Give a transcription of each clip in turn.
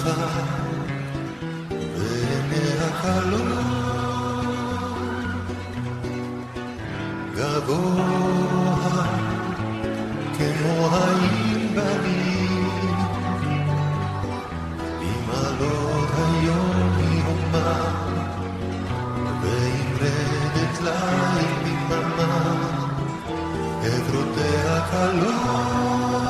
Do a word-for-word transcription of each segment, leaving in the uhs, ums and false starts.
דרך בעיני החלום גבוה כמו העיר בנים עם עלות היום יומה ועם רדת ליל בדממה עברותיה קלות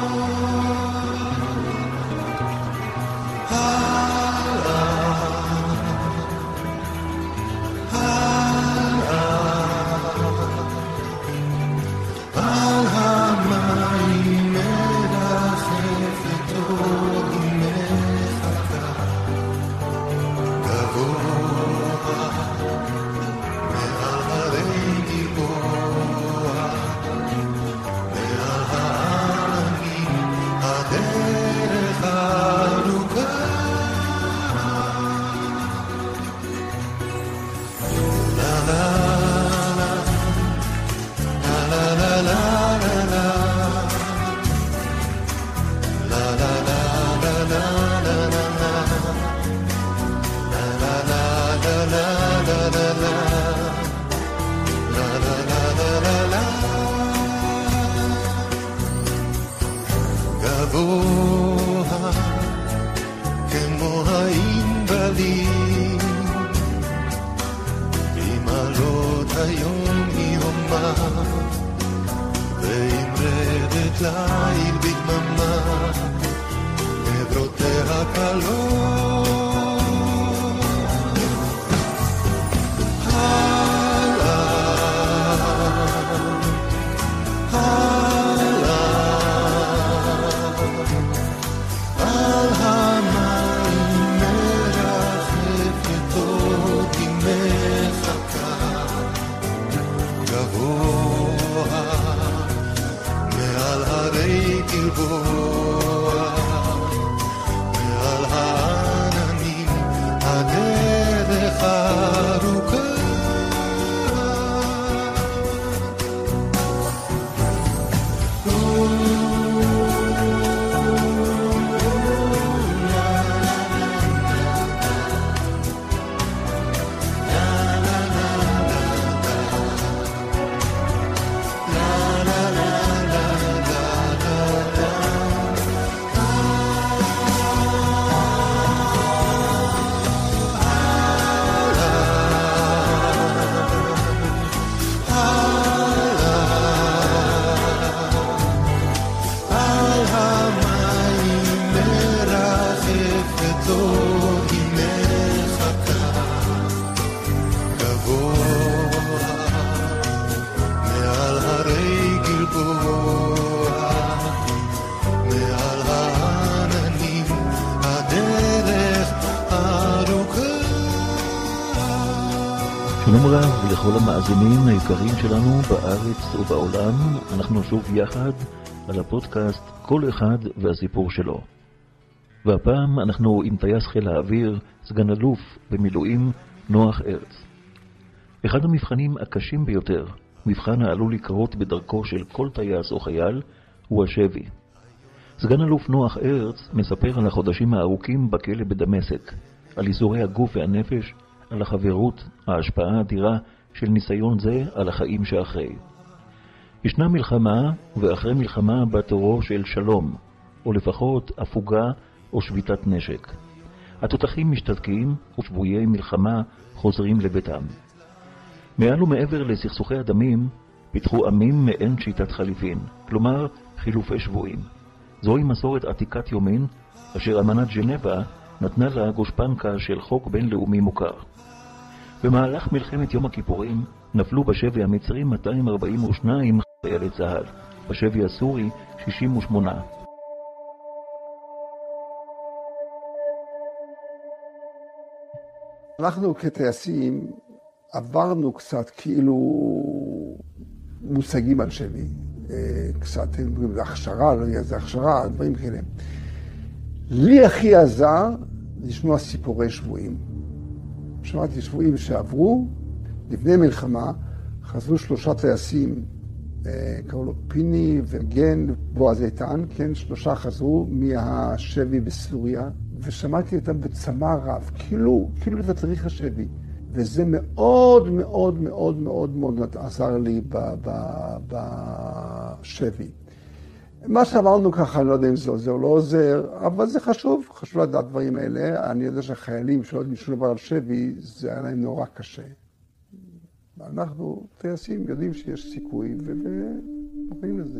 שלום רב לכל המאזינים היקרים שלנו בארץ ובעולם. אנחנו שוב יחד על הפודקאסט כל אחד והסיפור שלו. והפעם אנחנו עם טייס חיל האוויר, סגן אלוף במילואים נוח ארץ. אחד המבחנים הקשים ביותר, מבחן העלול לקרות בדרכו של כל טייס או חייל, הוא השבי. סגן אלוף נוח ארץ מספר על החודשים הארוכים בכלא בדמשק, על איסורי הגוף והנפש, על החברות, ההשפעה האדירה של ניסיון זה על החיים שאחרי. ישנה מלחמה, ואחרי מלחמה בתורו של שלום, או לפחות הפוגה או שביתת נשק. התותחים משתתקים, ושבויי מלחמה חוזרים לביתם. מעל ומעבר לסכסוכי הדמים, פיתחו עמים מעין שיטת חליפין, כלומר חילופי שבויים. זוהי מסורת עתיקת יומין, אשר אמנת ז'נבה נתנה לה גושפנקה של חוק בינלאומי מוכר. במהלך מלחמת יום הכיפורים נפלו בשבי המצרי מאתיים ארבעים ושניים חיילי צה"ל, בשבי הסורי שישים ושמונה. אנחנו כטייסים עברנו קצת כאילו מושגים על שבי, קצת הכשרה, לא יודע, זה הכשרה, דברים כאלה. לי הכי עזר לשמוע סיפורי שבויים. שמעתי שבויים שעברו, לפני מלחמה, חזרו שלושה טייסים, קראו לו פיני וגן בועז איתן, כן, שלושה חזרו מהשבי בסוריה, ושמעתי אותם בצמא רב, כאילו, כאילו בתדריך השבי. וזה מאוד מאוד מאוד מאוד מאוד עזר לי בשבי. מה שאמרנו ככה, אני לא יודע אם זה עוזר או לא עוזר, אבל זה חשוב, חשוב לדעת דברים האלה. אני יודע שהחיילים שלא יודעים שום דבר על שבי, זה היה להם נורא קשה. אנחנו טייסים יודעים שיש סיכוי, ומוכנים לזה.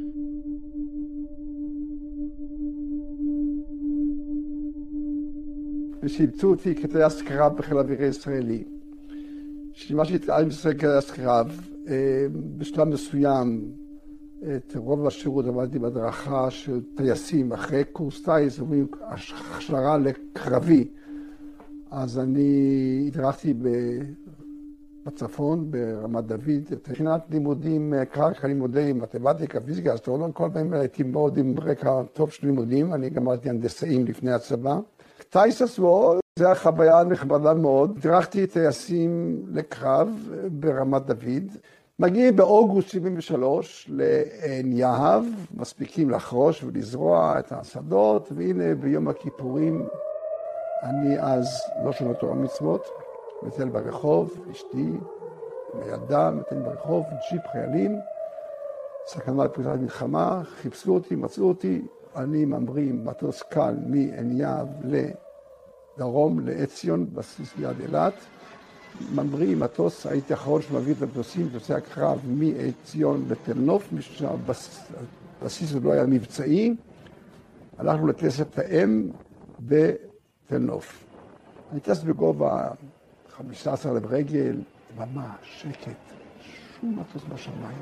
ושאימצו אותי כטייס קרב בחיל האוויר הישראלי. שימשתי את עם ישראל כטייס קרב, בשלב מסוים, את רוב השירות עבדתי בהדרכה של טייסים, אחרי קורס טייס, אומרים הכשרה לקרבי. אז אני הדרכתי בצפון, ברמת דוד, מבחינת לימודים, קרקע לימודי מתמטיקה, פיזיקה, אסטרונומיה, כל פעמים הייתי מאוד עם רקע טוב של לימודים, אני גמרתי הנדסאים לפני הצבא. טייס עצמו, זו החוויה נחמדה מאוד. הדרכתי טייסים לקרב ברמת דוד. מגיעים באוגוסט שבעים ושלוש לעין יהב, מספיקים לחרוש ולזרוע את השדות, והנה ביום הכיפורים אני אז לא שומע תורה מצוות, מטייל ברחוב, אשתי, עם הילדה, מטייל ברחוב, ג'יפ חיילים, סכנה לפריצת מלחמה, חיפשו אותי, מצאו אותי, אני ממריא מטוס קל מעין יהב לדרום, לעציון, בסיס ליד אילת, ממריא מטוס, הייתי האחרון שמביא את המטוסים, מטוסי הקרב מעציון לתל נוף, הבסיס עוד לא היה מבצעי, הלכנו לטייסת האם בתל נוף. אני טס בגובה חמישה עשר אלף רגל, ממש שקט, שום מטוס בשמיים.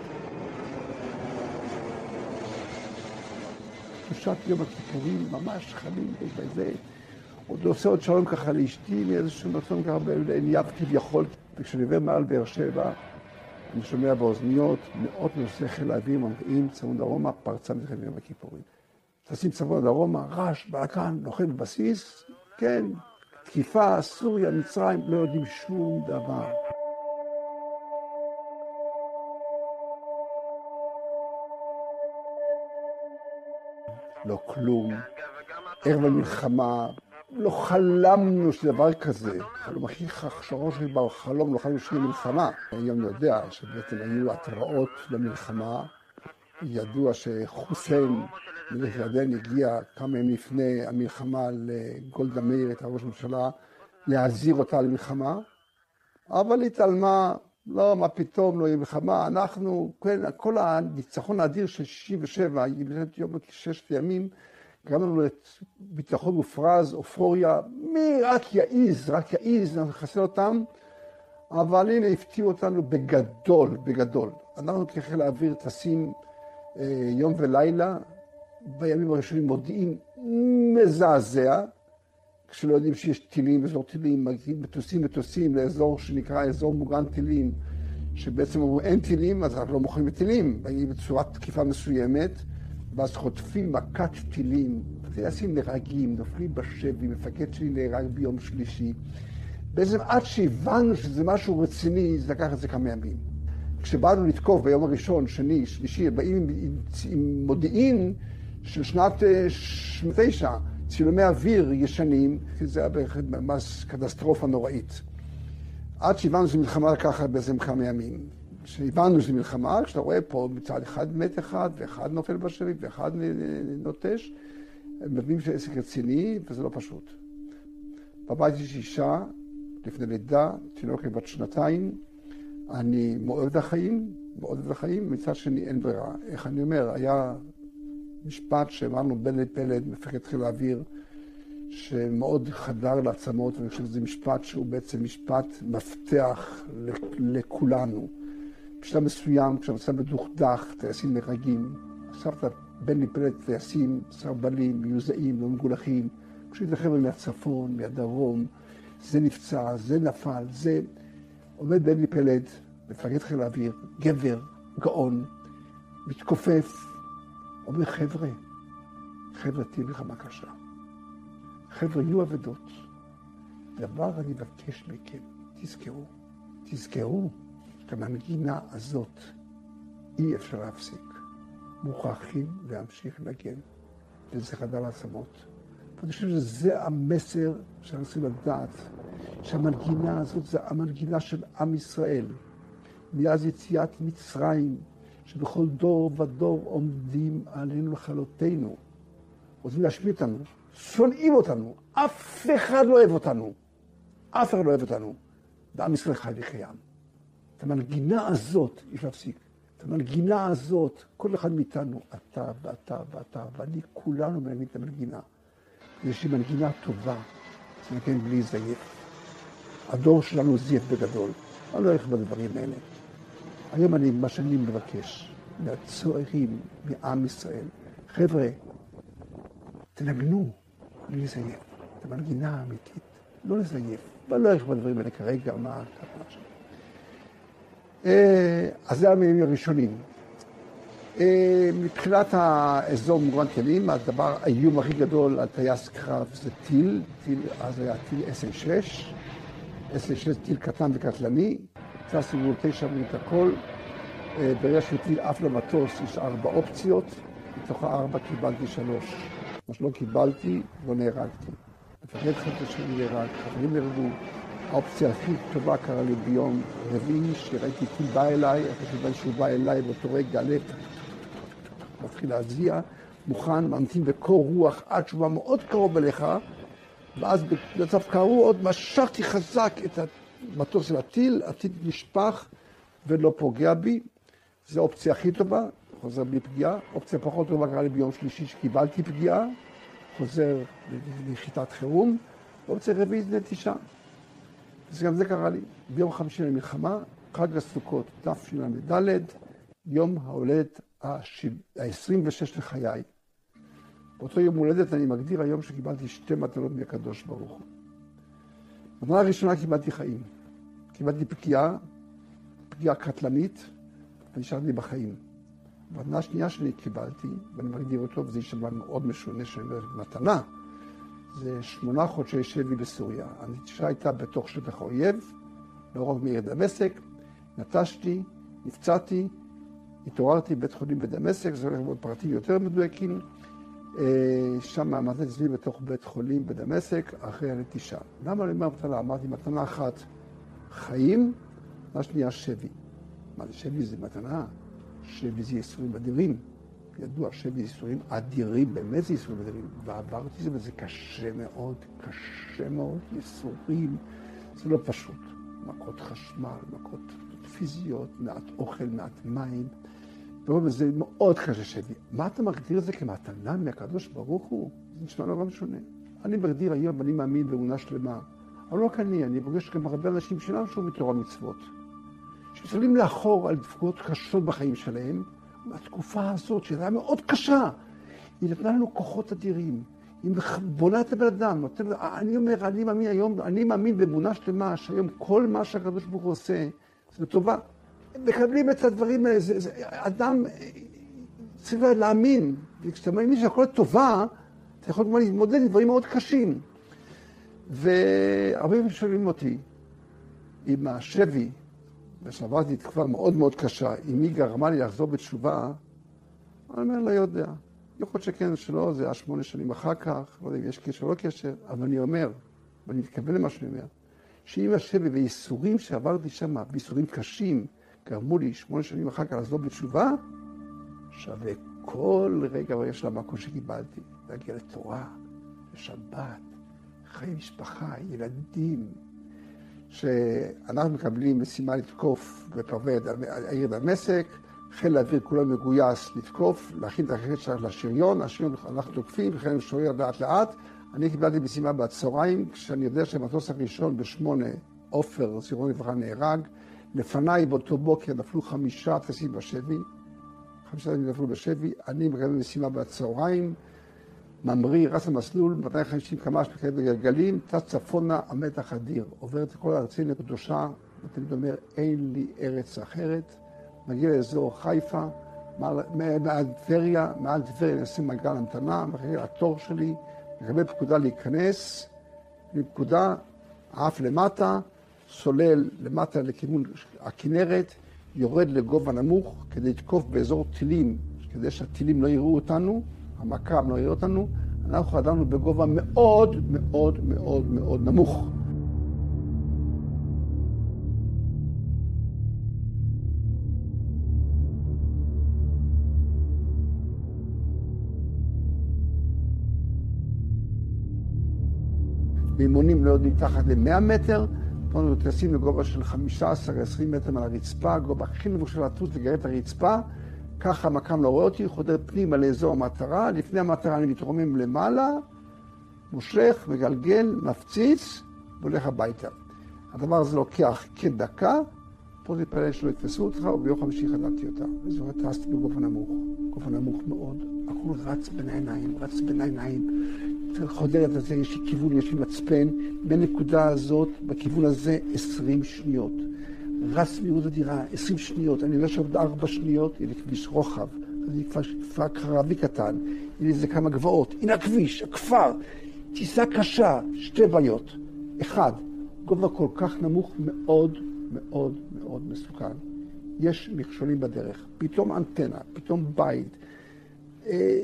תחושת יום הכיפורים, ממש חמים בזה. עוד עושה עוד שלום ככה לאשתי, מאיזשהו מקום ככה בעין יהב כביכול. וכשאני עובר מעל באר שבע, אני שומע באוזניות, מאות נוסעי חיל האוויר ממריאים צפון דרומה, פרצה מלחמת יום הכיפורים. טסים צפון דרומה, רעש, בלגן, נוחת בבסיס, כן, תקיפה, סוריה, מצרים, לא יודעים שום דבר. לא כלום. ערב המלחמה, לא חלמנו שדבר כזה. חלום הכי חשוב שלי בחלום, לא חלמנו שיהיה מלחמה. היום אני יודע שבעצם היו התראות למלחמה. ידוע שחוסיין מלך ירדן הגיע כמה ימים לפני המלחמה לגולדה מאיר, את ראש הממשלה, להזהיר אותה למלחמה. אבל התעלמה, לא, מה פתאום, לא יהיה מלחמה. אנחנו, כל הניצחון האדיר של שישים ושבע, יום ששת ימים, גרם לנו לביטחון מופרז, אופוריה, מי רק יעיז, רק יעיז, נחסל אותם, אבל הנה הפתיעו אותנו בגדול, בגדול. אנחנו כחיל האוויר טסים אה, יום ולילה, בימים הראשונים מודיעין מזעזע, כשלא יודעים שיש טילים, אזור טילים, מגיעים מטוסים מטוסים לאזור שנקרא אזור מוגן טילים, שבעצם אומרים אין טילים, אז אנחנו לא מוכנים בטילים, באים בצורת תקיפה מסוימת, ואז חוטפים מכת טילים, טייסים נהרגים, נופלים בשבי, מפקד שלי נהרג ביום שלישי. בעצם עד שהבנו שזה משהו רציני, זה לקח את זה כמה ימים. כשבאנו לתקוף ביום הראשון, שני, שלישי, באים עם, עם, עם מודיעין של שנת שמונים ותשע, צילומי אוויר ישנים, זה היה בהחלט ממש קטסטרופה נוראית. עד שהבנו שזה מלחמה לקח בעצם כמה ימים. כשהבנו שזה מלחמה, כשאתה רואה פה מצד אחד מת אחד, ואחד נופל בשבי, ואחד נוטש, הם מבינים שזה עסק רציני, וזה לא פשוט. בבית יש אישה, לפני לידה, תינוקת בת שנתיים, אני מאוד אוהב החיים, מאוד אוהב החיים, מצד שני אין ברירה. איך אני אומר, היה משפט שאמרנו בני פלד, מפקד חיל האוויר, שמאוד חדר לעצמות, ואני חושב שזה משפט שהוא בעצם משפט מפתח לכולנו. בשלב מסוים, כשהמצב מדוכדך, טייסים נהרגים, עכשיו אתה בני פלד טייסים, סרבלים, מיוזעים, לא מגולחים, פשוט החבר'ה מהצפון, מהדרום, זה נפצע, זה נפל, זה... עומד בני פלד, מפקד חיל האוויר, גבר, גאון, מתכופף, אומר חבר'ה, חבר'ה תהיה מלחמה קשה. חבר'ה יהיו אבדות. דבר אני מבקש מכם, תזכרו, תזכרו שמהמגינה הזאת אי אפשר להפסיק. מוכרחים להמשיך לנגן, וזה חדר לעצמות. ואני חושב שזה המסר שאנחנו צריכים לדעת, שהמנגינה הזאת זה המנגינה של עם ישראל. מאז יציאת מצרים, שבכל דור ודור עומדים עלינו לכלותנו. רוצים להשמיד אותנו, שונאים אותנו, אף אחד לא אוהב אותנו. אף אחד לא אוהב אותנו. ועם ישראל חי וקיים. את המנגינה הזאת, יש להפסיק. את המנגינה הזאת, כל אחד מאיתנו, אתה ואתה ואתה, ואני, כולנו מנגנים את המנגינה. יש לי מנגינה טובה, זה נגן בלי זייף. הדור שלנו זייף בגדול. אני לא הולך בדברים האלה. היום אני, מה שאני מבקש, מהצוערים, מעם ישראל, חבר'ה, תנגנו, בלי לזייף. את המנגינה האמיתית, לא לזייף. ואני לא הולך בדברים האלה כרגע, מה קרה עכשיו. אז זה המילים הראשונים. מבחינת האזור מוגן טילים, הדבר, האיום הכי גדול על טייס קרב זה טיל, טיל, אז היה טיל אס אל שש, אס אל שש טיל קטן וקטלני, טסו מול תשע מול הכל, ברגע שטיל עף למטוס יש ארבע אופציות, מתוך הארבע קיבלתי שלוש. מה שלא קיבלתי, לא נהרגתי. מפקד חלק שלי נהרג, חברים נהרגו. האופציה הכי טובה קרה לי ביום רביעי, שראיתי טיל בא אליי, אחרי שבן שהוא בא אליי, באותו רגע הלב מתחיל להזיע, מוכן, ממתין בקור רוח עד שהוא בא מאוד קרוב אליך, ואז במצב קרוב עוד משכתי חזק את המטוס של הטיל, הטיל נשפך ולא פוגע בי. זו האופציה הכי טובה, חוזר בלי פגיעה. אופציה פחות טובה קרה לי ביום שלישי שקיבלתי פגיעה, חוזר לנחיתת חירום. אופציה רביעית נטישה. אז גם זה קרה לי. ביום חמישי למלחמה, חג הסוכות, תשל"ד, יום ההולדת ה-עשרים ושש לחיי. באותו יום הולדת אני מגדיר היום שקיבלתי שתי מתנות מהקדוש ברוך הוא. במתנה הראשונה קיבלתי חיים. קיבלתי פגיעה, פגיעה קטלנית, ונשארתי בחיים. במתנה השנייה שלי קיבלתי, ואני מגדיר אותו, וזה יישמע מאוד משונה שאני אומר מתנה, זה שמונה חודשי שבי בסוריה. הנטישה הייתה בתוך שטח האויב, לא רוב מעיר דמשק, נטשתי, נפצעתי, התעוררתי בבית חולים בדמשק, זה הולך מאוד פרטים יותר מדויקים, שם עמדתי אצלי בתוך בית חולים בדמשק אחרי הנטישה. למה אני אומר מתנה? אמרתי מתנה אחת, חיים, מה שנייה שבי. מה זה שבי? זה מתנה. שבי זה ייסורים אדירים. ידוע, שבי זה ייסורים אדירים, באמת זה ייסורים אדירים. ועברתי זה וזה קשה מאוד, קשה מאוד, ייסורים. זה לא פשוט. מכות חשמל, מכות פיזיות, מעט אוכל, מעט מים. וזה מאוד קשה שבי. מה אתה מגדיר את זה כמתנה מהקדוש ברוך הוא? זה נשמע נורא משונה. אני מגדיר היום, אני מאמין באמונה שלמה. אבל לא רק אני, אני פוגש גם הרבה אנשים שלנו שהוא מתורה מצוות. שמסתכלים לאחור על דפקות קשות בחיים שלהם, מהתקופה הזאת, שהייתה מאוד קשה, היא נתנה לנו כוחות אדירים. היא בונה את הבן אדם. נותן, אני אומר, אני מאמין היום, אני מאמין באמונה שלמה, שהיום כל מה שהקדוש ברוך הוא עושה, זה טובה. מקבלים את הדברים האלה, זה, זה, אדם צריך להאמין, וכשאתה מאמין שהכל טובה, אתה יכול כמובן להתמודד עם דברים מאוד קשים. והרבה פעמים שואלים אותי, עם השבי, ושעברתי תקופה מאוד מאוד קשה, אם היא גרמה לי לחזור בתשובה, אני אומר, לא יודע. יכול להיות שכן, שלא, זה היה שמונה שנים אחר כך, לא יודע אם יש קשר או לא קשר, אבל אני אומר, ואני מתכוון למה שאני אומר, שאם השבי וייסורים שעברתי שם, וייסורים קשים, גרמו לי שמונה שנים אחר כך לחזור בתשובה, שווה כל רגע ורגע של המקום שקיבלתי, להגיע לתורה, לשבת, חיי משפחה, ילדים, שאנחנו מקבלים משימה לתקוף בפרווה העיר דמשק, חיל האוויר כולו מגויס לתקוף, להכין את החלק שלנו לשריון, השריון אנחנו תוקפים, חיל משורר לאט לאט. אני קיבלתי משימה בצהריים, כשאני יודע שהמטוס הראשון בשמונה, עופר, זיכרונו לברכה, נהרג. לפניי באותו בוקר נפלו חמישה טייסים בשבי, חמישה טייסים נפלו בשבי, אני מקבל משימה בצהריים, ממריא, רץ למסלול, מאתיים וחמישים קמ"ש מקבל בגלגלים, טס צפונה, המתח אדיר, עובר את כל הארצים לקדושה, ותמיד אומר, אין לי ארץ אחרת, מגיע לאזור חיפה, מעל טבריה, מעל טבריה נשים מעגל המתנה, מחכה התור שלי, מקבל פקודה להיכנס, פקודה, עף למטה, סולל למטה לכיוון הכנרת, יורד לגובה נמוך כדי לתקוף באזור טילים, כדי שהטילים לא יראו אותנו, המכ"ם לא יראו אותנו, אנחנו חדרנו בגובה מאוד מאוד מאוד מאוד נמוך. באימונים לא יודעים תחת ל-מאה מטר, פה אנחנו טסים לגובה של חמישה עשר עד עשרים מטר מעל הרצפה, הגובה הכי נמוך של לטוס לגרד את הרצפה, ככה המקם לא רואה אותי, חודר פנימה לאזור המטרה, לפני המטרה אני מתרומם למעלה, מושך, מגלגל, מפציץ, והולך הביתה. הדבר הזה לוקח כדקה, פה זה פלא שלא יתפסו אותך, וביום חמישי חדרתי אותה. וזו טסתי בגובה נמוך, גובה נמוך מאוד, הכל רץ בין העיניים, רץ בין העיניים. חודרת הזה, יש לי כיוון, יש לי מצפן, בנקודה הזאת, בכיוון הזה, עשרים שניות. רץ מהירות אדירה, עשרים שניות, אני אומר שעוד ארבע שניות, יהיה לי כביש רוחב, זה כפר, כפר קרבי קטן, יהיה לי איזה כמה גבעות, הנה הכביש, הכפר, טיסה קשה, שתי בעיות. אחד, גובה כל כך נמוך מאוד מאוד מאוד מסוכן. יש מכשולים בדרך, פתאום אנטנה, פתאום בית, אה,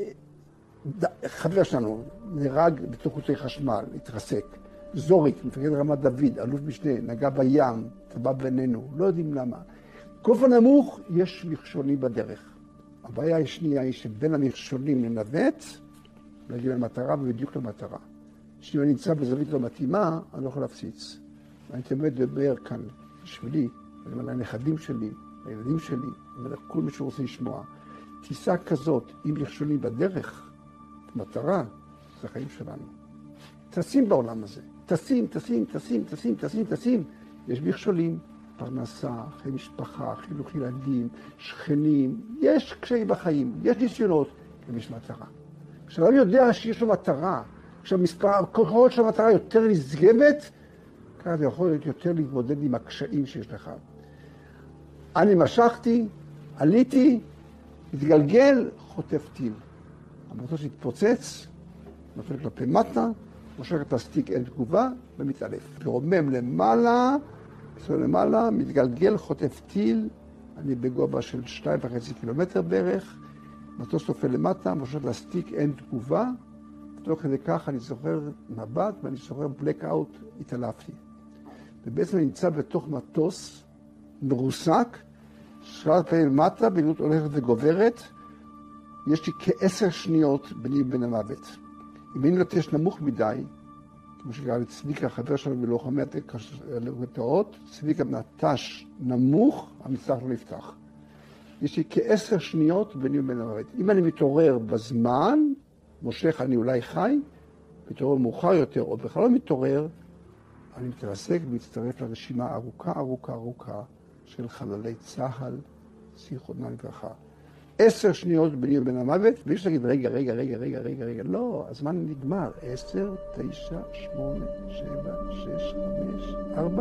חבר שלנו נהרג בתוך חוטי חשמל, התרסק. זוריק, מפקד רמת דוד, אלוף משנה, נגע בים, טבע בינינו, לא יודעים למה. גובה נמוך, יש מכשולים בדרך. הבעיה השנייה היא שבין המכשולים לנווט, להגיע למטרה ובדיוק למטרה. שאם אני נמצא בזווית לא מתאימה, אני לא יכול להפציץ. ואני תמיד לדבר כאן בשבילי, אני אומר לנכדים שלי, לילדים שלי, אני אומר לכל מי שרוצה לשמוע. טיסה כזאת, עם מכשולים בדרך, מטרה, זה החיים שלנו. טסים בעולם הזה. טסים, טסים, טסים, טסים, טסים, טסים. יש מכשולים, פרנסה, חיי משפחה, חינוך ילדים, שכנים. יש קשיים בחיים, יש ניסיונות, ויש מטרה. כשאדם יודע שיש לו מטרה, כשהמספר, כל של המטרה יותר נשגבת, ככה זה יכול להיות יותר להתמודד עם הקשיים שיש לך. אני משכתי, עליתי, מתגלגל, חוטף טיל. המטוס התפוצץ, נופל כלפי מטה, מושך את הסטיק, אין תגובה, ומתעלף. רומם למעלה, מסתובב למעלה, מתגלגל, חוטף טיל, אני בגובה של שתיים וחצי קילומטר בערך, מטוס נופל למטה, מושך לסטיק, אין תגובה, ותוך כדי כך אני זוכר מבט, ואני זוכר בלק-אוט, התעלפתי. ובעצם אני נמצא בתוך מטוס מרוסק, שלט פעמים למטה, בעינות הולכת וגוברת, יש לי כעשר שניות ביני ובין המוות. אם אני נוטש נמוך מדי, כמו שקרה לצביקה, החבר שלנו בלוחמי התאות, צביקה נטש נמוך, המצלח לא נפתח. יש לי כעשר שניות ביני ובין המוות. אם אני מתעורר בזמן, מושך אני אולי חי, מתעורר מאוחר יותר, או בכלל לא מתעורר, אני מתרסק ומצטרף לרשימה ארוכה, ארוכה, ארוכה של חללי צה"ל, זיכרונם לברכה. עשר שניות ביני ובין המוות, ויש להגיד, רגע, רגע, רגע, רגע, רגע, רגע, לא, הזמן נגמר. עשר, תשע, שמונה, שבע, שש, חמש, ארבע.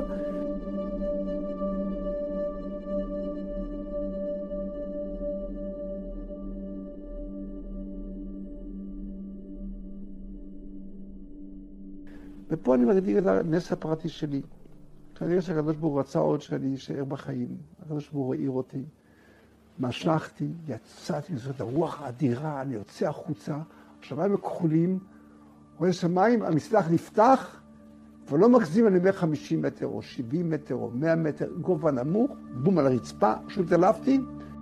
ופה אני מגדיר את הנס הפרטי שלי. כנראה שהקדוש ברוך הוא רצה עוד שאני אשאר בחיים. הקדוש ברוך הוא העיר אותי. משכתי, יצאתי לזאת הרוח האדירה, אני יוצא החוצה, השמיים הכחולים, רואה שמיים, המסלח נפתח, ולא מגזים אני אומר חמישים מטר או שבעים מטר או מאה מטר, גובה נמוך, בום על הרצפה, פשוט התעלפתי.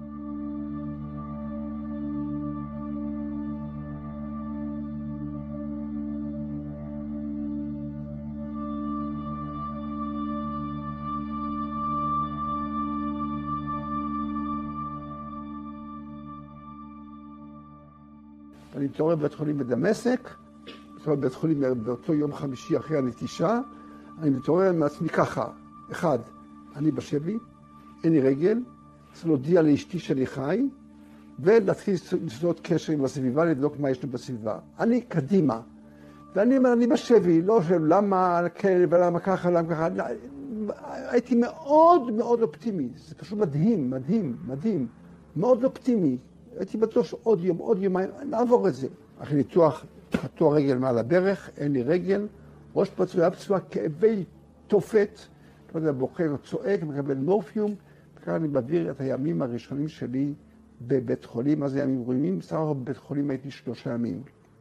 אני מתעורר בבית חולים בדמשק, מתעורר בבית חולים באותו יום חמישי אחרי הנטישה, אני מתעורר מעצמי ככה, אחד, אני בשבי, אין לי רגל, צריך להודיע לאשתי שאני חי, ולהתחיל לסדות קשר עם הסביבה, לבדוק מה יש לי בסביבה. אני קדימה, ואני אומר, אני בשבי, לא חושב למה כן ולמה ככה, למה ככה, הייתי מאוד מאוד אופטימי, זה פשוט מדהים, מדהים, מדהים, מאוד אופטימי. הייתי בטוח שעוד יום, עוד יומיים, נעבור את זה. אחרי ניתוח, קטוע רגל מעל הברך, אין לי רגל, ראש פצוע, פצוע, כאבי תופת, לא יודע, בוחר, צועק, מקבל מורפיום, וכאן אני מעביר את הימים הראשונים שלי בבית חולים, מה זה ימים ראויים? בסך הכל בבית חולים הייתי שלושה ימים.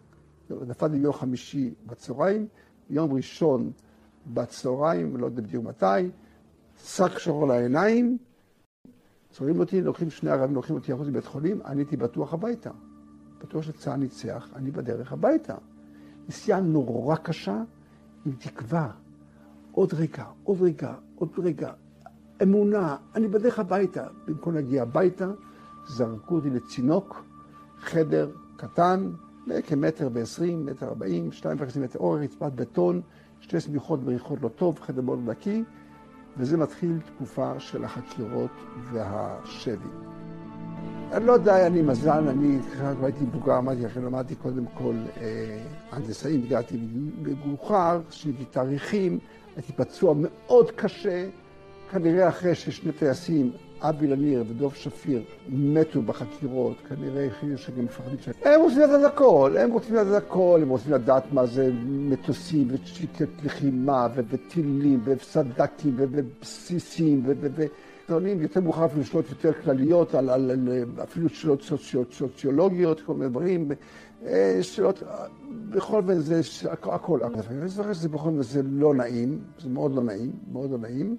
נפל לי יום חמישי בצהריים, יום ראשון בצהריים, לא יודע בדיוק מתי, שק שחור לעיניים, צוררים אותי, לוקחים שני ערבים, לוקחים אותי אחוז מבית חולים, אני הייתי בטוח הביתה. בטוח שצה"ל ניצח, אני בדרך הביתה. נסיעה נורא קשה, עם תקווה. עוד רגע, עוד רגע, עוד רגע. אמונה, אני בדרך הביתה. במקום להגיע הביתה, זרקו אותי לצינוק, חדר קטן, כמטר בעשרים, מטר ארבעים, שתיים וחצי מטר אורך, רצפת בטון, שתי סמיכות בריחות לא טוב, חדר מאוד נקי, וזה מתחיל תקופה של החקירות והשבי. אני לא יודע, אני מזל, אני הייתי מבוגר, אמרתי לכם, למדתי קודם כל הנדסאים, הגעתי מאוחר, שיניתי תאריכים, הייתי פצוע מאוד קשה, כנראה אחרי ששני טייסים, אבי לניר ודוב שפיר, מתו בחקירות, כנראה הכינו שגם מפחדים שלהם. הם רוצים לדעת הכל, הם רוצים לדעת הכל, הם רוצים לדעת מה זה מטוסים ושיטת לחימה וטילים וסדקים ובסיסים ודברים, יותר מאוחר אפילו שאלות יותר כלליות, על, על, על, אפילו שאלות סוציולוגיות, כל מיני דברים, שאלות, בכל אופן זה הכל. אני זוכר שזה בכל אופן זה לא נעים, זה מאוד לא נעים, מאוד לא נעים.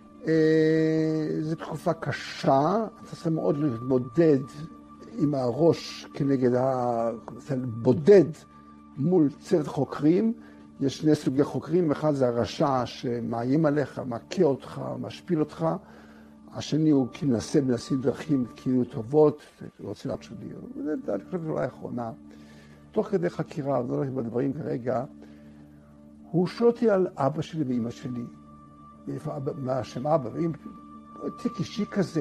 זו תקופה קשה, אתה צריך מאוד להתמודד עם הראש כנגד הבודד מול צוות חוקרים. יש שני סוגי חוקרים, אחד זה הרשע שמאיים עליך, מכה אותך, משפיל אותך. השני הוא כנסה מנסים דרכים כאילו טובות, רוצה להחשוב לי. אני חושב שאולי האחרונה. תוך כדי חקירה, אני לא הולך בדברים כרגע, הוא שואל אותי על אבא שלי ואמא שלי. מה שם אבא, ואם תיק אישי כזה,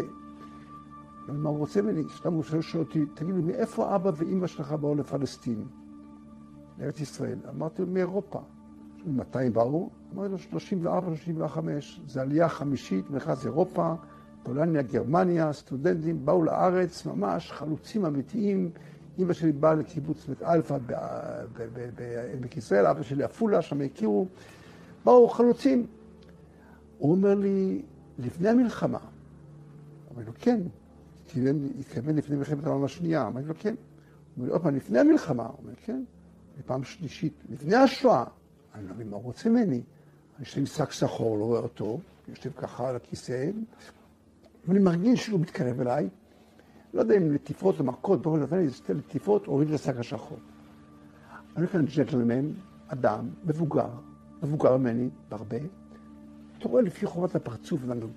מה הוא רוצה ממני? סתם הוא שואל אותי, תגיד לי, מאיפה אבא ואמא שלך באו לפלסטין? לארץ ישראל. אמרתי לו, מאירופה. מתי הם באו? אמרתי לו, שלושים וארבע שלושים וחמש. זה עלייה חמישית, מרכז אירופה, פולניה, גרמניה, סטודנטים, באו לארץ, ממש חלוצים אמיתיים. אמא שלי באה לקיבוץ בית אלפא בעמק ישראל, אבא שלי עפולה, שם הכירו. באו חלוצים. הוא אומר לי, לפני המלחמה. אמרתי לו, כן. התכוון לפני מלחמת העולם השנייה. אמרתי לו, כן. הוא אומר לי, עוד פעם, לפני המלחמה. הוא אומר, כן. פעם שלישית, לפני השואה. אני לא מבין מה הוא רוצה ממני. יש לי שק שחור, לא רואה אותו. יושב ככה על הכיסא. ואני מרגיש שהוא מתקרב אליי. לא יודע אם לטיפות או מכות, בכל נתן לי שתי לטיפות, הוריד לשק השחור. אני כאן ג'נטלמן, אדם, מבוגר, מבוגר ממני, בהרבה. אתה רואה לפי חובת הפרצוף,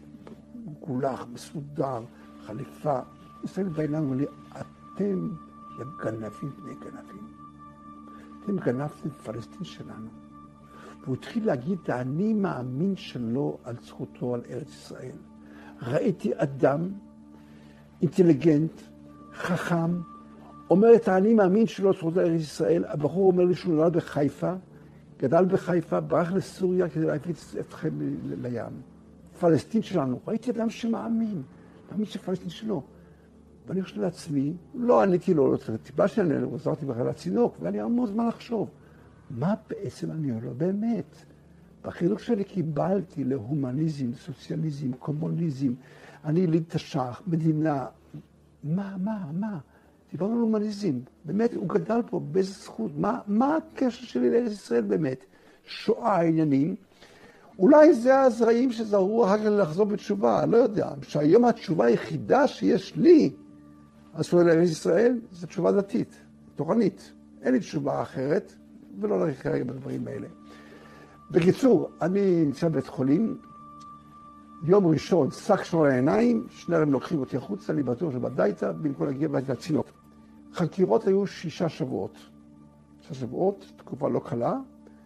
גולח, מסודר, חליפה. מסתכל בעיניים, אומר לי, אתם גנבים בני גנבים. אתם גנבתם פלסטין שלנו. והוא התחיל להגיד, אני מאמין שלו על זכותו על ארץ ישראל. ראיתי אדם אינטליגנט, חכם, אומר את האני מאמין שלו על זכותו על ארץ ישראל. הבחור אומר לי שהוא נולד בחיפה, גדל בחיפה, ברח לסוריה כדי להפיץ אתכם לים. פלסטין שלנו, ראיתי אדם שמאמין, מאמין שפלסטין שלו. ואני חושב לעצמי, לא עניתי לו, לא צריך, טיפה שאני עזרתי בכלל לצינוק, והיה לי המון זמן לחשוב, מה בעצם אני אומר לו באמת? בחינוך שלי קיבלתי להומניזם, סוציאליזם, קומוניזם, אני ליד תש"ח, מדינה, מה, מה, מה? דיברנו על הומניזם, באמת, הוא גדל פה באיזה זכות, מה, מה הקשר שלי לארץ ישראל באמת? שואה, עניינים, אולי זה הזרעים שזרעו אחר כך לחזור בתשובה, לא יודע, שהיום התשובה היחידה שיש לי, אז לארץ ישראל, זו תשובה דתית, תורנית, אין לי תשובה אחרת, ולא נראה כרגע בדברים האלה. בקיצור, אני נמצא בבית חולים, יום ראשון, שק שחור לעיניים, שני רבים לוקחים אותי החוצה, אני בטוח שבדייתא, במקום להגיע בית לצינוק. חקירות היו שישה שבועות. שישה שבועות, תקופה לא קלה.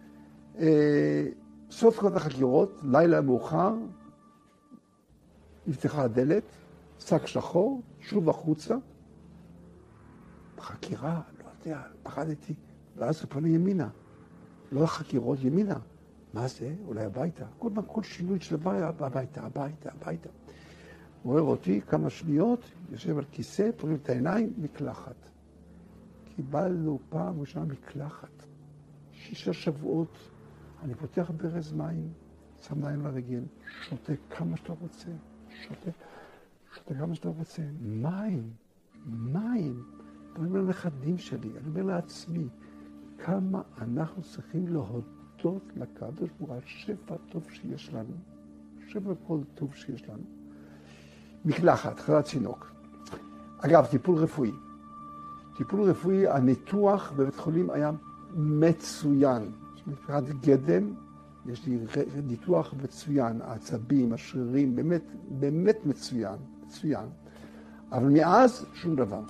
סוף כל החקירות, לילה מאוחר, נפתחה הדלת, שק שחור, שוב החוצה. בחקירה, לא יודע, פחדתי, ואז הוא פנה ימינה. לא החקירות, ימינה. מה זה? אולי הביתה. כל פעם, כל שינוי של הביתה, הביתה, הביתה, הביתה. הוא רואה אותי כמה שניות, יושב על כיסא, פותחים את העיניים, מקלחת. קיבלנו פעם ראשונה מקלחת. שישה שבועות, אני פותח ברז מים, שם מים לרגל, שותה כמה שאתה רוצה, שותה, שותה כמה שאתה רוצה. מים, מים. אני אומר לנכדים שלי, אני אומר לעצמי, כמה אנחנו צריכים להודות לקדוש ברוך הוא על שפע טוב שיש לנו. שפע כל טוב שיש לנו. מקלחת, חלת צינוק. אגב, טיפול רפואי. טיפול רפואי, הניתוח בבית חולים היה מצוין. מבחינת גדם, יש לי ניתוח מצוין, העצבים, השרירים, באמת, באמת מצוין, מצוין. אבל מאז, שום דבר.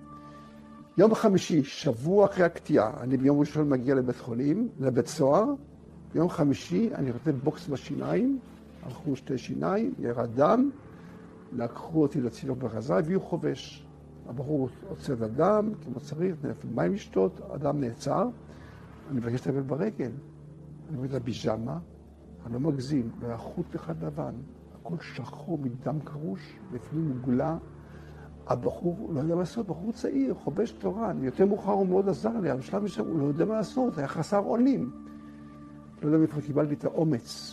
יום חמישי, שבוע אחרי הקטיעה, אני ביום ראשון מגיע לבית חולים, לבית סוהר, ביום חמישי אני חוטף בוקס בשיניים, הלכו שתי שיניים, ירד דם, לקחו אותי לצינוק בחזרה, הביאו חובש. הבחור עוצר את הדם, כמו צריך, נפל מים לשתות, הדם נעצר, אני מבקש לטפל ברגל. אני מבקש את הביג'מה, אני לא מגזים, והחוט אחד לבן, הכל שחור מדם קרוש, לפעמים מוגלה. הבחור לא יודע מה לעשות, בחור צעיר, חובש תורן, יותר מאוחר הוא מאוד עזר לי, אבל בשלב משם הוא לא יודע מה לעשות, היה חסר אונים. לא יודע מאיפה קיבלתי את האומץ,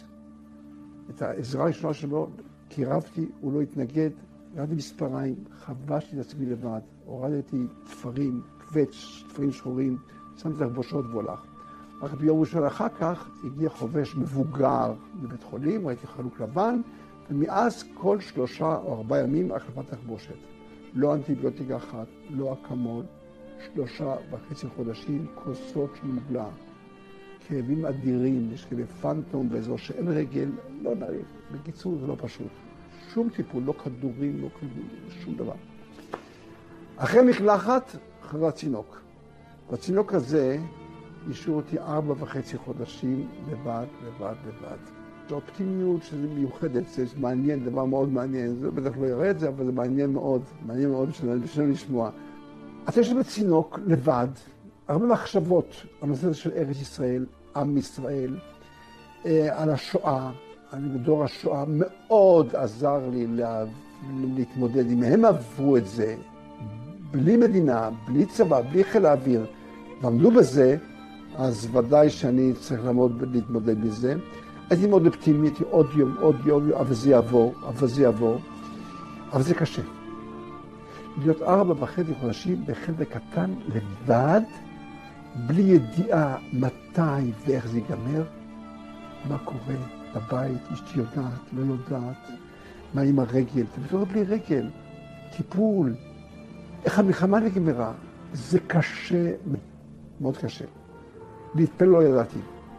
את העזרה הראשונה שלו, קירבתי, הוא לא התנגד, ירדתי מספריים, חבשתי את עצמי לבד, הורדתי תפרים, קווץ', תפרים שחורים, שמתי תחבושות והוא הלך. רק ביום ראשון אחר כך הגיע חובש מבוגר בבית חולים, ראיתי חלוק לבן, ומאז כל שלושה או ארבעה ימים החלפת תחבושת. לא אנטיביוטיקה אחת, לא אקמול, שלושה וחצי חודשים, כוסות של מוגלה. כאבים אדירים, יש כאבי פנטום באזור שאין רגל, לא נריב. בקיצור, זה לא פשוט. שום טיפול, לא כדורים, לא כדורים, שום דבר. אחרי מקלחת, אחרי הצינוק. בצינוק הזה, אישרו אותי ארבע וחצי חודשים לבד, לבד, לבד. זו אופטימיות שזה מיוחדת, זה מעניין, דבר מאוד מעניין. זה בטח לא יראה את זה, אבל זה מעניין מאוד, מעניין מאוד בשביל לשמוע. אתה יושב בצינוק לבד, הרבה מחשבות על הנושא של ארץ ישראל, עם ישראל, על השואה. אני בדור השואה מאוד עזר לי לה, להתמודד, אם הם עברו את זה, בלי מדינה, בלי צבא, בלי חיל האוויר, ועמדו בזה, אז ודאי שאני צריך לעמוד להתמודד בזה. הייתי מאוד אופטימי, הייתי עוד יום, עוד יום, אבל זה יעבור, אבל זה יעבור. אבל זה קשה. להיות ארבע וחצי חודשים בחדר קטן לבד, בלי ידיעה מתי ואיך זה ייגמר, מה קורה בבית, אשתי יודעת, לא יודעת, מה עם הרגל, אתה מתעורר בלי רגל, טיפול, איך המלחמה נגמרה, זה קשה, מאוד קשה. להתפלל לא ידעתי,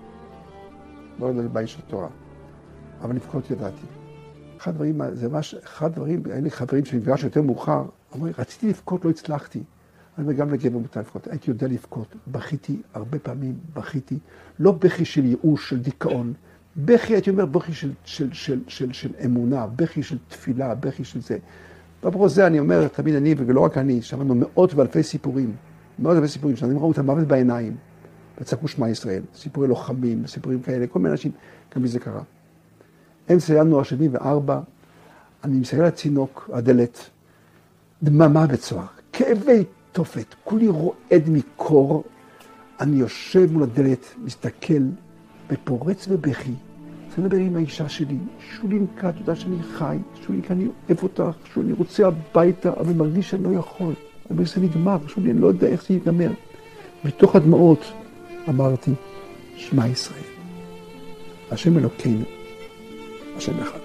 לא ידעתי לבית של תורה, אבל לבכות ידעתי. אחד הדברים, זה ממש, אחד הדברים, היה לי חברים שנפגש יותר מאוחר, אמרו לי, רציתי לבכות, לא הצלחתי. אני אומר, גם לגבר מותר לבכות, הייתי יודע לבכות, בכיתי, הרבה פעמים בכיתי, לא בכי של ייאוש, של דיכאון, בכי, הייתי אומר, בכי של, של, של, של, של אמונה, בכי של תפילה, בכי של זה. וברו זה אני אומר, תמיד אני, ולא רק אני, שמענו מאות ואלפי סיפורים, מאות ואלפי סיפורים, שאנשים ראו את המוות בעיניים, וצעקו שמע ישראל, סיפורי לוחמים, סיפורים כאלה, כל מיני אנשים, גם מזה קרה. אמצע ינואר שבעים וארבע, אני מסתכל על הצינוק, הדלת, דממה בצוהר, כאבי תופת, כולי רועד מקור, אני יושב מול הדלת, מסתכל, ופורץ בבכי, רוצה לדבר עם האישה שלי, שולינקה, אתה יודע שאני חי, שולינקה, אני אוהב אותך, שולי, אני רוצה הביתה, אבל מרגיש שאני לא יכול, אני מרגיש שזה נגמר, שולי, אני לא יודע איך זה ייגמר. מתוך הדמעות אמרתי, שמע ישראל, השם אלוקינו, השם אחד.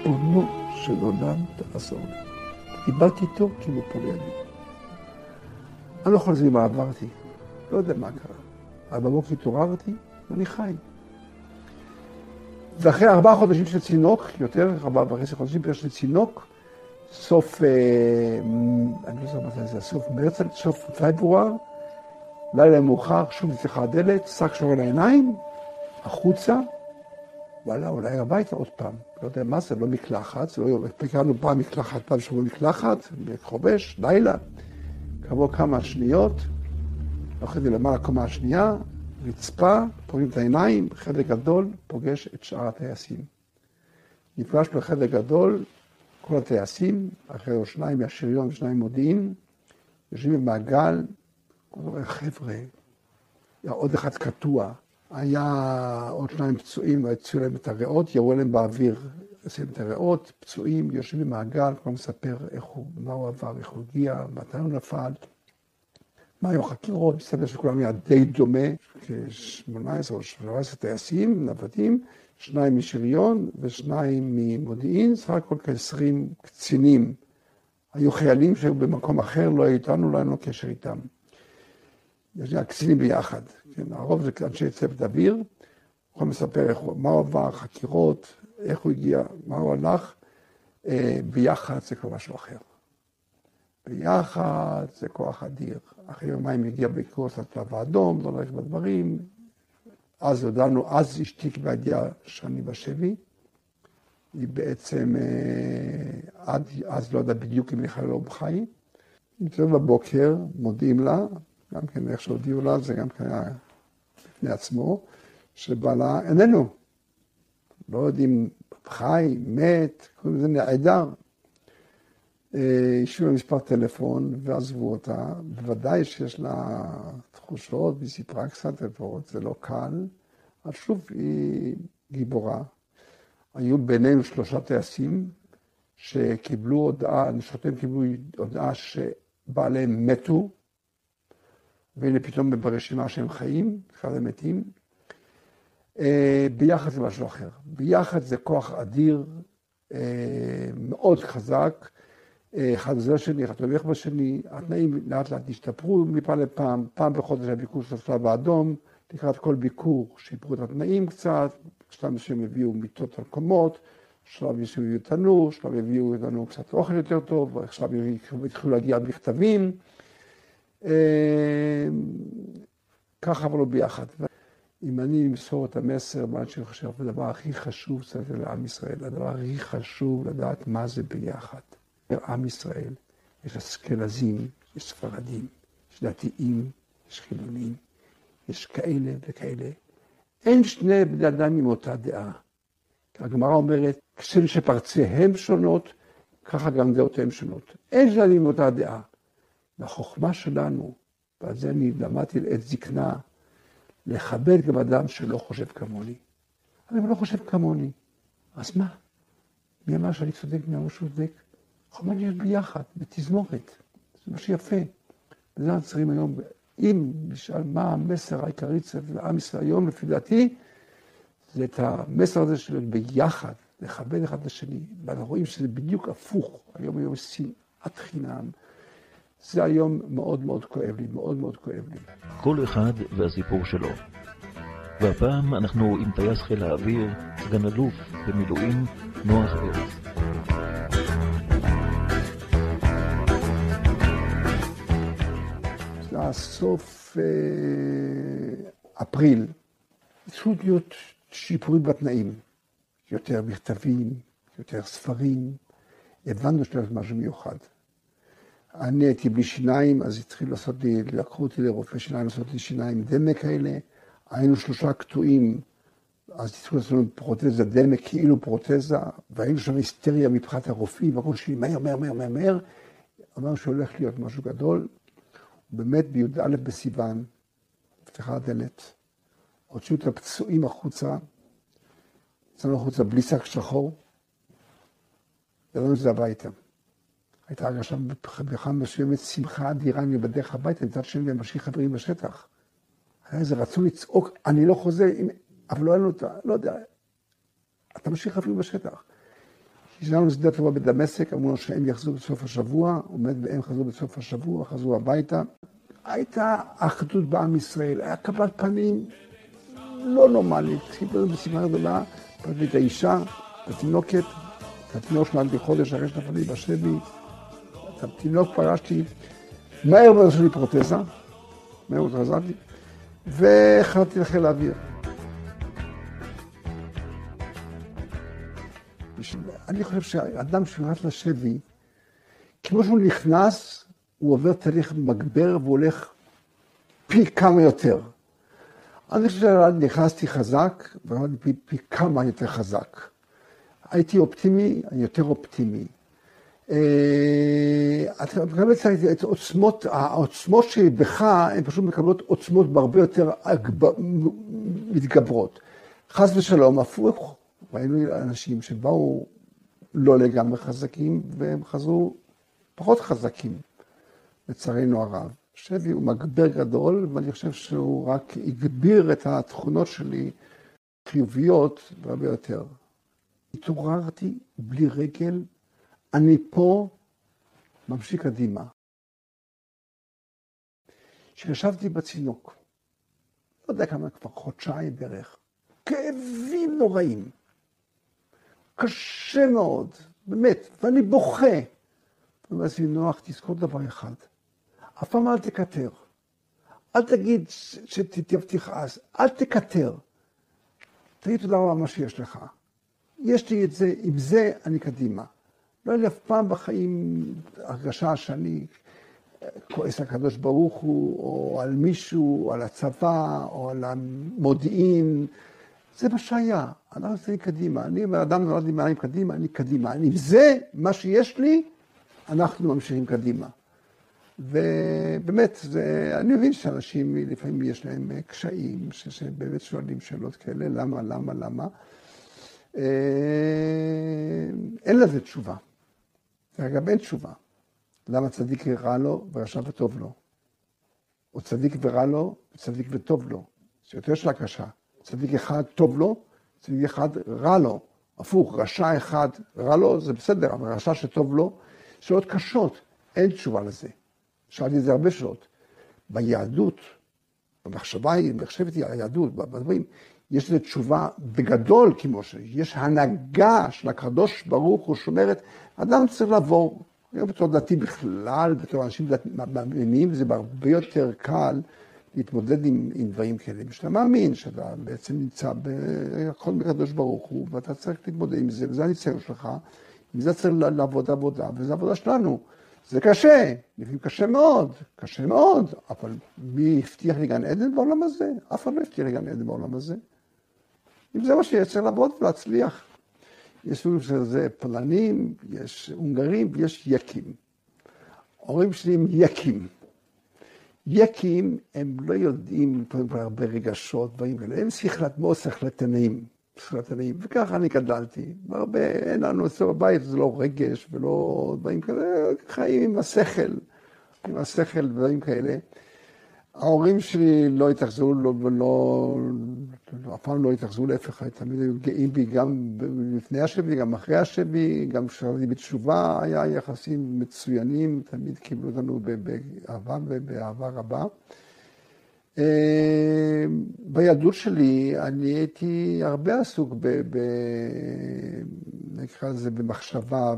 ריבונו של עולם תעזור לי. דיברתי איתו כאילו פה לידי. אני לא יכול להסביר מה עברתי, לא יודע מה קרה. אבל בבוקר התעוררתי ואני חי. ואחרי ארבעה חודשים של צינוק, יותר, ארבעה וחצי חודשים של צינוק, סוף, אני לא יודע מה זה, סוף מרץ, סוף פברואר, לילה מאוחר, שוב נפתחה הדלת, שק שור על העיניים, החוצה, וואלה, אולי הביתה עוד פעם. לא יודע מה זה, לא מקלחת, זה לא, פקרנו פעם מקלחת, פעם שבוע מקלחת, חובש, לילה, כעבור כמה שניות, הולכתי למעלה קומה השנייה, רצפה, פוגעים את העיניים, חדר גדול, פוגש את שאר הטייסים. נפגש בחדר גדול, כל הטייסים, אחרי שניים מהשריון ושניים מודיעין, יושבים במעגל, חבר'ה, היה עוד אחד קטוע, היה עוד שניים פצועים, והציעו להם את הריאות, ירו להם באוויר, עושים את הריאות, פצועים, יושבים במעגל, כבר מספר איך הוא, מה הוא עבר, איך הוא הגיע, מתי הוא נפל. מה היו חקירות? מסתבר שכולם היה די דומה, כ-שמונה עשרה או שבע עשרה טייסים, נוודים, שניים משריון ושניים ממודיעין, סך הכל כ-עשרים קצינים. היו חיילים שהיו במקום אחר, לא היו איתנו, לא היה לנו קשר איתם. יש לי הקצינים ביחד, כן, הרוב זה אנשי צוות אוויר, הוא יכול לספר איך, מה הוא עבר, חקירות, איך הוא הגיע, מה הוא הלך, אה, ביחד זה כבר משהו אחר. ביחד זה כוח אדיר. אחרי יומיים הגיע בקורס לצלב האדום, לא נלך בדברים. אז הודענו, אז אשתי קיבלה ידיעה שאני בשבי. היא בעצם, עד, אז לא יודע בדיוק אם היא חיה לא בחיים. נמצאת בבוקר, מודיעים לה, גם כן איך שהודיעו לה, זה גם כן היה לפני עצמו, שבעלה איננו. לא יודעים, חי, מת, קוראים לזה נעדר. השאירו לה מספר טלפון ועזבו אותה. בוודאי שיש לה תחושות, והיא סיפרה קצת לפחות, זה לא קל. אז שוב היא גיבורה. היו בינינו שלושה טייסים שקיבלו הודעה, נשותיהם קיבלו הודעה שבעליהם מתו, והנה פתאום ברשימה שהם חיים, אחד הם מתים. ביחד זה משהו אחר. ביחד זה כוח אדיר, מאוד חזק. אחד זה השני, אחד תומך בשני, התנאים לאט לאט השתפרו מפעם לפעם, פעם בחודש הביקור של הצלב האדום, לקראת כל ביקור שיפרו את התנאים קצת, שלב מסוים הביאו מיטות על קומות, שלב מסוים הביאו תנור, שלב הביאו לנו קצת אוכל יותר טוב, שלב התחילו להגיע מכתבים, ככה אבל לא ביחד. אם אני אמסור את המסר, מה שאני חושב, הדבר הכי חשוב זה לעם ישראל, הדבר הכי חשוב לדעת מה זה ביחד. עם ישראל, יש אשכנזים, יש ספרדים, יש דתיים, יש חילונים, יש כאלה וכאלה. אין שני בני אדם עם אותה דעה. הגמרא אומרת, כשם שפרציהם שונות, ככה גם דעותיהם שונות. אין שני אדם עם אותה דעה. והחוכמה שלנו, ועל זה אני למדתי לעת זקנה, לכבד גם אדם שלא חושב כמוני. אבל הוא לא חושב כמוני. אז מה? מי אמר שאני צודק, מי אמר שהוא צודק? חומה להיות ביחד, בתזמורת. זה מה שיפה. וזה אנחנו צריכים היום, אם נשאל מה המסר העיקרי של עם ישראל היום, לפי דעתי, זה את המסר הזה של ביחד, לכבד אחד את השני. ואנחנו רואים שזה בדיוק הפוך. היום היום יש שנאת חינם. זה היום מאוד מאוד כואב לי, מאוד מאוד כואב לי. כל אחד והסיפור שלו. והפעם אנחנו עם טייס חיל האוויר, סגן אלוף במילואים, נוח ארז. סוף אפריל, התחילו להיות שיפורים בתנאים, יותר מכתבים, יותר ספרים, הבנו שזה משהו מיוחד. אני הייתי בלי שיניים, אז התחילו לעשות לי, לקחו אותי לרופא שיניים, לעשות לי שיניים דמק כאלה, היינו שלושה קטועים, אז התחילו לעשות לנו פרוטזה דמק, כאילו פרוטזה, והיינו שם היסטריה מבחינת הרופאים, והכל שלי מהר, מהר, מהר, מהר, מהר, אמרנו שהולך להיות משהו גדול, באמת בי"א בסיוון, פתחה הדלת, הוציאו את הפצועים החוצה, יצאנו החוצה בלי שק שחור, ידענו את זה הביתה. הייתה הרגשה בכלל מסוימת שמחה אדירה, אני בדרך הביתה, מצד שני ומשאיר חברים בשטח. היה איזה רצון לצעוק, אני לא חוזר, אבל לא היה לנו את ה... לא יודע, אתה משאיר חברים בשטח. יש לנו שדה תעופה בדמשק, אמרו לו שהם יחזרו בסוף השבוע, והם חזרו בסוף השבוע, חזרו הביתה. הייתה אחדות בעם ישראל, היה קבלת פנים לא נורמלית. סיפרנו בשמחה גדולה, פגשתי את האישה, את התינוקת, את התינוק שלנו בחודש אחרי שנפלתי בשבי, את התינוק פגשתי, מהר מאוד עשו לי פרוטזה, מהר מאוד חזרתי, והחלטתי לחיל האוויר. אני חושב שהאדם שנכנס לשבי, כמו שהוא נכנס, הוא עובר תהליך מגבר והוא הולך פי כמה יותר. אני חושב שנכנסתי חזק, ועברתי פי, פי כמה יותר חזק. הייתי אופטימי, אני יותר אופטימי. אתה מקבל את עוצמות, העוצמות שבך, הן פשוט מקבלות עוצמות בהרבה יותר מתגברות. חס ושלום, הפוך, ראינו אנשים שבאו לא לגמרי חזקים, והם חזרו פחות חזקים, לצערנו הרב. שבי הוא מגבר גדול, ואני חושב שהוא רק הגביר את התכונות שלי חיוביות והרבה יותר. התעוררתי בלי רגל, אני פה ממשיך קדימה. כשישבתי בצינוק, לא יודע כמה, כבר חודשיים בערך, כאבים נוראים, קשה מאוד, באמת, ואני בוכה. ואומר לי, נוח, תזכור דבר אחד, אף פעם אל תקטר, אל תגיד שתבטיח, אל תקטר, תגיד תודה רבה מה שיש לך. יש לי את זה, עם זה אני קדימה. לא היה לי אף פעם בחיים הרגשה שאני כועס על הקדוש ברוך הוא, או על מישהו, או על הצבא, או על המודיעין. זה מה שהיה, אנחנו עושים קדימה. אני אומר, אדם נולד לי מעלים קדימה, אני קדימה. אני, זה מה שיש לי, אנחנו ממשיכים קדימה. ובאמת, זה, אני מבין שאנשים לפעמים יש להם קשיים, שבאמת שואלים שאלות כאלה, למה, למה, למה. אין לזה תשובה. וגם אין תשובה. למה צדיק רע לו ורשע וטוב לו? או צדיק ורע לו וצדיק וטוב לו. זה יותר שאלה קשה. צדיק אחד טוב לו, צדיק אחד רע לו. הפוך, רשע אחד רע לו, זה בסדר, אבל רשע שטוב לו, שאלות קשות, אין תשובה לזה. שאלתי את זה הרבה שאלות. ביהדות, במחשבה, במחשבתי על היהדות, בדברים, יש לזה תשובה בגדול כמו שיש הנהגה של הקדוש ברוך הוא שאומרת, אדם צריך לעבור, בתור דתי בכלל, בתור אנשים מאמינים, זה הרבה יותר קל להתמודד עם, עם דברים כאלה. שאתה מאמין שאתה בעצם נמצא בכל מקדוש ברוך הוא, ואתה צריך להתמודד עם זה, וזה הניסיון שלך, עם זה צריך לעבוד עבודה, וזה עבודה שלנו. זה קשה, לפעמים קשה מאוד, קשה מאוד, אבל מי הבטיח לי גן עדן בעולם הזה? אף אחד לא הבטיח לי גן עדן בעולם הזה. אם זה מה שיצר לעבוד ולהצליח. יש סוג של זה פולנים, יש הונגרים ויש יקים. ההורים שלי הם יקים. יקים הם לא יודעים הרבה רגשות, דברים כאלה. הם שכלת מאוד שכלתניים. שכלתניים. וככה אני גדלתי. הרבה, אין לנו אצלו בבית, זה לא רגש ולא דברים כאלה. חיים עם השכל. עם השכל ודברים כאלה. ההורים שלי לא התאכזרו, לא, לא, אף פעם לא התאכזרו להפך, תמיד היו גאים בי גם לפני השבי, גם אחרי השבי, גם כשהייתי בתשובה היה יחסים מצוינים, תמיד קיבלו אותנו באהבה ובאהבה רבה. בילדות שלי אני הייתי הרבה עסוק ב, ב, נקרא לזה במחשבה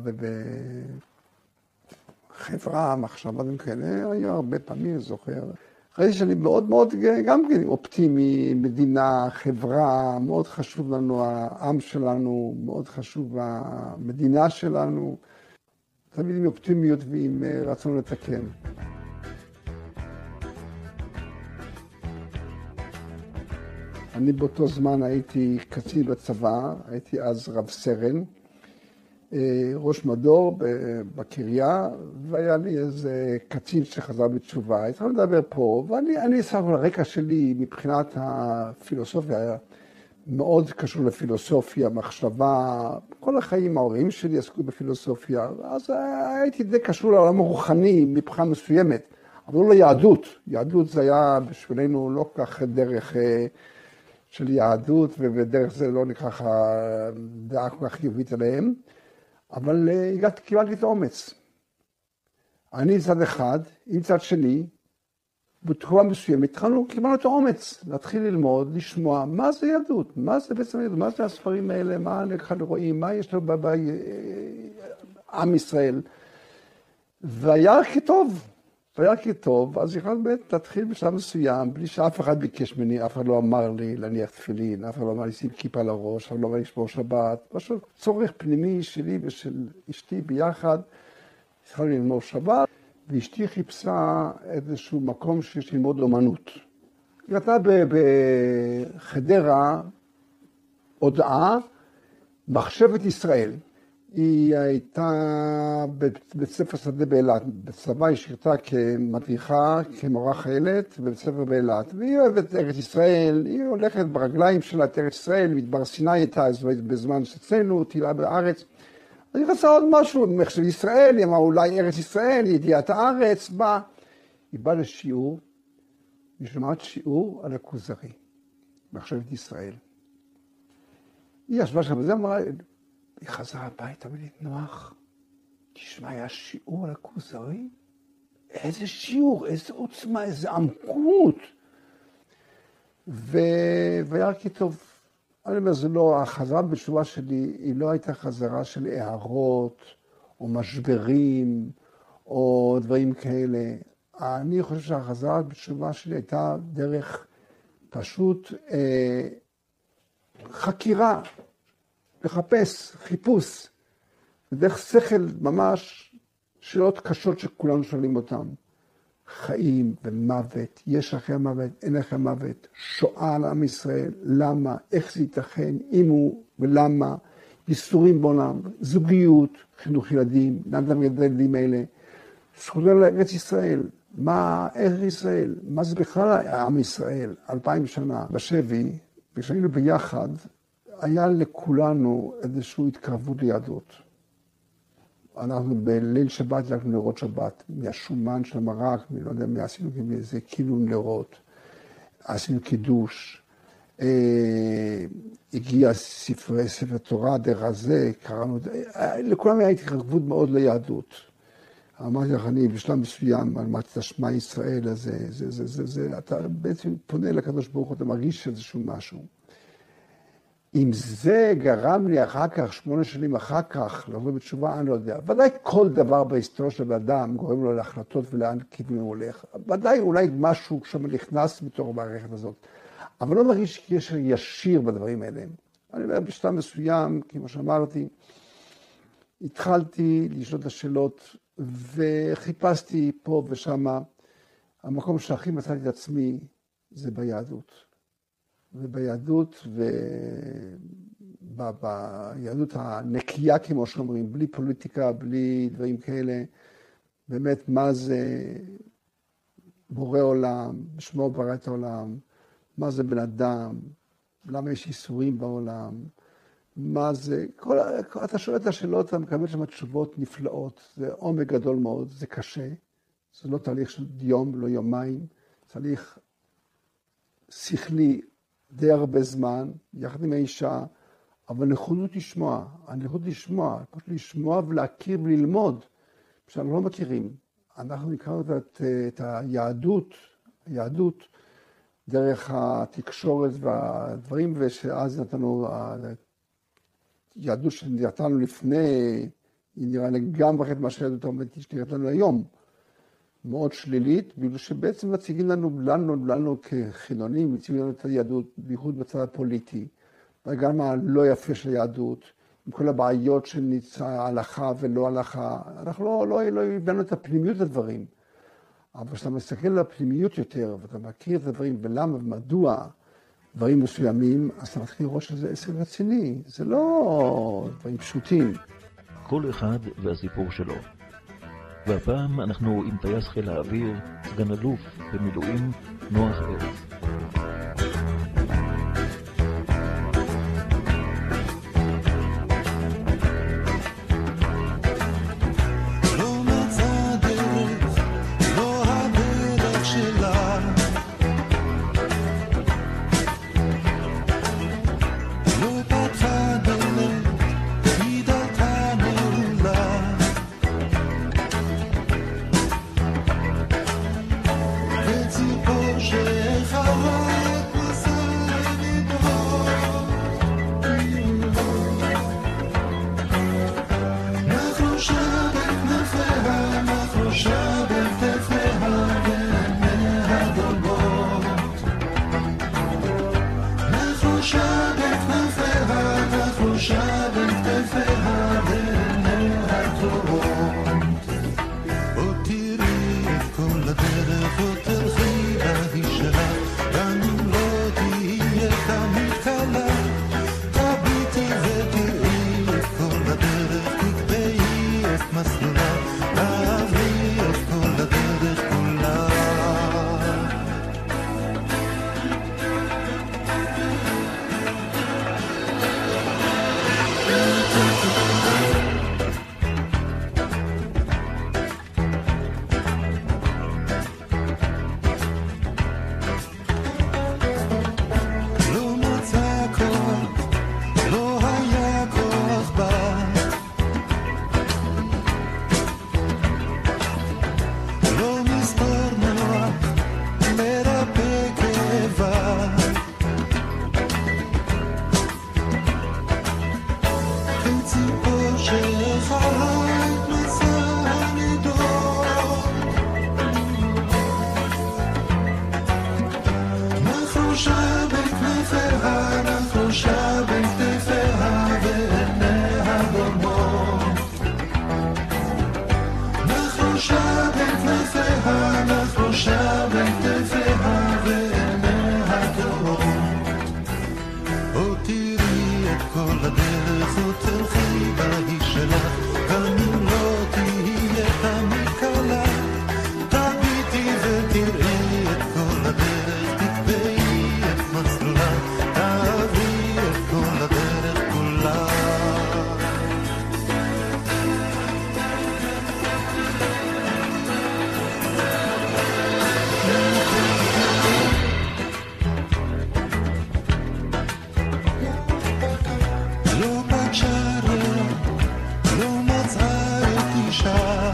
ובחברה, מחשבה וכאלה, היו הרבה פעמים, זוכר. אחרי שאני מאוד מאוד גם כן אופטימי, מדינה, חברה, מאוד חשוב לנו העם שלנו, מאוד חשוב המדינה שלנו, תמיד עם אופטימיות ועם רצון לתקן. אני באותו זמן הייתי קצין בצבא, הייתי אז רב סרן, ראש מדור בקריה, והיה לי איזה קצין שחזר בתשובה. התחלנו לדבר פה, ואני אני סך הכל הרקע שלי מבחינת הפילוסופיה, היה מאוד קשור לפילוסופיה, מחשבה, כל החיים ההורים שלי עסקו בפילוסופיה, אז הייתי די קשור לעולם הרוחני מבחינה מסוימת, אבל לא ליהדות. יהדות זה היה בשבילנו לא כך דרך של יהדות, ובדרך זה לא נקרא דעה כל כך חיובית עליהם. אבל הגעתי, קיבלתי את האומץ. אני צד אחד, עם צד שני, בתחומה מסוימת, התחלנו, קיבלנו את האומץ, להתחיל ללמוד, לשמוע, מה זה יהדות? מה זה בעצם יהדות? מה זה הספרים האלה? מה אנחנו רואים? מה יש לנו בעם ישראל? והיה כי טוב, והיה כי טוב, אז יכולנו באמת להתחיל בשלב מסוים, בלי שאף אחד ביקש ממני, אף אחד לא אמר לי להניח תפילין, אף אחד לא אמר לי לשים כיפה על הראש, אף אחד לא אמר לי לשמור שבת, משהו צורך פנימי שלי ושל אשתי ביחד, התחלנו ללמוד שבת, ואשתי חיפשה איזשהו מקום שיש ללמוד אומנות. היא ראתה בחדרה הודעה, מחשבת ישראל. היא הייתה בבית ספר שדה באילת, בצבא היא שירתה כמדריכה, כמורה חיילת, בבית ספר באילת. והיא אוהבת ארץ ישראל, היא הולכת ברגליים שלה את ארץ ישראל, מדבר סיני הייתה בזמן שצאנו, תהילה בארץ. אז היא רצה עוד משהו, מחשב ישראל, היא אמרה אולי ארץ ישראל, ידיעת הארץ, באה. היא באה לשיעור, היא שמעת שיעור על הכוזרי, מחשבת ישראל. היא ישבה שם וזה אמרה, היא חזרה הביתה ולהתנוח. תשמע, היה שיעור על הכוזרי? איזה שיעור, איזה עוצמה, איזה עמקות. ו... והיה כי טוב. אני אומר, זה לא, החזרה בתשובה שלי, היא לא הייתה חזרה של הערות, או משברים, או דברים כאלה. אני חושב שהחזרה בתשובה שלי הייתה דרך פשוט אה, חקירה, לחפש, חיפוש, ודרך שכל ממש שאלות קשות שכולנו שואלים אותן. חיים ומוות, יש אחרי המוות, אין אחרי המוות, שואה על עם ישראל, למה, איך זה ייתכן, אם הוא ולמה, ייסורים בעולם, זוגיות, חינוך ילדים, לאן אתה מגדל ילדים האלה, זכותנו לארץ ישראל, מה ארץ ישראל, מה זה בכלל עם ישראל, אלפיים שנה בשבי, כשהיינו ביחד, היה לכולנו איזושהי התקרבות ליהדות. אנחנו בליל שבת הלכנו לראות שבת, מהשומן של המרק, לא יודע מה עשינו, איזה כאילו לראות, עשינו קידוש, אה, הגיע ספרי, ספר תורה, דרך הזה, קראנו, לכולם היה התקרבות מאוד ליהדות. אמרתי לך, אני בשלב מסוים, אמרתי את השמע ישראל הזה, זה, זה, זה, זה, אתה בעצם פונה לקדוש ברוך הוא, אתה מרגיש איזשהו משהו. אם זה גרם לי אחר כך, שמונה שנים אחר כך, לחזור בתשובה, אני לא יודע. ודאי כל דבר בהיסטוריה של האדם גורם לו להחלטות ולאן כיוון הוא הולך. ודאי אולי משהו שם נכנס מתוך המערכת הזאת. אבל לא מרגיש קשר ישיר בדברים האלה. אני אומר, בשלב מסוים, כמו שאמרתי, התחלתי לשאול את השאלות, וחיפשתי פה ושם. המקום שהכי מצאתי את עצמי זה ביהדות. וביהדות, וביהדות הנקייה, כמו שאומרים, בלי פוליטיקה, בלי דברים כאלה, באמת מה זה בורא עולם, שמו ברא את העולם, מה זה בן אדם, למה יש איסורים בעולם, מה זה, כל, אתה שואל את השאלות, אתה מקבל שם תשובות נפלאות, זה עומק גדול מאוד, זה קשה, זה לא תהליך של יום, לא יומיים, תהליך שכלי, די הרבה זמן, יחד עם האישה, אבל נכונות לשמוע, הנכונות לשמוע, פשוט לשמוע ולהכיר וללמוד, שאנחנו לא מכירים. אנחנו נקראנו את, את היהדות, היהדות, דרך התקשורת והדברים, ושאז נתנו, היהדות שנראיתנו לפני, היא נראה לגמרי אחרת מה שהיהדות האמתית שנראית לנו היום. מאוד שלילית, בגלל שבעצם מציגים לנו, לנו, לנו כחילונים, מציגים לנו את היהדות, בייחוד בצד הפוליטי, וגם הלא יפה של היהדות, עם כל הבעיות של ניצה, הלכה ולא הלכה, אנחנו לא, לא, לא הבנו את הפנימיות הדברים, אבל כשאתה מסתכל על הפנימיות יותר, ואתה מכיר את הדברים ולמה ומדוע דברים מסוימים, אז אתה מתחיל לראות שזה עסק רציני, זה לא דברים פשוטים. כל אחד והסיפור שלו. והפעם אנחנו עם טייס חיל האוויר, סגן אלוף במילואים, נוח ארץ. לא פתחה דלת, היא דלתה נרות. נחושה בין כתפיה ועיניה טובות. עוד תראי את כל הדרך, עוד תלכי בהיא שלך, גם אם לא תהיה תמיד קלה. תביטי ותראי את כל הדרך, תקבעי את מסלולה, תעברי את כל הדרך כולה. לא מצא כוח, לא היה כוח בה, לא מספר נוח, מרפא כאבה. כציפור שחרה את מסע הנדור, נחושה בכנפיה, נחושה בכתפיה ועיניה דומות. נחושה בכנפיה, נחושה בכתפיה ועיניה דומות. עוד תראי את כל הדרך, עוד תלכי בהיא שלך, גם אם לא תהיה תמיד קלה. תביטי ותראי את כל הדרך, תקבעי את מסלולה, תעברי את כל הדרך כולה. לא פגשה רע, לא מצאה את אישה,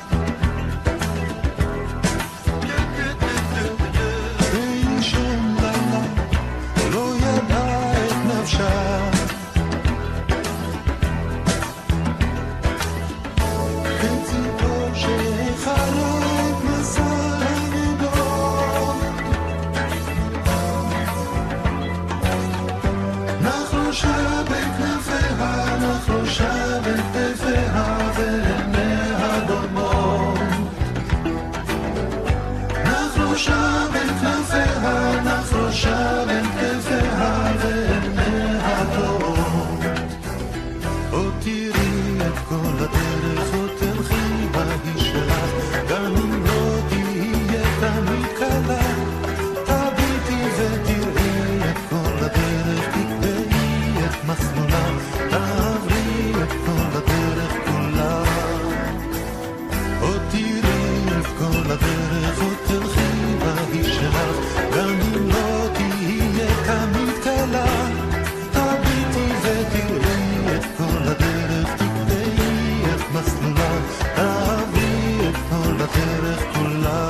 באישון לילה לא ידעה את נפשה. כציפור שחרה את מסע הנדור, נחושה בכנפיה, נחושה בכתפיה ועיניה דומות. נחושה בכנפיה, נחושה בכתפיה ועיניה דומות. עוד תראי את כל הדרך, עוד תלכי בהיא שלך, גם אם לא תהיה תמיד קלה. תביטי ותראי את כל הדרך, תקבעי את מסלולה, תעברי את כל הדרך כולה. עוד תראי את כל הדרך, עוד תלכי בהיא שלך, גם אם לא תהיה תמיד קלה. תביטי ותראי את כל הדרך, תקבעי את מסלולה, תעברי את כל הדרך כולה.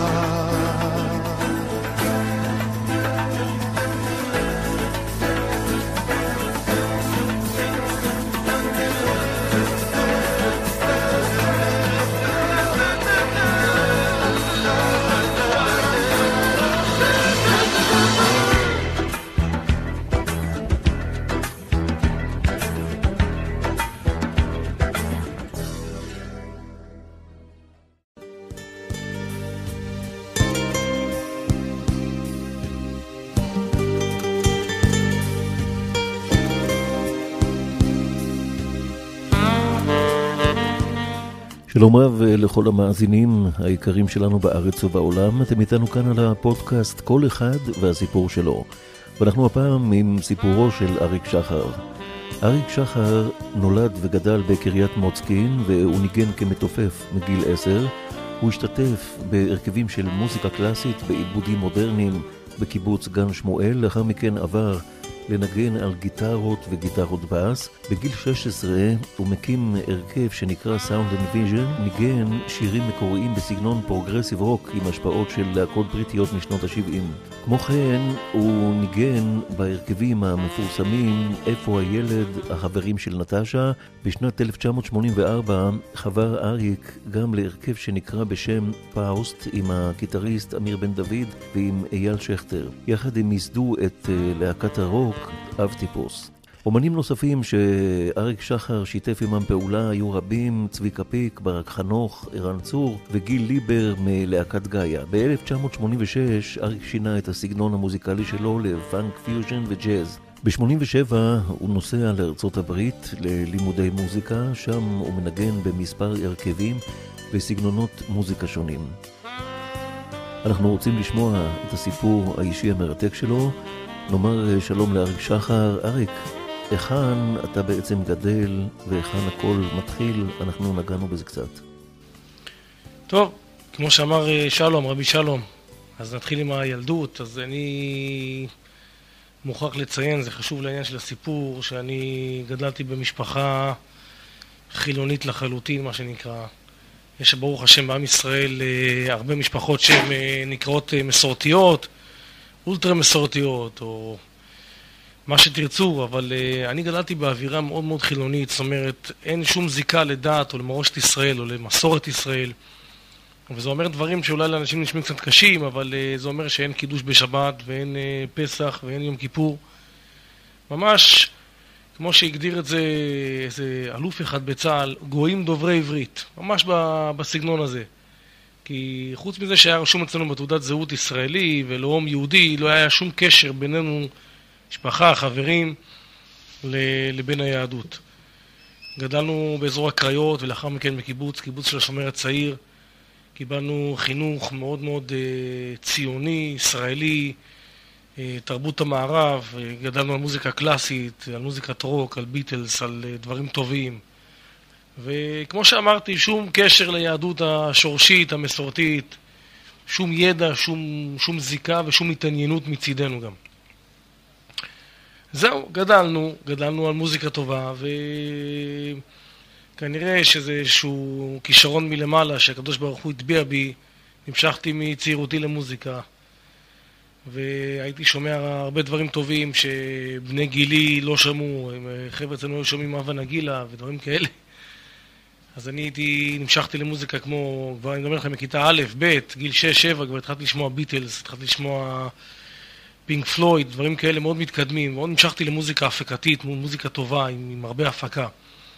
שלום רב לכל המאזינים היקרים שלנו בארץ ובעולם. אתם איתנו כאן על הפודקאסט כל אחד והסיפור שלו, ואנחנו הפעם עם סיפורו של אריק שחר. אריק שחר נולד וגדל בקריית מוצקין, והוא ניגן כמתופף מגיל עשר. הוא השתתף בהרכבים של מוזיקה קלאסית, בעיבודים מודרניים בקיבוץ גן שמואל. לאחר מכן עבר לנגן על גיטרות וגיטרות בס. בגיל שש עשרה הוא מקים הרכב שנקרא Sound and Vision, ניגן שירים מקוריים בסגנון פרוגרסיב רוק עם השפעות של להקות בריטיות משנות ה-שבעים. כמו כן הוא ניגן בהרכבים המפורסמים איפה הילד, החברים של נטשה. בשנת אלף תשע מאות שמונים וארבע חבר אריק גם להרכב שנקרא בשם פאוסט עם הגיטריסט אמיר בן דוד ועם אייל שכטר. יחד הם ייסדו את להקת הרוק אב טיפוס. אומנים נוספים שאריק שחר שיתף עמם פעולה היו רבים, צביקה פיק, ברק חנוך, ערן צור וגיל ליבר מלהקת גאיה. ב-אלף תשע מאות שמונים ושש אריק שינה את הסגנון המוזיקלי שלו לפאנק, פיוז'ן וג'אז. ב-שמונים ושבע הוא נוסע לארצות הברית ללימודי מוזיקה, שם הוא מנגן במספר הרכבים וסגנונות מוזיקה שונים. אנחנו רוצים לשמוע את הסיפור האישי המרתק שלו. נאמר שלום לאריק שחר. אריק, היכן אתה בעצם גדל והיכן הכל מתחיל? אנחנו נגענו בזה קצת. טוב, כמו שאמר שלום, רבי שלום, אז נתחיל עם הילדות. אז אני מוכרח לציין, זה חשוב לעניין של הסיפור, שאני גדלתי במשפחה חילונית לחלוטין, מה שנקרא. יש ברוך השם בעם ישראל הרבה משפחות שהן נקראות מסורתיות, אולטרה מסורתיות, או מה שתרצו, אבל אני גדלתי באווירה מאוד מאוד חילונית, זאת אומרת, אין שום זיקה לדת או למורשת ישראל או למסורת ישראל, וזה אומר דברים שאולי לאנשים נשמעים קצת קשים, אבל זה אומר שאין קידוש בשבת ואין פסח ואין יום כיפור. ממש, כמו שהגדיר את זה איזה אלוף אחד בצה"ל, גויים דוברי עברית, ממש בסגנון הזה. כי חוץ מזה שהיה רשום אצלנו בתעודת זהות ישראלי ולאום יהודי, לא היה שום קשר בינינו, משפחה, חברים, לבין היהדות. גדלנו באזור הקריות ולאחר מכן בקיבוץ, קיבוץ של השומר הצעיר. קיבלנו חינוך מאוד מאוד ציוני, ישראלי, תרבות המערב, גדלנו על מוזיקה קלאסית, על מוזיקת רוק, על ביטלס, על דברים טובים. וכמו שאמרתי, שום קשר ליהדות השורשית, המסורתית, שום ידע, שום, שום זיקה ושום התעניינות מצידנו גם. זהו, גדלנו, גדלנו על מוזיקה טובה, וכנראה שזה איזשהו כישרון מלמעלה שהקדוש ברוך הוא הטביע בי. נמשכתי מצעירותי למוזיקה, והייתי שומע הרבה דברים טובים שבני גילי לא שמעו, חבר'ה אצלנו היו שומעים אבא נגילה ודברים כאלה. אז אני הייתי, נמשכתי למוזיקה כמו, כבר אני מדבר לכם מכיתה א', ב', גיל שש, שבע, כבר התחלתי לשמוע ביטלס, התחלתי לשמוע פינק פלויד, דברים כאלה מאוד מתקדמים, מאוד נמשכתי למוזיקה הפקתית, מוזיקה טובה, עם, עם הרבה הפקה.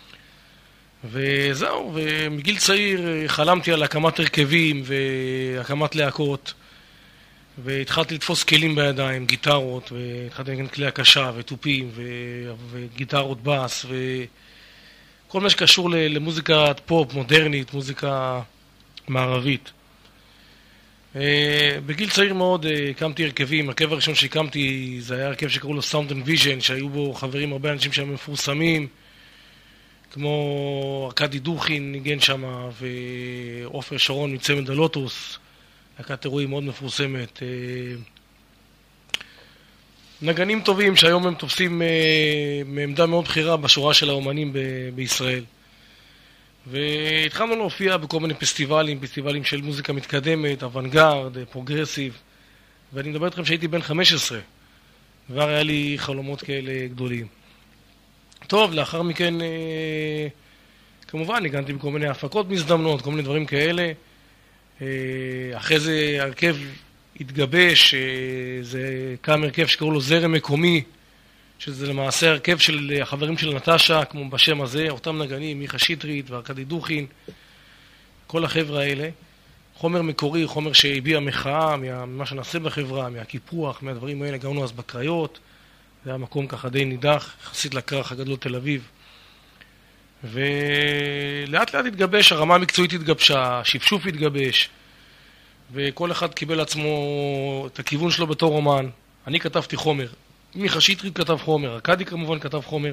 וזהו, ומגיל צעיר חלמתי על הקמת הרכבים והקמת להקות, והתחלתי לתפוס כלים בידיים, גיטרות, והתחלתי לנגן כלי הקשה וטופים וגיטרות בס וכל מה שקשור למוזיקת פופ מודרנית, מוזיקה מערבית. בגיל צעיר מאוד הקמתי הרכבים. הרכב הראשון שהקמתי זה היה הרכב שקראו לו Sound and Vision, שהיו בו חברים הרבה אנשים שהם מפורסמים, כמו ארכדי דוכין ניגן שם, ועופר שרון מצמד הלוטוס, להקת אירועים מאוד מפורסמת. נגנים טובים שהיום הם תופסים מעמדה מאוד בחירה בשורה של האומנים ב- בישראל. והתחלנו להופיע בכל מיני פסטיבלים, פסטיבלים של מוזיקה מתקדמת, אוונגרד, פרוגרסיב, ואני מדבר איתכם שהייתי בן חמש עשרה, כבר היה לי חלומות כאלה גדולים. טוב, לאחר מכן כמובן ניגנתי בכל מיני הפקות מזדמנות, כל מיני דברים כאלה. אחרי זה הרכב התגבש, זה קם הרכב שקראו לו זרם מקומי, שזה למעשה הרכב של החברים של נטשה, כמו בשם הזה, אותם נגנים, מיכה שטרית וארכדי דוכין, כל החבר'ה האלה. חומר מקורי, חומר שהביע מחאה ממה שנעשה בחברה, מהקיפוח, מהדברים האלה. גרנו אז בקריות, זה היה מקום ככה די נידח, יחסית לכרך הגדול תל אביב. ולאט לאט התגבש, הרמה המקצועית התגבשה, שפשוף התגבש, וכל אחד קיבל עצמו את הכיוון שלו בתור אומן. אני כתבתי חומר, מיכה שטרית כתב חומר, ארכדי כמובן כתב חומר.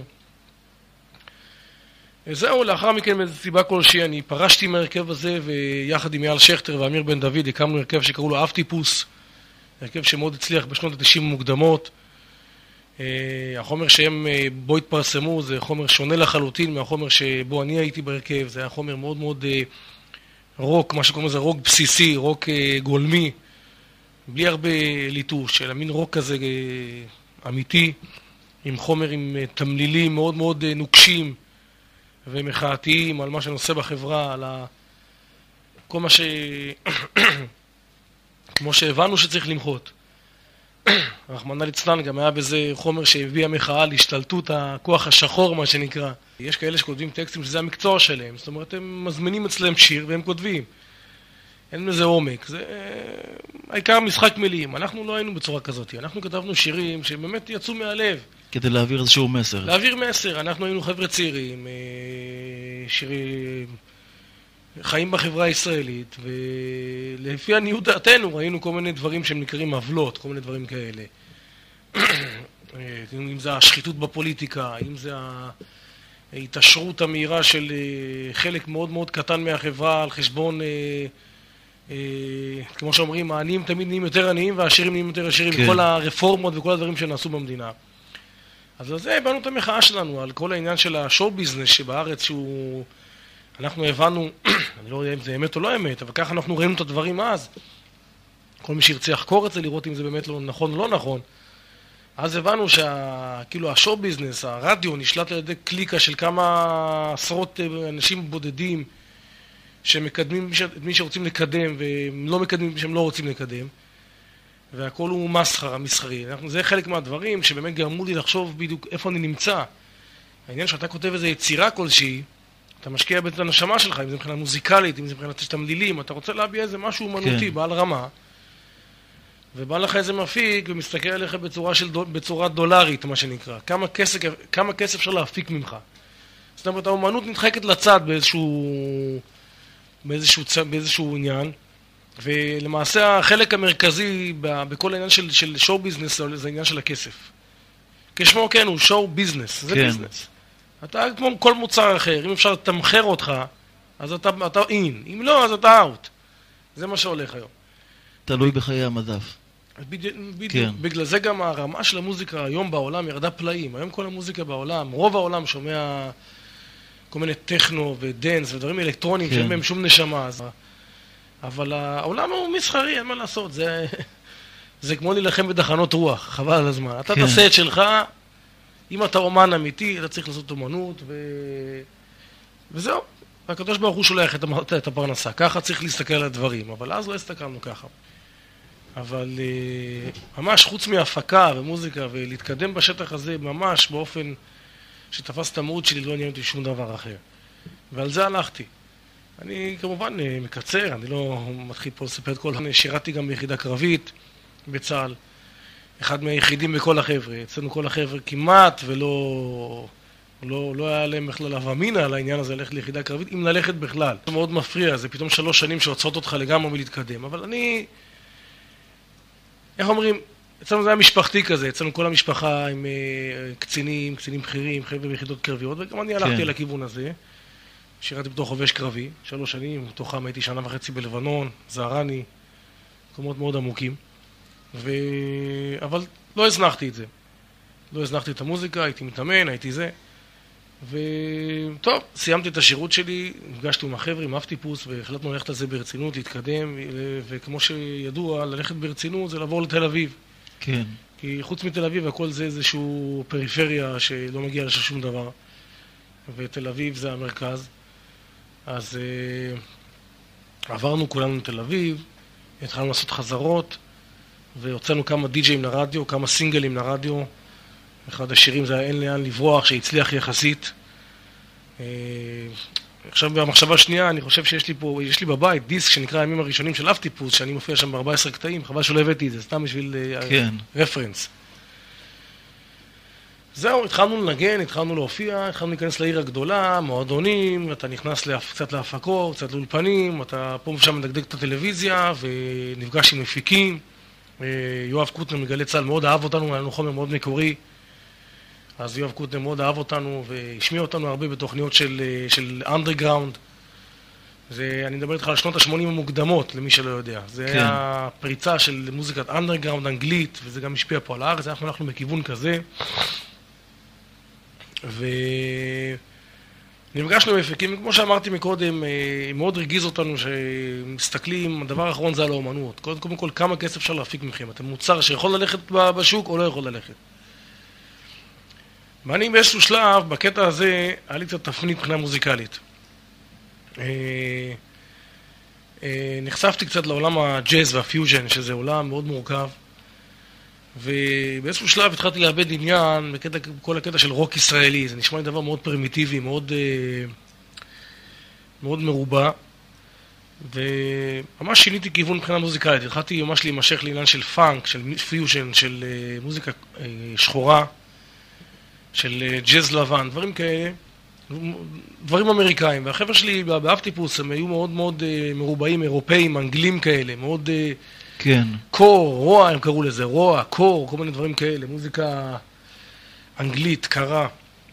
זהו, לאחר מכן באיזו סיבה כלשהי אני פרשתי מהרכב הזה, ויחד עם אייל שכטר ואמיר בן דוד הקמנו הרכב שקראו לו אב טיפוס, הרכב שמאוד הצליח בשנות ה-תשעים המוקדמות. החומר שהם בו התפרסמו זה חומר שונה לחלוטין מהחומר שבו אני הייתי בהרכב. זה היה חומר מאוד מאוד רוק, מה שקוראים לזה רוק בסיסי, רוק גולמי, בלי הרבה ליטוש, אלא מין רוק כזה אמיתי, עם חומר עם תמלילים מאוד מאוד נוקשים ומחאתיים על מה שנושא בחברה, על ה... כל מה ש... כמו שהבנו שצריך למחות. רחמנא ליצלן, גם היה בזה חומר שהביא המחאה להשתלטות הכוח השחור, מה שנקרא. יש כאלה שכותבים טקסטים שזה המקצוע שלהם, זאת אומרת, הם מזמינים אצלם שיר והם כותבים. אין לזה עומק, זה העיקר משחק מילים. אנחנו לא היינו בצורה כזאת, אנחנו כתבנו שירים שבאמת יצאו מהלב. כדי להעביר איזשהו מסר. להעביר מסר, אנחנו היינו חבר'ה צעירים, שירים, חיים בחברה הישראלית, ולפי עניות דעתנו ראינו כל מיני דברים שהם נקראים עוולות, כל מיני דברים כאלה. אם זה השחיתות בפוליטיקה, אם זה ההתעשרות המהירה של חלק מאוד מאוד קטן מהחברה על חשבון, כמו שאומרים, העניים תמיד נהיים יותר עניים והעשירים נהיים יותר עשירים, כן. כל הרפורמות וכל הדברים שנעשו במדינה. אז על זה הבנו את המחאה שלנו, על כל העניין של השואו ביזנס שבארץ שהוא... אנחנו הבנו, אני לא יודע אם זה אמת או לא אמת, אבל ככה אנחנו ראינו את הדברים אז. כל מי שירצה לחקור את זה, לראות אם זה באמת לא נכון או לא נכון. אז הבנו שכאילו השואו ביזנס, הרדיו, נשלט על ידי קליקה של כמה עשרות אנשים בודדים שמקדמים את מי שרוצים לקדם והם לא מקדמים שהם לא רוצים לקדם. והכל הוא מסחר, המסחרי. אנחנו, זה חלק מהדברים שבאמת גרמו לי לחשוב בדיוק איפה אני נמצא. העניין שאתה כותב איזו יצירה כלשהי, אתה משקיע את הנשמה שלך, אם זה מבחינה מוזיקלית, אם זה מבחינת תמלילים, אתה רוצה להביע איזה משהו אומנותי, כן. בעל רמה, ובא לך איזה מפיק ומסתכל עליך בצורה, של, בצורה דולרית, מה שנקרא. כמה כסף, כמה כסף אפשר להפיק ממך. זאת אומרת, האומנות נדחקת לצד באיזשהו, באיזשהו, באיזשהו עניין, ולמעשה החלק המרכזי בכל העניין של, של שואו ביזנס זה העניין של הכסף. כשמו כן, הוא שואו ביזנס, זה כן. ביזנס. אתה כמו כל מוצר אחר, אם אפשר לתמחר אותך, אז אתה, אתה אין. אם לא, אז אתה אאוט. זה מה שהולך היום. תלוי בחיי המדף. בדיוק, כן. בגלל זה גם הרמה של המוזיקה היום בעולם ירדה פלאים. היום כל המוזיקה בעולם, רוב העולם שומע כל מיני טכנו ודנס ודברים אלקטרוניים כן. שאין בהם שום נשמה. אז... אבל העולם הוא מסחרי, אין מה לעשות. זה, זה כמו להילחם בדחנות רוח, חבל על הזמן. אתה כן. תעשה את שלך, אם אתה אומן אמיתי, אתה צריך לעשות אומנות, ו... וזהו. והקדוש ברוך הוא שולח את, את הפרנסה. ככה צריך להסתכל על הדברים, אבל אז לא הסתכלנו ככה. אבל ממש חוץ מהפקה ומוזיקה ולהתקדם בשטח הזה ממש באופן שתפס את המהות שלי, לא עניין אותי שום דבר אחר. ועל זה הלכתי. אני כמובן מקצר, אני לא מתחיל פה לספר את כל... אני שירתי גם ביחידה קרבית בצה"ל, אחד מהיחידים בכל החבר'ה. אצלנו כל החבר'ה כמעט ולא... לא, לא היה להם בכלל אבמינה על העניין הזה ללכת ליחידה קרבית, אם ללכת בכלל. זה מאוד מפריע, זה פתאום שלוש שנים שעוצרות אותך לגמרי מלהתקדם. אבל אני... איך אומרים? אצלנו זה היה משפחתי כזה, אצלנו כל המשפחה עם uh, קצינים, קצינים בכירים, חבר'ה ביחידות קרביות, וגם אני הלכתי כן. לכיוון הזה. שירתי בתוך חובש קרבי, שלוש שנים, בתוכם הייתי שנה וחצי בלבנון, זהרני, מקומות מאוד עמוקים. ו... אבל לא הזנחתי את זה. לא הזנחתי את המוזיקה, הייתי מתאמן, הייתי זה. וטוב, סיימתי את השירות שלי, נפגשתי עם החבר'ה, עם אף טיפוס, והחלטנו ללכת על זה ברצינות, להתקדם, וכמו שידוע, ללכת ברצינות זה לעבור לתל אביב. כן. כי חוץ מתל אביב, הכל זה איזשהו פריפריה שלא מגיע לשם שום דבר. ותל אביב זה המרכז. אז uh, עברנו כולנו לתל אביב, התחלנו לעשות חזרות, והוצאנו כמה די-ג'יים לרדיו, כמה סינגלים לרדיו. אחד השירים זה היה אין לאן לברוח, שהצליח יחסית. עכשיו במחשבה השנייה, אני חושב שיש לי פה, יש לי בבית דיסק שנקרא הימים הראשונים של אף טיפוס, שאני מופיע שם ב-ארבעה עשר קטעים, חבל שלא הבאתי את זה, סתם בשביל כן. רפרנס. זהו, התחלנו לנגן, התחלנו להופיע, התחלנו להיכנס לעיר הגדולה, מועדונים, אתה נכנס קצת להפקות, קצת לאולפנים, אתה פה ושם מדגדג את הטלוויזיה, ונפגש עם מפיקים. יואב קוטנר מגלי צה"ל מאוד אהב אותנו, היה לנו חומר מאוד מקורי. אז יואב קוטנר מאוד אהב אותנו והשמיע אותנו הרבה בתוכניות של, של אנדרגראונד. זה, אני מדבר איתך על שנות ה-שמונים המוקדמות, למי שלא יודע. זה כן. היה פריצה של מוזיקת אנדרגראונד אנגלית, וזה גם השפיע פה על הארץ, אנחנו הלכנו בכיוון כזה. ונפגשנו עם מפיקים, כמו שאמרתי מקודם, מאוד רגיז אותנו שמסתכלים, הדבר האחרון זה על האומנות. קודם, קודם כל, כמה כסף אפשר להפיק מכם? אתם מוצר שיכול ללכת בשוק או לא יכול ללכת? ואני באיזשהו שלב, בקטע הזה, היה לי קצת תפנית מבחינה מוזיקלית. נחשפתי קצת לעולם הג'אז והפיוז'ן, שזה עולם מאוד מורכב, ובאיזשהו שלב התחלתי לאבד עניין בקטע, כל הקטע של רוק ישראלי, זה נשמע לי דבר מאוד פרימיטיבי, מאוד, מאוד מרובע, וממש שיניתי כיוון מבחינה מוזיקלית, התחלתי ממש להימשך לעניין של פאנק, של פיוז'ן, של מוזיקה שחורה, של ג'אז לבן, דברים כאלה, דברים אמריקאים, והחבר'ה שלי באפטיפוס הם היו מאוד מאוד מרובעים, אירופאים, אנגלים כאלה, מאוד כן. קור, רוע הם קראו לזה, רוע, קור, כל מיני דברים כאלה, מוזיקה אנגלית, קרה,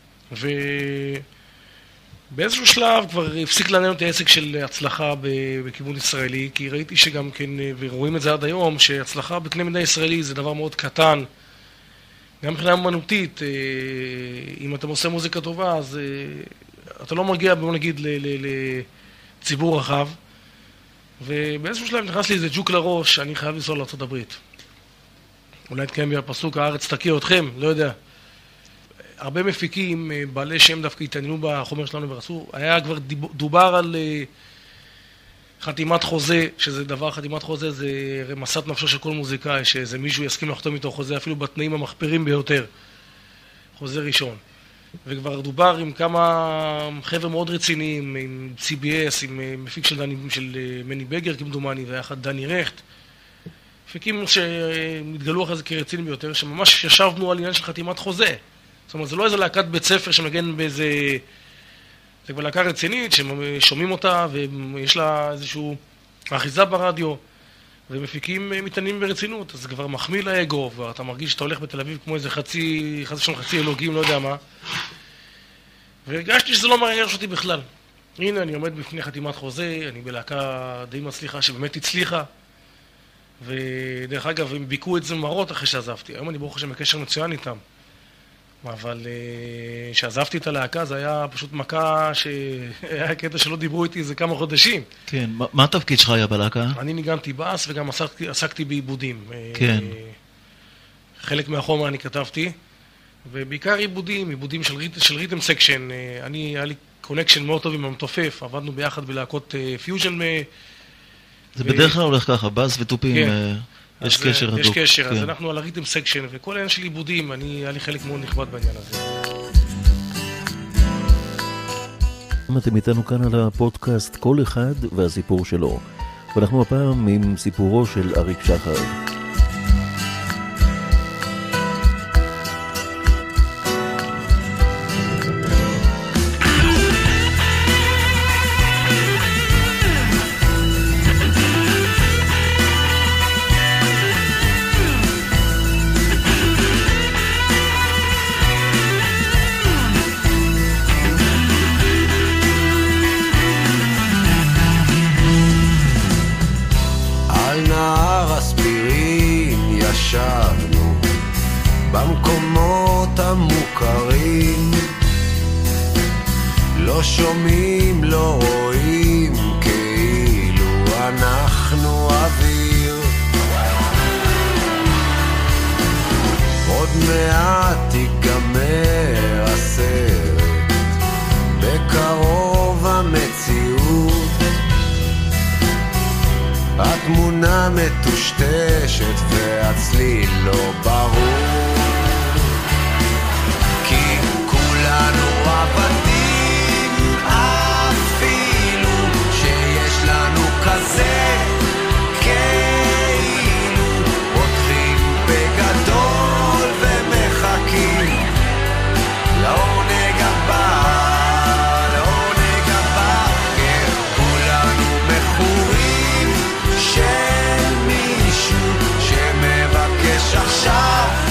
ובאיזשהו שלב כבר הפסיק לעניין את העסק של הצלחה בכיוון ישראלי, כי ראיתי שגם כן, ורואים את זה עד היום, שהצלחה בקנה מידה ישראלי זה דבר מאוד קטן, גם מבחינה אמנותית, אם אתה עושה מוזיקה טובה, אז אתה לא מגיע, בוא נגיד, לציבור רחב, ובאיזשהו שלב נכנס לי איזה ג'וק לראש, אני חייב לנסוע לארצות הברית. אולי תקיים בי הפסוק, הארץ תקיע אתכם, לא יודע. הרבה מפיקים, בעלי שם דווקא התעניינו בחומר שלנו ורצו, היה כבר דובר על חתימת חוזה, שזה דבר, חתימת חוזה זה רמסת נפשו של כל מוזיקאי, שזה מישהו יסכים לחתום איתו חוזה, אפילו בתנאים המחפרים ביותר. חוזה ראשון. וכבר דובר עם כמה חבר'ה מאוד רציניים, עם סי בי אס, עם מפיק של, דני, של מני בגר כמדומני, ויחד דני רכט. מפיקים שהתגלו אחרי זה כרציניים ביותר, שממש ישבנו על עניין של חתימת חוזה. זאת אומרת, זה לא איזה להקת בית ספר שמגן באיזה... זה כבר להקה רצינית, ששומעים אותה, ויש לה איזושהי אחיזה ברדיו, ומפיקים מתעניינים ברצינות, אז זה כבר מחמיא לאגו, ואתה מרגיש שאתה הולך בתל אביב כמו איזה חצי, חצי שם חצי אלוגים, לא יודע מה. והרגשתי שזה לא מרגש אותי בכלל. הנה, אני עומד בפני חתימת חוזה, אני בלהקה די מצליחה, שבאמת הצליחה, ודרך אגב, הם ביקעו את זה מרות אחרי שעזבתי. היום אני ברוך השם בקשר מצוין איתם. אבל כשעזבתי את הלהקה, זה היה פשוט מכה שהיה קטע שלא דיברו איתי איזה כמה חודשים. כן, מה התפקיד שלך היה בלהקה? אני ניגנתי בס וגם עסקתי, עסקתי בעיבודים. כן. חלק מהחומר אני כתבתי, ובעיקר עיבודים, עיבודים של, ריט, של ריתם סקשן. אני, היה לי קונקשן מאוד טוב עם המתופף, עבדנו ביחד בלהקות פיוז'ן. זה ו... בדרך כלל הולך ככה, בס ותופים. כן. יש קשר הדוק. יש קשר, אז אנחנו על הריתם סקשן, וכל העניין של עיבודים, אני, היה לי חלק מאוד נכבד בעניין הזה. אתם איתנו כאן על הפודקאסט כל אחד והסיפור שלו, ואנחנו הפעם עם סיפורו של אריק שחר. ישבנו במקומות המוכרים, לא שומעים, לא רואים, כאילו אנחנו אוויר. עוד מעט ייגמר הסרט, בקרוב המציאות, התמונה מטושטשת והצליל לא ברור, כי כולנו עבדים, אפילו שיש לנו כזה כאילו פותחים בגדול ומחכים לעונג הבא, לעונג הבא. כן, כולנו מכורים של מישהו שמבקש עכשיו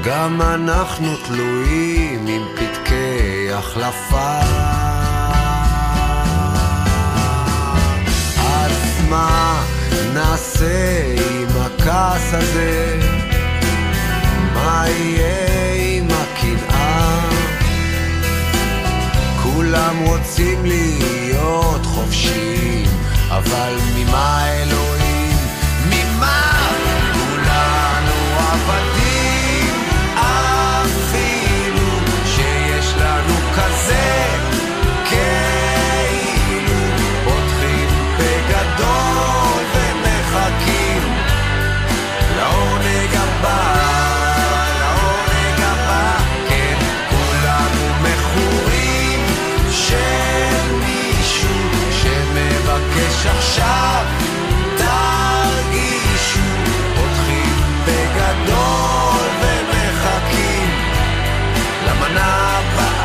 גם אנחנו תלויים עם פתקי החלפה. אז מה נעשה עם הכעס הזה? מה יהיה עם הקנאה? כולם רוצים להיות חופשיים, אבל ממה אלוהים? ממה? כולנו עבדים, אפילו שיש לנו כזה כאילו פותחים בגדול ומחכים לעונג הבא, לעונג הבא. כן, כולנו מכורים של מישהו שמבקש עכשיו, תרגישו, פותחים בגדול ומחכים למנה הבאה.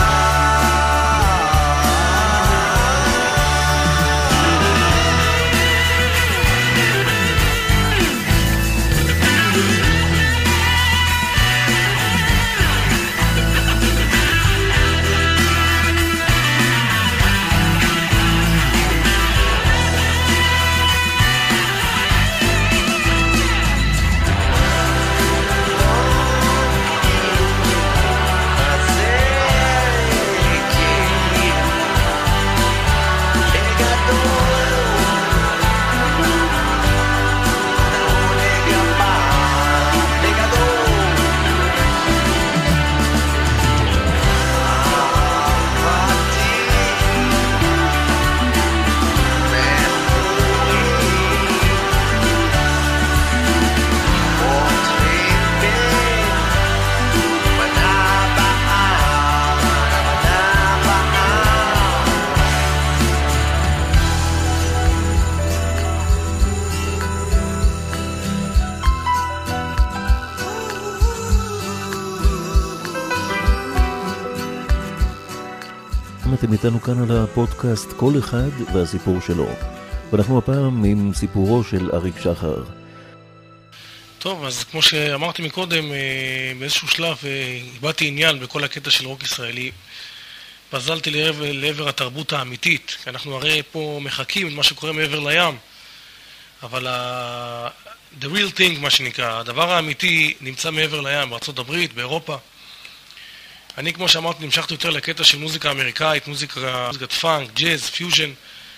אתם איתנו כאן על הפודקאסט כל אחד והסיפור שלו, ואנחנו הפעם עם סיפורו של אריק שחר. טוב, אז כמו שאמרתי מקודם, באיזשהו שלב הבאתי עניין בכל הקטע של רוק ישראלי. פזלתי לעבר, לעבר התרבות האמיתית, כי אנחנו הרי פה מחכים את מה שקורה מעבר לים, אבל ה... the real thing, מה שנקרא, הדבר האמיתי נמצא מעבר לים, בארצות הברית, באירופה. אני, כמו שאמרתי, נמשכתי יותר לקטע של מוזיקה אמריקאית, מוזיקה, מוזיקת פאנק, ג'אז, פיוז'ן,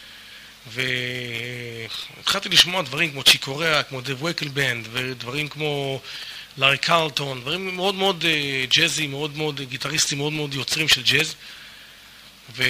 והתחלתי לשמוע דברים כמו צ'יק קוריאה, כמו דב ויקל בנד, ודברים כמו לארי קרלטון, דברים מאוד מאוד ג'אזיים, מאוד מאוד גיטריסטים, מאוד מאוד יוצרים של ג'אז. ו...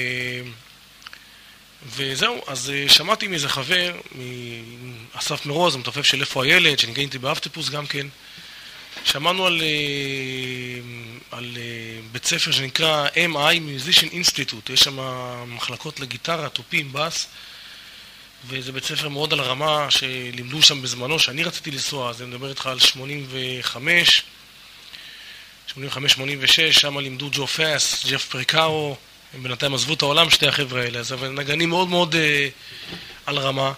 וזהו, אז שמעתי מאיזה חבר, מאסף מרוז, המתופף של איפה הילד, שניגנתי באפטיפוס גם כן. שמענו על, על בית ספר שנקרא אם איי Musician Institute, יש שם מחלקות לגיטרה, טופים, בס, וזה בית ספר מאוד על הרמה שלימדו שם בזמנו, שאני רציתי לנסוע, אז אני מדבר איתך על שמונים וחמש, שמונים וחמש שמונים ושש, שם לימדו ג'ו פאס, ג'ף פריקארו, הם בינתיים עזבו את העולם, שתי החבר'ה האלה, אז נגנים מאוד מאוד uh, על רמה.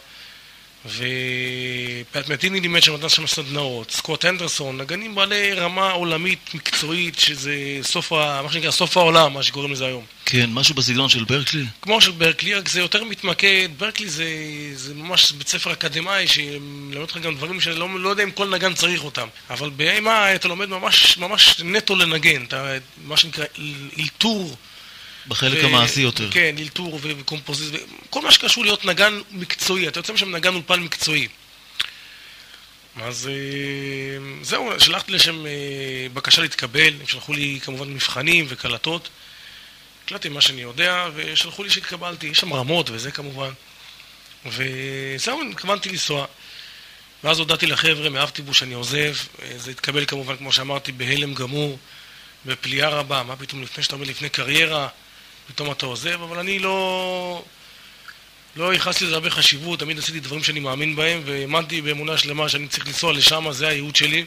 ופט מטיני לימד שמתן שם סדנאות, סקוט אנדרסון, נגנים בעלי רמה עולמית מקצועית, שזה סוף, ה, מה שנקרא, סוף העולם, מה שקוראים לזה היום. כן, משהו בסגנון של ברקלי? כמו של ברקלי, רק זה יותר מתמקד. ברקלי זה, זה ממש בית ספר אקדמאי, שלמד לך גם דברים שאני לא, לא יודע אם כל נגן צריך אותם. אבל באימה אתה לומד ממש, ממש נטו לנגן, אתה, מה שנקרא, אלתור. בחלק ו... המעשי יותר. כן, אלתור וקומפוזיז, כל מה שקשור להיות נגן מקצועי, אתה יוצא משם נגן אולפן מקצועי. אז זהו, שלחתי לשם בקשה להתקבל, הם שלחו לי כמובן מבחנים וקלטות, הקלטתי מה שאני יודע, ושלחו לי שהתקבלתי, יש שם רמות וזה כמובן. וזהו, התכוונתי לנסוע. ואז הודעתי לחבר'ה מאפטיבוס שאני עוזב, זה התקבל כמובן, כמו שאמרתי, בהלם גמור, בפליאה רבה, מה פתאום לפני שאתה אומר לפני קריירה, פתאום אתה עוזב, אבל אני לא... לא ייחסתי לזה הרבה חשיבות, תמיד עשיתי דברים שאני מאמין בהם, והאמנתי באמונה שלמה שאני צריך לנסוע לשם, זה הייעוד שלי.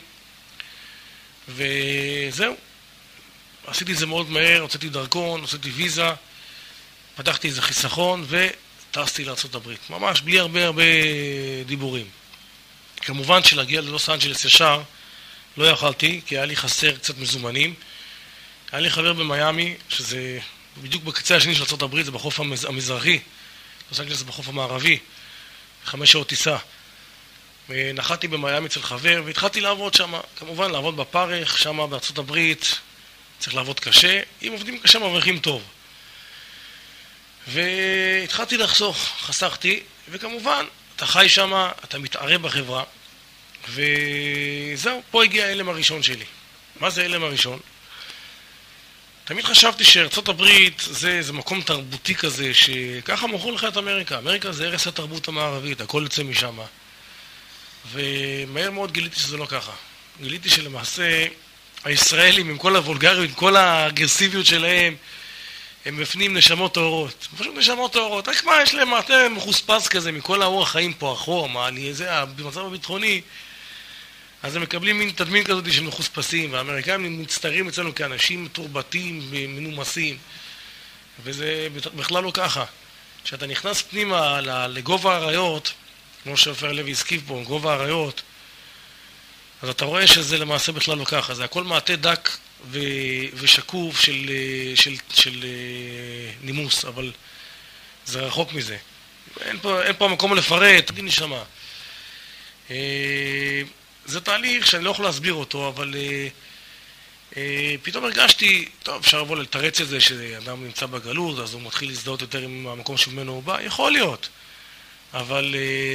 וזהו. עשיתי את זה מאוד מהר, הוצאתי דרכון, הוצאתי ויזה, פתחתי איזה חיסכון, וטסתי לארצות הברית. ממש, בלי הרבה הרבה דיבורים. כמובן שלהגיע ללוס אנג'לס ישר, לא יכלתי, כי היה לי חסר קצת מזומנים. היה לי חבר במיימי, שזה בדיוק בקצה השני של ארצות הברית, זה בחוף המז... המזרחי, לוס אנג'לס בחוף המערבי, חמש שעות טיסה. נחתי במיימי אצל חבר, והתחלתי לעבוד שם, כמובן לעבוד בפרך, שם בארצות הברית, צריך לעבוד קשה, אם עובדים קשה מרוויחים טוב. והתחלתי לחסוך, חסכתי, וכמובן, אתה חי שם, אתה מתערב בחברה, וזהו, פה הגיע האלם הראשון שלי. מה זה האלם הראשון? תמיד חשבתי שארצות הברית זה, זה מקום תרבותי כזה, שככה מוכרו לך את אמריקה. אמריקה זה ערש התרבות המערבית, הכל יוצא משם. ומהר מאוד גיליתי שזה לא ככה. גיליתי שלמעשה הישראלים עם כל הוולגריות, עם כל האגרסיביות שלהם, הם בפנים נשמות טהורות. פשוט נשמות טהורות. רק מה, יש להם מעטה מחוספס כזה מכל האור החיים פה, אחור, מה, אני, זה, במצב הביטחוני, אז הם מקבלים מין תדמין כזאת של מחוספסים, והאמריקאים מצטיירים אצלנו כאנשים מתורבתים ומנומסים, וזה בכלל לא ככה. כשאתה נכנס פנימה לגובה האריות, כמו שעופר לוי הזכיר פה, גובה האריות, אז אתה רואה שזה למעשה בכלל לא ככה. זה הכל מעטה דק ו... ושקוף של, של, של, של נימוס, אבל זה רחוק מזה. אין פה, אין פה מקום לפרט, תגיד נשמה. זה תהליך שאני לא יכול להסביר אותו, אבל פתאום הרגשתי, טוב, אפשר לבוא לתרץ את זה שאדם נמצא בגלות, אז הוא מתחיל להזדהות יותר עם המקום שממנו הוא בא, יכול להיות. אבל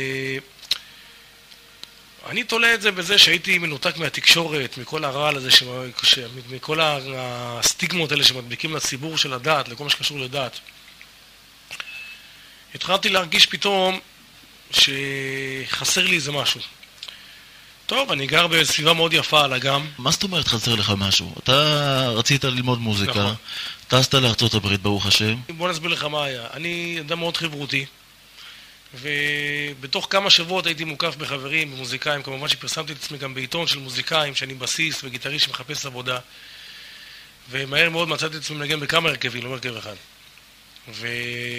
אני תולה את זה בזה שהייתי מנותק מהתקשורת, מכל הרעל הזה, מכל הסטיגמות האלה שמדביקים לציבור של הדת, לכל מה שקשור לדת. התחלתי להרגיש פתאום שחסר לי איזה משהו. טוב, אני גר בסביבה מאוד יפה על אגם. מה זאת אומרת חסר לך משהו? אתה רצית ללמוד מוזיקה, נכון. טסת לארצות הברית, ברוך השם. בוא נסביר לך מה היה. אני אדם מאוד חברותי, ובתוך כמה שבועות הייתי מוקף בחברים, במוזיקאים, כמובן שפרסמתי את עצמי גם בעיתון של מוזיקאים, שאני בסיס וגיטריסט שמחפש עבודה, ומהר מאוד מצאתי את עצמי מנגן בכמה הרכבים, לא הרכב אחד. ו...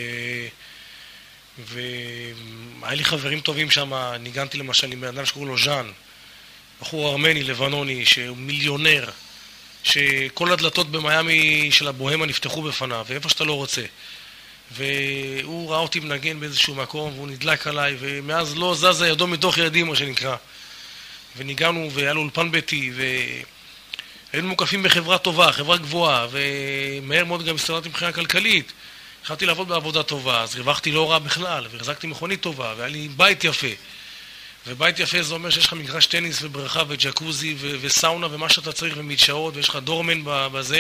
והיה לי חברים טובים שם, ניגנתי למשל עם אדם שקוראים לו ז'אן, בחור ארמני, לבנוני, שהוא מיליונר, שכל הדלתות במיימי של הבוהמה נפתחו בפניו, ואיפה שאתה לא רוצה. והוא ראה אותי מנגן באיזשהו מקום, והוא נדלק עליי, ומאז לא זזה ידו מתוך ידים, מה שנקרא. וניגענו, והיה לו אולפן ביתי, והיינו מוקפים בחברה טובה, חברה גבוהה, ומהר מאוד גם הסתדרתי מבחינה כלכלית. התחלתי לעבוד בעבודה טובה, אז רווחתי לא רע בכלל, והחזקתי מכונית טובה, והיה לי בית יפה. ובית יפה זה אומר שיש לך מגרש טניס ובריכה וג'קוזי ו- וסאונה ומה שאתה צריך ומדשאות, ויש לך דורמן בזה.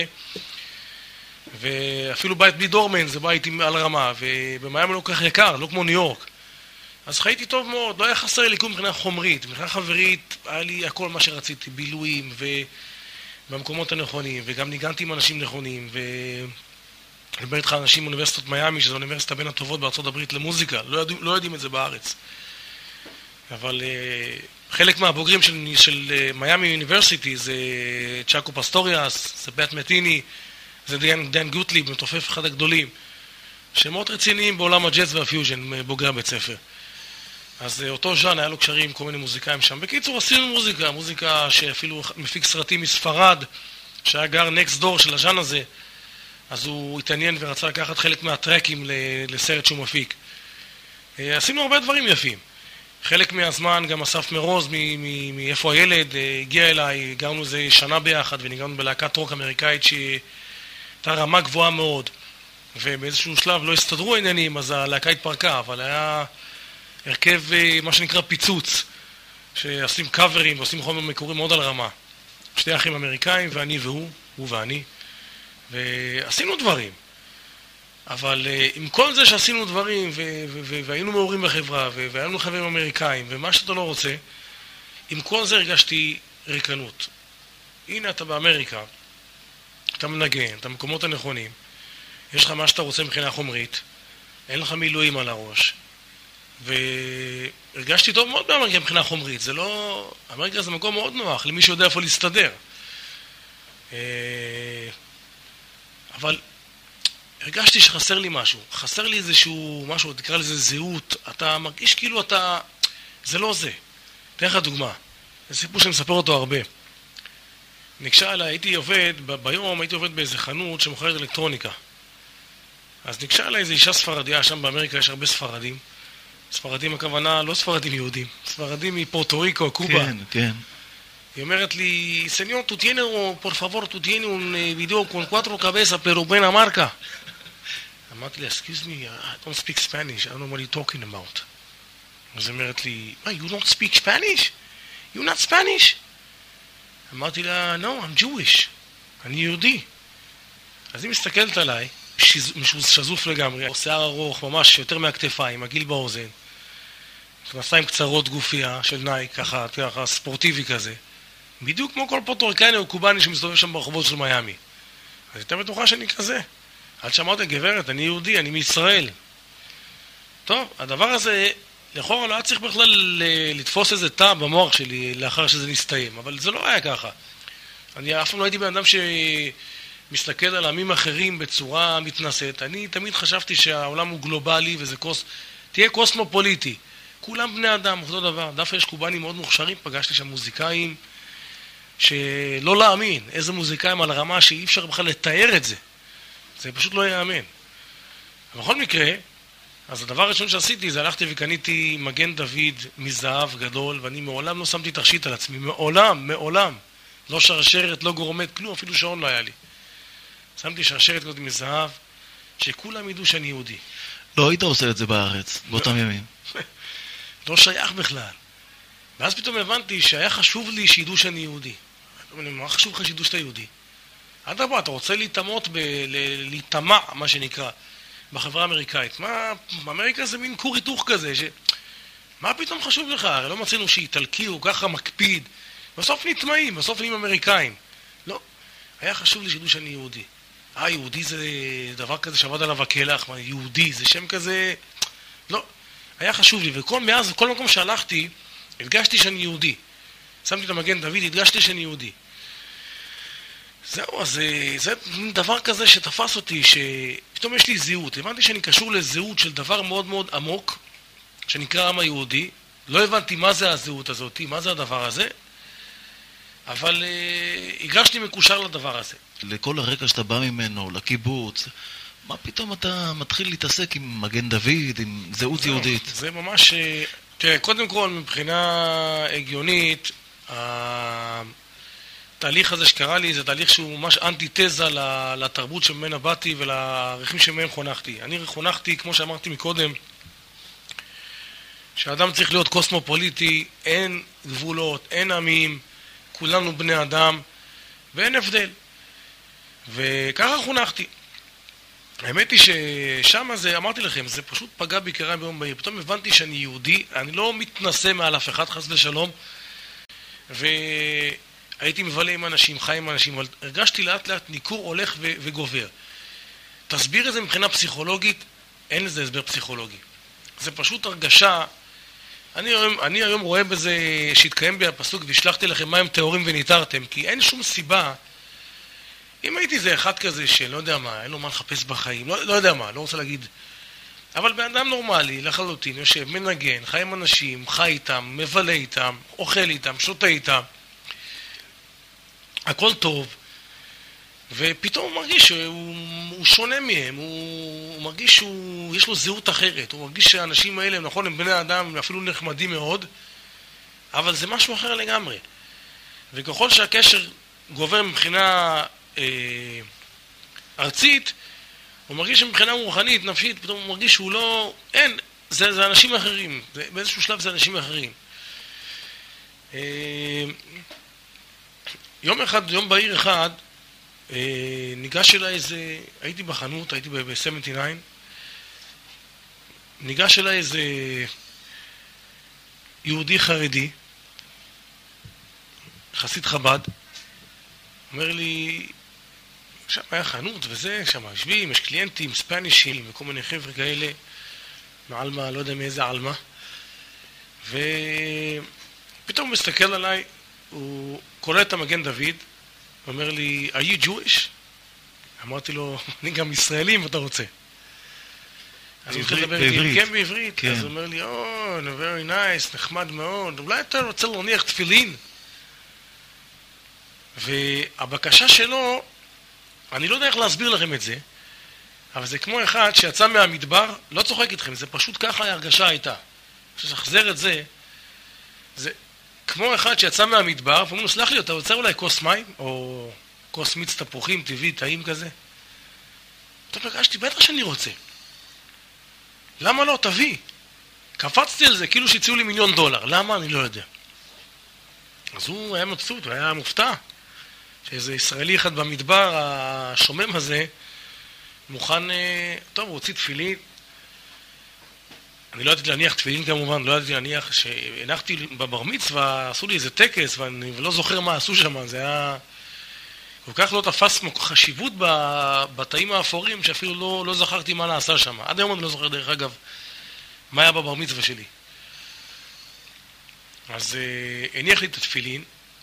ואפילו בית בלי דורמן זה בית על רמה, ובמיימי לא כל כך יקר, לא כמו ניו יורק. אז חייתי טוב מאוד, לא היה חסר לי כלום מבחינה חומרית, מבחינה חברית היה לי הכל מה שרציתי, בילויים ובמקומות הנכונים, וגם ניגנתי עם אנשים נכונים, ו... אני מדבר איתך אנשים מאוניברסיטת מיימי, שזו אוניברסיטה בין הטובות בארצות הברית למוזיקה, לא יודעים, לא יודעים את זה בארץ. אבל uh, חלק מהבוגרים של, של uh, מיימי אוניברסיטי זה צ'אקו פסטוריאס, זה בית מטיני, זה דיין, דיין גוטליב, מתופף אחד הגדולים, שהם מאוד רציניים בעולם הג'אז והפיוז'ן, בוגרי הבית ספר. אז uh, אותו ז'אן היה לו קשרים עם כל מיני מוזיקאים שם. בקיצור, עשינו מוזיקה, מוזיקה שאפילו מפיק סרטים מספרד, שהיה גר נקסט דור של הז'אן הזה, אז הוא התעניין ורצה לקחת חלק מהטרקים לסרט שהוא מפיק. עשינו הרבה דברים יפים. חלק מהזמן גם אסף מרוז, מאיפה הילד, הגיע אליי, גרנו איזה שנה ביחד, וניגענו בלהקת רוק אמריקאית שהייתה רמה גבוהה מאוד. ובאיזשהו שלב לא הסתדרו העניינים, אז הלהקה התפרקה, אבל היה הרכב, מה שנקרא פיצוץ, שעושים קאברים ועושים חומר מקורי מאוד על רמה. שתי אחים אמריקאים, ואני והוא, הוא ואני. ועשינו דברים, אבל עם כל זה שעשינו דברים ו- ו- ו- והיינו מעורים בחברה ו- והיינו חברים אמריקאים ומה שאתה לא רוצה, עם כל זה הרגשתי ריקנות. הנה אתה באמריקה, אתה מנגן, אתה במקומות הנכונים, יש לך מה שאתה רוצה מבחינה חומרית, אין לך מילואים על הראש, והרגשתי טוב מאוד באמריקה מבחינה חומרית. זה לא... אמריקה זה מקום מאוד נוח למי שיודע איפה להסתדר. אבל הרגשתי שחסר לי משהו, חסר לי איזשהו משהו, תקרא לזה זהות, אתה מרגיש כאילו אתה, זה לא זה. תן לך דוגמה, זה סיפור שאני מספר אותו הרבה. ניגשה אליי, הייתי עובד, ב- ביום הייתי עובד באיזה חנות שמוכרת אלקטרוניקה. אז ניגשה אליי איזו אישה ספרדיה, שם באמריקה יש הרבה ספרדים. ספרדים הכוונה, לא ספרדים יהודים, ספרדים מפורטו ריקו, קובה. כן, כן. היא אומרת לי, סניור, tú tienes, por favor, tú tienes un eh, video con cuatro cabezas, pero buena marca. אמרתי לי, excuse me, I don't speak Spanish, I don't know what you're talking about. אז היא אומרת לי, מה, you don't speak Spanish? You're not Spanish? אמרתי לה, no, I'm Jewish, אני יהודי. אז היא מסתכלת עליי, שזוף לגמרי, שיער ארוך, ממש יותר מהכתפיים, הגיל באוזן, מכנסיים קצרות גופייה של נייק, ככה, ככה, ספורטיבי כזה. בדיוק כמו כל פורטוריקני או קובני שמסתובב שם ברחובות של מיאמי. אז הייתה בטוחה שאני כזה. עד שאמרתי, גברת, אני יהודי, אני מישראל. טוב, הדבר הזה, לכאורה לא היה צריך בכלל לתפוס איזה תא במוח שלי לאחר שזה נסתיים, אבל זה לא היה ככה. אני אף פעם לא הייתי בן אדם שמסתכל על עמים אחרים בצורה מתנשאת. אני תמיד חשבתי שהעולם הוא גלובלי וזה קוס... תהיה קוסמופוליטי. כולם בני אדם, אותו דבר. דווקא יש קובנים מאוד מוכשרים, פגשתי שם מוזיקאים שלא להאמין, איזה מוזיקאים על הרמה שאי אפשר בכלל לתאר את זה. זה פשוט לא יאמן. בכל מקרה, אז הדבר הראשון שעשיתי זה הלכתי וקניתי מגן דוד מזהב גדול, ואני מעולם לא שמתי תכשיט על עצמי, מעולם, מעולם. לא שרשרת, לא גורמת, כלום, אפילו שעון לא היה לי. שמתי שרשרת כזאת מזהב, שכולם ידעו שאני יהודי. לא היית עושה את זה בארץ, באותם ימים. לא שייך בכלל. ואז פתאום הבנתי שהיה חשוב לי שידעו שאני יהודי. מה חשוב לך שידעו שאתה יהודי? עד הבא, אתה רוצה להתאמות, ב- ל- להתאמה, מה שנקרא, בחברה האמריקאית. מה, אמריקה זה מין כור היתוך כזה, ש... מה פתאום חשוב לך? הרי לא מצאנו שאיטלקי הוא ככה מקפיד. בסוף נטמעים, בסוף נהיים אמריקאים. לא, היה חשוב לי שידעו שאני יהודי. אה, יהודי זה דבר כזה שעבד עליו הכלח, מה, יהודי זה שם כזה... לא, היה חשוב לי, וכל מאז, כל מקום שהלכתי, הדגשתי שאני יהודי. שמתי את המגן דוד, הדגשתי שאני יהודי. זהו, אז זה, זה דבר כזה שתפס אותי, שפתאום יש לי זהות. הבנתי שאני קשור לזהות של דבר מאוד מאוד עמוק, שנקרא עם היהודי. לא הבנתי מה זה הזהות הזאת, מה זה הדבר הזה, אבל uh, הגשתי מקושר לדבר הזה. לכל הרקע שאתה בא ממנו, לקיבוץ, מה פתאום אתה מתחיל להתעסק עם מגן דוד, עם זהות זהו, יהודית? זה ממש... תראה, קודם כל, מבחינה הגיונית, התהליך הזה שקרה לי זה תהליך שהוא ממש אנטיתזה לתרבות שממנה באתי ולערכים שמהם חונכתי. אני חונכתי, כמו שאמרתי מקודם, שהאדם צריך להיות קוסמופוליטי, אין גבולות, אין עמים, כולנו בני אדם, ואין הבדל. וככה חונכתי. האמת היא ששם זה, אמרתי לכם, זה פשוט פגע בעיקרה ביום בהיר. פתאום הבנתי שאני יהודי, אני לא מתנסה מעל אף אחד, חס ושלום, והייתי מבלה עם אנשים, חי עם אנשים, אבל הרגשתי לאט לאט ניכור הולך ו- וגובר. תסביר את זה מבחינה פסיכולוגית, אין לזה הסבר פסיכולוגי. זה פשוט הרגשה, אני היום, אני היום רואה בזה שהתקיים בי הפסוק, והשלחתי לכם מים טהורים וניתרתם, כי אין שום סיבה, אם הייתי זה אחד כזה שלא יודע מה, אין לו מה לחפש בחיים, לא, לא יודע מה, לא רוצה להגיד, אבל בן אדם נורמלי, לחלוטין, יושב, מנגן, חי עם אנשים, חי איתם, מבלה איתם, אוכל איתם, שותה איתם, הכל טוב, ופתאום הוא מרגיש שהוא הוא שונה מהם, הוא, הוא מרגיש שיש לו זהות אחרת, הוא מרגיש שהאנשים האלה, נכון, הם בני אדם, הם אפילו נחמדים מאוד, אבל זה משהו אחר לגמרי. וככל שהקשר גובר מבחינה אה, ארצית, הוא מרגיש שמבחינה רוחנית, נפשית, פתאום הוא מרגיש שהוא לא... אין, זה, זה אנשים אחרים, זה, באיזשהו שלב זה אנשים אחרים. אה, יום אחד, יום בהיר אחד, אה, ניגש אליי איזה... הייתי בחנות, הייתי ב-שבעים ותשע, ניגש אליי איזה יהודי חרדי, חסיד חב"ד, אומר לי, שם היה חנות וזה, שם יושבים, יש קליינטים, ספנישים וכל מיני חבר'ה כאלה, מעלמה, לא יודע מאיזה עלמה, ופתאום הוא מסתכל עליי, הוא קורא את המגן דוד, אומר לי, are you Jewish? אמרתי לו, אני גם ישראלי אם אתה רוצה. אז הוא מתחיל לדבר איתי, כן בעברית, אז הוא אומר לי, oh, very nice, נחמד מאוד, אולי אתה רוצה להניח תפילין? והבקשה שלו, אני לא יודע איך להסביר לכם את זה, אבל זה כמו אחד שיצא מהמדבר, לא צוחק איתכם, זה פשוט ככה ההרגשה הייתה. כששחזר את זה, זה כמו אחד שיצא מהמדבר, ואומרים לו, סלח לי, אתה רוצה אולי כוס מים, או כוס מיץ תפוחים, טבעי, טעים כזה? אתה פגשתי, בטח שאני רוצה. למה לא? תביא. קפצתי על זה, כאילו שהציעו לי מיליון דולר. למה? אני לא יודע. אז הוא היה מבסוט, הוא היה מופתע. שאיזה ישראלי אחד במדבר, השומם הזה, מוכן, טוב, הוא הוציא תפילין. אני לא ידעתי להניח תפילין כמובן, לא ידעתי להניח שהנחתי בבר מצווה, עשו לי איזה טקס, ואני לא זוכר מה עשו שם, זה היה כל כך לא תפס חשיבות בתאים האפורים, שאפילו לא, לא זכרתי מה נעשה שם. עד היום אני לא זוכר דרך אגב, מה היה בבר מצווה שלי. אז הניח לי את התפילין,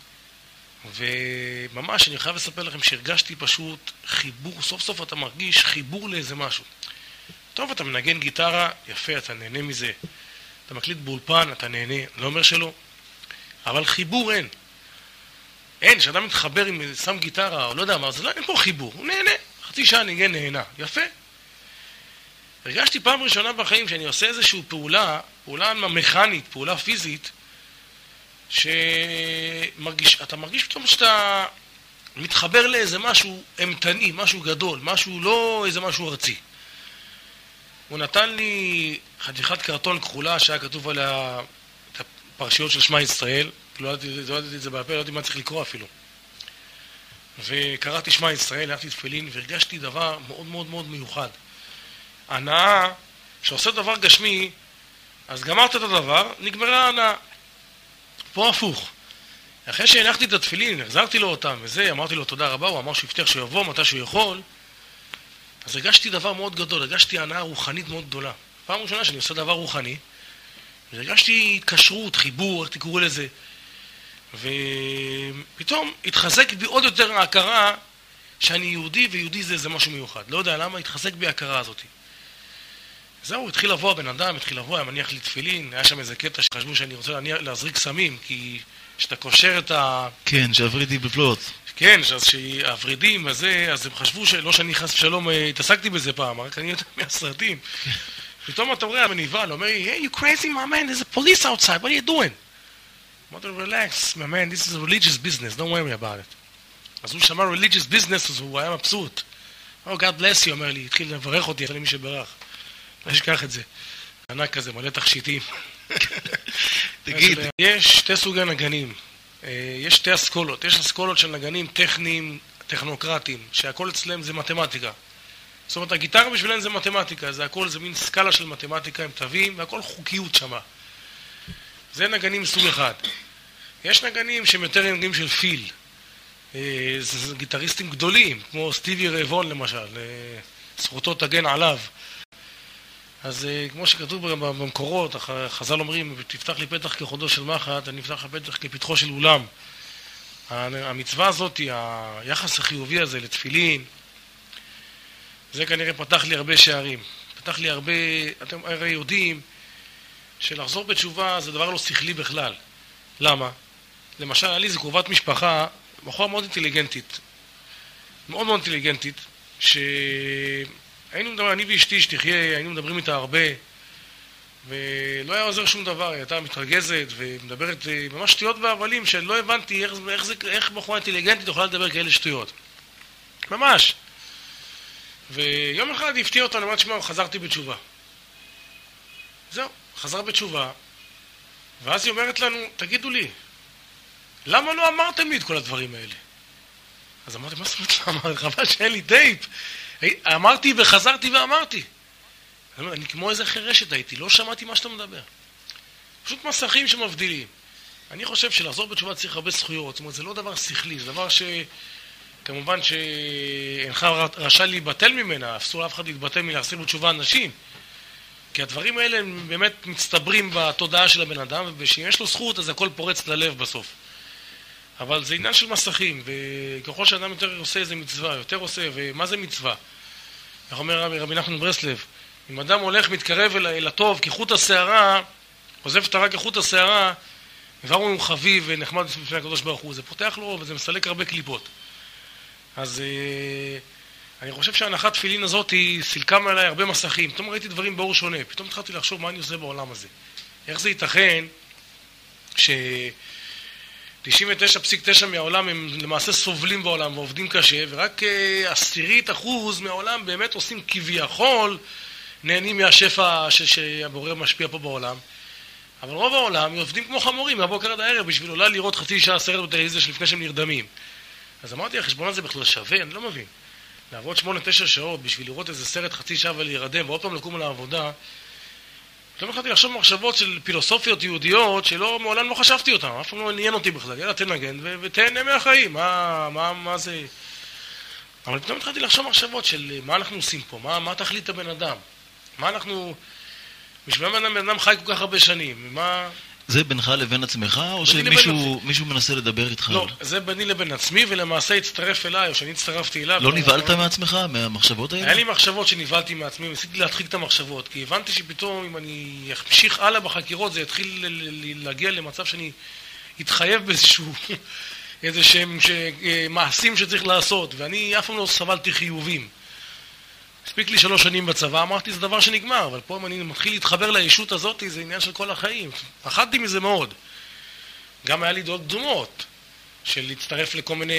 וממש אני חייב לספר לכם שהרגשתי פשוט חיבור, סוף סוף אתה מרגיש חיבור לאיזה משהו. טוב, אתה מנגן גיטרה, יפה, אתה נהנה מזה. אתה מקליט באולפן, אתה נהנה, אני לא אומר שלא. אבל חיבור אין. אין, שאדם מתחבר עם שם גיטרה, או לא יודע מה, זה לא, אין פה חיבור. הוא נהנה, חצי שעה ניגן נהנה, יפה. הרגשתי פעם ראשונה בחיים שאני עושה איזושהי פעולה, פעולה מכנית, פעולה פיזית, שמרגיש, אתה מרגיש פתאום שאתה מתחבר לאיזה משהו אמתני, משהו גדול, משהו לא איזה משהו ארצי. הוא נתן לי חתיכת קרטון כחולה שהיה כתוב עליה את הפרשיות של שמע ישראל, לא ידעתי את זה בפה, לא ידעתי מה צריך לקרוא אפילו. וקראתי שמע ישראל, הלכתי תפילין והרגשתי דבר מאוד מאוד מאוד מיוחד. הנאה, שעושה דבר גשמי, אז גמרת את הדבר, נגמרה הנאה. פה הפוך. אחרי שהנחתי את התפילין, החזרתי לו אותם וזה, אמרתי לו תודה רבה, הוא אמר שיפתח שיבוא מתי שהוא יכול, אז הרגשתי דבר מאוד גדול, הרגשתי הנאה רוחנית מאוד גדולה. פעם ראשונה שאני עושה דבר רוחני, והרגשתי התקשרות, חיבור, איך תקראו לזה, ופתאום התחזק בי עוד יותר ההכרה שאני יהודי, ויהודי זה, זה משהו מיוחד. לא יודע למה, התחזק בי ההכרה הזאת. זהו, התחיל לבוא הבן אדם, התחיל לבוא, היה מניח לי תפילין, היה שם איזה קטע שחשבו שאני רוצה להזריק סמים, כי שאתה קושר את ה... כן, שהוורידי בפלוט. כן, אז שהוורידים הזה, אז הם חשבו שלא שאני חס ושלום התעסקתי בזה פעם, רק אני יודע מהסרטים. פתאום אתה רואה, המניבל, אומר לי, hey, you crazy, my man, there's a police outside, what are you doing? אמרתי לו, relax, my man, this is a religious business, don't worry about it. אז הוא שמע religious business, אז הוא היה מבסוט. Oh, God bless you, אומר לי, התחיל לברך אותי, אחרי מי שברך. לא שכח את זה. ענק כזה, מלא תכשיטים. תגיד. יש שתי סוגי נגנים. יש שתי אסכולות. יש אסכולות של נגנים טכניים, טכנוקרטיים, שהכל אצלם זה מתמטיקה. זאת אומרת, הגיטרה בשבילם זה מתמטיקה, זה הכל, זה מין סקאלה של מתמטיקה עם תווים, והכל חוקיות שמה. זה נגנים מסוג אחד. יש נגנים שהם יותר נגנים של פיל. זה גיטריסטים גדולים, כמו סטיבי רייבון למשל, זכותו תגן עליו. אז כמו שכתוב במקורות, החז"ל אומרים, תפתח לי פתח כחודו של מחט, אני אפתח לי פתח כפתחו של אולם. המצווה הזאת, היחס החיובי הזה לתפילין, זה כנראה פתח לי הרבה שערים. פתח לי הרבה, אתם הרי יודעים, שלחזור בתשובה זה דבר לא שכלי בכלל. למה? למשל, היה לי איזו קרובת משפחה, בחורה מאוד אינטליגנטית, מאוד מאוד אינטליגנטית, שהיינו מדברים, אני ואשתי שתחיה, היינו מדברים איתה הרבה, ולא היה עוזר שום דבר, היא הייתה מתרגזת ומדברת ממש שטויות והבלים, שלא הבנתי איך, איך, זה, איך בחורה אינטליגנטית יכולה לדבר כאלה שטויות. ממש. ויום אחד הפתיע אותה, למעט שמה, חזרתי בתשובה. זהו, חזר בתשובה, ואז היא אומרת לנו, תגידו לי, למה לא אמרתם לי את כל הדברים האלה? אז אמרתי, מה זאת אומרת? חבל שאין לי טייפ. אמרתי וחזרתי ואמרתי. אני כמו איזה חרשת הייתי, לא שמעתי מה שאתה מדבר. פשוט מסכים שמבדילים. אני חושב שלחזור בתשובה צריך הרבה זכויות, זאת אומרת, זה לא דבר שכלי, זה דבר שכמובן שאינך רשאי להיבטל ממנה, אסור לאף אחד להתבטל מלהחזיר בתשובה אנשים. כי הדברים האלה הם באמת מצטברים בתודעה של הבן אדם, ושאם יש לו זכות אז הכל פורץ ללב בסוף. אבל זה עניין של מסכים, וככל שאדם יותר עושה איזה מצווה, יותר עושה, ומה זה מצווה? איך אומר רבי, רבי נחמן מברסלב, אם אדם הולך, מתקרב אל הטוב כחוט השערה, עוזב את הרע כחוט השערה, דבר הוא חביב ונחמד בפני הקדוש ברוך הוא, זה פותח לו וזה מסלק הרבה קליפות. אז אני חושב שההנחת תפילין הזאת היא סילקה מעליי הרבה מסכים. פתאום ראיתי דברים באור שונה, פתאום התחלתי לחשוב מה אני עושה בעולם הזה. איך זה ייתכן ש-תשעים ותשע נקודה תשע מהעולם הם למעשה סובלים בעולם ועובדים קשה, ורק עשירית אחוז מהעולם באמת עושים כביכול, נהנים מהשפע שהבורא משפיע פה בעולם. אבל רוב העולם עובדים כמו חמורים מהבוקר עד הערב בשביל אולי לראות חצי שעה סרט בטלוויזיה שלפני שהם נרדמים. אז אמרתי, החשבון הזה בכלל שווה? אני לא מבין. לעבוד שמונה תשע שעות בשביל לראות איזה סרט חצי שעה ולהירדם ועוד פעם לקום לעבודה. לא יכולתי לחשוב מחשבות של פילוסופיות יהודיות שלא, מעולם לא חשבתי אותן, אף פעם לא עניין אותי בכלל. יאללה, תנגן ו- ותהנה מהחיים, מה, מה, מה זה... אבל פתאום התחלתי לחשוב מחשבות של מה אנחנו עושים פה, מה, מה תכלית הבן אדם, מה אנחנו... בשביל מה בן אדם חי כל כך הרבה שנים, מה... זה בינך לבין עצמך, או שמישהו מישהו מנסה לדבר איתך? לא, זה ביני לבין עצמי, ולמעשה הצטרף אליי, או שאני הצטרפתי אליו. לא נבהלת מעצמך, מהמחשבות האלה? היה לי מחשבות שנבהלתי מעצמי, וניסיתי להדחיק את המחשבות, כי הבנתי שפתאום אם אני אמשיך הלאה בחקירות, זה יתחיל להגיע למצב שאני אתחייב באיזשהו, איזה שהם מעשים שצריך לעשות, ואני אף פעם לא סבלתי חיובים. הספיק לי שלוש שנים בצבא, אמרתי, זה דבר שנגמר, אבל פה אם אני מתחיל להתחבר לישות הזאת, זה עניין של כל החיים. פחדתי מזה מאוד. גם היה לי דעות קדומות, של להצטרף לכל מיני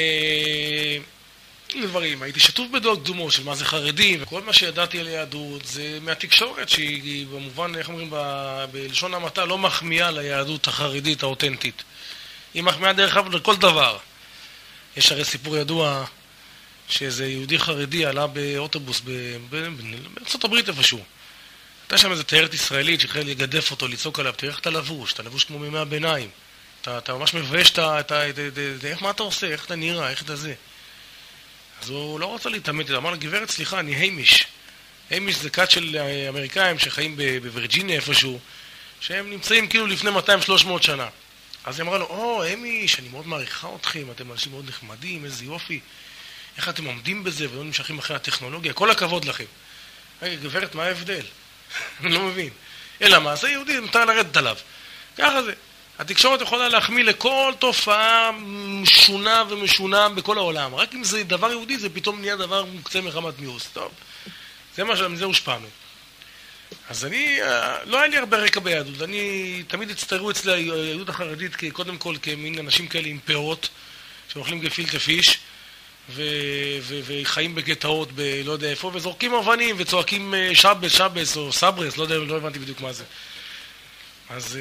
דברים. הייתי שטוף בדעות קדומות של מה זה חרדים, וכל מה שידעתי על יהדות זה מהתקשורת, שהיא במובן, איך אומרים, ב- בלשון המעטה, לא מחמיאה ליהדות החרדית האותנטית. היא מחמיאה דרך אגב לכל דבר. יש הרי סיפור ידוע, שאיזה יהודי חרדי עלה באוטובוס בארצות הברית איפשהו. הייתה שם איזו תיירת ישראלית שהחל לגדף אותו, לצעוק עליו, תראה איך אתה לבוש, אתה לבוש כמו מימי הביניים. אתה, אתה ממש מבייש את ה... איך, מה אתה עושה, איך אתה נראה, איך אתה זה. אז הוא לא רוצה להתאמת, הוא אמר לה, גברת, סליחה, אני היימיש. היימיש זה כת של אמריקאים שחיים בווירג'יניה איפשהו, שהם נמצאים כאילו לפני מאתיים שלוש מאות שנה. אז היא אמרה לו, או, היימיש, אני מאוד מעריכה אתכם, אתם אנשים מאוד נחמדים, איזה יופי. איך אתם עומדים בזה ולא נמשכים אחרי הטכנולוגיה? כל הכבוד לכם. רגע, גברת, מה ההבדל? אני לא מבין. אלא מה? זה יהודי, מותר לרדת עליו. ככה זה. התקשורת יכולה להחמיא לכל תופעה משונה ומשונה בכל העולם. רק אם זה דבר יהודי, זה פתאום נהיה דבר מוקצה מחמת מיאוס. טוב. זה מה שמזה הושפענו. אז אני, לא היה לי הרבה רקע ביהדות. אני תמיד הצטיירו אצלי היהדות החרדית, קודם כל כמין אנשים כאלה עם פאות, שאוכלים גפילטע פיש. וחיים בגטאות בלא יודע איפה, וזורקים אבנים וצועקים שבס, שבס או סברס, לא יודע, לא הבנתי בדיוק מה זה. אז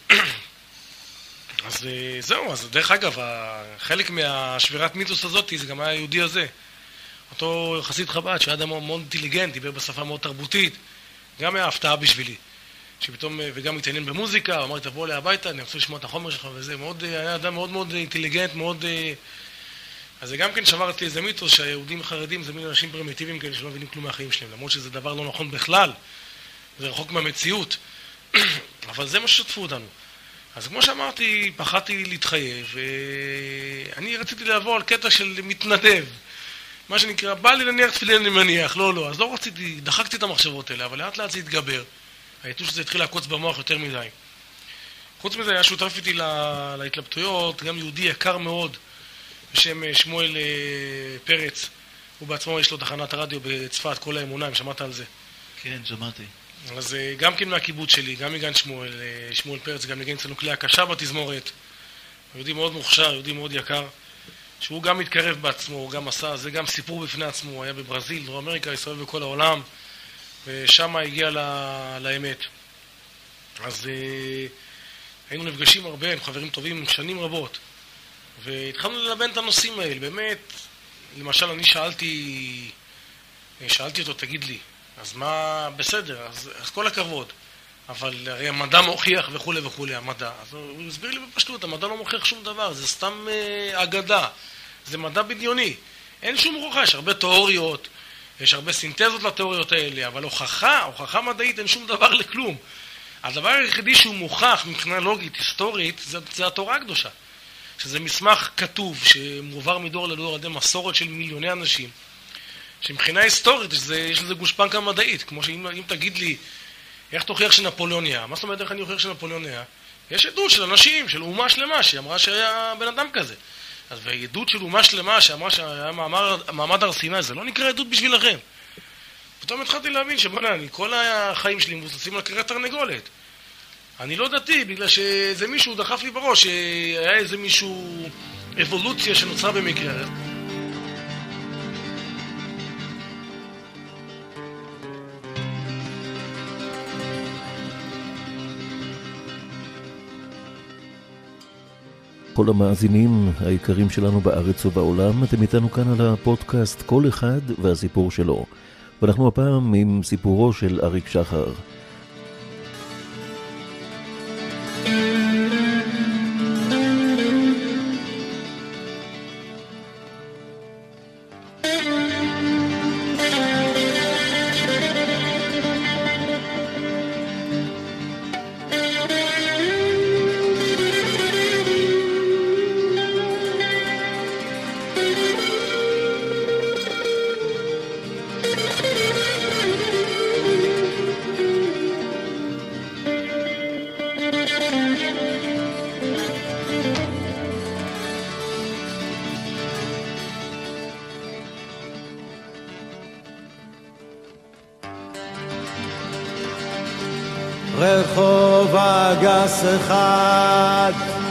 אז זהו, אז דרך אגב, חלק מהשבירת מיתוס הזאת זה גם היה היהודי הזה. אותו חסיד חב"ד, שהיה אדם מאוד אינטליגנט, דיבר בשפה מאוד תרבותית, גם היה הפתעה בשבילי. שפתאום, וגם התעניין במוזיקה, אמר, תבוא אליי הביתה, אני רוצה לשמוע את החומר שלך וזה, מאוד, היה אדם מאוד מאוד אינטליגנט, מאוד... אז זה גם כן שברתי איזה מיתוס שהיהודים החרדים זה מין אנשים פרימיטיביים כאלה שלא מבינים כלום מהחיים שלהם, למרות שזה דבר לא נכון בכלל, זה רחוק מהמציאות, אבל זה מה ששתפו אותנו. אז כמו שאמרתי, פחדתי להתחייב, ואני רציתי לעבור על קטע של מתנדב, מה שנקרא, בא לי להניח תפילין אני מניח, לא, לא, אז לא רציתי, דחקתי את המחשבות האלה, אבל לאט לאט זה התגבר, היתוש שזה התחיל לעקוץ במוח יותר מדי. חוץ מזה היה שותף איתי לה, להתלבטויות, גם יהודי יקר מאוד, בשם שמואל פרץ, הוא בעצמו יש לו תחנת הרדיו בצפת, כל האמונה, אם שמעת על זה. כן, שמעתי. אז גם כן מהקיבוץ שלי, גם מגן שמואל, שמואל פרץ, גם נגן אצלנו כלי הקשה בתזמורת. יהודי מאוד מוכשר, יהודי מאוד יקר, שהוא גם מתקרב בעצמו, הוא גם עשה, זה גם סיפור בפני עצמו, הוא היה בברזיל, דרום אמריקה, ישראל בכל העולם, ושם הגיע לה, לאמת. אז היינו נפגשים הרבה, עם חברים טובים, שנים רבות. והתחלנו ללבן את הנושאים האלה, באמת, למשל אני שאלתי, שאלתי אותו, תגיד לי, אז מה, בסדר, אז, אז כל הכבוד, אבל הרי המדע מוכיח וכו' וכו', המדע, אז הוא הסביר לי בפשטות, המדע לא מוכיח שום דבר, זה סתם אה, אגדה, זה מדע בדיוני, אין שום הוכחה, יש הרבה תיאוריות, יש הרבה סינתזות לתיאוריות האלה, אבל הוכחה, הוכחה מדעית, אין שום דבר לכלום. הדבר היחידי שהוא מוכח מבחינה לוגית, היסטורית, זה, זה התורה הקדושה. שזה מסמך כתוב שמועבר מדור לדור על ידי מסורת של מיליוני אנשים, שמבחינה היסטורית שזה, יש לזה גושפנקה מדעית, כמו שאם אם תגיד לי איך תוכיח שנפוליאון היה, מה זאת אומרת איך אני אוכיח שנפוליאון היה? יש עדות של אנשים, של אומה שלמה, שאמרה שהיה בן אדם כזה. אז ועדות של אומה שלמה שאמרה שהיה מעמד הר סיני, זה לא נקרא עדות בשבילכם. פתאום התחלתי להבין שבונה, אני כל החיים שלי מבוססים על קריאת תרנגולת. אני לא דתי, בגלל שזה מישהו דחף לי בראש, שהיה איזה מישהו אבולוציה שנוצרה במקרה. כל המאזינים היקרים שלנו בארץ ובעולם, אתם איתנו כאן על הפודקאסט כל אחד והסיפור שלו. ואנחנו הפעם עם סיפורו של אריק שחר. רחוב אגס אחד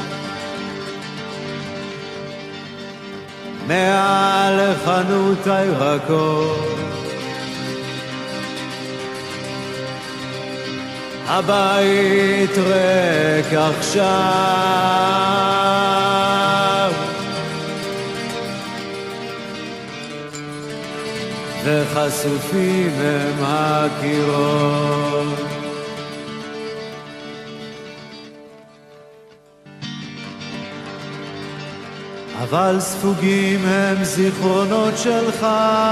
מעל חנות הירקות, הבית ריק עכשיו וחשופים הם הקירות, אבל ספוגים הם זיכרונות שלך,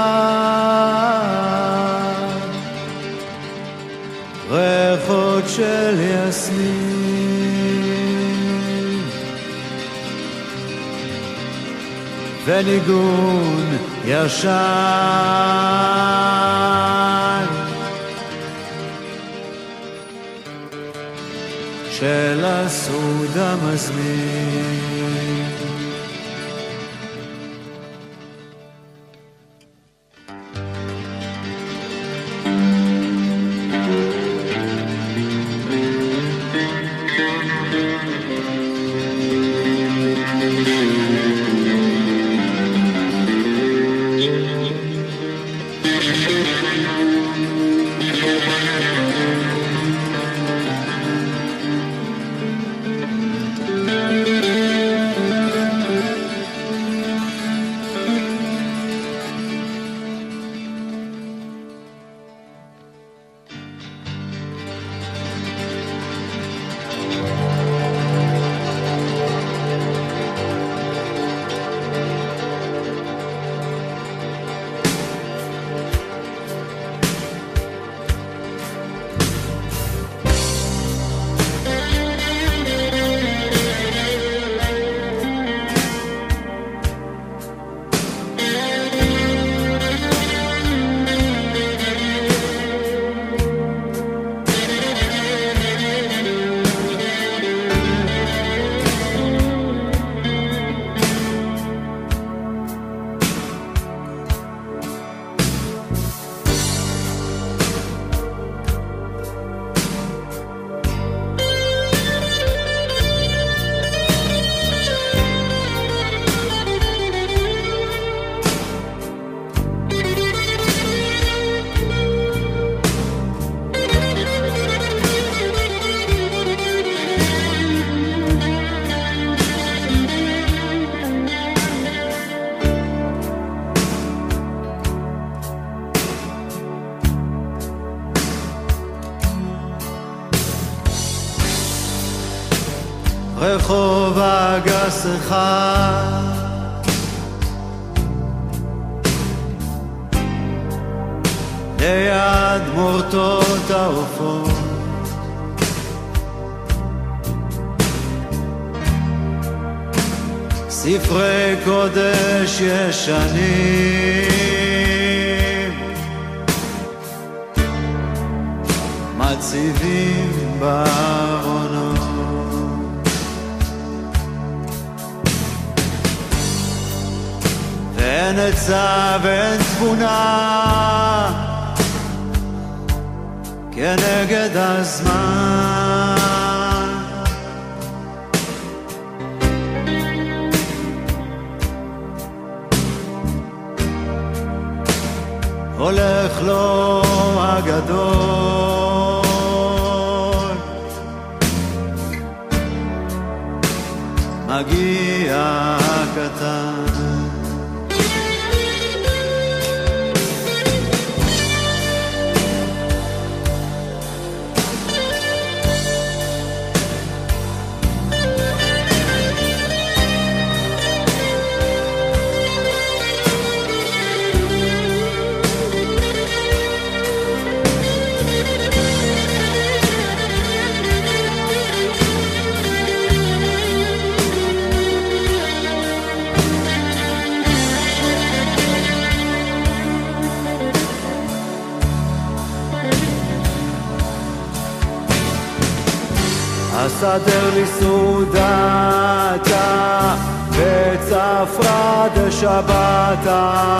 ריחות של יסמין וניגון ישן של הסעוד המזמין. רחוב אגס אחד ליד מורטות העופות, ספרי קודש ישנים מציבים בארונות, אין עצה ואין תבונה כנגד הזמן. הולך לו הגדול, מגיע הקטן. סדר לי סעודתה וצפרא דשבתא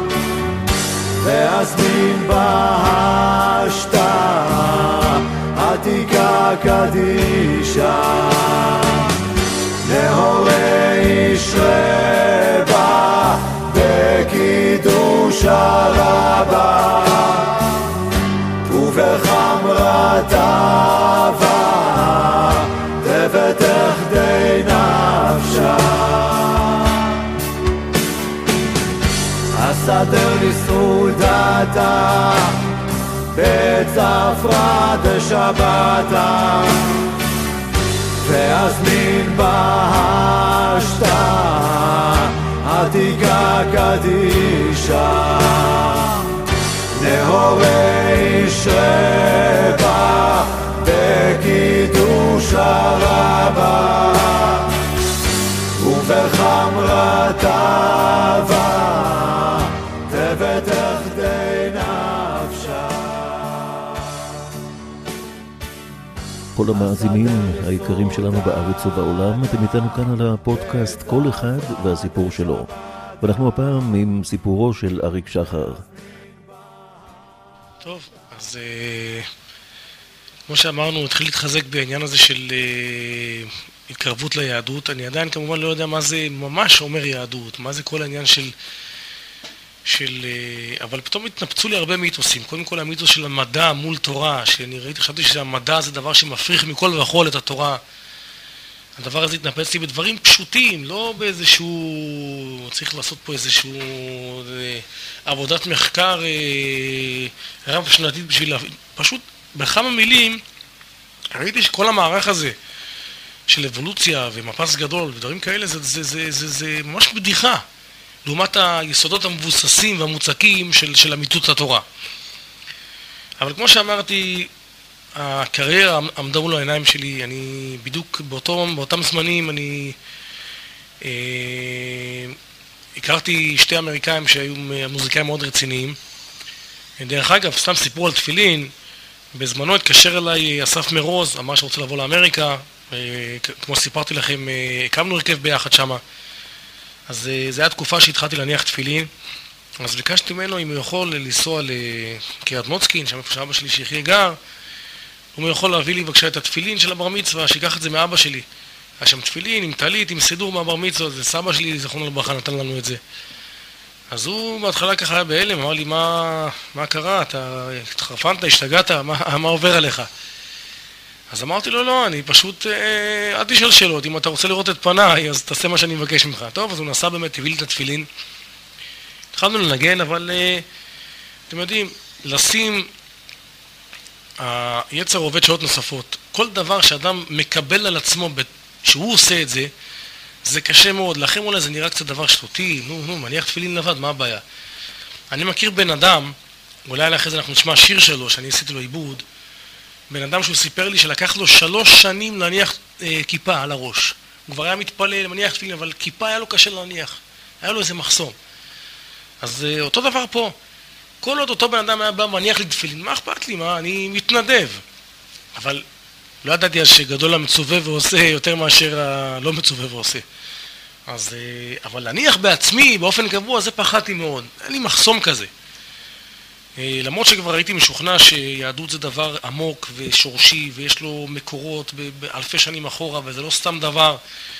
ואזמין בהשתה עתיקה קדישה נהורי איש רבה בקידוש הרבה ובחמרת אהבה ותחדי נפשה. הסדר לי סעודתה בצפרא דשבתא ואזמין בהשתה עתיקה קדישה נהורי איש רבה בקידוש הרבה ובחמרת אהבה ותחדי נפשה. כל המאזינים היקרים שלנו בארץ ובעולם, אתם איתנו כאן על הפודקאסט כל אחד והסיפור שלו, ואנחנו הפעם עם סיפורו של אריק שחר. טוב, אז כמו שאמרנו, התחיל להתחזק בעניין הזה של uh, התקרבות ליהדות. אני עדיין כמובן לא יודע מה זה ממש אומר יהדות, מה זה כל העניין של... של uh, אבל פתאום התנפצו לי הרבה מיתוסים. קודם כל המיתוס של המדע מול תורה, שאני ראיתי, חשבתי שהמדע זה דבר שמפריך מכל וכל את התורה. הדבר הזה התנפץ לי בדברים פשוטים, לא באיזשהו... צריך לעשות פה איזשהו... עבודת מחקר uh, רב שנתית בשביל... פשוט... בכמה מילים, ראיתי שכל המערך הזה של אבולוציה ומפס גדול ודברים כאלה, זה, זה, זה, זה, זה ממש בדיחה, לעומת היסודות המבוססים והמוצקים של, של אמיתות התורה. אבל כמו שאמרתי, הקריירה עמדה מול העיניים שלי, אני בדיוק באותו, באותם זמנים, אני אה, הכרתי שתי אמריקאים שהיו מוזיקאים מאוד רציניים. דרך אגב, סתם סיפור על תפילין, בזמנו התקשר אליי אסף מרוז, אמר שרוצה לבוא לאמריקה, כמו שסיפרתי לכם, הקמנו הרכב ביחד שמה. אז זו הייתה תקופה שהתחלתי להניח תפילין, אז ביקשתי ממנו אם הוא יכול לנסוע לקריית מוצקין, שם איפה שאבא שלי שיחיה גר, הוא יכול להביא לי בבקשה את התפילין של הבר מצווה, שיקח את זה מאבא שלי. היה שם תפילין עם טלית, עם סידור מהבר מצווה, זה סבא שלי, זכרונו לברכה, נתן לנו את זה. אז הוא בהתחלה ככה היה בהלם, אמר לי, מה, מה קרה? אתה התחרפנת, השתגעת, מה, מה עובר עליך? אז אמרתי לו, לא, אני פשוט, אה, אל תשאל שאלות, אם אתה רוצה לראות את פניי, אז תעשה מה שאני מבקש ממך. טוב, אז הוא נסע באמת, הביא לי את התפילין. התחלנו לנגן, אבל אה, אתם יודעים, לשים, היצר עובד שעות נוספות. כל דבר שאדם מקבל על עצמו, שהוא עושה את זה, זה קשה מאוד. לכם אולי זה נראה קצת דבר שטותי, נו, נו, מניח תפילין לבד, מה הבעיה? אני מכיר בן אדם, אולי אחרי זה אנחנו נשמע שיר שלו, שאני עשיתי לו עיבוד, בן אדם שהוא סיפר לי שלקח לו שלוש שנים להניח אה, כיפה על הראש. הוא כבר היה מתפלל, מניח תפילין, אבל כיפה היה לו קשה להניח. היה לו איזה מחסום. אז אה, אותו דבר פה. כל עוד אותו בן אדם היה בא מניח לי תפילין, מה אכפת לי? מה? אני מתנדב. אבל לא ידעתי אז שגדול המצווה ועושה יותר מאשר הלא מצווה ועושה. אז, אבל להניח בעצמי, באופן קבוע, זה פחדתי מאוד. אין לי מחסום כזה. למרות שכבר הייתי משוכנע שיהדות זה דבר עמוק ושורשי, ויש לו מקורות באלפי שנים אחורה, וזה לא סתם דבר,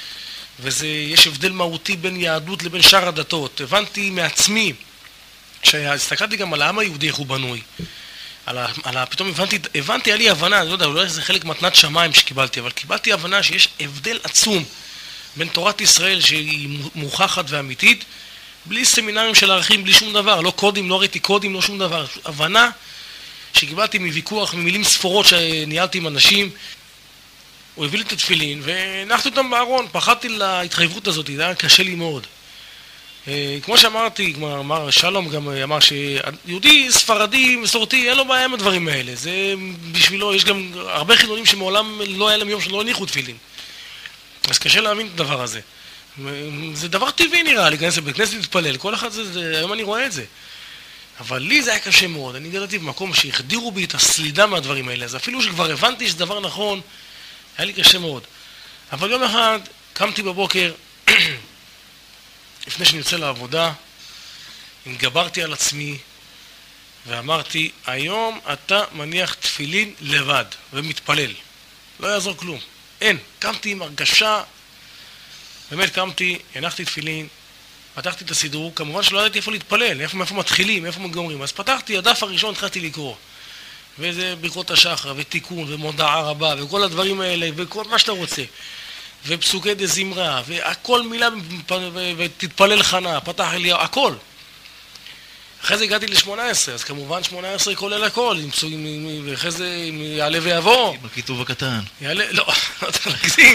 ויש הבדל מהותי בין יהדות לבין שאר הדתות. הבנתי מעצמי, שהסתכלתי גם על העם היהודי איך הוא בנוי. על ה, על ה, פתאום הבנתי, הבנתי, היה לי הבנה, אני לא יודע, אולי זה חלק מתנת שמיים שקיבלתי, אבל קיבלתי הבנה שיש הבדל עצום בין תורת ישראל שהיא מוכחת ואמיתית, בלי סמינרים של ערכים, בלי שום דבר, לא קודים, לא ראיתי קודים, לא שום דבר. הבנה שקיבלתי מוויכוח, ממילים ספורות שניהלתי עם אנשים, הוא הביא לי את התפילין, והנחתי אותם בארון, פחדתי להתחייבות הזאת, זה היה קשה לי מאוד. כמו שאמרתי, כמו אמר שלום גם אמר שיהודי ספרדי מסורתי אין לו בעיה עם הדברים האלה, זה בשבילו, יש גם הרבה חילונים שמעולם לא היה להם יום שלא הניחו תפילין, אז קשה להבין את הדבר הזה. זה דבר טבעי נראה, להיכנס לבית כנסת להתפלל, כל אחד זה, זה, היום אני רואה את זה. אבל לי זה היה קשה מאוד, אני גדלתי במקום שהחדירו בי את הסלידה מהדברים האלה, אז אפילו שכבר הבנתי שזה דבר נכון, היה לי קשה מאוד. אבל יום אחד קמתי בבוקר, לפני שאני יוצא לעבודה, התגברתי על עצמי ואמרתי, היום אתה מניח תפילין לבד ומתפלל. לא יעזור כלום. אין. קמתי עם הרגשה, באמת קמתי, הנחתי תפילין, פתחתי את הסידור, כמובן שלא ידעתי איפה להתפלל, איפה, איפה מתחילים, איפה גומרים. אז פתחתי, הדף הראשון התחלתי לקרוא. וזה ברכות השחר, ותיקון, ומודעה רבה, וכל הדברים האלה, וכל מה שאתה רוצה. ופסוקי דזמרה, והכל מילה, ותתפלל חנה, פתח אליהו, הכל. אחרי זה הגעתי ל-שמונה עשרה, אז כמובן שמונה עשרה כולל הכל, ואחרי זה יעלה ויבוא. עם הכיתוב הקטן. יעלה, לא, לא צריך להגזים.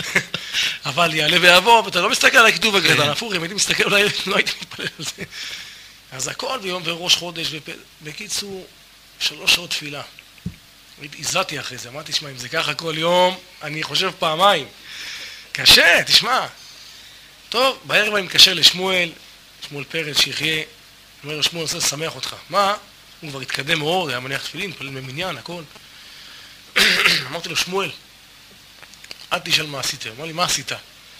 אבל יעלה ויבוא, ואתה לא מסתכל על הכיתוב הקטן, הפוך, אם הייתי מסתכל, אולי לא הייתי מתפלל על זה. אז הכל ביום וראש חודש, בקיצור, שלוש שעות תפילה. הזעתי אחרי זה, אמרתי, תשמע, אם זה ככה כל יום, אני חושב פעמיים. קשה, תשמע. טוב, בערב אני מקשר לשמואל, שמואל פרץ, שיחיה. אומר לו, שמואל, אני רוצה לשמח אותך. מה? הוא כבר התקדם מאוד, היה מניח תפילין, מתפלל במניין, הכל. אמרתי לו, שמואל, אל תשאל מה עשית. הוא אמר לי, מה עשית?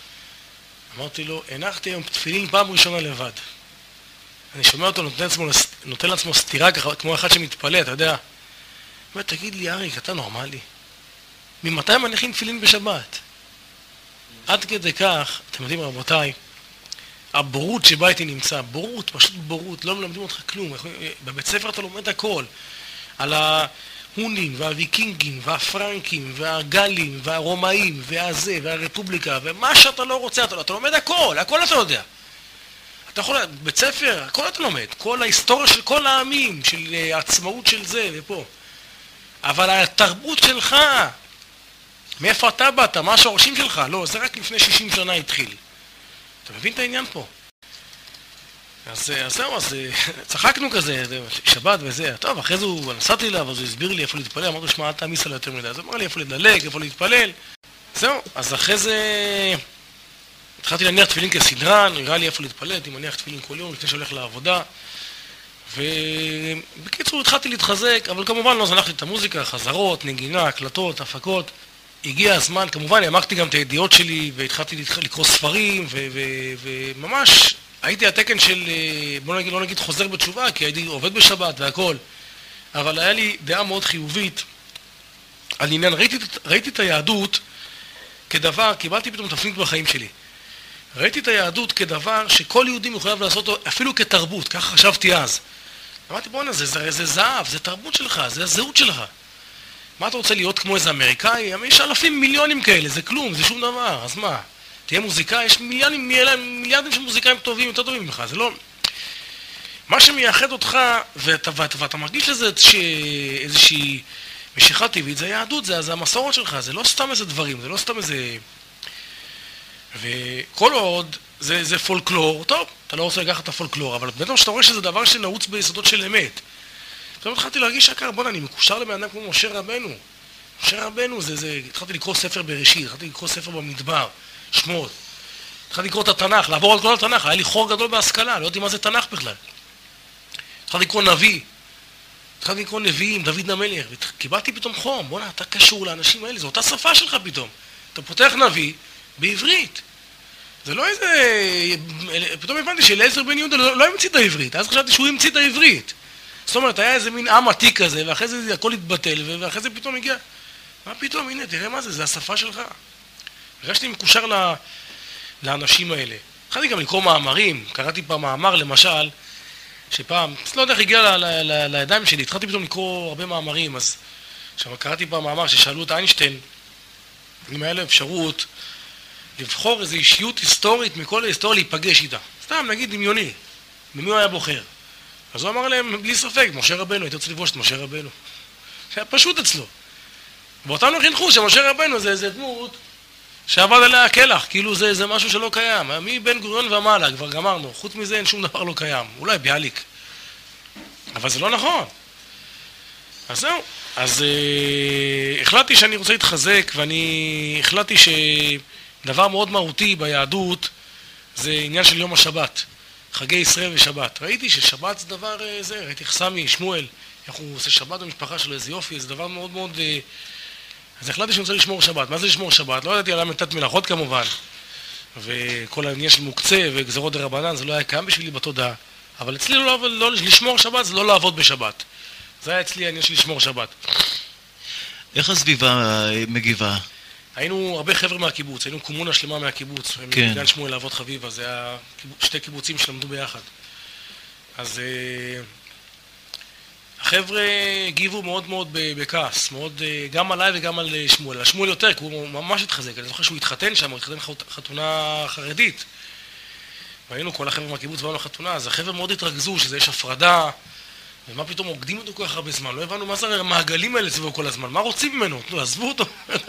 אמרתי לו, הנחתי היום תפילין פעם ראשונה לבד. אני שומע אותו, נותן לעצמו, נותן לעצמו סתירה ככה, כמו אחד שמתפלא, אתה יודע. הוא אומר, תגיד לי, אריק, אתה נורמלי? ממתי מניחים תפילין בשבת? עד כדי כך, אתם יודעים רבותיי, הבורות שבה הייתי נמצא, בורות, פשוט בורות, לא מלמדים אותך כלום. בבית ספר אתה לומד הכל. על ההונים והוויקינגים והפרנקים והגלים והרומאים והזה והרפובליקה ומה שאתה לא רוצה, אתה, אתה לומד הכל, הכל אתה יודע. אתה יכול, בית ספר, הכל אתה לומד, כל ההיסטוריה של כל העמים, של העצמאות של זה ופה. אבל התרבות שלך, מאיפה אתה באת, מה השורשים שלך, לא, זה רק לפני שישים שנה התחיל. אתה מבין את העניין פה? אז, אז זהו, אז צחקנו כזה, שבת וזה, טוב, אחרי זה הוא נסעתי אליו, אז הוא הסביר לי איפה להתפלל, אמרתי, שמע, אל תעמיס עליו יותר מדי, אז הוא אמר לי איפה לדלג, איפה להתפלל, זהו, אז אחרי זה התחלתי להניח תפילין כסדרה, נראה לי איפה להתפלל, הייתי מניח תפילין כל יום לפני שהולך לעבודה, ובקיצור התחלתי להתחזק, אבל כמובן לא זנחתי את המוזיקה, חזרות, נגינה, הקלטות, הפקות, הגיע הזמן, כמובן, העמקתי גם את הידיעות שלי, והתחלתי לקרוא ספרים, וממש הייתי התקן של, בוא נגיד, לא נגיד חוזר בתשובה, כי הייתי עובד בשבת והכל, אבל היה לי דעה מאוד חיובית על עניין, ראיתי, ראיתי את היהדות כדבר, קיבלתי פתאום תפנית בחיים שלי. ראיתי את היהדות כדבר שכל יהודי מחויב לעשות אותו, אפילו כתרבות, ככה חשבתי אז. אמרתי, בוא'נה, זה, זה, זה זהב, זה תרבות שלך, זה הזהות שלך. מה אתה רוצה להיות כמו איזה אמריקאי? יש אלפים מיליונים כאלה, זה כלום, זה שום דבר, אז מה? תהיה מוזיקאי, יש מיליונים, מיליארדים של מוזיקאים טובים, יותר טובים ממך, זה לא... מה שמייחד אותך, ואתה, ואתה, ואתה מרגיש לזה איזושהי משיכה טבעית, זה היהדות, זה, זה המסורת שלך, זה לא סתם איזה דברים, זה לא סתם איזה... וכל עוד זה, זה פולקלור, טוב, אתה לא רוצה לקחת את הפולקלור, אבל בטח שאתה רואה שזה דבר שנעוץ ביסודות של אמת. פתאום התחלתי להרגיש שקר, בוא'נה, אני מקושר לבן אדם כמו משה רבנו. משה רבנו, זה, זה, התחלתי לקרוא ספר בראשית, התחלתי לקרוא ספר במדבר, שמות. התחלתי לקרוא את התנ"ך, לעבור על כל התנ"ך, היה לי חור גדול בהשכלה, לא יודעתי מה זה תנ"ך בכלל. התחלתי לקרוא נביא, התחלתי לקרוא נביאים, דוד המלך, וקיבלתי פתאום חום, בוא'נה, אתה קשור לאנשים האלה, זו אותה שפה שלך פתאום. אתה פותח נביא בעברית. זה לא איזה... פתאום הבנתי שאליעזר בן יהודה לא, לא המציא את העברית, אז חשבתי שהוא המציא את העברית. זאת אומרת, היה איזה מין עם עתיק כזה, ואחרי זה הכל התבטל, ואחרי זה פתאום הגיע... מה פתאום? הנה, תראה מה זה, זה השפה שלך. הרגשתי מקושר ל... לאנשים האלה. התחלתי גם לקרוא מאמרים, קראתי פעם מאמר למשל, שפעם, לא יודע איך הגיע ל... ל... ל... לידיים שלי, התחלתי פתאום לקרוא הרבה מאמרים, אז... עכשיו, קראתי פעם מאמר ששאלו את איינשטיין, אם היה לו אפשרות לבחור איזו אישיות היסטורית מכל ההיסטוריה להיפגש איתה. סתם, נגיד דמיוני. ממי הוא היה בוחר? אז הוא אמר להם, בלי ספק, משה רבנו, הייתי רוצה לפגוש את משה רבנו. היה פשוט אצלו. ואותנו חינכו שמשה רבנו זה איזה דמות שעבד עליה הכלח, כאילו זה, זה משהו שלא קיים. מבן גוריון ומעלה, כבר גמרנו. חוץ מזה אין שום דבר לא קיים. אולי ביאליק. אבל זה לא נכון. אז זהו. אז אה, החלטתי שאני רוצה להתחזק, ואני החלטתי שדבר מאוד מהותי ביהדות זה עניין של יום השבת, חגי ישראל ושבת. ראיתי ששבת זה דבר אה, זה, ראיתי חסמי, שמואל, איך הוא עושה שבת במשפחה שלו, איזה יופי, זה דבר מאוד מאוד... אה, אז החלטתי שאני רוצה לשמור שבת. מה זה לשמור שבת? לא ידעתי עליו מתת מלאכות כמובן, וכל העניין של מוקצה וגזרות דרבנן, זה לא היה קיים בשבילי בתודעה. אבל אצלי לא, לא, לשמור שבת זה לא לעבוד בשבת. זה היה אצלי העניין של לשמור שבת. איך הסביבה מגיבה? היינו הרבה חבר'ה מהקיבוץ, היינו קומונה שלמה מהקיבוץ. כן. מגן שמואל לעבוד חביבה, זה היה שתי קיבוצים שלמדו ביחד. אז uh, החבר'ה הגיבו מאוד מאוד בכעס, מאוד, uh, גם עליי וגם על שמואל. על שמואל יותר, כי הוא ממש התחזק. אני זוכר שהוא התחתן שם, הוא התחתן חתונה חרדית. והיינו כל החבר'ה מהקיבוץ באנו לחתונה, אז החבר'ה מאוד התרכזו שזה יש הפרדה. ומה פתאום עוקדים אותו כל כך הרבה זמן? לא הבנו מה זה המעגלים האלה סביבו כל הזמן. מה רוצים ממנו? לא, עזבו אותו.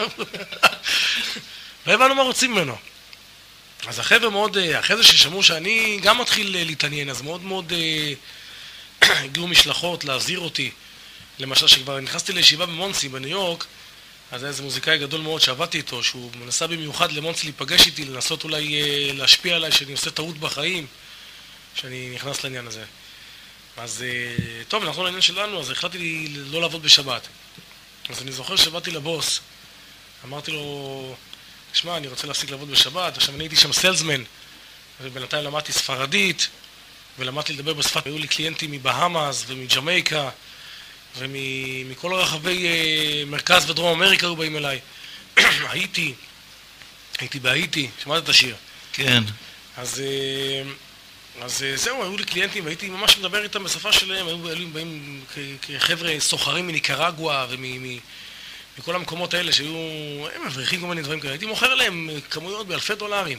לא הבנו מה רוצים ממנו. אז החבר'ה מאוד, אחרי זה ששמעו שאני גם מתחיל להתעניין, אז מאוד מאוד הגיעו משלחות להזהיר אותי. למשל, שכבר נכנסתי לישיבה במונסי בניו יורק, אז היה איזה מוזיקאי גדול מאוד שעבדתי איתו, שהוא מנסה במיוחד למונסי להיפגש איתי, לנסות אולי להשפיע עליי שאני עושה טעות בחיים, שאני נכנס לעניין הזה. אז טוב, נחזור לעניין שלנו, אז החלטתי לא לעבוד בשבת. אז אני זוכר שבאתי לבוס, אמרתי לו, תשמע, אני רוצה להפסיק לעבוד בשבת, עכשיו אני הייתי שם סלזמן, ובינתיים למדתי ספרדית, ולמדתי לדבר בשפת, היו לי קליינטים מבהאמאס ומג'מייקה, ומכל רחבי מרכז ודרום אמריקה היו באים אליי. הייתי, הייתי בהאיטי, שמעת את השיר. כן. אז... אז זהו, היו לי קליינטים, והייתי ממש מדבר איתם בשפה שלהם, היו באים כחבר'ה סוחרים מניקרגואה ומכל המקומות האלה שהיו, הם מבריחים כל מיני דברים כאלה, הייתי מוכר להם כמויות באלפי דולרים.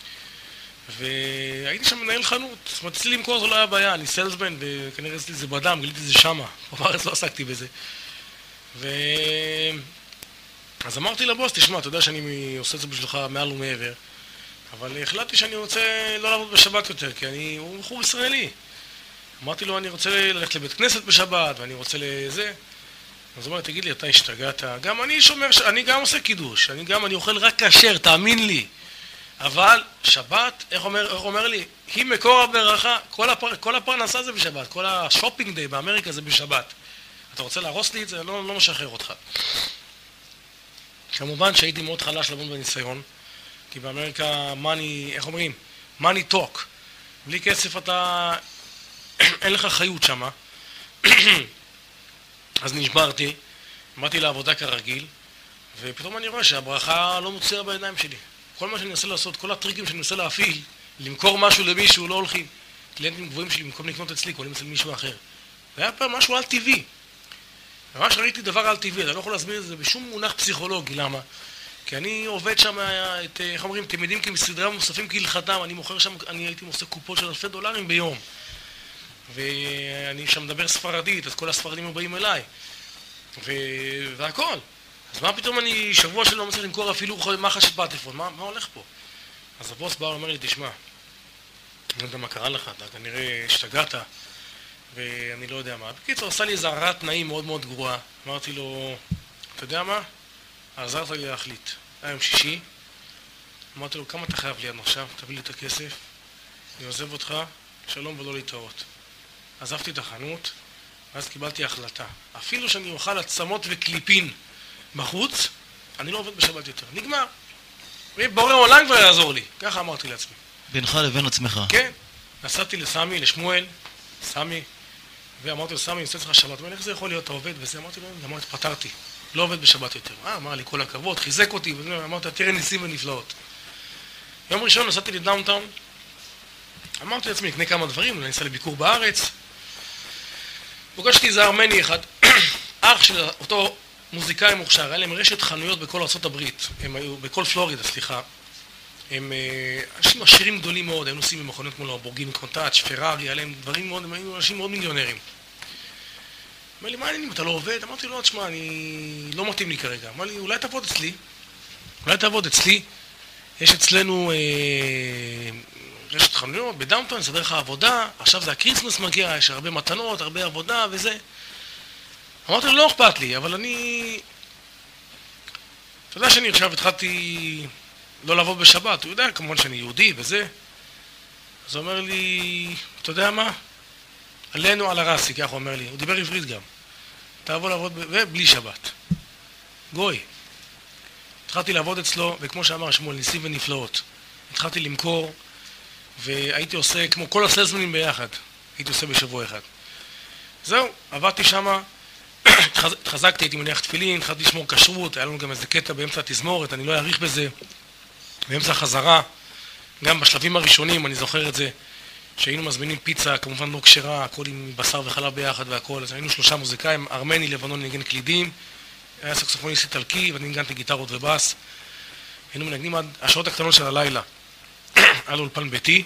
והייתי שם מנהל חנות, זאת אומרת, אצלי למכור זו לא היה בעיה, אני סלסמן, וכנראה אצלי זה בדם, גיליתי זה שמה, בארץ לא עסקתי בזה. ו... אז אמרתי לבוס, תשמע, אתה יודע שאני עושה את זה בשבילך מעל ומעבר, אבל החלטתי שאני רוצה לא לעבוד בשבת יותר, כי אני, הוא בחור ישראלי. אמרתי לו, אני רוצה ללכת לבית כנסת בשבת, ואני רוצה לזה. אז הוא אומר, תגיד לי, אתה השתגעת? גם אני שומר, אני גם עושה קידוש, אני גם, אני אוכל רק כשר, תאמין לי. אבל שבת, איך אומר, איך אומר לי? היא מקור הברכה, כל, הפר, כל הפרנסה זה בשבת, כל השופינג דיי באמריקה זה בשבת. אתה רוצה להרוס לי את זה? לא, לא משחרר אותך. כמובן שהייתי מאוד חלש לעבוד בניסיון, כי באמריקה, money, איך אומרים? money talk. בלי כסף אתה, אין לך חיות שמה. אז נשברתי, באתי לעבודה כרגיל, ופתאום אני רואה שהברכה לא מוציאה בידיים שלי. כל מה שאני מנסה לעשות, כל הטריקים שאני מנסה להפעיל, למכור משהו למישהו, לא הולכים. קליינטים גבוהים שלי, במקום לקנות אצלי, קונים אצל מישהו אחר. זה היה פעם משהו על טבעי. ממש ראיתי דבר על טבעי, אתה לא יכול להסביר את זה בשום מונח פסיכולוגי, למה? כי אני עובד שם, את, איך אומרים, תלמידים כמסדרה מוספים כהלכתם, אני מוכר שם, אני הייתי עושה קופות של אלפי דולרים ביום. ואני שם מדבר ספרדית, אז כל הספרדים באים אליי. ו... והכל. אז מה פתאום אני שבוע שלא מצליח למכור אפילו מחש של פטפון, מה, מה הולך פה? אז הבוס בא ואומר לי, תשמע, אני לא יודע מה קרה לך, אתה כנראה השתגעת, ואני לא יודע מה. בקיצור, עשה לי איזו הרעת תנאים מאוד מאוד גרועה. אמרתי לו, אתה יודע מה? עזרת לי להחליט. היה יום שישי, אמרתי לו, כמה אתה חייב לי עד עכשיו? תביא לי את הכסף, אני עוזב אותך, שלום ולא להתראות. עזבתי את החנות, ואז קיבלתי החלטה. אפילו שאני אוכל עצמות וקליפין בחוץ, אני לא עובד בשבת יותר. נגמר. בורא עולם כבר יעזור לי, ככה אמרתי לעצמי. בינך לבין עצמך. כן, נסעתי לסמי, לשמואל, סמי, ואמרתי לו, סמי, אני עושה לך שבת, ואני איך זה יכול להיות, אתה עובד וזה, אמרתי לו, אמרתי, פתרתי, לא עובד בשבת יותר. אה, אמר לי, כל הכבוד, חיזק אותי, ואמרתי, תראה ניסים ונפלאות. יום ראשון נסעתי לדאונטאון, אמרתי לעצמי, קנה כמה דברים, אני אנסה לביקור בארץ. פוגשתי איזה ארמני אחד, אח של אותו מוזיקאי מוכשר, היה להם רשת חנויות בכל ארצות הברית, הם היו, בכל פלורידה, סליחה. הם אנשים עשירים גדולים מאוד, הם נוסעים במכוניות כמו לבורגין קונטאץ', פרארי, היה להם דברים מאוד, הם היו אנשים מאוד מיליונרים. אמר לי, מה העניינים, אתה לא עובד? אמרתי לו, תשמע, אני לא מתאים לי כרגע. אמר לי, אולי תעבוד אצלי? אולי תעבוד אצלי? יש אצלנו אה, רשת חנויות בדאונטאון, נסדר לך עבודה, עכשיו זה הקריסמס מגיע, יש הרבה מתנות, הרבה עבודה וזה. אמרתי לו, לא אכפת לי, אבל אני... אתה יודע שאני עכשיו התחלתי לא לעבוד בשבת, הוא יודע כמובן שאני יהודי וזה. אז הוא אומר לי, אתה יודע מה? עלינו על הרסי, ככה הוא אומר לי, הוא דיבר עברית גם. תעבוד לעבוד בלי שבת. גוי. התחלתי לעבוד אצלו, וכמו שאמר שמואל, ניסים ונפלאות. התחלתי למכור, והייתי עושה, כמו כל הסלזמנים ביחד, הייתי עושה בשבוע אחד. זהו, עבדתי שמה, התחזקתי, הייתי מניח תפילין, התחלתי לשמור כשרות, היה לנו גם איזה קטע באמצע התזמורת, אני לא אעריך בזה, באמצע החזרה, גם בשלבים הראשונים, אני זוכר את זה, שהיינו מזמינים פיצה, כמובן לא כשרה, הכל עם בשר וחלב ביחד והכל, אז היינו שלושה מוזיקאים, ארמני, לבנון, ניגן קלידים, היה סקסופוניסט איטלקי, ואני ניגנתי גיטרות ובאס. היינו מנגנים עד השעות הקטנות של הלילה, על אולפן ביתי,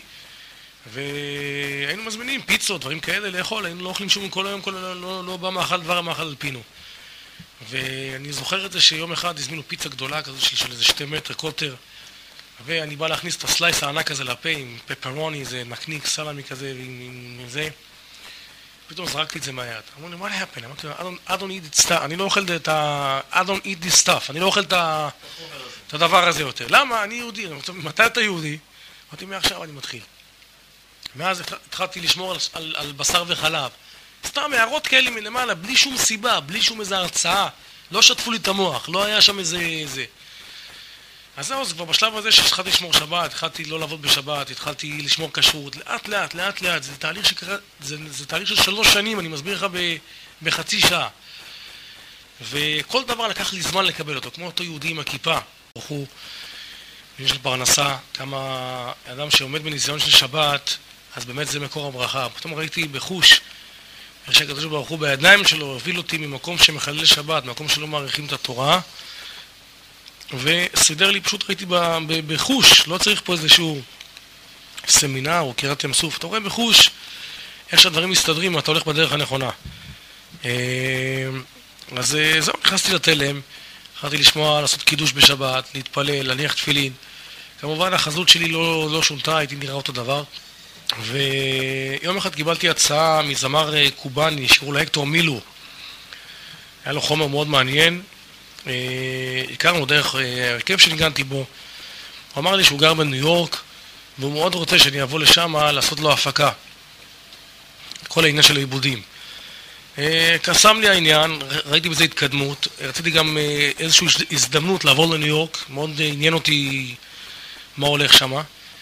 והיינו מזמינים פיצות, דברים כאלה לאכול, היינו לא אוכלים שום כל היום, כל, לא, לא, לא בא מאכל דבר המאכל על פינו. ואני זוכר את זה שיום אחד הזמינו פיצה גדולה כזו של, של איזה שתי מטר קוטר, ואני בא להכניס את הסלייס הענק הזה לפה עם פפרוני, זה נקניק, סלמי כזה, עם, עם, עם זה. פתאום זרקתי את זה מהיד. אמרו לי, what happened? אמרתי לו, I don't, I don't eat stuff, אני לא אוכל את ה... I don't eat this stuff, אני לא אוכל את, ה... את הדבר הזה יותר. למה? אני יהודי. מתי אתה יהודי? אמרתי, מעכשיו אני מתחיל. מאז התחלתי לשמור על, על, על בשר וחלב. סתם הערות כאלה מלמעלה, בלי שום סיבה, בלי שום איזו הרצאה. לא שטפו לי את המוח, לא היה שם איזה... איזה. אז זהו, זה כבר בשלב הזה שהתחלתי לשמור שבת, התחלתי לא לעבוד בשבת, התחלתי לשמור כשרות, לאט לאט, לאט לאט, זה תהליך שקרה, זה, זה תהליך של שלוש שנים, אני מסביר לך ב, בחצי שעה. וכל דבר לקח לי זמן לקבל אותו, כמו אותו יהודי עם הכיפה, ברוך יש לו פרנסה, כמה אדם שעומד בניסיון של שבת, אז באמת זה מקור הברכה. פתאום ראיתי בחוש, איך שהקדוש ברוך הוא בידיים שלו, הוביל אותי ממקום שמחלל שבת, ממקום שלא מעריכים את התורה, וסידר לי, פשוט ראיתי בחוש, לא צריך פה איזשהו סמינר או קריאת ים סוף, אתה רואה בחוש איך שהדברים מסתדרים, אתה הולך בדרך הנכונה. אז זהו, נכנסתי לתלם, התחלתי לשמוע, לעשות קידוש בשבת, להתפלל, להניח תפילין. כמובן החזות שלי לא, לא שונתה, הייתי נראה אותו דבר. ויום אחד קיבלתי הצעה מזמר קובני, שקראו לו הקטור מילו. היה לו חומר מאוד מעניין. הכרנו דרך הרכב שניגנתי בו. הוא אמר לי שהוא גר בניו יורק, והוא מאוד רוצה שאני אבוא לשם לעשות לו הפקה. כל העניין של העיבודים. קסם לי העניין, ראיתי בזה התקדמות, רציתי גם איזושהי הזדמנות לעבור לניו יורק, מאוד עניין אותי מה הולך שם.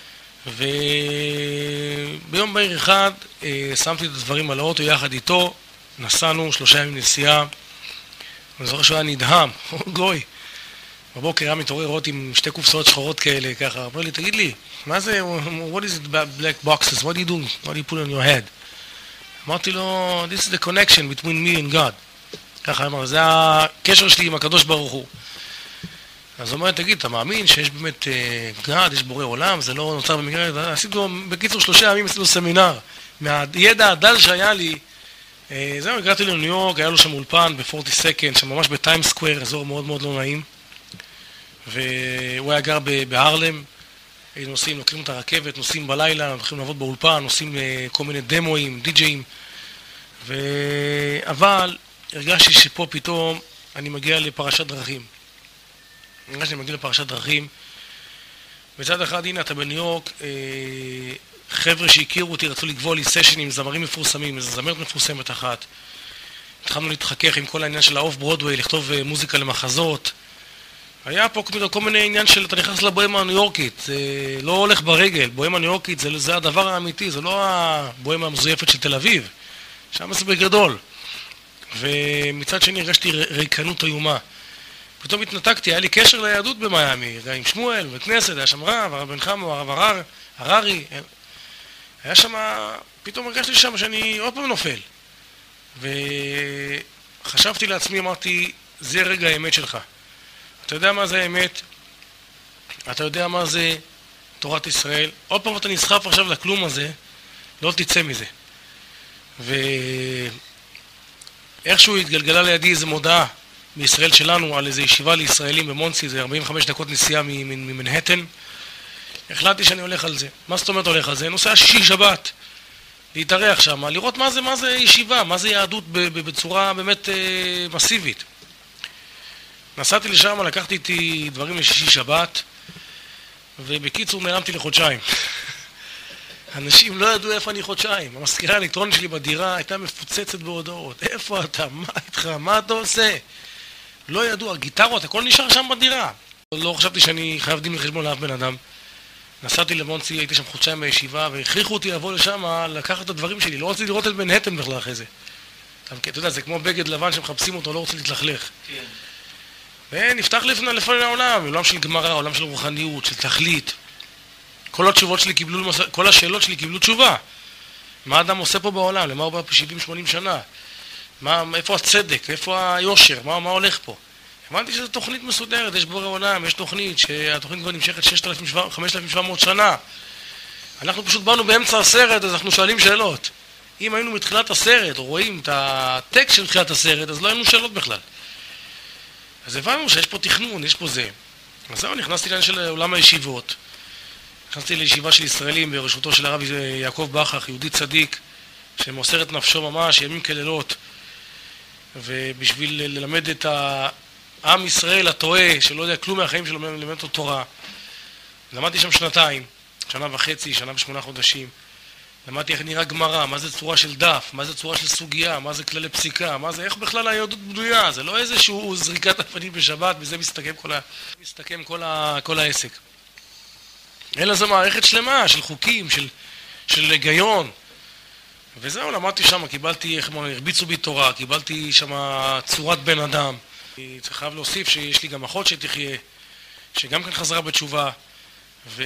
וביום בהיר אחד שמתי את הדברים על האוטו יחד איתו, נסענו שלושה ימים נסיעה, אני זוכר שהוא היה נדהם, גוי. בבוקר היה מתעורר אות עם שתי קופסאות שחורות כאלה, ככה, אמר לי, תגיד לי, מה זה, what is it about black boxes, what do you do, what do you put on your head? אמרתי לו, this is the connection between me and God. ככה אמר, זה הקשר שלי עם הקדוש ברוך הוא. אז הוא אומר, תגיד, אתה מאמין שיש באמת God, יש בורא עולם, זה לא נוצר במקרה, עשיתי לו, בקיצור שלושה ימים עשיתי לו סמינר, מהידע הדל שהיה לי, זהו, הגעתי לניו יורק, היה לו שם אולפן ב-פורטי סקנד, שם ממש בטיים סקוואר, אזור מאוד מאוד לא נעים, והוא היה גר בהרלם, היינו נוסעים, לוקחים את הרכבת, נוסעים בלילה, הולכים לעבוד באולפן, נוסעים כל מיני דמואים, די-ג'אים, ו... אבל הרגשתי שפה פתאום אני מגיע לפרשת דרכים. הרגשתי שאני מגיע לפרשת דרכים, מצד אחד, הנה, אתה בניו יורק, אה... חבר'ה שהכירו אותי, רצו לגבול לי סשנים עם זמרים מפורסמים, איזו זמרת מפורסמת אחת. התחלנו להתחכך עם כל העניין של האוף ברודווי, לכתוב מוזיקה למחזות, היה פה כל מיני עניין של, אתה נכנס לבוהמה הניו יורקית, זה לא הולך ברגל, בוהמה ניו יורקית זה, זה הדבר האמיתי, זה לא הבוהמה המזויפת של תל אביב, שם זה בגדול. ומצד שני הרגשתי ריקנות איומה. פתאום התנתקתי, היה לי קשר ליהדות במיימי, עם שמואל, בכנסת, היה שם רב, הרב בן חמו, הרב הרר, הררי, היה שם, פתאום הרגשתי שם שאני עוד פעם נופל. וחשבתי לעצמי, אמרתי, זה רגע האמת שלך. אתה יודע מה זה האמת? אתה יודע מה זה תורת ישראל? עוד פעם אתה נסחף עכשיו לכלום הזה, לא תצא מזה. ואיכשהו התגלגלה לידי איזו מודעה בישראל שלנו על איזו ישיבה לישראלים במונסי, זה ארבעים וחמש דקות נסיעה ממנהטן. החלטתי שאני הולך על זה. מה זאת אומרת הולך על זה? נוסע שישי שבת, להתארח שם, לראות מה זה, מה זה ישיבה, מה זה יהדות בצורה באמת מסיבית. נסעתי לשם, לקחתי איתי דברים לשישי שבת, ובקיצור נעלמתי לחודשיים. אנשים לא ידעו איפה אני חודשיים. המזכירה האלקטרונית שלי בדירה הייתה מפוצצת בהודעות. איפה אתה? מה איתך? מה אתה עושה? לא ידעו, הגיטרות, הכל נשאר שם בדירה. לא חשבתי שאני חייב דין לחשבון לאף בן אדם. נסעתי למונסי, הייתי שם חודשיים בישיבה, והכריחו אותי לבוא לשם, לקחת את הדברים שלי. לא רציתי לראות את מנהטן בכלל אחרי זה. אתה יודע, זה כמו בגד לבן שמחפשים אותו, לא רוצה להתלכלך. כן. ונפתח לפני לפני העולם, עולם של גמרא, עולם של רוחניות, של תכלית. כל התשובות שלי קיבלו, כל השאלות שלי קיבלו תשובה. מה האדם עושה פה בעולם? למה הוא בא פה שבעים שמונים שנה? מה, איפה הצדק? איפה היושר? מה, מה הולך פה? הבנתי שזו תוכנית מסודרת, יש בורא עולם, יש תוכנית, שהתוכנית כבר נמשכת ששת אלפים חמשת אלפים שבע מאות שנה. אנחנו פשוט באנו באמצע הסרט, אז אנחנו שואלים שאלות. אם היינו מתחילת הסרט, או רואים את הטקסט של תחילת הסרט, אז לא היינו שאלות בכלל. אז הבנו שיש פה תכנון, יש פה זה. אז זהו, נכנסתי לעניין של עולם הישיבות. נכנסתי לישיבה של ישראלים בראשותו של הרב יעקב בכח, יהודי צדיק, שמוסר את נפשו ממש, ימים כלילות. ובשביל ללמד את העם ישראל הטועה, שלא יודע כלום מהחיים שלו, ללמד אותו תורה. למדתי שם שנתיים, שנה וחצי, שנה ושמונה חודשים. למדתי איך נראה גמרא, מה זה צורה של דף, מה זה צורה של סוגיה, מה זה כללי פסיקה, מה זה, איך בכלל היהדות בנויה, זה לא איזשהו זריקת אבנים בשבת, וזה מסתכם כל, ה... מסתכם כל, ה... כל העסק. אלא זו מערכת שלמה של חוקים, של, של היגיון. וזהו, למדתי שם, קיבלתי, איך אמרו, הרביצו בי תורה, קיבלתי שם צורת בן אדם. אני צריך להוסיף שיש לי גם אחות שתחיה, שגם כן חזרה בתשובה, ו...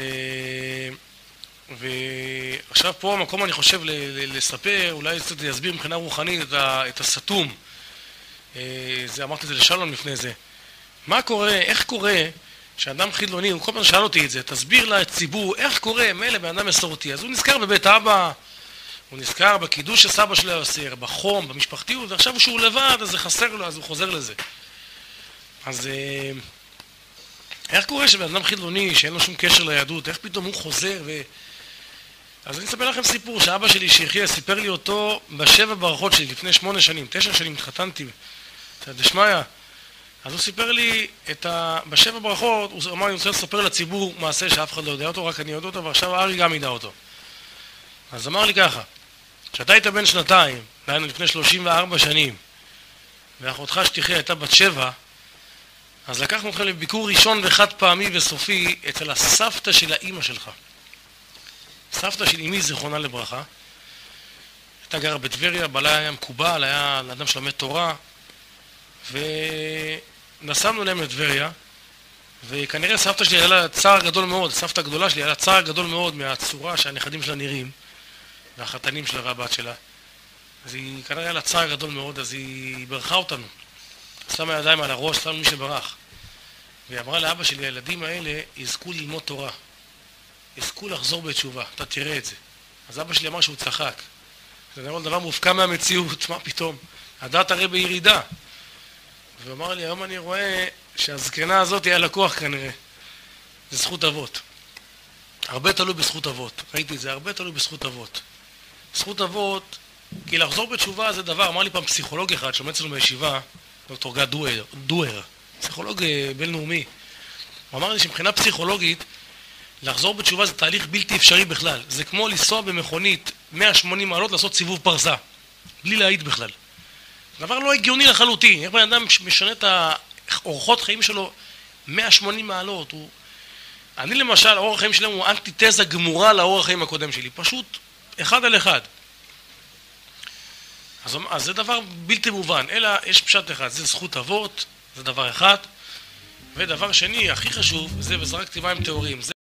ועכשיו פה המקום אני חושב לספר, אולי קצת להסביר מבחינה רוחנית את הסתום. זה, אמרתי את זה לשלום לפני זה. מה קורה, איך קורה שאדם חילוני, הוא כל פעם שאל אותי את זה, תסביר לציבור איך קורה, מילא בן אדם מסורתי. אז הוא נזכר בבית אבא, הוא נזכר בקידוש שסבא שלו עושה, בחום, במשפחתיות, ועכשיו שהוא לבד, אז זה חסר לו, אז הוא חוזר לזה. אז איך קורה שבן אדם חילוני, שאין לו שום קשר ליהדות, איך פתאום הוא חוזר ו... אז אני אספר לכם סיפור שאבא שלי שיחיה סיפר לי אותו בשבע ברכות שלי לפני שמונה שנים, תשע שנים התחתנתי, דשמיא. אז הוא סיפר לי את ה... בשבע ברכות, הוא אמר לי, אני רוצה לספר לציבור מעשה שאף אחד לא יודע אותו, רק אני יודע אותו, ועכשיו ארי גם ידע אותו. אז אמר לי ככה, כשאתה היית בן שנתיים, דהיינו לפני שלושים וארבע שנים, ואחותך שתחיה הייתה בת שבע, אז לקחנו אתכם לביקור ראשון וחד פעמי וסופי אצל הסבתא של האימא שלך. סבתא של אמי זיכרונה לברכה, הייתה גרה בטבריה, בעלה היה מקובל, היה לאדם שלמד תורה, ונסענו להם לטבריה, וכנראה סבתא שלי היה לה צער גדול מאוד, סבתא הגדולה שלי היה לה צער גדול מאוד מהצורה שהנכדים שלה נראים, והחתנים שלה והבת שלה. אז היא כנראה היה לה צער גדול מאוד, אז היא ברכה אותנו. שמה ידיים על הראש, שמה מי שברח. והיא אמרה לאבא שלי, הילדים האלה יזכו ללמוד תורה. יזכו לחזור בתשובה, אתה תראה את זה. אז אבא שלי אמר שהוא צחק. זה נראה דבר מופקע מהמציאות, מה פתאום? הדת הרי בירידה. והוא אמר לי, היום אני רואה שהזקנה הזאת היא הלקוח כנראה. זה זכות אבות. הרבה תלוי בזכות אבות. ראיתי את זה, הרבה תלוי בזכות אבות. זכות אבות, כי לחזור בתשובה זה דבר, אמר לי פעם פסיכולוג אחד שעומד אצלנו בישיבה, דוקטור גד דואר, דואר, פסיכולוג בינלאומי. הוא אמר לי שמבחינה פסיכולוגית, לחזור בתשובה זה תהליך בלתי אפשרי בכלל. זה כמו לנסוע במכונית מאה ושמונים מעלות לעשות סיבוב פרסה, בלי להעיד בכלל. דבר לא הגיוני לחלוטין. איך בן אדם משנה את האורחות חיים שלו מאה ושמונים מעלות. הוא... אני למשל, האורח החיים שלהם הוא אנטיתזה גמורה לאורח החיים הקודם שלי. פשוט אחד על אחד. אז, אז זה דבר בלתי מובן. אלא יש פשט אחד, זה זכות אבות, זה דבר אחד. ודבר שני, הכי חשוב, זה וזרקתי מים טהורים. זה...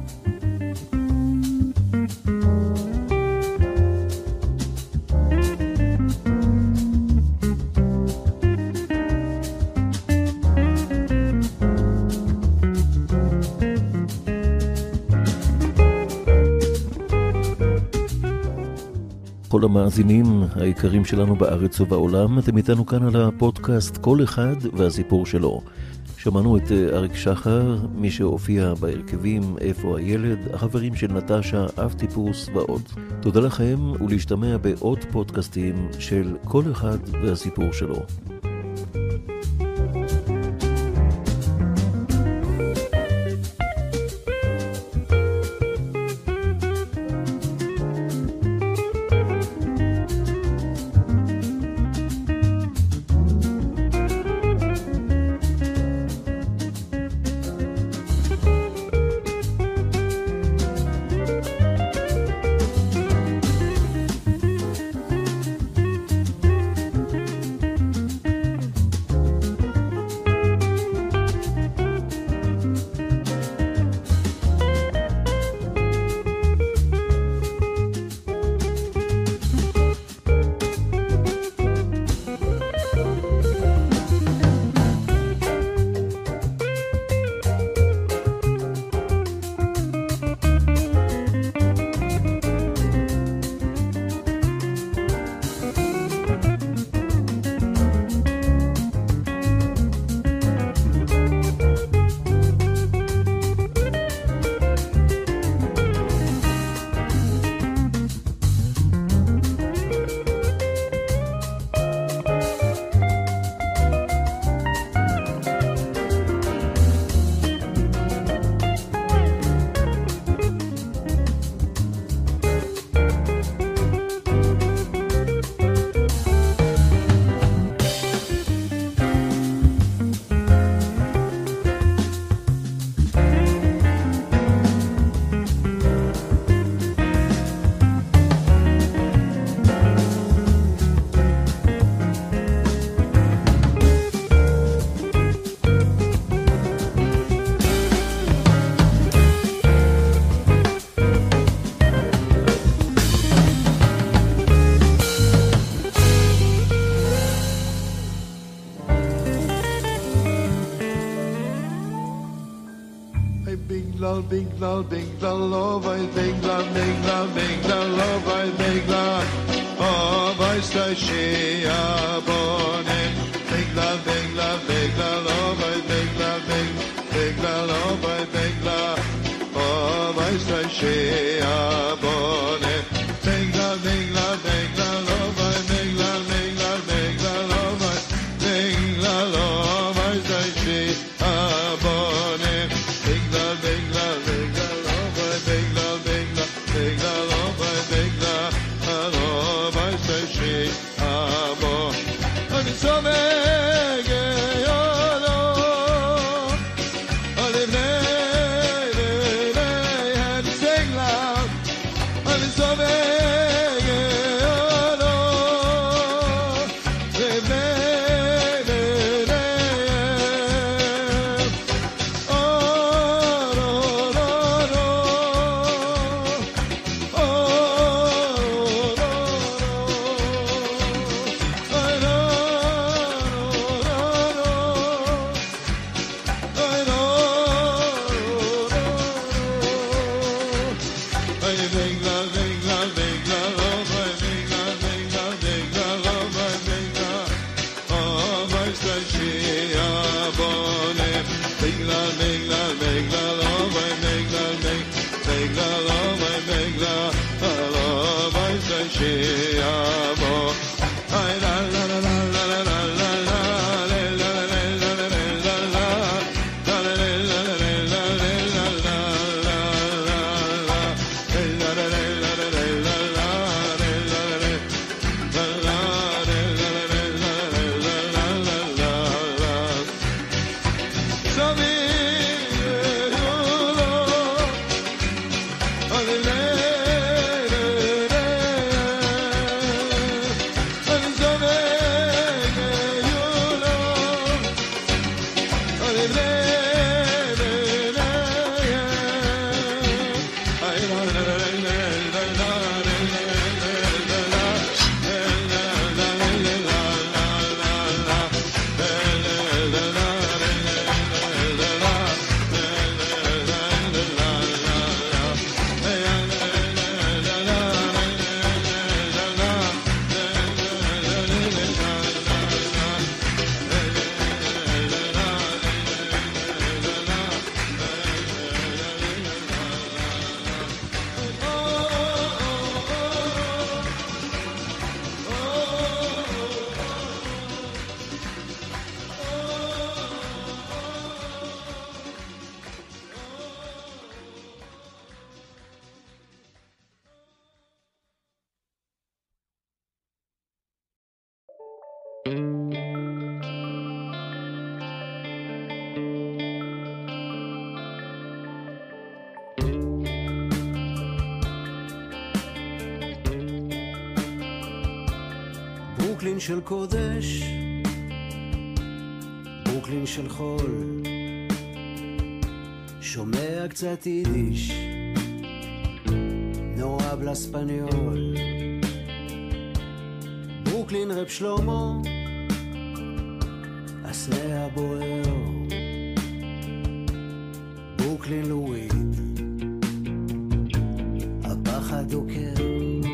כל המאזינים היקרים שלנו בארץ ובעולם, אתם איתנו כאן על הפודקאסט כל אחד והסיפור שלו. שמענו את אריק שחר, מי שהופיע בהרכבים איפה הילד, החברים של נטשה, אב טיפוס ועוד. תודה לכם ולהשתמע בעוד פודקאסטים של כל אחד והסיפור שלו. Bingla, bingla, bingla, love, I bingla, bingla, bingla, love, I bingla. Oh, weißt du, Shea, Bonne. Bingla, bingla, bingla, love, I bingla, bingla, bingla, love, I bingla. Oh, weißt du, Shea, Bonne. Bingla, bingla, bingla, love, I bingla, bingla, bingla, love, I bingla, love, weißt du, Shea, Bonne. Bingla, bingla, bingla, love, I bingla, bingla, bingla, love, I bingla, love, I say she, abo. And it's so mega, yolo. I live lay, lay, lay, and sing loud. And it's so mega, yolo. Live lay, lay, lay. Oh. Come in. ברוקלין של קודש, ברוקלין של חול, שומע קצת יידיש, no habla español. ברוקלין רב שלמה, הסנה הבוער, ברוקלין לואיד, הפחד דוקר.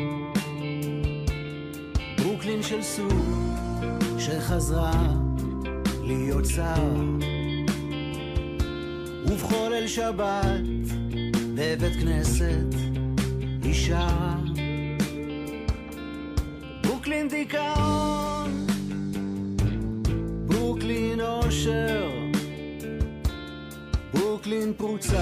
ברוקלין של סוף שחזרה להיות שר, ובכל אל שבת בבית כנסת אישה. ברוקלין דיכאון, ברוקלין אושר, ברוקלין פרוצה,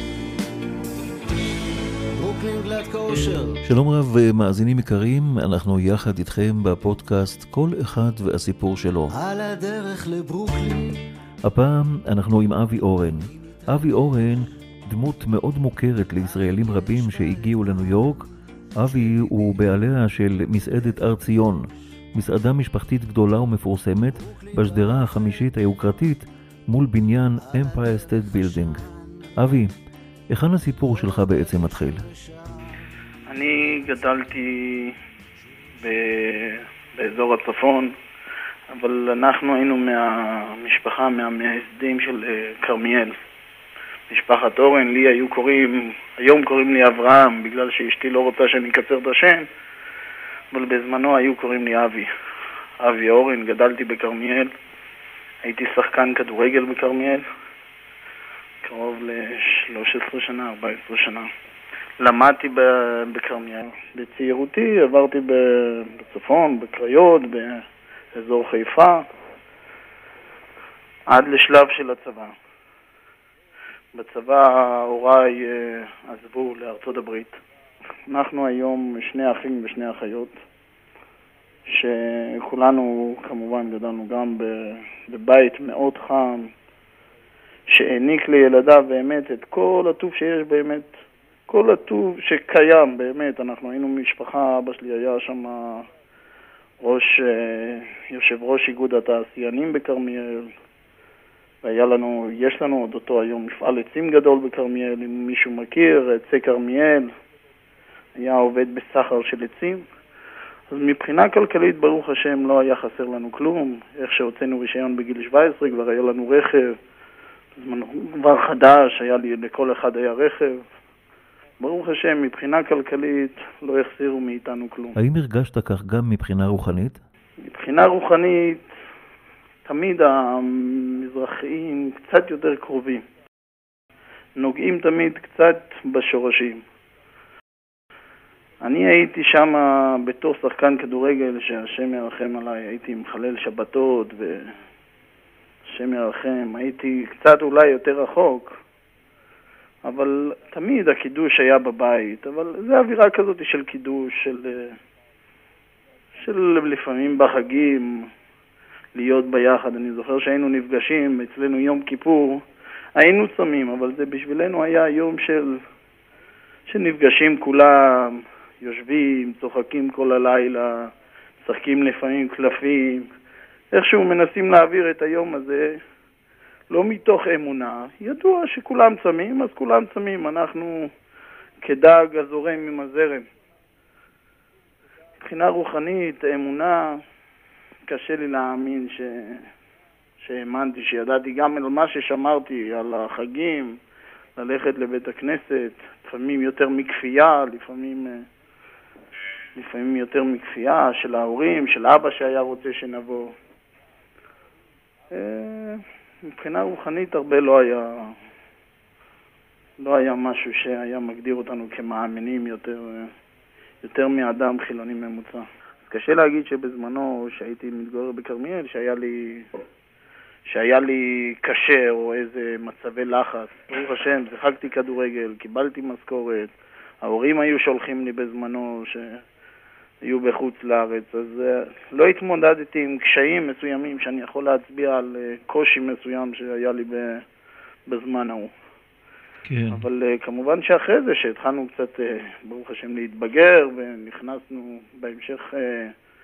ברוקלין גלת כושר. שלום רב מאזינים יקרים, אנחנו יחד איתכם בפודקאסט כל אחד והסיפור שלו. על הדרך לברוקלין. הפעם אנחנו עם אבי אורן. אבי אורן דמות מאוד מוכרת לישראלים רבים שהגיעו לניו יורק. אבי הוא בעליה של מסעדת הר ציון, מסעדה משפחתית גדולה ומפורסמת בשדרה החמישית היוקרתית מול בניין Empire State Building. אבי, היכן הסיפור שלך בעצם מתחיל? אני גדלתי ב... באזור הצפון, אבל אנחנו היינו מהמשפחה, מהמייסדים של קרמיאל. משפחת אורן, לי היו קוראים, היום קוראים לי אברהם, בגלל שאשתי לא רוצה שאני אקצר את השם, אבל בזמנו היו קוראים לי אבי. אבי אורן, גדלתי בקרמיאל, הייתי שחקן כדורגל בקרמיאל, קרוב ל-שלוש עשרה שנה, ארבע עשרה שנה. למדתי בקרמיאל. בצעירותי עברתי בצפון, בקריות, באזור חיפה, עד לשלב של הצבא. בצבא הוריי עזבו לארצות הברית. אנחנו היום שני אחים ושני אחיות, שכולנו כמובן גדלנו גם בבית מאוד חם, שהעניק לילדיו באמת את כל הטוב שיש באמת, כל הטוב שקיים באמת. אנחנו היינו משפחה, אבא שלי היה שם ראש, יושב ראש איגוד התעשיינים בקרמיאל, והיה לנו, יש לנו עוד אותו היום מפעל עצים גדול בקרמיאל, אם מישהו מכיר, עצי קרמיאל, היה עובד בסחר של עצים. אז מבחינה כלכלית ברוך השם לא היה חסר לנו כלום. איך שהוצאנו רישיון בגיל שבע עשרה כבר היה לנו רכב, כבר חדש, היה לי, לכל אחד היה רכב. ברוך השם מבחינה כלכלית לא יחסירו מאיתנו כלום. האם הרגשת כך גם מבחינה רוחנית? מבחינה רוחנית תמיד המזרחיים קצת יותר קרובים, נוגעים תמיד קצת בשורשים. אני הייתי שם בתור שחקן כדורגל שהשם ירחם עליי, הייתי מחלל שבתות והשם ירחם, הייתי קצת אולי יותר רחוק, אבל תמיד הקידוש היה בבית. אבל זה אווירה כזאת של קידוש, של, של לפעמים בחגים להיות ביחד. אני זוכר שהיינו נפגשים אצלנו יום כיפור, היינו צמים, אבל זה בשבילנו היה יום של שנפגשים כולם, יושבים, צוחקים כל הלילה, משחקים לפעמים קלפים, איכשהו מנסים להעביר את היום הזה, לא מתוך אמונה. ידוע שכולם צמים, אז כולם צמים, אנחנו כדג הזורם עם הזרם. מבחינה רוחנית, אמונה, קשה לי להאמין ש... שהאמנתי, שידעתי גם על מה ששמרתי, על החגים, ללכת לבית הכנסת, לפעמים יותר מכפייה, לפעמים, לפעמים יותר מכפייה של ההורים, של אבא שהיה רוצה שנבוא. מבחינה רוחנית הרבה לא היה, לא היה משהו שהיה מגדיר אותנו כמאמינים יותר, יותר מאדם חילוני ממוצע. אז קשה להגיד שבזמנו שהייתי מתגורר בקרמיאל, שהיה לי, שהיה לי קשה או איזה מצבי לחץ. ברוך השם, שיחקתי כדורגל, קיבלתי משכורת, ההורים היו שולחים לי בזמנו שהיו בחוץ לארץ, אז לא התמודדתי עם קשיים מסוימים שאני יכול להצביע על קושי מסוים שהיה לי בזמן ההוא. כן. אבל כמובן שאחרי זה שהתחלנו קצת, ברוך השם, להתבגר, ונכנסנו בהמשך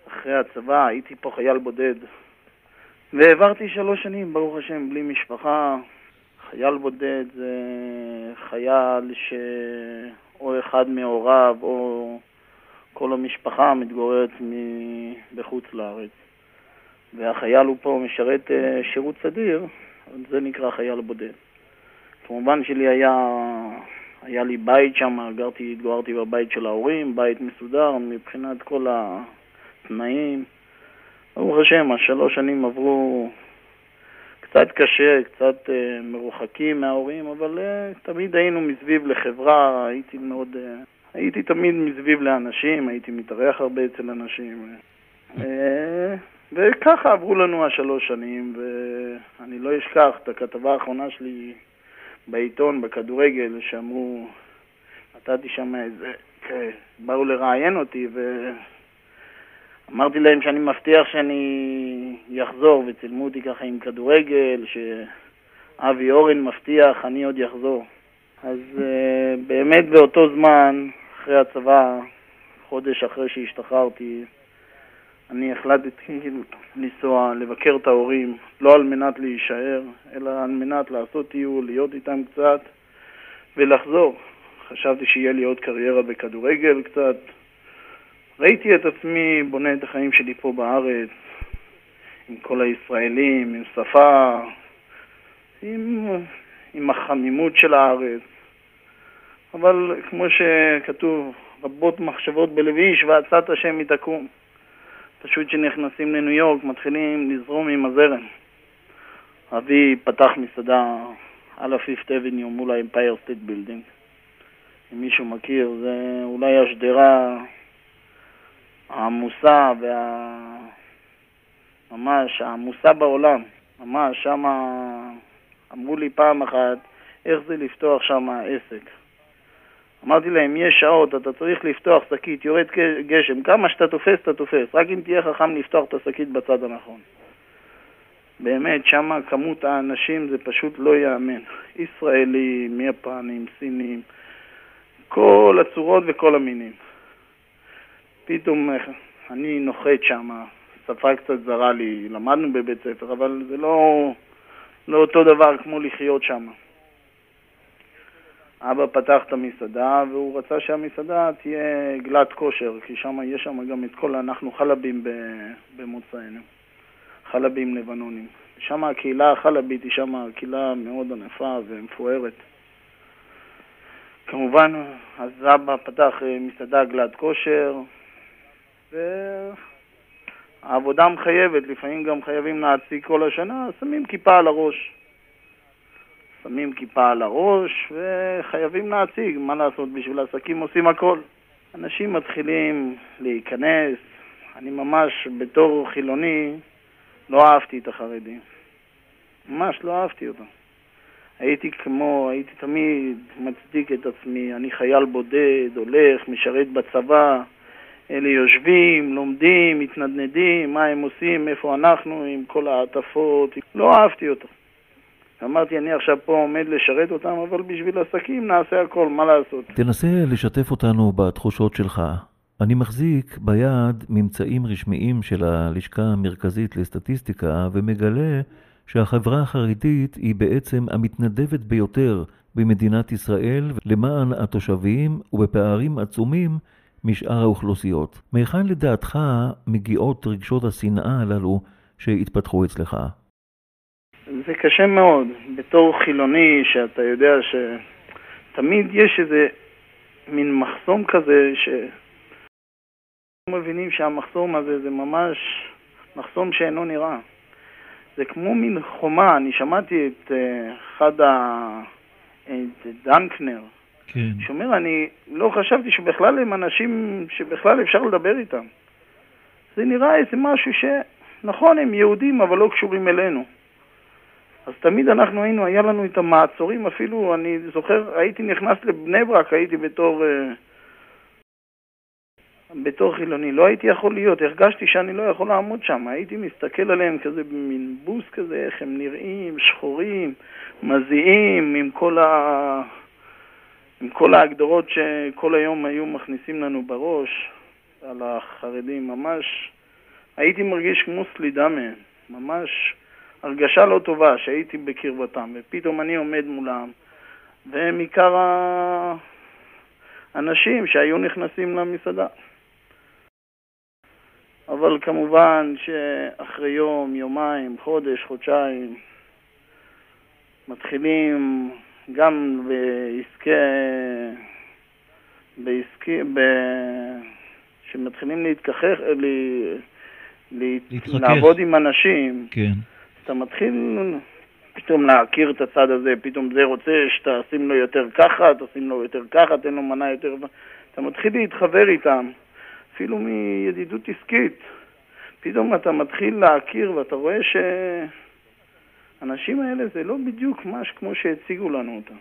אחרי הצבא, הייתי פה חייל בודד. והעברתי שלוש שנים, ברוך השם, בלי משפחה. חייל בודד זה חייל שאו אחד מהוריו או כל המשפחה מתגוררת בחוץ לארץ. והחייל הוא פה משרת שירות סדיר, זה נקרא חייל בודד. כמובן שלי היה, היה לי בית שם, גרתי, התגוררתי בבית של ההורים, בית מסודר מבחינת כל התנאים. ברוך השם, השלוש שנים עברו קצת קשה, קצת uh, מרוחקים מההורים, אבל uh, תמיד היינו מסביב לחברה, הייתי מאוד, uh, הייתי תמיד מסביב לאנשים, הייתי מתארח הרבה אצל אנשים. Uh, וככה עברו לנו השלוש שנים, ואני לא אשכח את הכתבה האחרונה שלי בעיתון, בכדורגל, שאמרו, נתתי שם איזה, באו לראיין אותי, ואמרתי להם שאני מבטיח שאני יחזור, וצילמו אותי ככה עם כדורגל, שאבי אורן מבטיח, אני עוד יחזור. אז uh, באמת באותו זמן, אחרי הצבא, חודש אחרי שהשתחררתי, אני החלטתי לנסוע, לבקר את ההורים, לא על מנת להישאר, אלא על מנת לעשות טיול, להיות איתם קצת ולחזור. חשבתי שיהיה לי עוד קריירה בכדורגל קצת. ראיתי את עצמי בונה את החיים שלי פה בארץ, עם כל הישראלים, עם שפה, עם, עם החמימות של הארץ. אבל כמו שכתוב, רבות מחשבות בלב איש ועצת השם יתקום. פשוט שנכנסים לניו יורק, מתחילים לזרום עם הזרם. אבי פתח מסעדה על ה-פיפט אבניו מול האמפייר סטייט בילדינג. אם מישהו מכיר, זה אולי השדרה העמוסה וה... ממש העמוסה בעולם. ממש שמה אמרו לי פעם אחת איך זה לפתוח שם עסק. אמרתי להם, יש שעות, אתה צריך לפתוח שקית, יורד גשם, כמה שאתה תופס, אתה תופס, רק אם תהיה חכם לפתוח את השקית בצד הנכון. באמת, שמה כמות האנשים זה פשוט לא יאמן. ישראלים, יפנים, סינים, כל הצורות וכל המינים. פתאום אני נוחת שמה, שפה קצת זרה לי, למדנו בבית ספר, אבל זה לא, לא אותו דבר כמו לחיות שמה. אבא פתח את המסעדה, והוא רצה שהמסעדה תהיה גלת כושר, כי שם יש שם גם את כל, אנחנו חלבים במוצאינו, חלבים לבנונים. שם הקהילה החלבית היא שם קהילה מאוד ענפה ומפוארת. כמובן, אז אבא פתח מסעדה גלת כושר, והעבודה מחייבת, לפעמים גם חייבים להציג כל השנה, שמים כיפה על הראש. שמים כיפה על הראש וחייבים להציג, מה לעשות, בשביל העסקים עושים הכל. אנשים מתחילים להיכנס, אני ממש בתור חילוני לא אהבתי את החרדים, ממש לא אהבתי אותם. הייתי כמו, הייתי תמיד מצדיק את עצמי, אני חייל בודד, הולך, משרת בצבא, אלה יושבים, לומדים, מתנדנדים, מה הם עושים, איפה אנחנו עם כל העטפות, לא אהבתי אותם. אמרתי, אני עכשיו פה עומד לשרת אותם, אבל בשביל עסקים נעשה הכל, מה לעשות? תנסה לשתף אותנו בתחושות שלך. אני מחזיק ביד ממצאים רשמיים של הלשכה המרכזית לסטטיסטיקה, ומגלה שהחברה החרדית היא בעצם המתנדבת ביותר במדינת ישראל, למען התושבים ובפערים עצומים משאר האוכלוסיות. מהיכן לדעתך מגיעות רגשות השנאה הללו שהתפתחו אצלך? זה קשה מאוד, בתור חילוני שאתה יודע שתמיד יש איזה מין מחסום כזה שמבינים שהמחסום הזה זה ממש מחסום שאינו נראה. זה כמו מין חומה, אני שמעתי את אחד ה... את דנקנר, כן. שאומר, אני לא חשבתי שבכלל הם אנשים שבכלל אפשר לדבר איתם. זה נראה איזה משהו שנכון, הם יהודים אבל לא קשורים אלינו. אז תמיד אנחנו היינו, היה לנו את המעצורים, אפילו אני זוכר, הייתי נכנס לבני ברק, הייתי בתור, בתור חילוני, לא הייתי יכול להיות, הרגשתי שאני לא יכול לעמוד שם, הייתי מסתכל עליהם כזה במין בוס כזה, איך הם נראים, שחורים, מזיעים, עם כל, ה... עם כל ההגדרות שכל היום היו מכניסים לנו בראש, על החרדים, ממש הייתי מרגיש כמו סלידה מהם, ממש הרגשה לא טובה שהייתי בקרבתם, ופתאום אני עומד מולם, והם עיקר האנשים שהיו נכנסים למסעדה. אבל כמובן שאחרי יום, יומיים, חודש, חודשיים, מתחילים גם בעסקי, בעסקי, ב... שמתחילים להתכחך, ל... להתחכך. לעבוד עם אנשים. כן. אתה מתחיל פתאום להכיר את הצד הזה, פתאום זה רוצה שתשים לו יותר ככה, תשים לו יותר ככה, תן לו מנה יותר... אתה מתחיל להתחבר איתם, אפילו מידידות עסקית. פתאום אתה מתחיל להכיר ואתה רואה שהאנשים האלה זה לא בדיוק מש כמו שהציגו לנו אותם.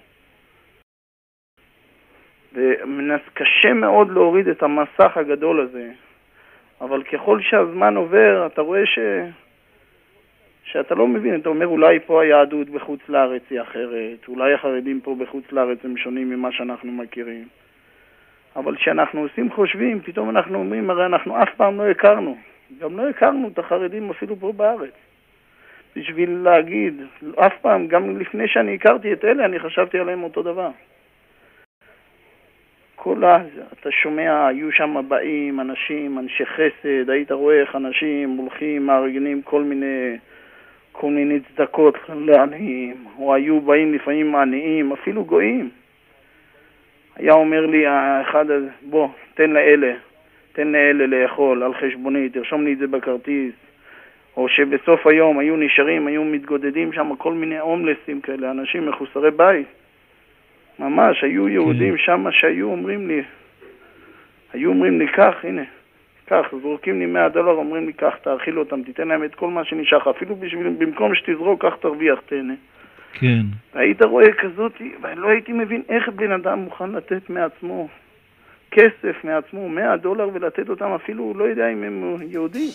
וקשה מאוד להוריד את המסך הגדול הזה, אבל ככל שהזמן עובר אתה רואה ש... שאתה לא מבין, אתה אומר אולי פה היהדות בחוץ לארץ היא אחרת, אולי החרדים פה בחוץ לארץ הם שונים ממה שאנחנו מכירים. אבל כשאנחנו עושים חושבים, פתאום אנחנו אומרים, הרי אנחנו אף פעם לא הכרנו, גם לא הכרנו את החרדים אפילו פה בארץ. בשביל להגיד, אף פעם, גם לפני שאני הכרתי את אלה, אני חשבתי עליהם אותו דבר. כל אז, אתה שומע, היו שם באים אנשים, אנשי חסד, היית רואה איך אנשים הולכים, מארגנים כל מיני, כל מיני צדקות לעניים, או היו באים לפעמים עניים, אפילו גויים. היה אומר לי האחד הזה, בוא, תן לאלה, תן לאלה לאכול על חשבוני, תרשום לי את זה בכרטיס. או שבסוף היום היו נשארים, היו מתגודדים שם כל מיני הומלסים כאלה, אנשים מחוסרי בית. ממש, היו יהודים שם שהיו אומרים לי, היו אומרים לי, כך, הנה, כך, זורקים לי מאה דולר, אומרים לי, כך, תאכיל אותם, תיתן להם את כל מה שנשאר, אפילו בשביל, במקום שתזרוק, כך תרוויח, תהנה. כן. והיית רואה כזאת, ואני לא הייתי מבין איך בן אדם מוכן לתת מעצמו כסף מעצמו, מאה דולר, ולתת אותם אפילו, לא יודע אם הם יהודים.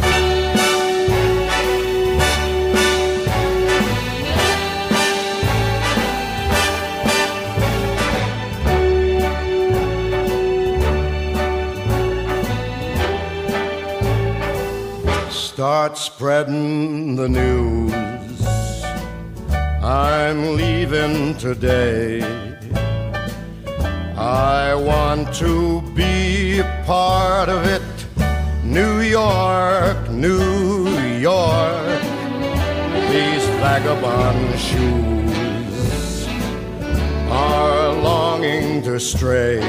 Start spreading the news. I'm leaving today. I want to be a part of it. New York, New York. These vagabond shoes are longing to stray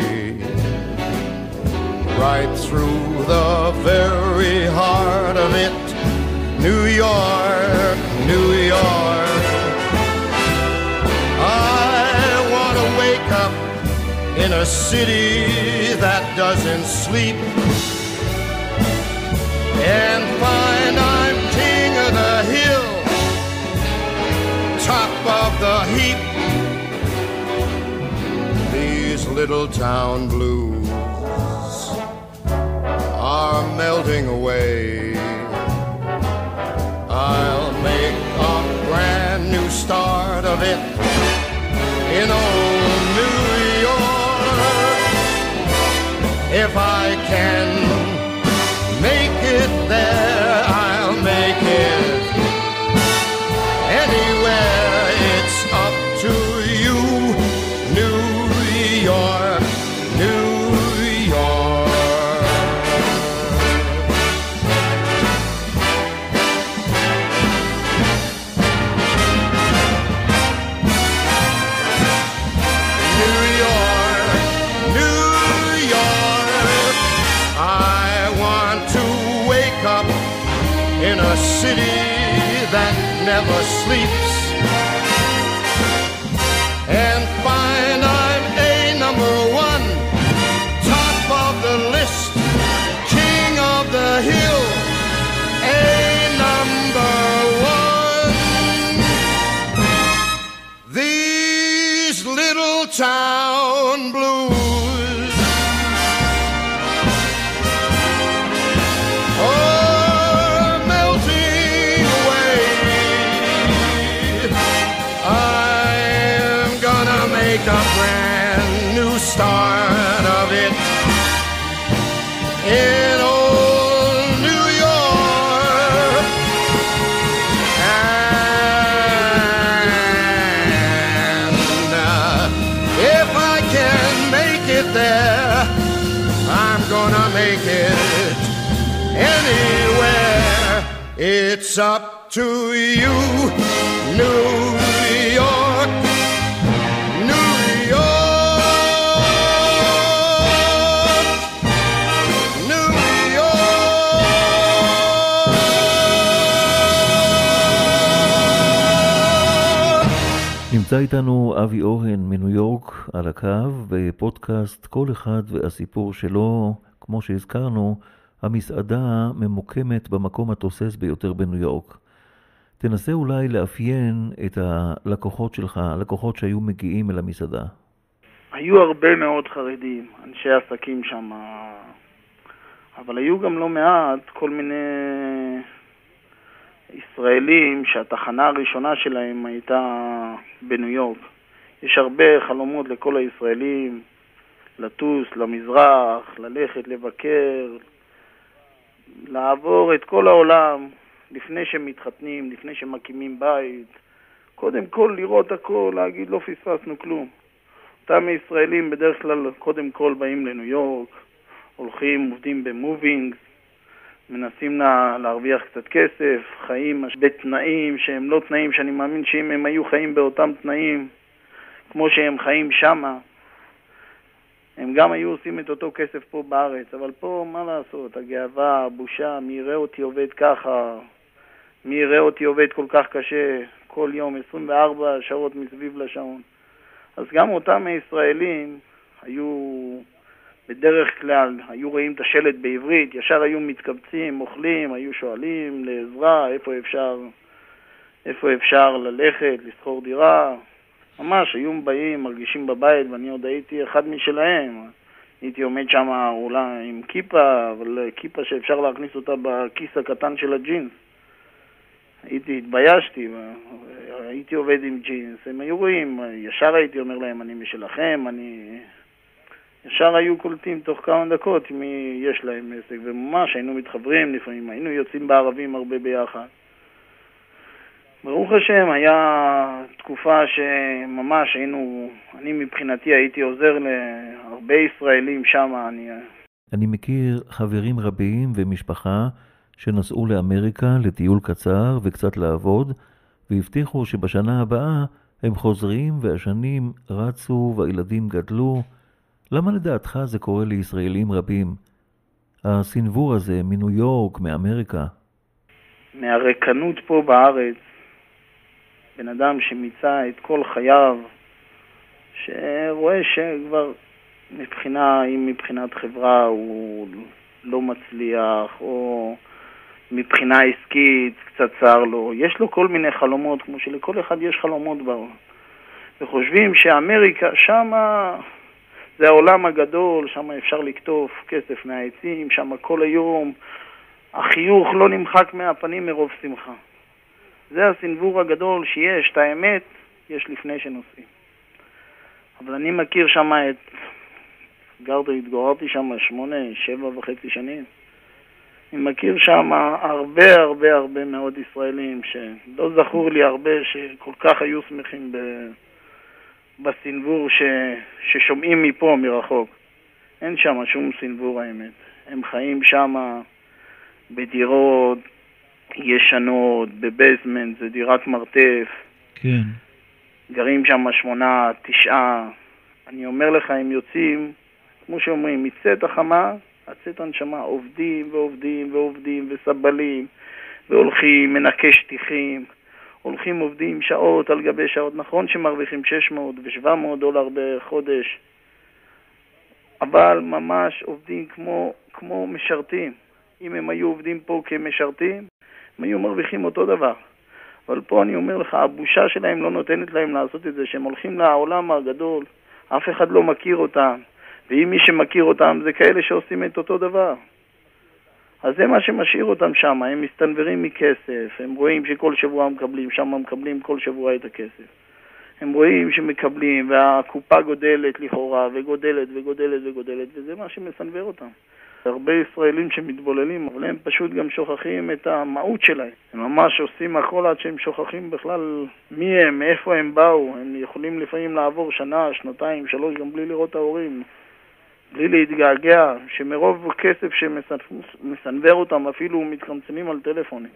right through the very heart of it. New York, New York. I want to wake up in a city that doesn't sleep and find I'm king of the hill, top of the heap. These little town blues are melting away. I'll make a brand new start of it in old New York. If I can make it there, I'll make it anywhere. It's up to you, New York, New York. In a city that never sleeps and find I'm a number one, top of the list, king of the hill, a number one. These little town blues a brand new start of it in old New York. It's up to you, New York, New York, New York. נמצא איתנו אבי אורן מניו יורק על הקו בפודקאסט כל אחד והסיפור שלו. כמו שהזכרנו, המסעדה ממוקמת במקום התוסס ביותר בניו יורק. תנסה אולי לאפיין את הלקוחות שלך, הלקוחות שהיו מגיעים אל המסעדה. היו הרבה מאוד חרדים, אנשי עסקים שם, אבל היו גם לא מעט כל מיני ישראלים שהתחנה הראשונה שלהם הייתה בניו יורק. יש הרבה חלומות לכל הישראלים, לטוס למזרח, ללכת לבקר, לעבור את כל העולם לפני שמתחתנים, לפני שמקימים בית. קודם כל לראות הכל, להגיד לא פספסנו כלום. אותם הישראלים בדרך כלל קודם כל באים לניו יורק, הולכים, עובדים במובינג, מנסים לה, להרוויח קצת כסף, חיים בתנאים שהם לא תנאים שאני מאמין שאם הם היו חיים באותם תנאים כמו שהם חיים שמה, הם גם היו עושים את אותו כסף פה בארץ. אבל פה מה לעשות, הגאווה, הבושה, מי יראה אותי עובד ככה, מי יראה אותי עובד כל כך קשה, כל יום עשרים וארבע שעות מסביב לשעון. אז גם אותם הישראלים היו בדרך כלל, היו רואים את השלט בעברית, ישר היו מתקבצים, אוכלים, היו שואלים לעזרה, איפה אפשר, איפה אפשר ללכת, לסחור דירה. ממש, היו באים, מרגישים בבית, ואני עוד הייתי אחד משלהם. הייתי עומד שם אולי עם כיפה, אבל כיפה שאפשר להכניס אותה בכיס הקטן של הג'ינס. הייתי, התביישתי, הייתי עובד עם ג'ינס. הם היו רואים, ישר הייתי אומר להם, אני משלכם, אני... ישר היו קולטים תוך כמה דקות מי יש להם עסק, וממש היינו מתחברים לפעמים, היינו יוצאים בערבים הרבה ביחד. ברוך השם, היה תקופה שממש היינו, אני מבחינתי הייתי עוזר להרבה ישראלים שם. אני, אני מכיר חברים רבים ומשפחה שנסעו לאמריקה לטיול קצר וקצת לעבוד, והבטיחו שבשנה הבאה הם חוזרים והשנים רצו והילדים גדלו. למה לדעתך זה קורה לישראלים רבים? הסנבור הזה מניו יורק, מאמריקה. מהרקנות פה בארץ, בן אדם שמיצה את כל חייו, שרואה שכבר מבחינה, אם מבחינת חברה הוא לא מצליח, או מבחינה עסקית קצת צר לו, יש לו כל מיני חלומות, כמו שלכל אחד יש חלומות בעולם. וחושבים שאמריקה שמה זה העולם הגדול, שמה אפשר לקטוף כסף מהעצים, שמה כל היום החיוך לא נמחק מהפנים מרוב שמחה. זה הסנבור הגדול שיש, את האמת יש לפני שנוסעים. אבל אני מכיר שם את, גרתי, התגוררתי שם שמונה, שבע וחצי שנים. אני מכיר שם הרבה הרבה הרבה מאוד ישראלים שלא זכור לי הרבה שכל כך היו שמחים ב... בסנבור ש... ששומעים מפה מרחוק. אין שם שום סנבור האמת. הם חיים שם בדירות ישנות, בבייסמנט, זה דירת מרתף. כן. גרים שם שמונה, תשעה. אני אומר לך, הם יוצאים, כמו שאומרים, מצאת החמה, הצאת הנשמה, עובדים ועובדים ועובדים וסבלים, והולכים, מנקה שטיחים, הולכים עובדים שעות על גבי שעות. נכון שמרוויחים שש מאות ושבע מאות דולר בחודש, אבל ממש עובדים כמו, כמו משרתים. אם הם היו עובדים פה כמשרתים, הם היו מרוויחים אותו דבר. אבל פה אני אומר לך, הבושה שלהם לא נותנת להם לעשות את זה, שהם הולכים לעולם הגדול, אף אחד לא מכיר אותם, ואם מי שמכיר אותם זה כאלה שעושים את אותו דבר. אז זה מה שמשאיר אותם שם, הם מסתנברים מכסף, הם רואים שכל שבוע מקבלים, שם מקבלים כל שבוע את הכסף. הם רואים שמקבלים, והקופה גודלת לכאורה, וגודלת וגודלת וגודלת, וזה מה שמסנבר אותם. הרבה ישראלים שמתבוללים, אבל הם פשוט גם שוכחים את המהות שלהם. הם ממש עושים הכל עד שהם שוכחים בכלל מי הם, מאיפה הם באו. הם יכולים לפעמים לעבור שנה, שנתיים, שלוש, גם בלי לראות ההורים, בלי להתגעגע, שמרוב כסף שמסנבר אותם אפילו מתקמצנים על טלפונים.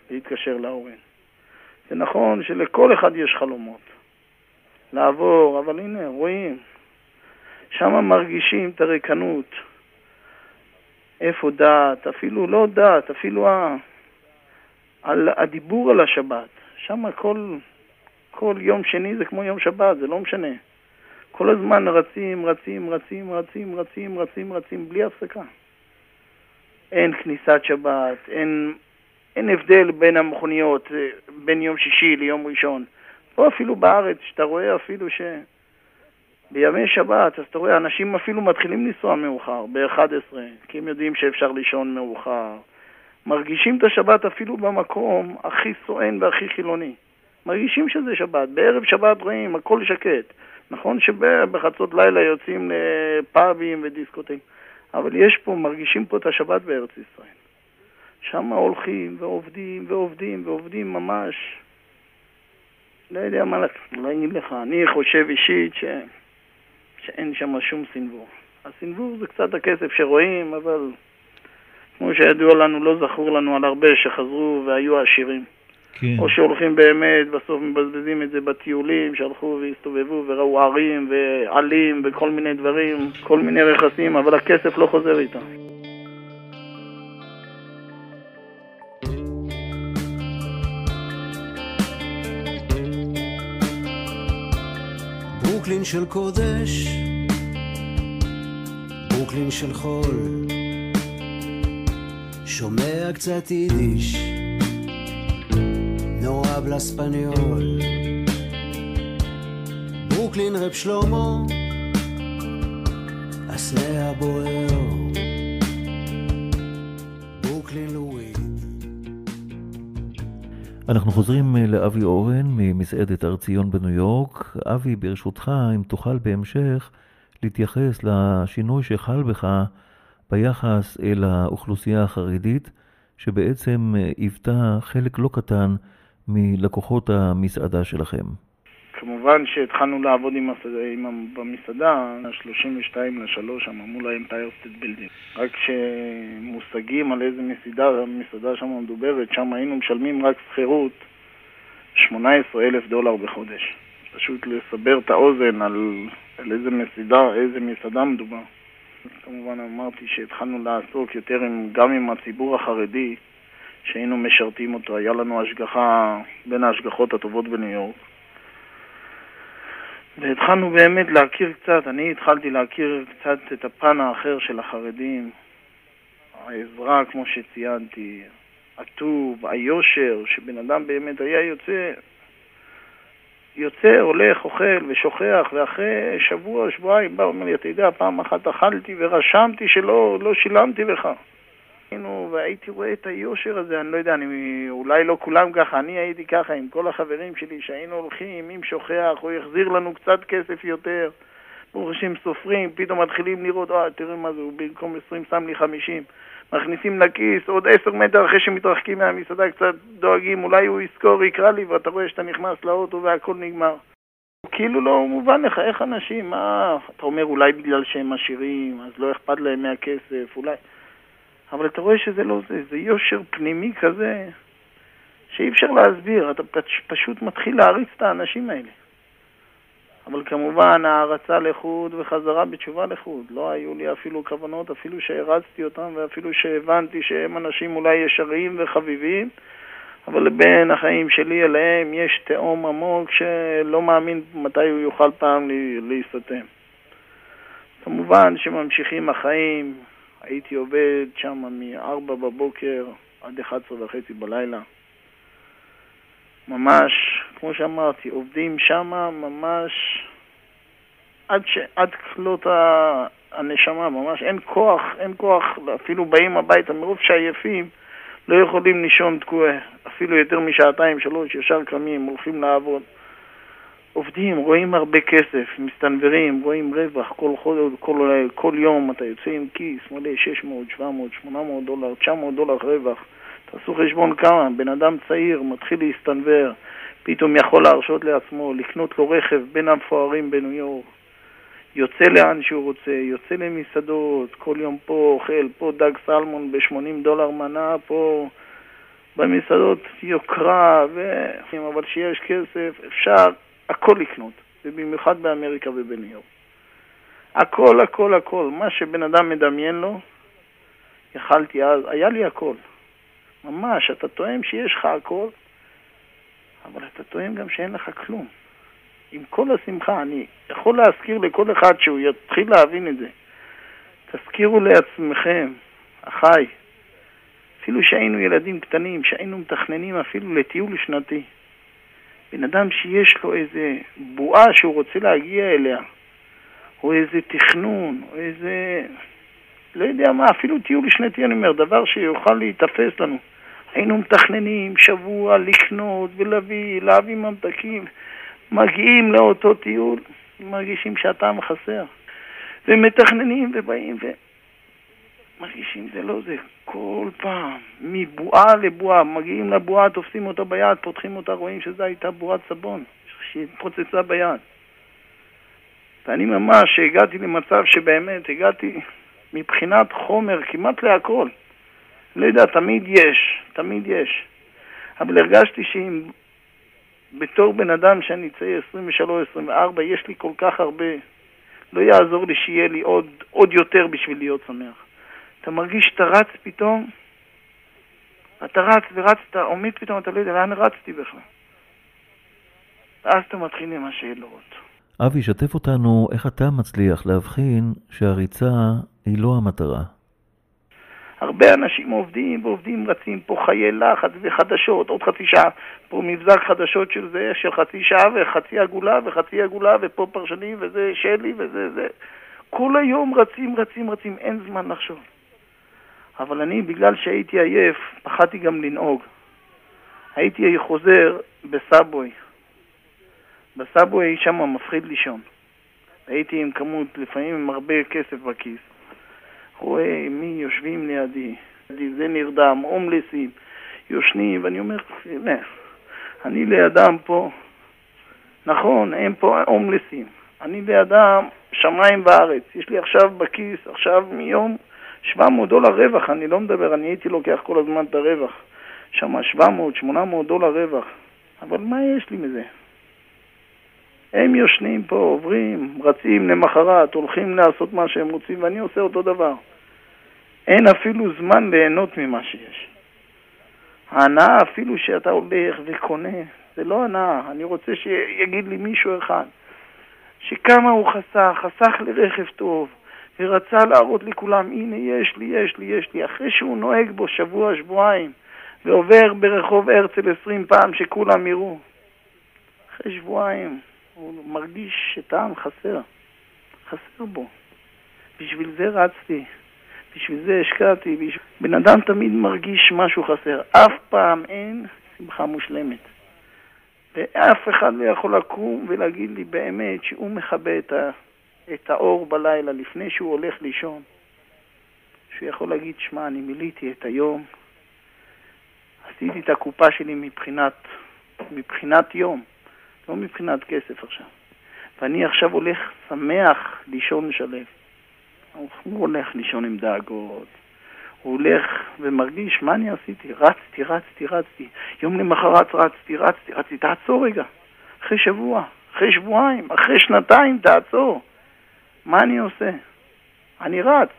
להתקשר להורים. זה נכון שלכל אחד יש חלומות לעבור, אבל הנה, רואים, שם מרגישים את הריקנות. איפה דת, אפילו לא דת, אפילו ה... על הדיבור על השבת. שם כל, כל יום שני זה כמו יום שבת, זה לא משנה. כל הזמן רצים, רצים, רצים, רצים, רצים, רצים, רצים, בלי הפסקה. אין כניסת שבת, אין, אין הבדל בין המכוניות, בין יום שישי ליום ראשון. פה אפילו בארץ, שאתה רואה אפילו שבימי שבת, אז אתה רואה, אנשים אפילו מתחילים לנסוע מאוחר, ב-אחת עשרה, כי הם יודעים שאפשר לישון מאוחר. מרגישים את השבת אפילו במקום הכי סואן והכי חילוני. מרגישים שזה שבת. בערב שבת רואים, הכל שקט. נכון שבחצות לילה יוצאים לפאבים ודיסקוטים, אבל יש פה, מרגישים פה את השבת בארץ ישראל. שם הולכים ועובדים ועובדים ועובדים ממש. לא יודע מה להגיד לך. אני חושב אישית ש... שאין שם שום סנבור. הסנבור זה קצת הכסף שרואים, אבל כמו שידוע לנו, לא זכור לנו על הרבה שחזרו והיו עשירים. כן. או שהולכים באמת, בסוף מבזבזים את זה בטיולים, שהלכו והסתובבו וראו ערים ועלים וכל מיני דברים, כל מיני רכסים, אבל הכסף לא חוזר איתם. ברוקלין של קודש, ברוקלין של חול, שומע קצת יידיש, no habla español. ברוקלין רב שלמה, הסנה הבוער, ברוקלין לואי. אנחנו חוזרים לאבי אורן ממסעדת הר ציון בניו יורק. אבי, ברשותך, אם תוכל בהמשך להתייחס לשינוי שחל בך ביחס אל האוכלוסייה החרדית, שבעצם היוותה חלק לא קטן מלקוחות המסעדה שלכם. כמובן שהתחלנו לעבוד עם המסעדה, עם, במסעדה, שלושים ושתיים לשלוש, שם מול האמפייר סטייט בילדינג. רק שמושגים על איזה מסעדה, המסעדה שם מדוברת, שם היינו משלמים רק שכירות שמונה עשרה אלף דולר בחודש. פשוט לסבר את האוזן על, על איזה מסעדה, איזה מסעדה מדובר. כמובן אמרתי שהתחלנו לעסוק יותר עם, גם עם הציבור החרדי, שהיינו משרתים אותו. היה לנו השגחה, בין ההשגחות הטובות בניו יורק. והתחלנו באמת להכיר קצת, אני התחלתי להכיר קצת את הפן האחר של החרדים. העזרה, כמו שציינתי, הטוב, היושר, שבן אדם באמת היה יוצא, יוצא, הולך, אוכל ושוכח, ואחרי שבוע, שבועיים, בא, אומר לי, אתה יודע, פעם אחת אכלתי ורשמתי שלא לא שילמתי לך. והייתי רואה את היושר הזה, אני לא יודע, אני, אולי לא כולם ככה, אני הייתי ככה עם כל החברים שלי שהיינו הולכים, אם שוכח, הוא יחזיר לנו קצת כסף יותר, ברוך השם סופרים, פתאום מתחילים לראות, אה, תראי מה זה, הוא במקום עשרים שם לי חמישים, מכניסים לכיס, עוד עשר מטר אחרי שמתרחקים מהמסעדה, קצת דואגים, אולי הוא יזכור, יקרא לי, ואתה רואה שאתה נכנס לאוטו והכל נגמר. כאילו לא מובן לך, איך אנשים, מה, אתה אומר אולי בגלל שהם עשירים, אז לא אכפת להם מהכסף, אולי... אבל אתה רואה שזה לא זה, זה יושר פנימי כזה שאי אפשר להסביר, אתה פשוט מתחיל להריץ את האנשים האלה. אבל כמובן הערצה לחוד וחזרה בתשובה לחוד, לא היו לי אפילו כוונות, אפילו שהרצתי אותם ואפילו שהבנתי שהם אנשים אולי ישרים וחביבים, אבל בין החיים שלי אליהם יש תאום עמוק שלא מאמין מתי הוא יוכל פעם להסתתם. כמובן שממשיכים החיים, הייתי עובד שם מ-ארבע בבוקר עד אחת עשרה וחצי בלילה. ממש, כמו שאמרתי, עובדים שם ממש עד, ש... עד כלות הנשמה, ממש אין כוח, אין כוח, אפילו באים הביתה מרוב שעייפים, לא יכולים לישון תקועה, אפילו יותר משעתיים, שלוש, ישר קמים, הולכים לעבוד. עובדים, רואים הרבה כסף, מסתנברים, רואים רווח, כל, כל, כל, כל יום אתה יוצא עם כיס, מלא שש מאות, שבע מאות, שמונה מאות דולר, תשע מאות דולר רווח. תעשו חשבון כמה, בן אדם צעיר מתחיל להסתנבר, פתאום יכול להרשות לעצמו, לקנות לו רכב בין המפוארים בניו יורק, יוצא לאן שהוא רוצה, יוצא למסעדות, כל יום פה אוכל, פה דג סלמון ב-שמונים דולר מנה, פה במסעדות יוקרה, ו... אבל שיש כסף, אפשר הכל לקנות, ובמיוחד באמריקה ובניו יורק. הכל, הכל, הכל. מה שבן אדם מדמיין לו, יכלתי אז, היה לי הכל. ממש, אתה טועם שיש לך הכל, אבל אתה טועם גם שאין לך כלום. עם כל השמחה, אני יכול להזכיר לכל אחד שהוא יתחיל להבין את זה. תזכירו לעצמכם, אחי, אפילו שהיינו ילדים קטנים, שהיינו מתכננים אפילו לטיול שנתי. בן אדם שיש לו איזה בועה שהוא רוצה להגיע אליה, או איזה תכנון, או איזה, לא יודע מה, אפילו טיול שנתי, אני אומר, דבר שיוכל להתאפס לנו. היינו מתכננים שבוע לקנות ולהביא, להביא ממתקים, מגיעים לאותו טיול, מרגישים שהטעם חסר. ומתכננים ובאים ומרגישים זה לא זה. כל פעם, מבועה לבועה, מגיעים לבועה, תופסים אותה ביד, פותחים אותה, רואים שזו הייתה בועת סבון, שהתפוצצה ביד. ואני ממש הגעתי למצב שבאמת הגעתי מבחינת חומר כמעט להכל. לא יודע, תמיד יש, תמיד יש. אבל הרגשתי שאם בתור בן אדם שאני צעיר עשרים ושלוש עשרים וארבע, יש לי כל כך הרבה, לא יעזור לי שיהיה לי עוד, עוד יותר בשביל להיות שמח. אתה מרגיש שאתה רץ פתאום, אתה רץ ורצת, עומד פתאום, אתה לא יודע, לאן רצתי בכלל. ואז אתה מתחיל עם השאלות. אבי, שתף אותנו איך אתה מצליח להבחין שהריצה היא לא המטרה. הרבה אנשים עובדים ועובדים, רצים פה חיי לחץ וחדשות, עוד חצי שעה, פה מבזק חדשות של זה, של חצי שעה וחצי עגולה וחצי עגולה, ופה פרשנים וזה שלי וזה זה. כל היום רצים, רצים, רצים, אין זמן לחשוב. אבל אני, בגלל שהייתי עייף, פחדתי גם לנהוג. הייתי חוזר בסאבווי. בסאבווי שם מפחיד לישון. הייתי עם כמות, לפעמים עם הרבה כסף בכיס. רואה מי יושבים לידי, זה נרדם, הומלסים, יושנים, ואני אומר, הנה, אני לידם פה, נכון, הם פה הומלסים, אני לידם שמיים בארץ, יש לי עכשיו בכיס, עכשיו מיום שבע מאות דולר רווח, אני לא מדבר, אני הייתי לוקח כל הזמן את הרווח, שם שבע מאות, שמונה מאות דולר רווח, אבל מה יש לי מזה? הם יושנים פה, עוברים, רצים למחרת, הולכים לעשות מה שהם רוצים, ואני עושה אותו דבר. אין אפילו זמן ליהנות ממה שיש. ההנאה אפילו שאתה הולך וקונה, זה לא הנאה. אני רוצה שיגיד לי מישהו אחד, שכמה הוא חסך, חסך לרכב טוב, ורצה להראות לכולם, הנה יש לי, יש לי, יש לי. אחרי שהוא נוהג בו שבוע, שבועיים, ועובר ברחוב הרצל עשרים פעם שכולם יראו. אחרי שבועיים, הוא מרגיש שטעם חסר, חסר בו. בשביל זה רצתי, בשביל זה השקעתי. בשביל... בן אדם תמיד מרגיש משהו חסר. אף פעם אין שמחה מושלמת. ואף אחד לא יכול לקום ולהגיד לי באמת שהוא מכבה את, ה... את האור בלילה לפני שהוא הולך לישון. שהוא יכול להגיד, שמע, אני מיליתי את היום, עשיתי את הקופה שלי מבחינת, מבחינת יום. לא מבחינת כסף עכשיו. ואני עכשיו הולך שמח לישון שלב. הוא הולך לישון עם דאגות. הוא הולך ומרגיש, מה אני עשיתי? רצתי, רצתי, רצתי. יום למחרת רצתי, רצתי, רצתי. תעצור רגע. אחרי שבוע, אחרי שבועיים, אחרי שנתיים, תעצור. מה אני עושה? אני רץ.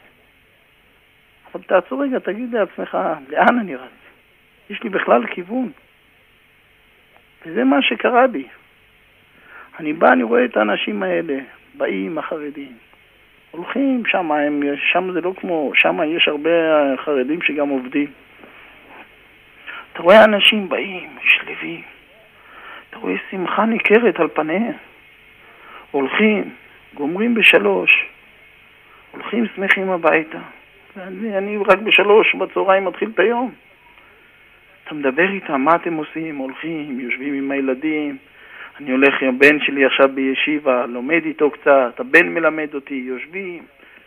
אבל תעצור רגע, תגיד לעצמך, לאן אני רץ? יש לי בכלל כיוון. וזה מה שקרה בי. אני בא, אני רואה את האנשים האלה, באים החרדים, הולכים שם, הם, שם זה לא כמו, שם יש הרבה חרדים שגם עובדים. אתה רואה אנשים באים, שלבים, אתה רואה שמחה ניכרת על פניהם, הולכים, גומרים בשלוש, הולכים שמחים הביתה, ואני אני רק בשלוש בצהריים מתחיל את היום. אתה מדבר איתם, מה אתם עושים? הולכים, יושבים עם הילדים, אני הולך עם הבן שלי עכשיו בישיבה, לומד איתו קצת, הבן מלמד אותי, יושבים.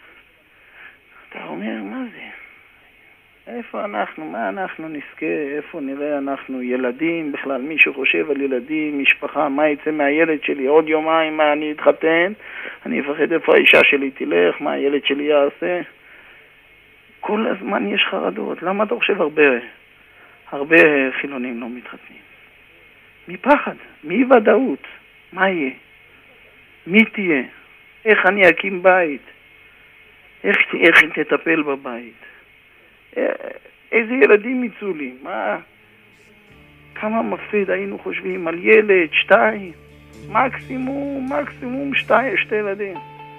אתה אומר, מה זה? איפה אנחנו? מה אנחנו נזכה? איפה נראה אנחנו ילדים? בכלל מי שחושב על ילדים, משפחה, מה יצא מהילד שלי? עוד יומיים מה אני אתחתן? אני אפחד איפה האישה שלי תלך, מה הילד שלי יעשה? כל הזמן יש חרדות. למה אתה חושב הרבה? הרבה חילונים לא מתחתנים. מפחד, מאי ודאות. מה יהיה? מי תהיה? איך אני אקים בית? איך, איך תטפל בבית? איזה ילדים יצאו לי? מה? כמה מפחיד היינו חושבים על ילד, שתיים, מקסימום, מקסימום שתיים, שתי ילדים.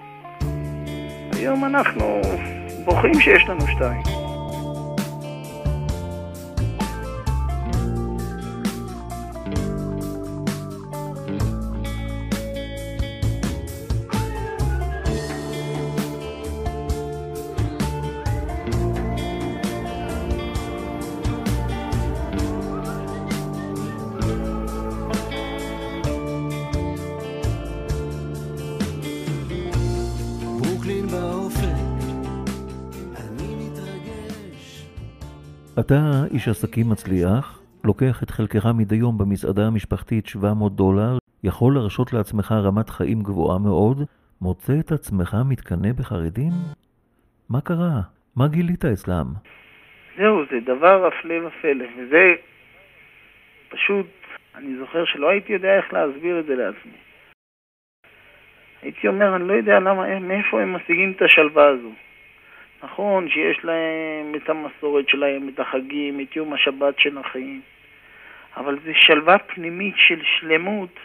היום אנחנו בוחרים שיש לנו שתיים. אתה איש עסקים מצליח, לוקח את חלקך מדי יום במסעדה המשפחתית שבע מאות דולר, יכול להרשות לעצמך רמת חיים גבוהה מאוד, מוצא את עצמך מתקנא בחרדים? מה קרה? מה גילית אצלם? זהו, זה דבר אפלה ופלא, וזה פשוט, אני זוכר שלא הייתי יודע איך להסביר את זה לעצמי. הייתי אומר, אני לא יודע למה, מאיפה הם משיגים את השלווה הזו. נכון שיש להם את המסורת שלהם, את החגים, את יום השבת של החיים, אבל זה שלווה פנימית של שלמות,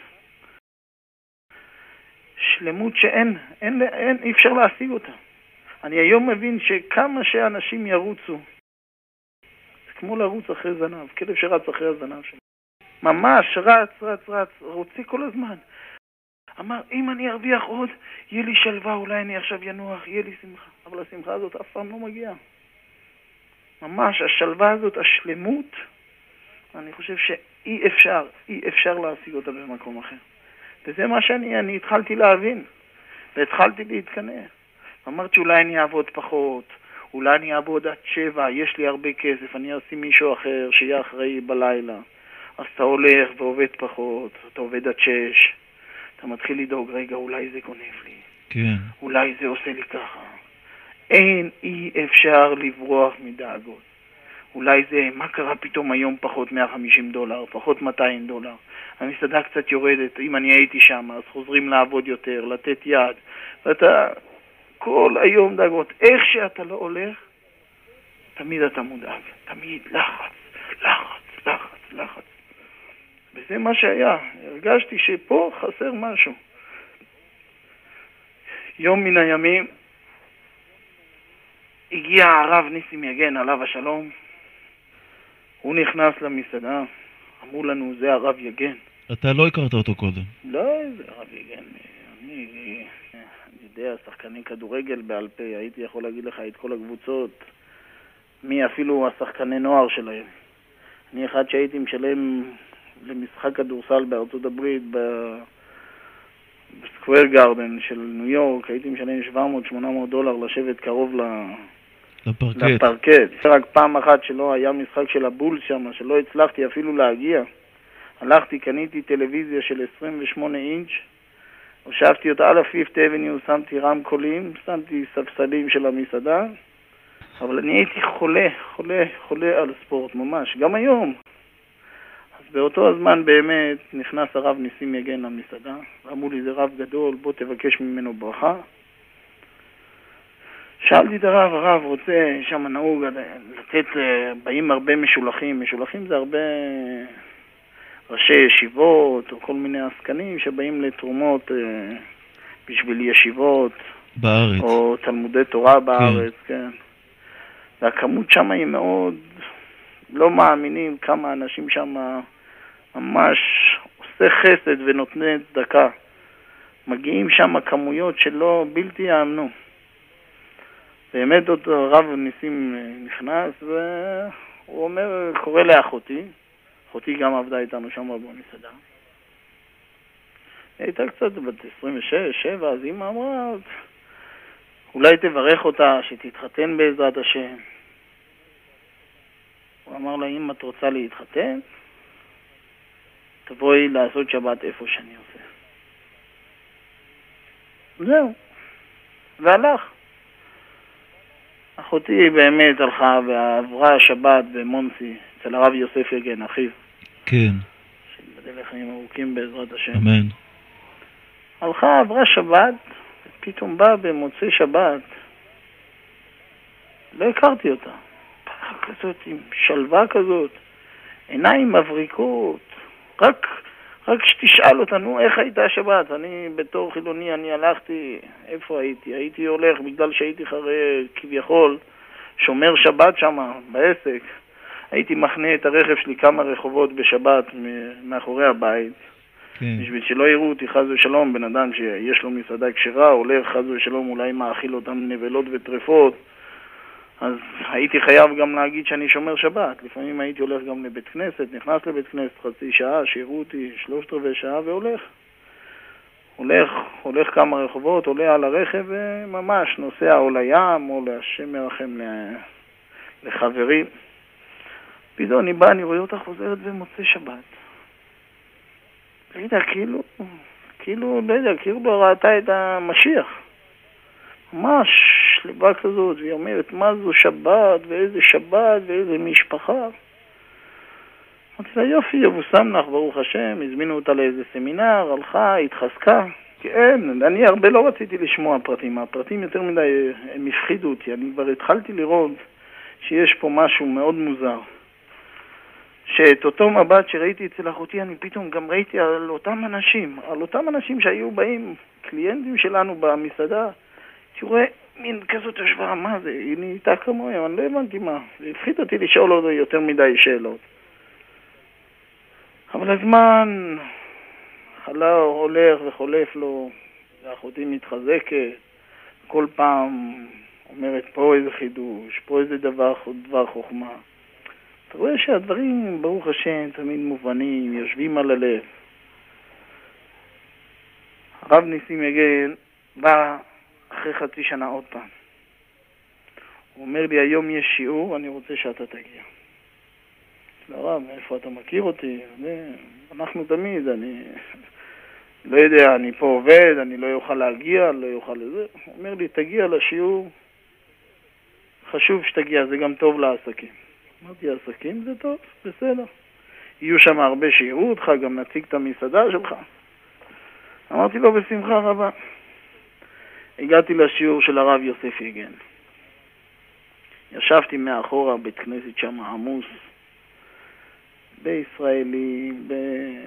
שלמות שאין, אין, אין, אי אפשר להשיג אותה. אני היום מבין שכמה שאנשים ירוצו, זה כמו לרוץ אחרי זנב, כלב שרץ אחרי הזנב שלו. ממש רץ, רץ, רץ, רוצה כל הזמן. אמר, אם אני ארוויח עוד, יהיה לי שלווה, אולי אני עכשיו ינוח, יהיה לי שמחה. אבל השמחה הזאת אף פעם לא מגיעה. ממש, השלווה הזאת, השלמות, אני חושב שאי אפשר, אי אפשר להשיג אותה במקום אחר. וזה מה שאני אני התחלתי להבין, והתחלתי להתקנא. אמרתי, אולי אני אעבוד פחות, אולי אני אעבוד עד שבע, יש לי הרבה כסף, אני אעשה מישהו אחר שיהיה אחראי בלילה. אז אתה הולך ועובד פחות, אתה עובד עד שש. אתה מתחיל לדאוג, רגע, אולי זה גונב לי. כן. אולי זה עושה לי ככה. אין, אי אפשר לברוח מדאגות. אולי זה, מה קרה פתאום היום פחות מאה וחמישים דולר, פחות מאתיים דולר. המסעדה קצת יורדת, אם אני הייתי שם, אז חוזרים לעבוד יותר, לתת יד. ואתה, כל היום דאגות. איך שאתה לא הולך, תמיד אתה מודאג. תמיד לחץ, לחץ, לחץ, לחץ. וזה מה שהיה. הרגשתי שפה חסר משהו. יום מן הימים הגיע הרב ניסים יגן, עליו השלום. הוא נכנס למסעדה. אמרו לנו, זה הרב יגן. אתה לא הכרת אותו קודם. לא, זה הרב יגן. אני, אני יודע, שחקני כדורגל בעל פה. הייתי יכול להגיד לך את כל הקבוצות. מי אפילו השחקני נוער שלהם. אני אחד שהייתי משלם למשחק כדורסל בארצות הברית, בסקוואר גארדן של ניו יורק, הייתי משלם שבע מאות שמונה מאות דולר לשבת קרוב לפרקט. לפרקט. רק פעם אחת שלא היה משחק של הבולס שם, שלא הצלחתי אפילו להגיע. הלכתי, קניתי טלוויזיה של עשרים ושמונה אינץ', הושבתי אותה על הפיפט אבניו, שמתי רמקולים, שמתי ספסלים של המסעדה, אבל אני הייתי חולה, חולה, חולה על ספורט ממש, גם היום. אז באותו הזמן באמת נכנס הרב ניסים יגן למסעדה, ואמרו לי, זה רב גדול, בוא תבקש ממנו ברכה. שאלתי את הרב, הרב רוצה, שם נהוג לתת, באים הרבה משולחים, משולחים זה הרבה ראשי ישיבות, או כל מיני עסקנים שבאים לתרומות בשביל ישיבות. בארץ. או תלמודי תורה בארץ, כן. כן. והכמות שם היא מאוד, לא מאמינים כמה אנשים שם ממש עושה חסד ונותני צדקה. מגיעים שם כמויות שלא בלתי יאמנו. באמת עוד רב ניסים נכנס והוא אומר, קורא לאחותי, אחותי גם עבדה איתנו שם במסעדה. היא הייתה קצת בת עשרים ושש, שבע, אז אמא אמרה, אולי תברך אותה שתתחתן בעזרת השם. הוא אמר לה, אם את רוצה להתחתן, תבואי לעשות שבת איפה שאני עושה. זהו. והלך. אחותי באמת הלכה ועברה שבת במונסי, אצל הרב יוסף יגן, אחיו. כן. שיבדל לחיים ארוכים בעזרת השם. אמן. הלכה, עברה שבת, פתאום באה במוצאי שבת, לא הכרתי אותה. כזאת, עם שלווה כזאת, עיניים מבריקות, רק, רק שתשאל אותנו איך הייתה השבת. אני בתור חילוני, אני הלכתי, איפה הייתי? הייתי הולך בגלל שהייתי חרי כביכול, שומר שבת שם בעסק. הייתי מכנה את הרכב שלי כמה רחובות בשבת מאחורי הבית. כן. בשביל שלא יראו אותי חז ושלום, בן אדם שיש לו מסעדה כשרה, הולך חז ושלום, אולי מאכיל אותם נבלות וטרפות. אז הייתי חייב גם להגיד שאני שומר שבת. לפעמים הייתי הולך גם לבית כנסת, נכנס לבית כנסת חצי שעה, שיראו אותי שלושת רבעי שעה והולך. הולך, הולך כמה רחובות, עולה על הרכב וממש נוסע או לים או להשם מרחם לחברים. פתאום אני בא, אני רואה אותה חוזרת במוצאי שבת. לא יודע, כאילו, כאילו, לא יודע, כאילו לא ראתה את המשיח. ממש שלווה כזאת, והיא אומרת, מה זו שבת, ואיזה שבת, ואיזה משפחה. אמרתי לה, יופי, יבוסם לך, ברוך השם, הזמינו אותה לאיזה סמינר, הלכה, התחזקה. כן, אני הרבה לא רציתי לשמוע פרטים, הפרטים יותר מדי, הם הפחידו אותי, אני כבר התחלתי לראות שיש פה משהו מאוד מוזר. שאת אותו מבט שראיתי אצל אחותי, אני פתאום גם ראיתי על אותם אנשים, על אותם אנשים שהיו באים, קליינטים שלנו במסעדה, תראה, מין כזאת השוואה, מה זה? היא נהייתה כמוהם, אני לא הבנתי מה. זה הפחיד אותי לשאול אותו יותר מדי שאלות. אבל הזמן חלה, הולך וחולף לו, ואחותי מתחזקת, כל פעם אומרת פה איזה חידוש, פה איזה דבר, דבר חוכמה. אתה רואה שהדברים, ברוך השם, תמיד מובנים, יושבים על הלב. הרב ניסים יגן בא אחרי חצי שנה עוד פעם. הוא אומר לי, היום יש שיעור, אני רוצה שאתה תגיע. הרב, איפה אתה מכיר אותי? אנחנו תמיד, אני לא יודע, אני פה עובד, אני לא יוכל להגיע, לא יוכל לזה. הוא אומר לי, תגיע לשיעור, חשוב שתגיע, זה גם טוב לעסקים. אמרתי, עסקים זה טוב, בסדר. יהיו שם הרבה שיראו אותך, גם נציג את המסעדה שלך. אמרתי לו, בשמחה רבה. הגעתי לשיעור של הרב יוסף יגן. ישבתי מאחורה, בית כנסת שם עמוס, בישראלים, ב...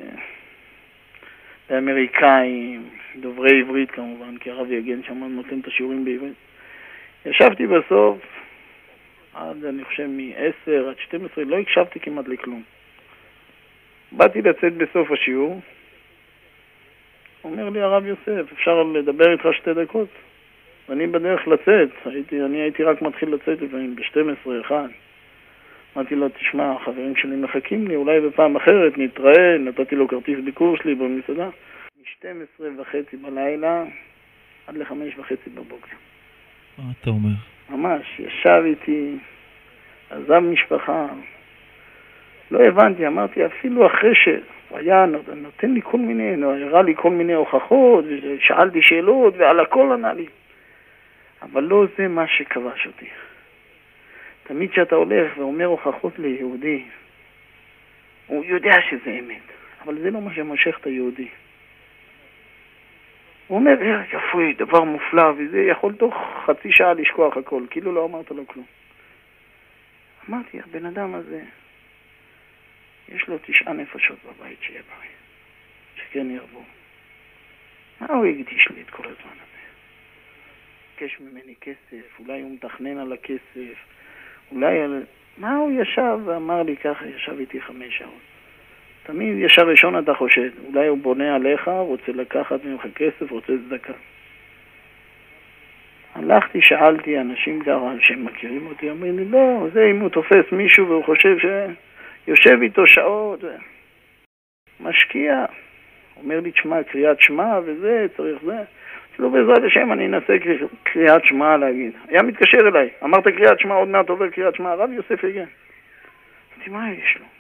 באמריקאים, דוברי עברית כמובן, כי הרב יגן שם נותן את השיעורים בעברית. ישבתי בסוף, עד אני חושב מ-עשר עד שתים עשרה, לא הקשבתי כמעט לכלום. באתי לצאת בסוף השיעור, אומר לי הרב יוסף, אפשר לדבר איתך שתי דקות? ואני בדרך לצאת, הייתי, אני הייתי רק מתחיל לצאת לפעמים ב-שתים עשרה, אחת. אמרתי לו, תשמע, החברים שלי מחכים לי, אולי בפעם אחרת נתראה, נתתי לו כרטיס ביקור שלי במסעדה. מ-שתים עשרה וחצי בלילה עד ל-חמש וחצי בבוקר. מה אתה אומר? ממש, ישב איתי, עזב משפחה. לא הבנתי, אמרתי, אפילו אחרי שהוא היה נותן לי כל מיני, הראה לי כל מיני הוכחות, שאלתי שאלות ועל הכל ענה לי. אבל לא זה מה שכבש אותי. תמיד שאתה הולך ואומר הוכחות ליהודי, הוא יודע שזה אמת, אבל זה לא מה שמושך את היהודי. הוא אומר, יפוי, דבר מופלא, וזה יכול תוך חצי שעה לשכוח הכל, כאילו לא אמרת לו כלום. אמרתי, הבן אדם הזה, יש לו תשעה נפשות בבית שיהיה בריא, שכן ירבו. מה הוא הקדיש לי את כל הזמן הזה? בקש ממני כסף, אולי הוא מתכנן על הכסף, אולי על... מה הוא ישב ואמר לי ככה, ישב איתי חמש שעות. תמיד ישר ראשון אתה חושד, אולי הוא בונה עליך, רוצה לקחת ממך כסף, רוצה צדקה. הלכתי, שאלתי אנשים גרה שהם מכירים אותי, אומרים לי, לא, זה אם הוא תופס מישהו והוא חושב שיושב איתו שעות, משקיע. אומר לי, תשמע, קריאת שמע וזה, צריך זה. לא בעזרת השם, אני אנסה קריאת שמע להגיד. היה מתקשר אליי, אמרת קריאת שמע, עוד מעט עובר קריאת שמע, הרב יוסף יגן. אמרתי, מה יש לו?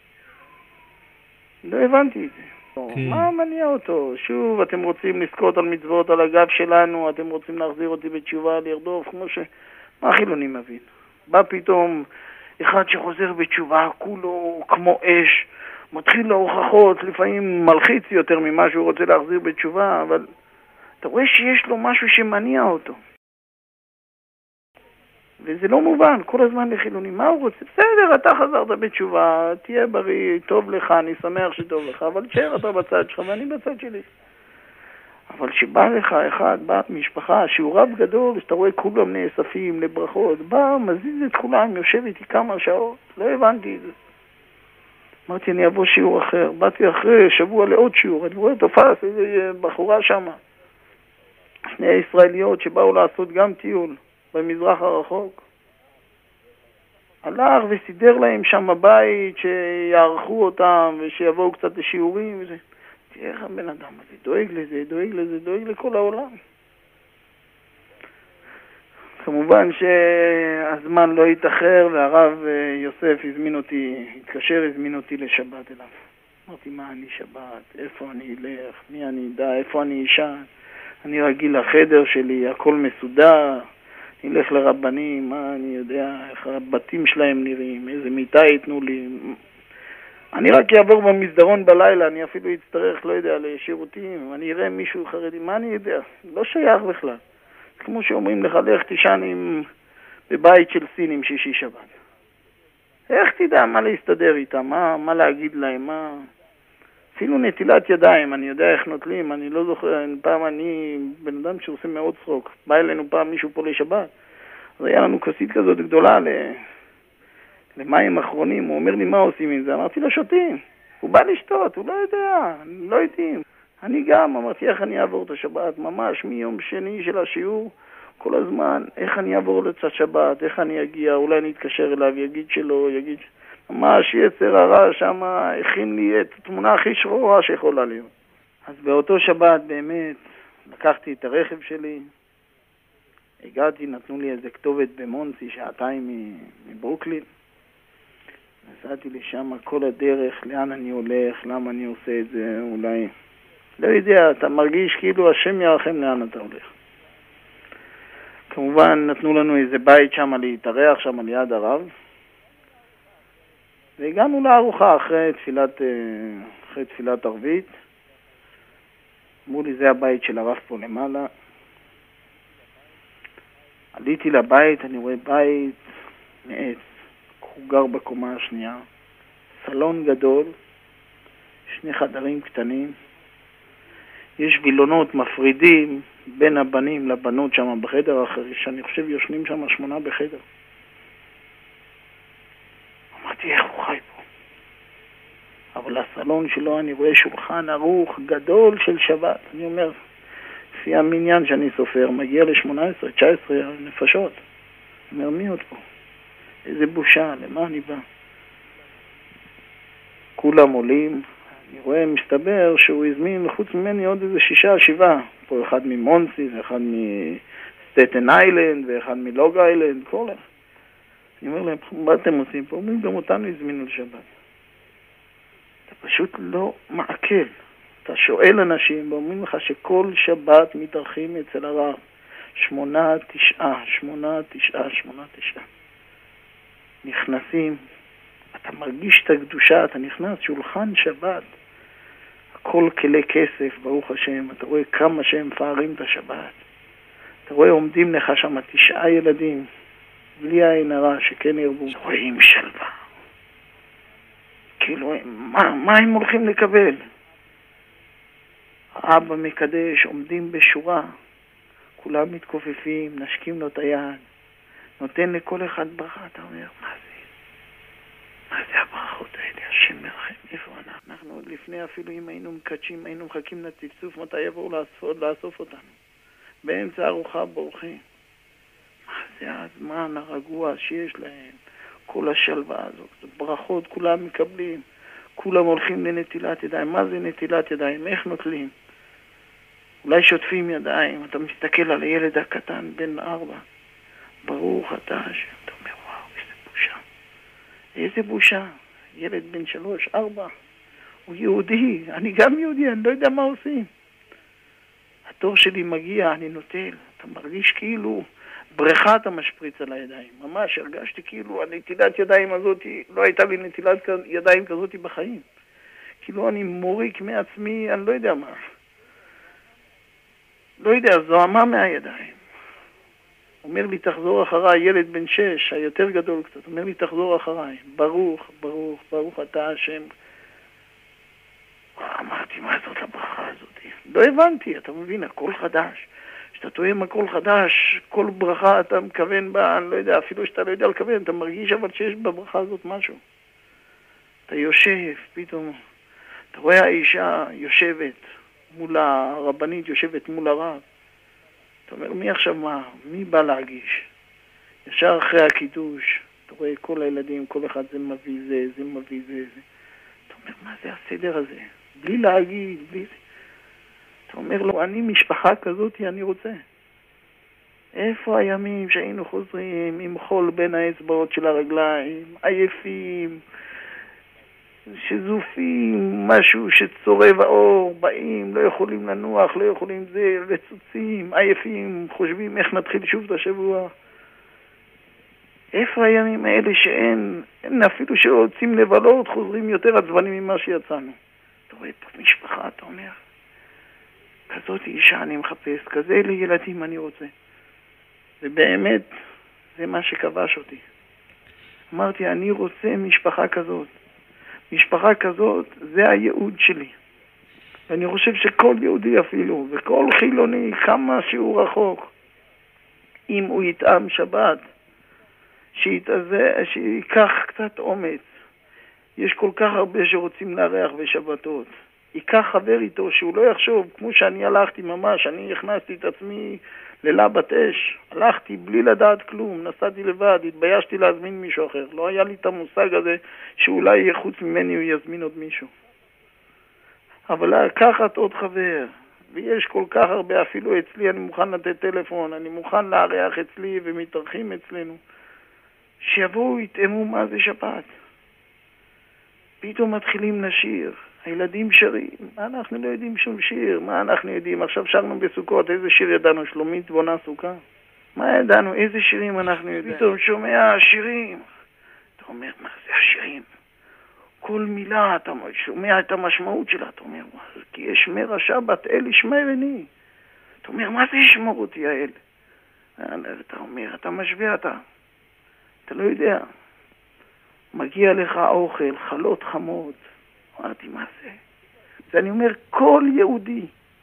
לא הבנתי את זה. Okay. מה מניע אותו? שוב, אתם רוצים לזכות על מצוות על הגב שלנו, אתם רוצים להחזיר אותי בתשובה, לרדוף, כמו ש... מה חילוני מבין? בא פתאום אחד שחוזר בתשובה, כולו כמו אש, מתחיל להוכחות, לפעמים מלחיץ יותר ממה שהוא רוצה להחזיר בתשובה, אבל אתה רואה שיש לו משהו שמניע אותו. וזה לא מובן, כל הזמן לחילוני, מה הוא רוצה? בסדר, אתה חזרת בתשובה, תהיה בריא, טוב לך, אני שמח שטוב לך, אבל תשאר אתה בצד שלך ואני בצד שלי. אבל שבא לך אחד, בא משפחה, שהוא רב גדול, שאתה רואה כולם נאספים לברכות, בא, מזיז את כולם, יושב איתי כמה שעות, לא הבנתי את זה. אמרתי, אני אבוא שיעור אחר, באתי אחרי שבוע לעוד שיעור, אני רואה תופס איזה בחורה שמה. שני הישראליות שבאו לעשות גם טיול במזרח הרחוק. הלך וסידר להם שם בית שיערכו אותם ושיבואו קצת לשיעורים וזה. תראה איך הבן אדם הזה דואג לזה, דואג לזה, דואג לכל העולם. כמובן שהזמן לא התאחר והרב יוסף הזמין אותי, התקשר, הזמין אותי לשבת אליו. אמרתי, מה אני שבת? איפה אני אלך? מי אני אדע? איפה אני אישה? אני רגיל לחדר שלי, הכל מסודר. אני אלך לרבנים, מה אני יודע, איך הבתים שלהם נראים, איזה מיטה ייתנו לי. אני רק אעבור במסדרון בלילה, אני אפילו אצטרך, לא יודע, לשירותים, אני אראה מישהו חרדי, מה אני יודע? לא שייך בכלל. כמו שאומרים לך, לך תישן עם, בבית של סינים שישי שבת. איך תדע מה להסתדר איתם, מה, מה להגיד להם, מה... אפילו נטילת ידיים, אני יודע איך נוטלים, אני לא זוכר, פעם אני בן אדם שעושה מאוד צחוק. בא אלינו פעם מישהו פה לשבת, אז היה לנו כוסית כזאת גדולה ל... למים אחרונים, הוא אומר לי מה עושים עם זה, אמרתי לו שותים, הוא בא לשתות, הוא לא יודע, לא יודעים. אני גם אמרתי איך אני אעבור את השבת, ממש מיום שני של השיעור, כל הזמן, איך אני אעבור לצד שבת, איך אני אגיע, אולי אני אתקשר אליו, יגיד שלא, יגיד... ממש יצר הרע שם הכין לי את התמונה הכי שחורה שיכולה להיות. אז באותו שבת באמת לקחתי את הרכב שלי, הגעתי, נתנו לי איזה כתובת במונסי, שעתיים מברוקלין. נסעתי לשם כל הדרך, לאן אני הולך, למה אני עושה את זה, אולי... לא יודע, אתה מרגיש כאילו השם ירחם לאן אתה הולך. כמובן נתנו לנו איזה בית שם להתארח שם על יד הרב. והגענו לארוחה אחרי תפילת, אחרי תפילת ערבית. אמרו לי, זה הבית של הרב פה למעלה. עליתי לבית, אני רואה בית מעץ, הוא גר בקומה השנייה, סלון גדול, שני חדרים קטנים, יש וילונות מפרידים בין הבנים לבנות שם בחדר האחר, שאני חושב יושנים שם שמונה בחדר. אמרתי, איך הוא חי פה? אבל הסלון שלו אני רואה שולחן ערוך גדול של שבת. אני אומר, לפי המניין שאני סופר, מגיע ל-שמונה עשרה תשע עשרה נפשות. אני אומר, מי עוד פה? איזה בושה, למה אני בא? כולם עולים, אני רואה, מסתבר שהוא הזמין חוץ ממני עוד איזה שישה, שבעה. פה אחד ממונסי, ואחד מסטטן איילנד, ואחד מלוג איילנד, כל אחד. אני אומר להם, מה אתם עושים פה? אומרים, גם אותנו הזמינו לשבת. אתה פשוט לא מעכל. אתה שואל אנשים, ואומרים לך שכל שבת מתארחים אצל הרב. שמונה, תשעה, שמונה, תשעה, שמונה, תשעה. נכנסים, אתה מרגיש את הקדושה, אתה נכנס, שולחן שבת. הכל כלי כסף, ברוך השם. אתה רואה כמה שהם מפארים את השבת. אתה רואה, עומדים לך שם תשעה ילדים. בלי העין הרע שכן ירבו, רואים שלווה. כאילו, מה, מה הם הולכים לקבל? האבא מקדש, עומדים בשורה, כולם מתכופפים, נשקים לו את היד, נותן לכל אחד ברכה, אתה אומר, מה זה? מה זה הברכות האלה? השם מרחם, איפה אנחנו? אנחנו עוד לפני אפילו אם היינו מקדשים, היינו מחכים לצפצוף, מתי יבואו לאסוף, לאסוף אותנו? באמצע ארוחה בורחים. מה זה הזמן הרגוע שיש להם? כל השלווה הזאת, ברכות כולם מקבלים, כולם הולכים לנטילת ידיים. מה זה נטילת ידיים? איך נוטלים? אולי שוטפים ידיים, אתה מסתכל על הילד הקטן בן ארבע, ברוך אתה השם, אתה אומר וואו, איזה בושה, איזה בושה, ילד בן שלוש, ארבע, הוא יהודי, אני גם יהודי, אני לא יודע מה עושים. התור שלי מגיע, אני נוטל, אתה מרגיש כאילו בריכה אתה משפריץ על הידיים. ממש הרגשתי כאילו הנטילת ידיים הזאת, לא הייתה לי נטילת ידיים כזאת בחיים. כאילו אני מוריק מעצמי, אני לא יודע מה. לא יודע, זוהמה מהידיים. אומר לי, תחזור אחריי, ילד בן שש, היותר גדול קצת, אומר לי, תחזור אחריי. ברוך, ברוך, ברוך אתה השם. אמרתי, מה זאת הברכה הזאת? לא הבנתי, אתה מבין, הכל חדש. כשאתה תואם הכל חדש, כל ברכה אתה מכוון בה, אני לא יודע, אפילו שאתה לא יודע לכוון, אתה מרגיש אבל שיש בברכה הזאת משהו. אתה יושב, פתאום, אתה רואה האישה יושבת מול הרבנית, יושבת מול הרב. אתה אומר, מי עכשיו מה? מי בא להגיש? ישר אחרי הקידוש, אתה רואה כל הילדים, כל אחד זה מביא זה, זה מביא זה, זה. אתה אומר, מה זה הסדר הזה? בלי להגיד, בלי זה. אתה אומר לו, אני משפחה כזאת, אני רוצה. איפה הימים שהיינו חוזרים עם חול בין האצבעות של הרגליים, עייפים, שזופים, משהו שצורב האור, באים, לא יכולים לנוח, לא יכולים זה, רצוצים, עייפים, חושבים איך נתחיל שוב את השבוע. איפה הימים האלה שאין, אין אפילו שרוצים לבלות, חוזרים יותר עצבנים ממה שיצאנו. אתה רואה פה משפחה, אתה אומר, כזאת אישה אני מחפש, כזה לילדים אני רוצה. ובאמת, זה מה שכבש אותי. אמרתי, אני רוצה משפחה כזאת. משפחה כזאת, זה הייעוד שלי. ואני חושב שכל יהודי אפילו, וכל חילוני, כמה שהוא רחוק, אם הוא יטעם שבת, שיתעזה, שיקח קצת אומץ. יש כל כך הרבה שרוצים לארח בשבתות. ייקח חבר איתו שהוא לא יחשוב, כמו שאני הלכתי ממש, אני הכנסתי את עצמי ללבת אש, הלכתי בלי לדעת כלום, נסעתי לבד, התביישתי להזמין מישהו אחר. לא היה לי את המושג הזה שאולי יהיה חוץ ממני הוא יזמין עוד מישהו. אבל לקחת עוד חבר, ויש כל כך הרבה, אפילו אצלי אני מוכן לתת טלפון, אני מוכן לארח אצלי ומתארחים אצלנו, שיבואו יתאמו מה זה שבת. פתאום מתחילים לשיר, הילדים שרים, מה אנחנו לא יודעים שום שיר, מה אנחנו יודעים, עכשיו שרנו בסוכות, איזה שיר ידענו, שלומית בונה סוכה? מה ידענו, איזה שירים אנחנו יודעים? פתאום שומע שירים, אתה אומר, מה זה השירים? כל מילה, אתה שומע את המשמעות שלה, אתה אומר, כי ישמר השבת, אל ישמרני. אתה אומר, מה זה ישמור אותי האל? אתה אומר, אתה משווה אתה, אתה לא יודע. מגיע לך אוכל, חלות חמות. אמרתי, מה זה? ואני אומר, כל יהודי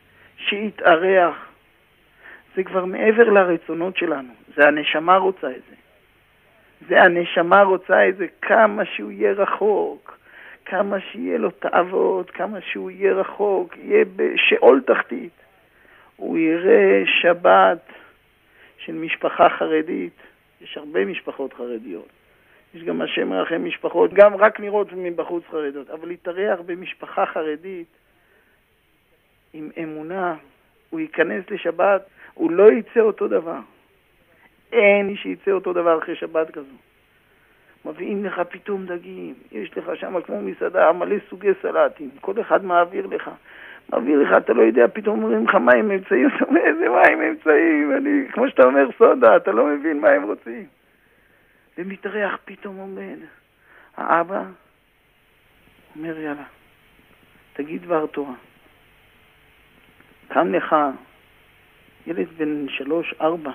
שיתארח, זה כבר מעבר לרצונות שלנו. זה הנשמה רוצה את זה. זה הנשמה רוצה את זה, כמה שהוא יהיה רחוק, כמה שיהיה לו תאוות, כמה שהוא יהיה רחוק, יהיה בשאול תחתית. הוא יראה שבת של משפחה חרדית. יש הרבה משפחות חרדיות. יש גם השם מרחם משפחות, גם רק נראות מבחוץ חרדות, אבל להתארח במשפחה חרדית עם אמונה, הוא ייכנס לשבת, הוא לא יצא אותו דבר. אין מי שיצא אותו דבר אחרי שבת כזו. מביאים לך פתאום דגים, יש לך שם כמו מסעדה, מלא סוגי סלטים, כל אחד מעביר לך. מעביר לך, אתה לא יודע, פתאום אומרים לך מים אמצעים, אתה אומר, איזה מים אמצעים, אני, כמו שאתה אומר סודה, אתה לא מבין מה הם רוצים. ומתארח פתאום עומד. האבא אומר, יאללה, תגיד דבר תורה. קם לך ילד בן שלוש, ארבע,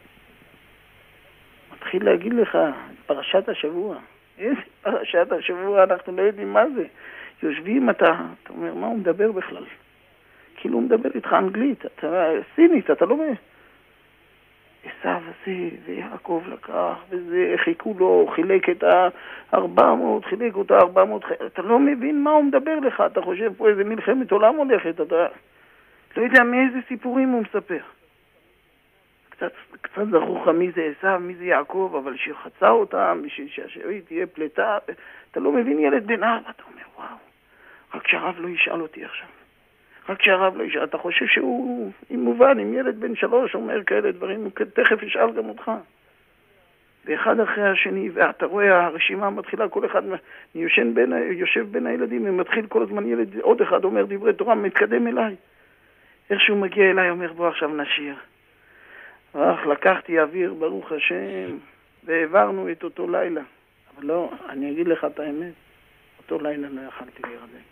מתחיל להגיד לך פרשת השבוע. איזה פרשת השבוע, אנחנו לא יודעים מה זה. יושבים אתה, אתה אומר, מה הוא מדבר בכלל? כאילו הוא מדבר איתך אנגלית, אתה סינית, אתה לא מבין. עשיו הזה, ויעקב לקח, וזה, חיכו לו, חילק את ה-ארבע מאות, חילק אותה ארבע מאות, אתה לא מבין מה הוא מדבר לך, אתה חושב פה איזה מלחמת עולם הולכת, אתה לא יודע מאיזה סיפורים הוא מספר. קצת, קצת זכוך מי זה עשיו, מי זה יעקב, אבל שחצה אותם, בשביל שהשארית תהיה פלטה, אתה לא מבין ילד בן ארבע, אתה אומר, וואו, רק שהרב לא ישאל אותי עכשיו. רק שהרב לא ישאל, אתה חושב שהוא, אם מובן, אם ילד בן שלוש אומר כאלה דברים, הוא תכף ישאל גם אותך. ואחד אחרי השני, ואתה רואה, הרשימה מתחילה, כל אחד יושן בין, יושב בין הילדים, ומתחיל כל הזמן ילד, עוד אחד אומר דברי תורה, מתקדם אליי. איך שהוא מגיע אליי, אומר, בוא עכשיו נשיר. אך לקחתי אוויר, ברוך השם, והעברנו את אותו לילה. אבל לא, אני אגיד לך את האמת, אותו לילה לא יכלתי להירדם.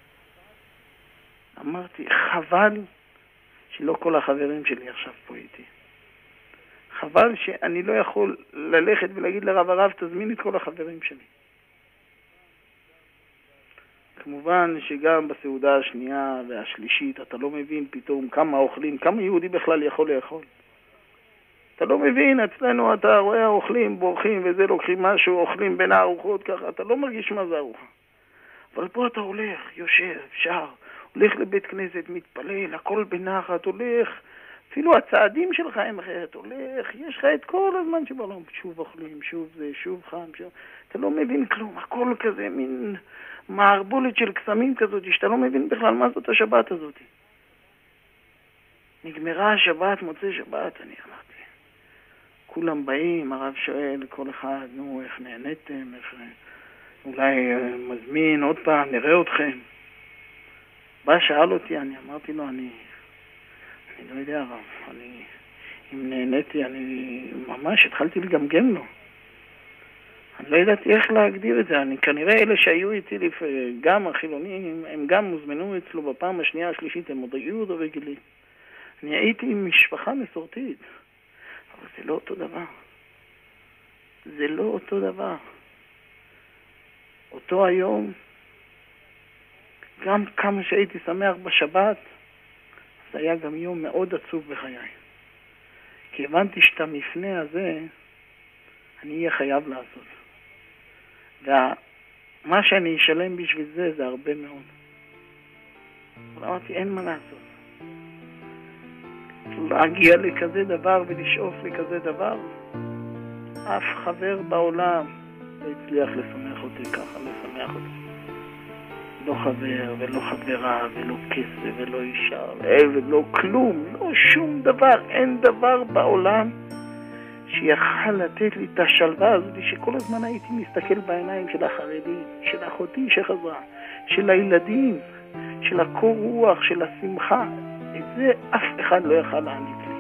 אמרתי, חבל שלא כל החברים שלי עכשיו פה איתי. חבל שאני לא יכול ללכת ולהגיד לרב הרב, תזמין את כל החברים שלי. כמובן שגם בסעודה השנייה והשלישית אתה לא מבין פתאום כמה אוכלים, כמה יהודי בכלל יכול לאכול. אתה לא מבין, אצלנו אתה רואה אוכלים, בורחים וזה, לוקחים משהו, אוכלים בין הארוחות ככה, אתה לא מרגיש מה זה ארוחה. אבל פה אתה הולך, יושב, שר, הולך לבית כנסת, מתפלל, הכל בנחת, הולך, אפילו הצעדים שלך הם אחרת, הולך, יש לך את כל הזמן שבעולם, שוב אוכלים, שוב זה, שוב חם, שוב, אתה לא מבין כלום, הכל כזה, מין מערבולת של קסמים כזאת, שאתה לא מבין בכלל מה זאת השבת הזאת. נגמרה השבת, מוצא שבת, אני אמרתי. כולם באים, הרב שואל, כל אחד, נו, איך נהניתם, איך... אולי מזמין עוד פעם, נראה אתכם. בא, שאל אותי, אני אמרתי לו, אני... אני לא יודע, הרב, אני... אם נהניתי, אני ממש התחלתי לגמגם לו. אני לא ידעתי איך להגדיר את זה. אני, כנראה אלה שהיו איתי, גם החילונים, הם גם מוזמנו אצלו בפעם השנייה, השלישית, הם עוד היו עוד רגילים. אני הייתי עם משפחה מסורתית. אבל זה לא אותו דבר. זה לא אותו דבר. אותו היום, גם כמה שהייתי שמח בשבת, זה היה גם יום מאוד עצוב בחיי. כי הבנתי שאת המפנה הזה, אני אהיה חייב לעשות. ומה שאני אשלם בשביל זה, זה הרבה מאוד. אבל אמרתי, אין מה לעשות. להגיע לכזה דבר ולשאוף לכזה דבר, אף חבר בעולם לא הצליח לשמח אותי ככה, לשמח אותי. לא חבר ולא חברה ולא כסף ולא אישה ולא כלום, לא שום דבר, אין דבר בעולם שיכל לתת לי את השלווה הזאת, שכל הזמן הייתי מסתכל בעיניים של החרדים, של אחותי שחזרה, של הילדים, של הקור רוח, של השמחה. את זה אף אחד לא יכל להעניק לי.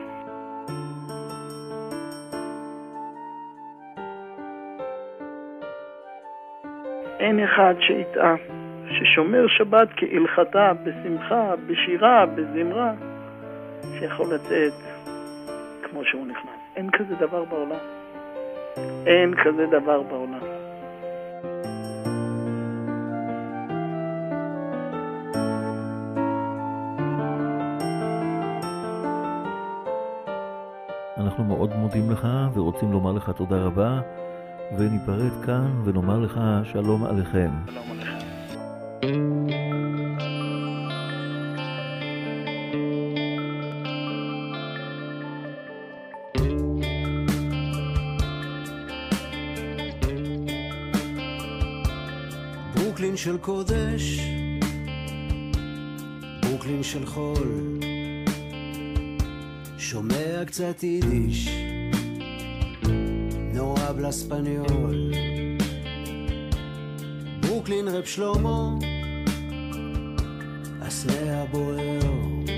אין אחד שיטעה, ששומר שבת כהלכתה, בשמחה, בשירה, בזמרה, שיכול לצאת כמו שהוא נכנס. אין כזה דבר בעולם. אין כזה דבר בעולם. אנחנו מאוד מודים לך ורוצים לומר לך תודה רבה, וניפרד כאן ונאמר לך שלום עליכם. שלום עליכם. ברוקלין של קודש, ברוקלין של חול, שומע קצת יידיש, no habla español. ברוקלין רב שלמה, הסנה הבוער,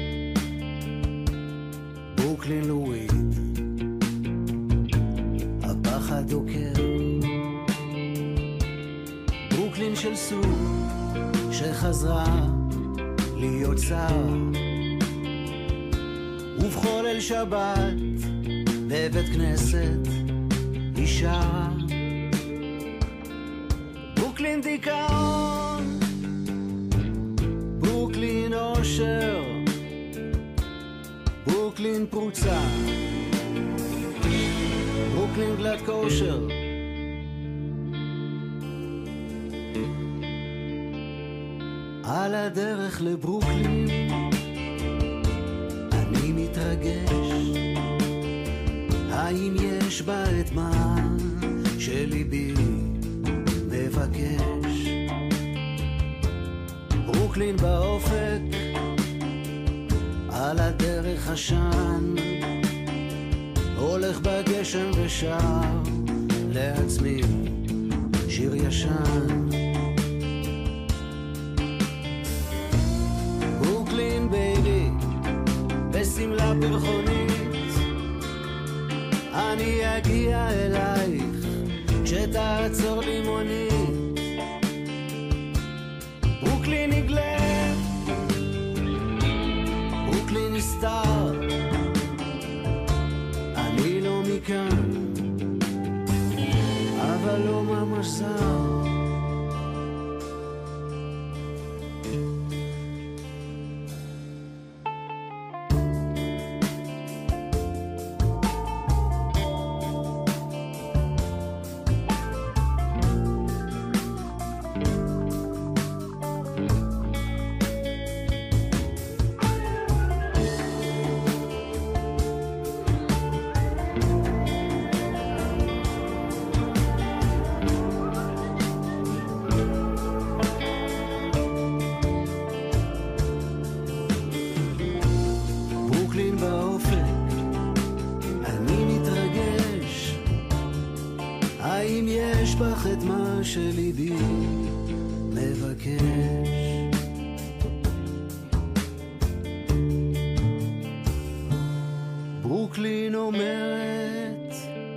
ברוקלין לואי, הפחד דוקר. ברוקלין של סוף שחזרה להיות שר, ובכל אל שבת בבית כנסת אישה. ברוקלין דיכאון, ברוקלין אושר, ברוקלין פרוצה, ברוקלין גלת כושר. על הדרך לברוקלין אני מתרגש, האם יש בה את מה שליבי מבקש? ברוקלין באופק, על הדרך השן, הולך בגשם ושר לעצמי שיר ישן. ברוקלין בייבי, בסמלה פרחונית, אני אגיע אלייך כשתעצור לי מונית. ברוקלין נגלה, ברוקלין נסתר, אני לא מכאן אבל לא ממש זר. את מה שליבי מבקש. ברוקלין אומרת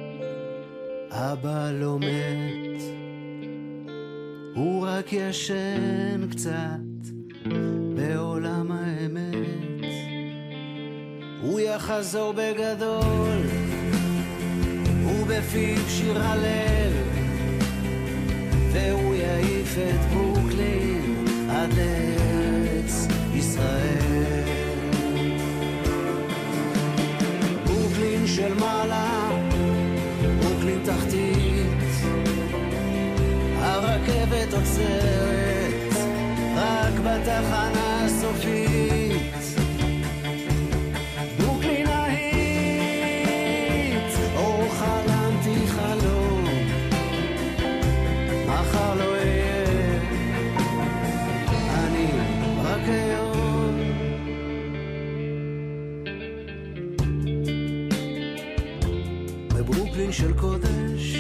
אבא לא מת, הוא רק ישן קצת בעולם האמת. הוא יחזור בגדול ובפיו שיר הלל, והוא יעיף את ברוקלין עד ארץ ישראל. ברוקלין של מעלה, ברוקלין תחתית, הרכבת עוצרת רק בתחנה הסופית. ברוקלין ההית, או חלמתי חלום, מחר לא אהיה, אני רק היום. בברוקלין של קודש,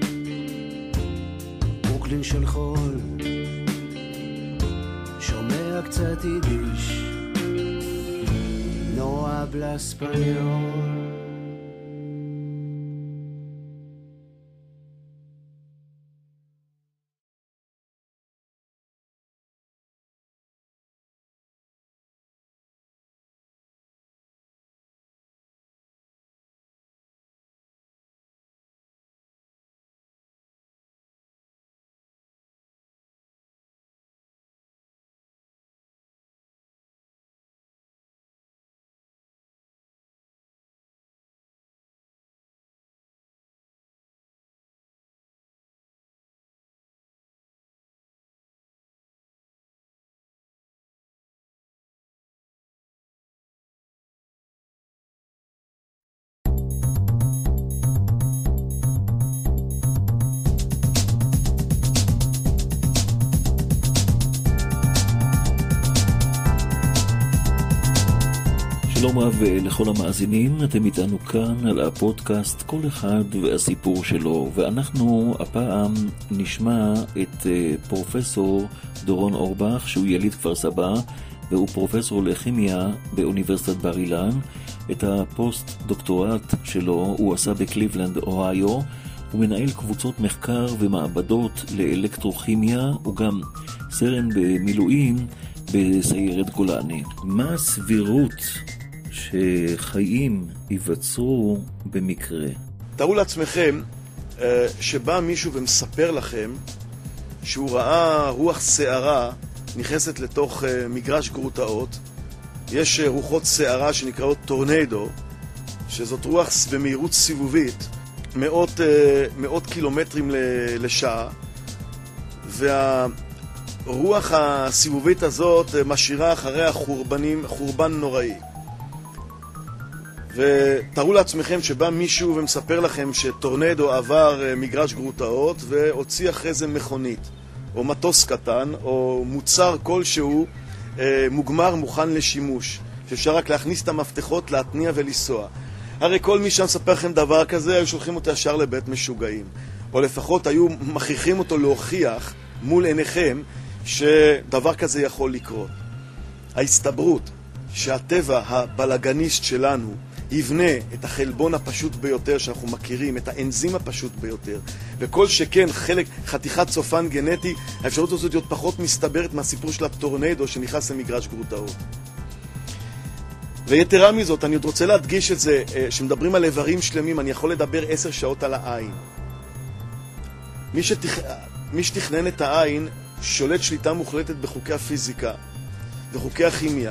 ברוקלין של חול, שומע קצת יידיש, no habla español. שלום רב לכל המאזינים, אתם איתנו כאן על הפודקאסט כל אחד והסיפור שלו, ואנחנו הפעם נשמע את פרופסור דורון אורבך, שהוא יליד כפר סבא והוא פרופסור לכימיה באוניברסיטת בר אילן. את הפוסט דוקטורט שלו הוא עשה בקליבלנד, אוהיו. הוא מנהל קבוצות מחקר ומעבדות לאלקטרוכימיה, הוא גם סרן במילואים בסיירת גולני. מה הסבירות שחיים ייווצרו במקרה? תארו לעצמכם שבא מישהו ומספר לכם שהוא ראה רוח שערה נכנסת לתוך מגרש גרוטאות. יש רוחות שערה שנקראות טורנדו, שזאת רוח במהירות סיבובית מאות, מאות קילומטרים לשעה, והרוח הסיבובית הזאת משאירה אחריה חורבנים, חורבן נוראי. ותראו לעצמכם שבא מישהו ומספר לכם שטורנדו עבר מגרש גרוטאות והוציא אחרי זה מכונית או מטוס קטן או מוצר כלשהו מוגמר מוכן לשימוש, שאפשר רק להכניס את המפתחות, להתניע ולנסוע. הרי כל מי שמספר לכם דבר כזה היו שולחים אותו ישר לבית משוגעים, או לפחות היו מכריחים אותו להוכיח מול עיניכם שדבר כזה יכול לקרות. ההסתברות שהטבע הבלגניסט שלנו יבנה את החלבון הפשוט ביותר שאנחנו מכירים, את האנזים הפשוט ביותר, וכל שכן חלק, חתיכת צופן גנטי, האפשרות הזאת להיות פחות מסתברת מהסיפור של הטורנדו שנכנס למגרש גרוטאות. ויתרה מזאת, אני עוד רוצה להדגיש את זה, שמדברים על איברים שלמים, אני יכול לדבר עשר שעות על העין. מי, שתכ... מי שתכנן את העין שולט שליטה מוחלטת בחוקי הפיזיקה וחוקי הכימיה.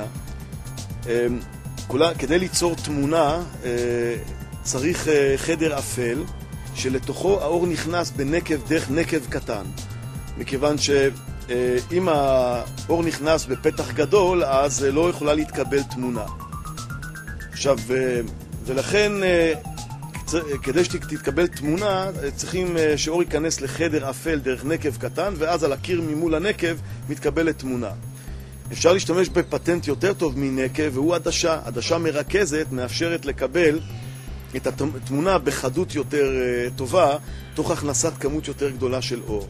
כולה, כדי ליצור תמונה צריך חדר אפל שלתוכו האור נכנס בנקב דרך נקב קטן, מכיוון שאם האור נכנס בפתח גדול אז לא יכולה להתקבל תמונה. עכשיו, ולכן כדי שתתקבל תמונה צריכים שאור ייכנס לחדר אפל דרך נקב קטן, ואז על הקיר ממול הנקב מתקבלת תמונה. אפשר להשתמש בפטנט יותר טוב מנקב, והוא עדשה. עדשה מרכזת מאפשרת לקבל את התמונה בחדות יותר טובה, תוך הכנסת כמות יותר גדולה של אור.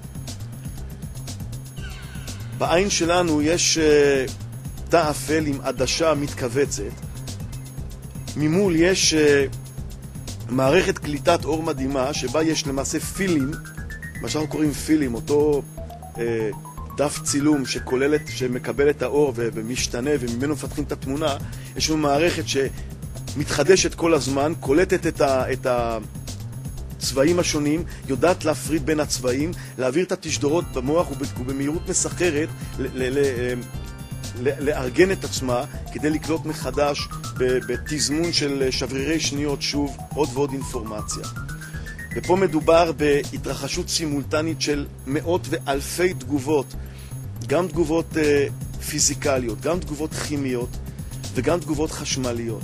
בעין שלנו יש תא אפל עם עדשה מתכווצת. ממול יש מערכת קליטת אור מדהימה, שבה יש למעשה פילים, מה שאנחנו קוראים פילים, אותו אה, דף צילום שכולל, שמקבל את האור ומשתנה וממנו מפתחים את התמונה. יש לנו מערכת שמתחדשת כל הזמן, קולטת את, ה, את הצבעים השונים, יודעת להפריד בין הצבעים, להעביר את התשדורות במוח ובמהירות מסחרת, ל, ל, ל, לארגן את עצמה כדי לקלוט מחדש בתזמון של שברירי שניות שוב עוד ועוד אינפורמציה. ופה מדובר בהתרחשות סימולטנית של מאות ואלפי תגובות, גם תגובות uh, פיזיקליות, גם תגובות כימיות וגם תגובות חשמליות.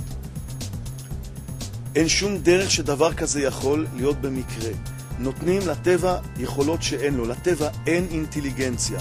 אין שום דרך שדבר כזה יכול להיות במקרה. נותנים לטבע יכולות שאין לו, לטבע אין אינטליגנציה.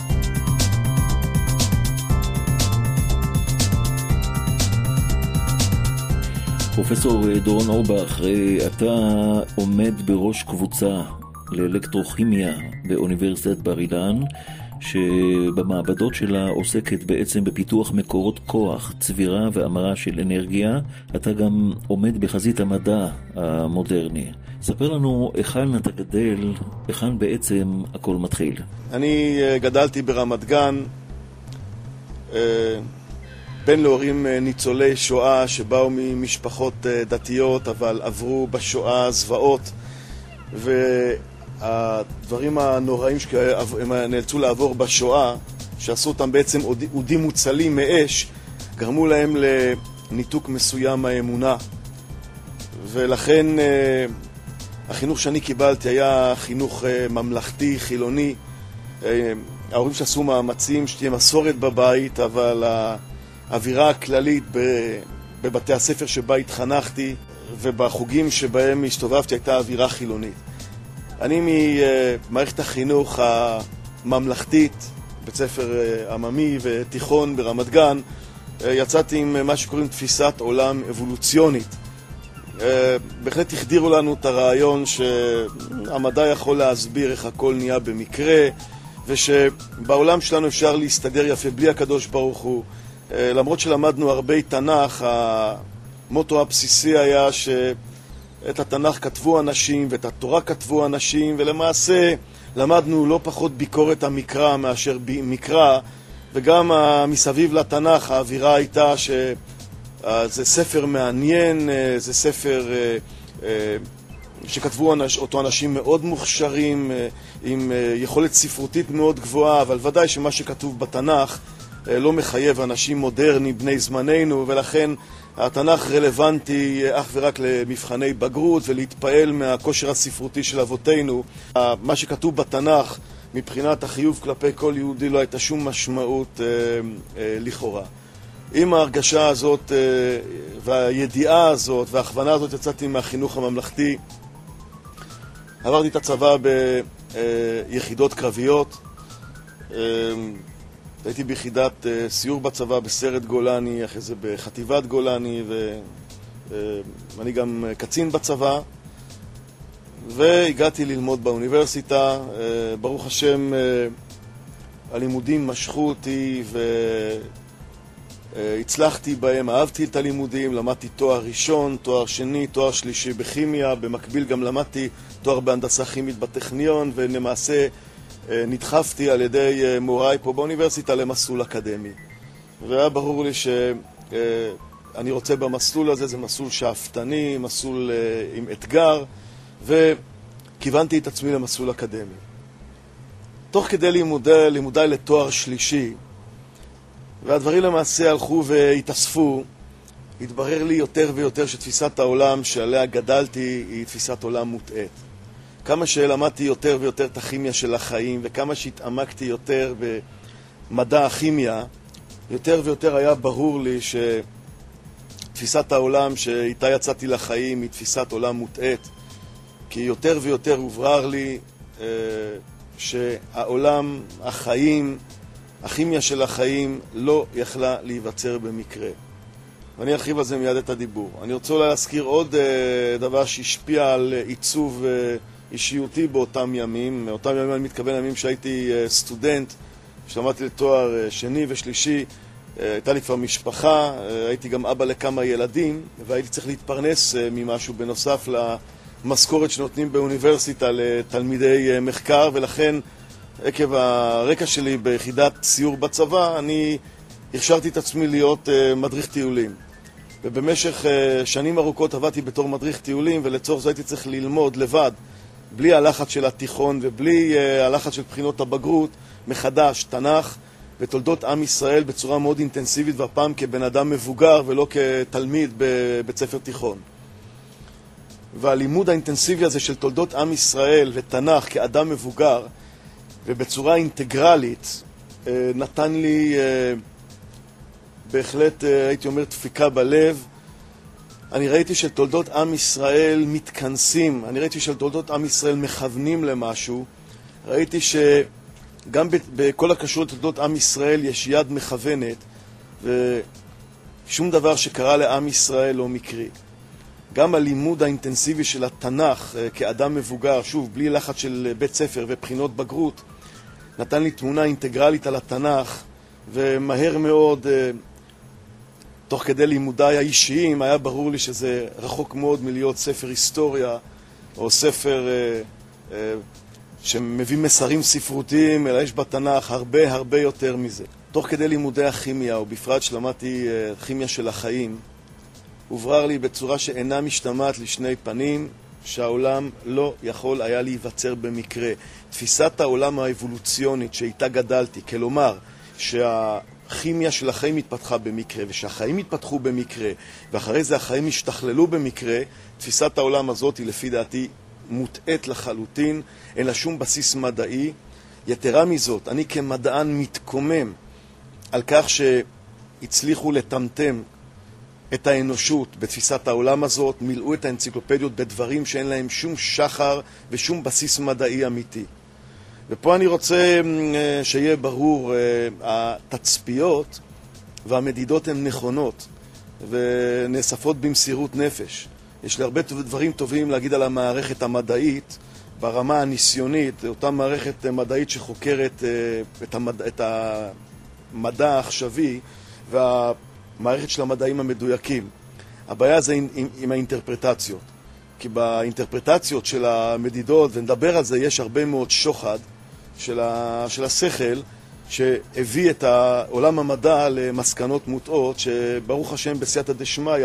פרופסור דורון אורבך, אתה עומד בראש קבוצה לאלקטרוכימיה באוניברסיטת בר אילן, שבמעבדות שלה עוסקת בעצם בפיתוח מקורות כוח, צבירה והמרה של אנרגיה. אתה גם עומד בחזית המדע המודרני. ספר לנו היכן אתה גדל, היכן בעצם הכל מתחיל. אני גדלתי ברמת גן, בן להורים ניצולי שואה שבאו ממשפחות דתיות, אבל עברו בשואה זוועות, והדברים הנוראים שהם נאלצו לעבור בשואה, שעשו אותם בעצם אודים מוצלים מאש, גרמו להם לניתוק מסוים מהאמונה. ולכן החינוך שאני קיבלתי היה חינוך ממלכתי, חילוני. ההורים שעשו מאמצים שתהיה מסורת בבית, אבל האווירה הכללית בבתי הספר שבה התחנכתי ובחוגים שבהם הסתובבתי הייתה אווירה חילונית. אני ממערכת החינוך הממלכתית, בית ספר עממי ותיכון ברמת גן, יצאתי עם מה שקוראים תפיסת עולם אבולוציונית. בהחלט החדירו לנו את הרעיון שהמדע יכול להסביר איך הכל נהיה במקרה, ושבעולם שלנו אפשר להסתדר יפה בלי הקדוש ברוך הוא. למרות שלמדנו הרבה תנ"ך, המוטו הבסיסי היה שאת התנ"ך כתבו אנשים ואת התורה כתבו אנשים, ולמעשה למדנו לא פחות ביקורת המקרא מאשר מקרא, וגם מסביב לתנ"ך האווירה הייתה שזה ספר מעניין, זה ספר שכתבו אותו אנשים מאוד מוכשרים, עם יכולת ספרותית מאוד גבוהה, אבל ודאי שמה שכתוב בתנ"ך לא מחייב אנשים מודרניים בני זמננו, ולכן התנ"ך רלוונטי אך ורק למבחני בגרות ולהתפעל מהכושר הספרותי של אבותינו. מה שכתוב בתנ"ך מבחינת החיוב כלפי כל יהודי לא הייתה שום משמעות אה, אה, לכאורה. עם ההרגשה הזאת אה, והידיעה הזאת וההכוונה הזאת יצאתי מהחינוך הממלכתי. עברתי את הצבא ביחידות קרביות. אה, הייתי ביחידת אה, סיור בצבא בסרט גולני, אחרי זה בחטיבת גולני, ואני אה, גם קצין בצבא. והגעתי ללמוד באוניברסיטה. ברוך השם, הלימודים משכו אותי הצלחתי בהם, אהבתי את הלימודים, למדתי תואר ראשון, תואר שני, תואר שלישי בכימיה, במקביל גם למדתי תואר בהנדסה כימית בטכניון, ולמעשה נדחפתי על ידי מוריי פה באוניברסיטה למסלול אקדמי. והיה ברור לי שאני רוצה במסלול הזה, זה מסלול שאפתני, מסלול עם אתגר, וכיוונתי את עצמי למסלול אקדמי. תוך כדי לימודי, לימודיי לתואר שלישי, והדברים למעשה הלכו והתאספו, התברר לי יותר ויותר שתפיסת העולם שעליה גדלתי היא תפיסת עולם מוטעית. כמה שלמדתי יותר ויותר את הכימיה של החיים, וכמה שהתעמקתי יותר במדע הכימיה, יותר ויותר היה ברור לי שתפיסת העולם שאיתה יצאתי לחיים היא תפיסת עולם מוטעית, כי יותר ויותר הוברר לי אה, שהעולם, החיים, הכימיה של החיים לא יכלה להיווצר במקרה. ואני ארחיב על זה מיד את הדיבור. אני רוצה להזכיר עוד uh, דבר שהשפיע על uh, עיצוב uh, אישיותי באותם ימים. מאותם ימים אני מתכוון ימים שהייתי uh, סטודנט, שלמדתי לתואר uh, שני ושלישי, uh, הייתה לי כבר משפחה, uh, הייתי גם אבא לכמה ילדים, והייתי צריך להתפרנס uh, ממשהו בנוסף למשכורת שנותנים באוניברסיטה לתלמידי uh, מחקר, ולכן עקב הרקע שלי ביחידת סיור בצבא, אני הכשרתי את עצמי להיות uh, מדריך טיולים. ובמשך uh, שנים ארוכות עבדתי בתור מדריך טיולים, ולצורך זה הייתי צריך ללמוד לבד, בלי הלחץ של התיכון ובלי uh, הלחץ של בחינות הבגרות, מחדש, תנ"ך ותולדות עם ישראל בצורה מאוד אינטנסיבית, והפעם כבן אדם מבוגר ולא כתלמיד בבית ספר תיכון. והלימוד האינטנסיבי הזה של תולדות עם ישראל ותנ"ך כאדם מבוגר, ובצורה אינטגרלית, נתן לי בהחלט, הייתי אומר, דפיקה בלב. אני ראיתי שתולדות עם ישראל מתכנסים, אני ראיתי שתולדות עם ישראל מכוונים למשהו, ראיתי שגם בכל הקשור לתולדות עם ישראל יש יד מכוונת, ושום דבר שקרה לעם ישראל לא מקרי. גם הלימוד האינטנסיבי של התנ"ך כאדם מבוגר, שוב, בלי לחץ של בית ספר ובחינות בגרות, נתן לי תמונה אינטגרלית על התנ"ך, ומהר מאוד, תוך כדי לימודיי האישיים, היה ברור לי שזה רחוק מאוד מלהיות ספר היסטוריה, או ספר שמביא מסרים ספרותיים, אלא יש בתנ"ך הרבה הרבה יותר מזה. תוך כדי לימודי הכימיה, ובפרט שלמדתי כימיה של החיים, הוברר לי בצורה שאינה משתמעת לשני פנים, שהעולם לא יכול היה להיווצר במקרה. תפיסת העולם האבולוציונית שאיתה גדלתי, כלומר שהכימיה של החיים התפתחה במקרה, ושהחיים התפתחו במקרה, ואחרי זה החיים השתכללו במקרה, תפיסת העולם הזאת היא לפי דעתי מוטעית לחלוטין, אין לה שום בסיס מדעי. יתרה מזאת, אני כמדען מתקומם על כך שהצליחו לטמטם את האנושות בתפיסת העולם הזאת, מילאו את האנציקלופדיות בדברים שאין להם שום שחר ושום בסיס מדעי אמיתי. ופה אני רוצה שיהיה ברור, התצפיות והמדידות הן נכונות ונאספות במסירות נפש. יש לי הרבה דברים טובים להגיד על המערכת המדעית ברמה הניסיונית, אותה מערכת מדעית שחוקרת את המדע, את המדע העכשווי וה מערכת של המדעים המדויקים. הבעיה זה עם, עם, עם האינטרפרטציות. כי באינטרפרטציות של המדידות, ונדבר על זה, יש הרבה מאוד שוחד של, ה, של השכל, שהביא את עולם המדע למסקנות מוטעות, שברוך השם בסייעתא דשמיא,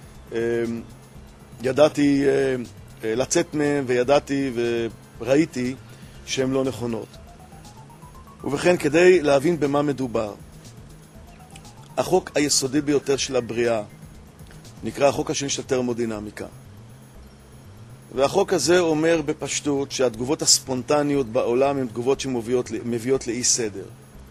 ידעתי לצאת מהם, וידעתי וראיתי שהן לא נכונות. ובכן, כדי להבין במה מדובר, החוק היסודי ביותר של הבריאה נקרא החוק השני של הטרמודינמיקה. והחוק הזה אומר בפשטות שהתגובות הספונטניות בעולם הן תגובות שמביאות לאי סדר.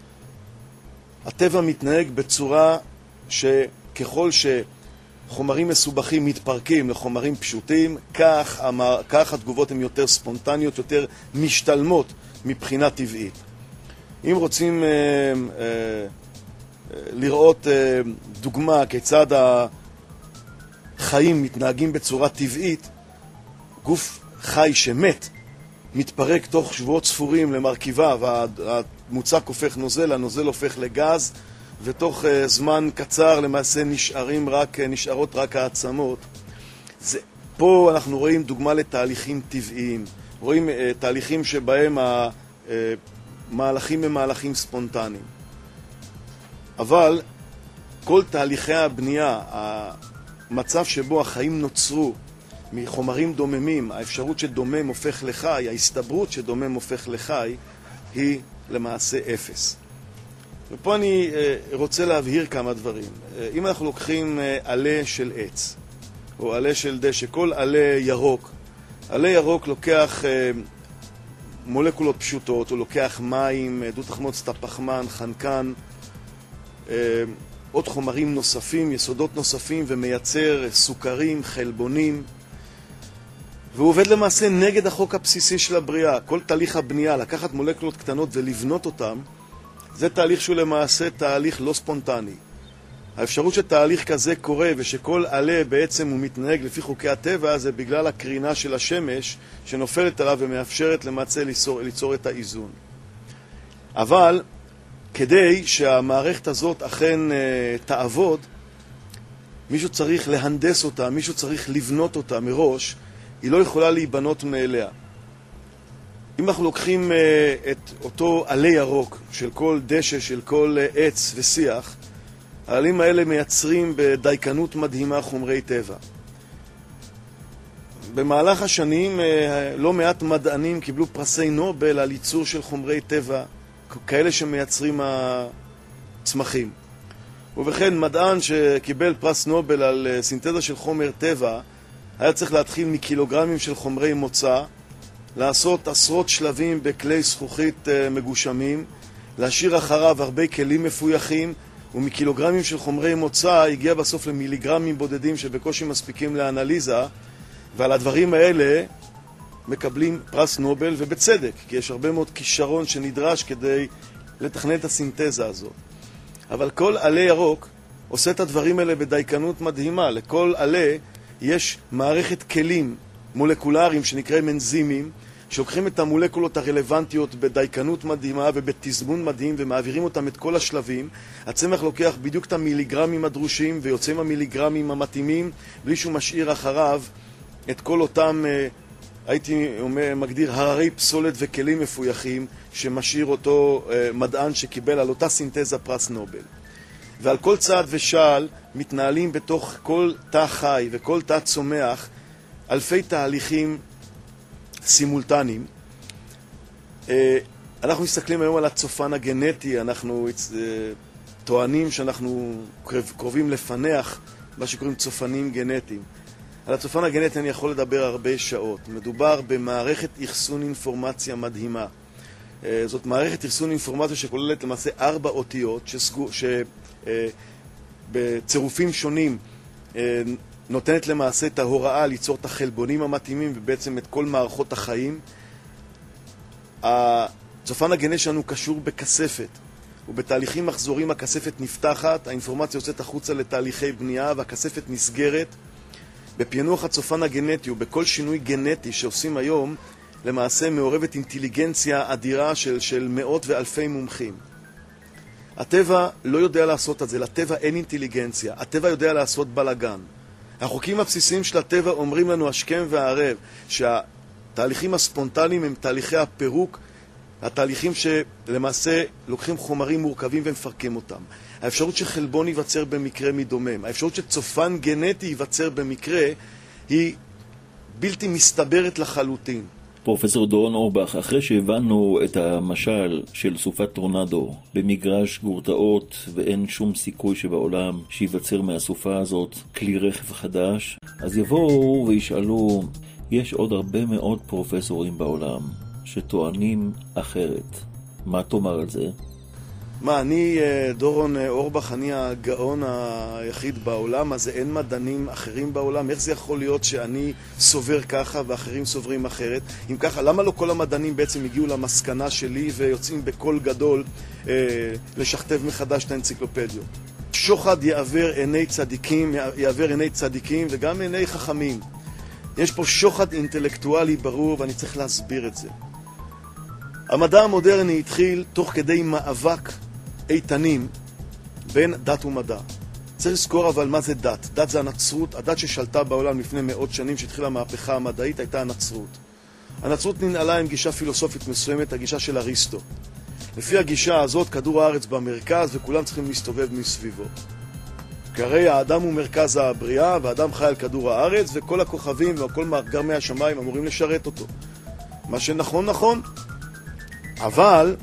הטבע מתנהג בצורה שככל שחומרים מסובכים מתפרקים לחומרים פשוטים, כך, כך התגובות הן יותר ספונטניות, יותר משתלמות מבחינה טבעית. אם רוצים... אה, אה, לראות דוגמה כיצד החיים מתנהגים בצורה טבעית, גוף חי שמת מתפרק תוך שבועות ספורים למרכיבה, והמוצק הופך נוזל, הנוזל הופך לגז, ותוך uh, זמן קצר למעשה נשארים רק, uh, נשארות רק העצמות. זה, פה אנחנו רואים דוגמה לתהליכים טבעיים. רואים uh, תהליכים שבהם המהלכים הם מהלכים ספונטניים. אבל כל תהליכי הבנייה, המצב שבו החיים נוצרו מחומרים דוממים, האפשרות שדומם הופך לחי, ההסתברות שדומם הופך לחי, היא למעשה אפס. ופה אני רוצה להבהיר כמה דברים. אם אנחנו לוקחים עלה של עץ, או עלה של דשא, כל עלה ירוק, עלה ירוק לוקח מולקולות פשוטות, הוא לוקח מים, דו-תחמוצת הפחמן, חנקן, עוד חומרים נוספים, יסודות נוספים, ומייצר סוכרים, חלבונים, והוא עובד למעשה נגד החוק הבסיסי של הבריאה. כל תהליך הבנייה, לקחת מולקולות קטנות ולבנות אותם, זה תהליך שהוא למעשה תהליך לא ספונטני. האפשרות שתהליך כזה קורה ושכל עלה בעצם הוא מתנהג לפי חוקי הטבע, זה בגלל הקרינה של השמש שנופלת עליו ומאפשרת למעשה ליצור, ליצור את האיזון. אבל כדי שהמערכת הזאת אכן uh, תעבוד, מישהו צריך להנדס אותה, מישהו צריך לבנות אותה מראש, היא לא יכולה להיבנות מאליה. אם אנחנו לוקחים uh, את אותו עלה ירוק של כל דשא, של כל uh, עץ ושיח, העלים האלה מייצרים בדייקנות מדהימה חומרי טבע. במהלך השנים uh, לא מעט מדענים קיבלו פרסי נובל על ייצור של חומרי טבע, כאלה שמייצרים הצמחים. ובכן, מדען שקיבל פרס נובל על סינתזה של חומר טבע, היה צריך להתחיל מקילוגרמים של חומרי מוצא, לעשות עשרות שלבים בכלי זכוכית מגושמים, להשאיר אחריו הרבה כלים מפויחים, ומקילוגרמים של חומרי מוצא הגיע בסוף למיליגרמים בודדים שבקושי מספיקים לאנליזה, ועל הדברים האלה מקבלים פרס נובל, ובצדק, כי יש הרבה מאוד כישרון שנדרש כדי לתכנן את הסינתזה הזאת. אבל כל עלה ירוק עושה את הדברים האלה בדייקנות מדהימה. לכל עלה יש מערכת כלים מולקולריים שנקראים אנזימים, שלוקחים את המולקולות הרלוונטיות בדייקנות מדהימה ובתזמון מדהים ומעבירים אותם את כל השלבים. הצמח לוקח בדיוק את המיליגרמים הדרושים ויוצא עם המיליגרמים המתאימים, בלי שהוא משאיר אחריו את כל אותם הייתי מגדיר הררי פסולת וכלים מפויחים שמשאיר אותו מדען שקיבל על אותה סינתזה פרס נובל. ועל כל צעד ושעל מתנהלים בתוך כל תא חי וכל תא צומח אלפי תהליכים סימולטניים. אנחנו מסתכלים היום על הצופן הגנטי, אנחנו טוענים שאנחנו קרובים לפנח מה שקוראים צופנים גנטיים. על הצופן הגנטי אני יכול לדבר הרבה שעות. מדובר במערכת אחסון אינפורמציה מדהימה. זאת מערכת אחסון אינפורמציה שכוללת למעשה ארבע אותיות שבצירופים שונים נותנת למעשה את ההוראה ליצור את החלבונים המתאימים ובעצם את כל מערכות החיים. הצופן הגנטי שלנו קשור בכספת, ובתהליכים מחזורים הכספת נפתחת, האינפורמציה יוצאת החוצה לתהליכי בנייה והכספת נסגרת. בפענוח הצופן הגנטי ובכל שינוי גנטי שעושים היום, למעשה מעורבת אינטליגנציה אדירה של, של מאות ואלפי מומחים. הטבע לא יודע לעשות את זה, לטבע אין אינטליגנציה, הטבע יודע לעשות בלגן. החוקים הבסיסיים של הטבע אומרים לנו השכם והערב שהתהליכים הספונטניים הם תהליכי הפירוק, התהליכים שלמעשה לוקחים חומרים מורכבים ומפרקים אותם. האפשרות שחלבון ייווצר במקרה מדומם, האפשרות שצופן גנטי ייווצר במקרה, היא בלתי מסתברת לחלוטין. פרופסור דורון אורבך, אחרי שהבנו את המשל של סופת טורנדו במגרש גורטאות ואין שום סיכוי שבעולם שיווצר מהסופה הזאת כלי רכב חדש, אז יבואו וישאלו, יש עוד הרבה מאוד פרופסורים בעולם שטוענים אחרת. מה תאמר על זה? מה, אני, דורון אורבך, אני הגאון היחיד בעולם, אז אין מדענים אחרים בעולם? איך זה יכול להיות שאני סובר ככה ואחרים סוברים אחרת? אם ככה, למה לא כל המדענים בעצם הגיעו למסקנה שלי ויוצאים בקול גדול אה, לשכתב מחדש את האנציקלופדיות? שוחד יעבר עיני צדיקים, יעבר עיני צדיקים וגם עיני חכמים. יש פה שוחד אינטלקטואלי ברור ואני צריך להסביר את זה. המדע המודרני התחיל תוך כדי מאבק איתנים בין דת ומדע. צריך לזכור אבל מה זה דת. דת זה הנצרות, הדת ששלטה בעולם לפני מאות שנים, שהתחילה המהפכה המדעית, הייתה הנצרות. הנצרות ננעלה עם גישה פילוסופית מסוימת, הגישה של אריסטו. לפי הגישה הזאת, כדור הארץ במרכז וכולם צריכים להסתובב מסביבו. כי הרי האדם הוא מרכז הבריאה, והאדם חי על כדור הארץ, וכל הכוכבים וכל גרמי השמיים אמורים לשרת אותו. מה שנכון נכון, אבל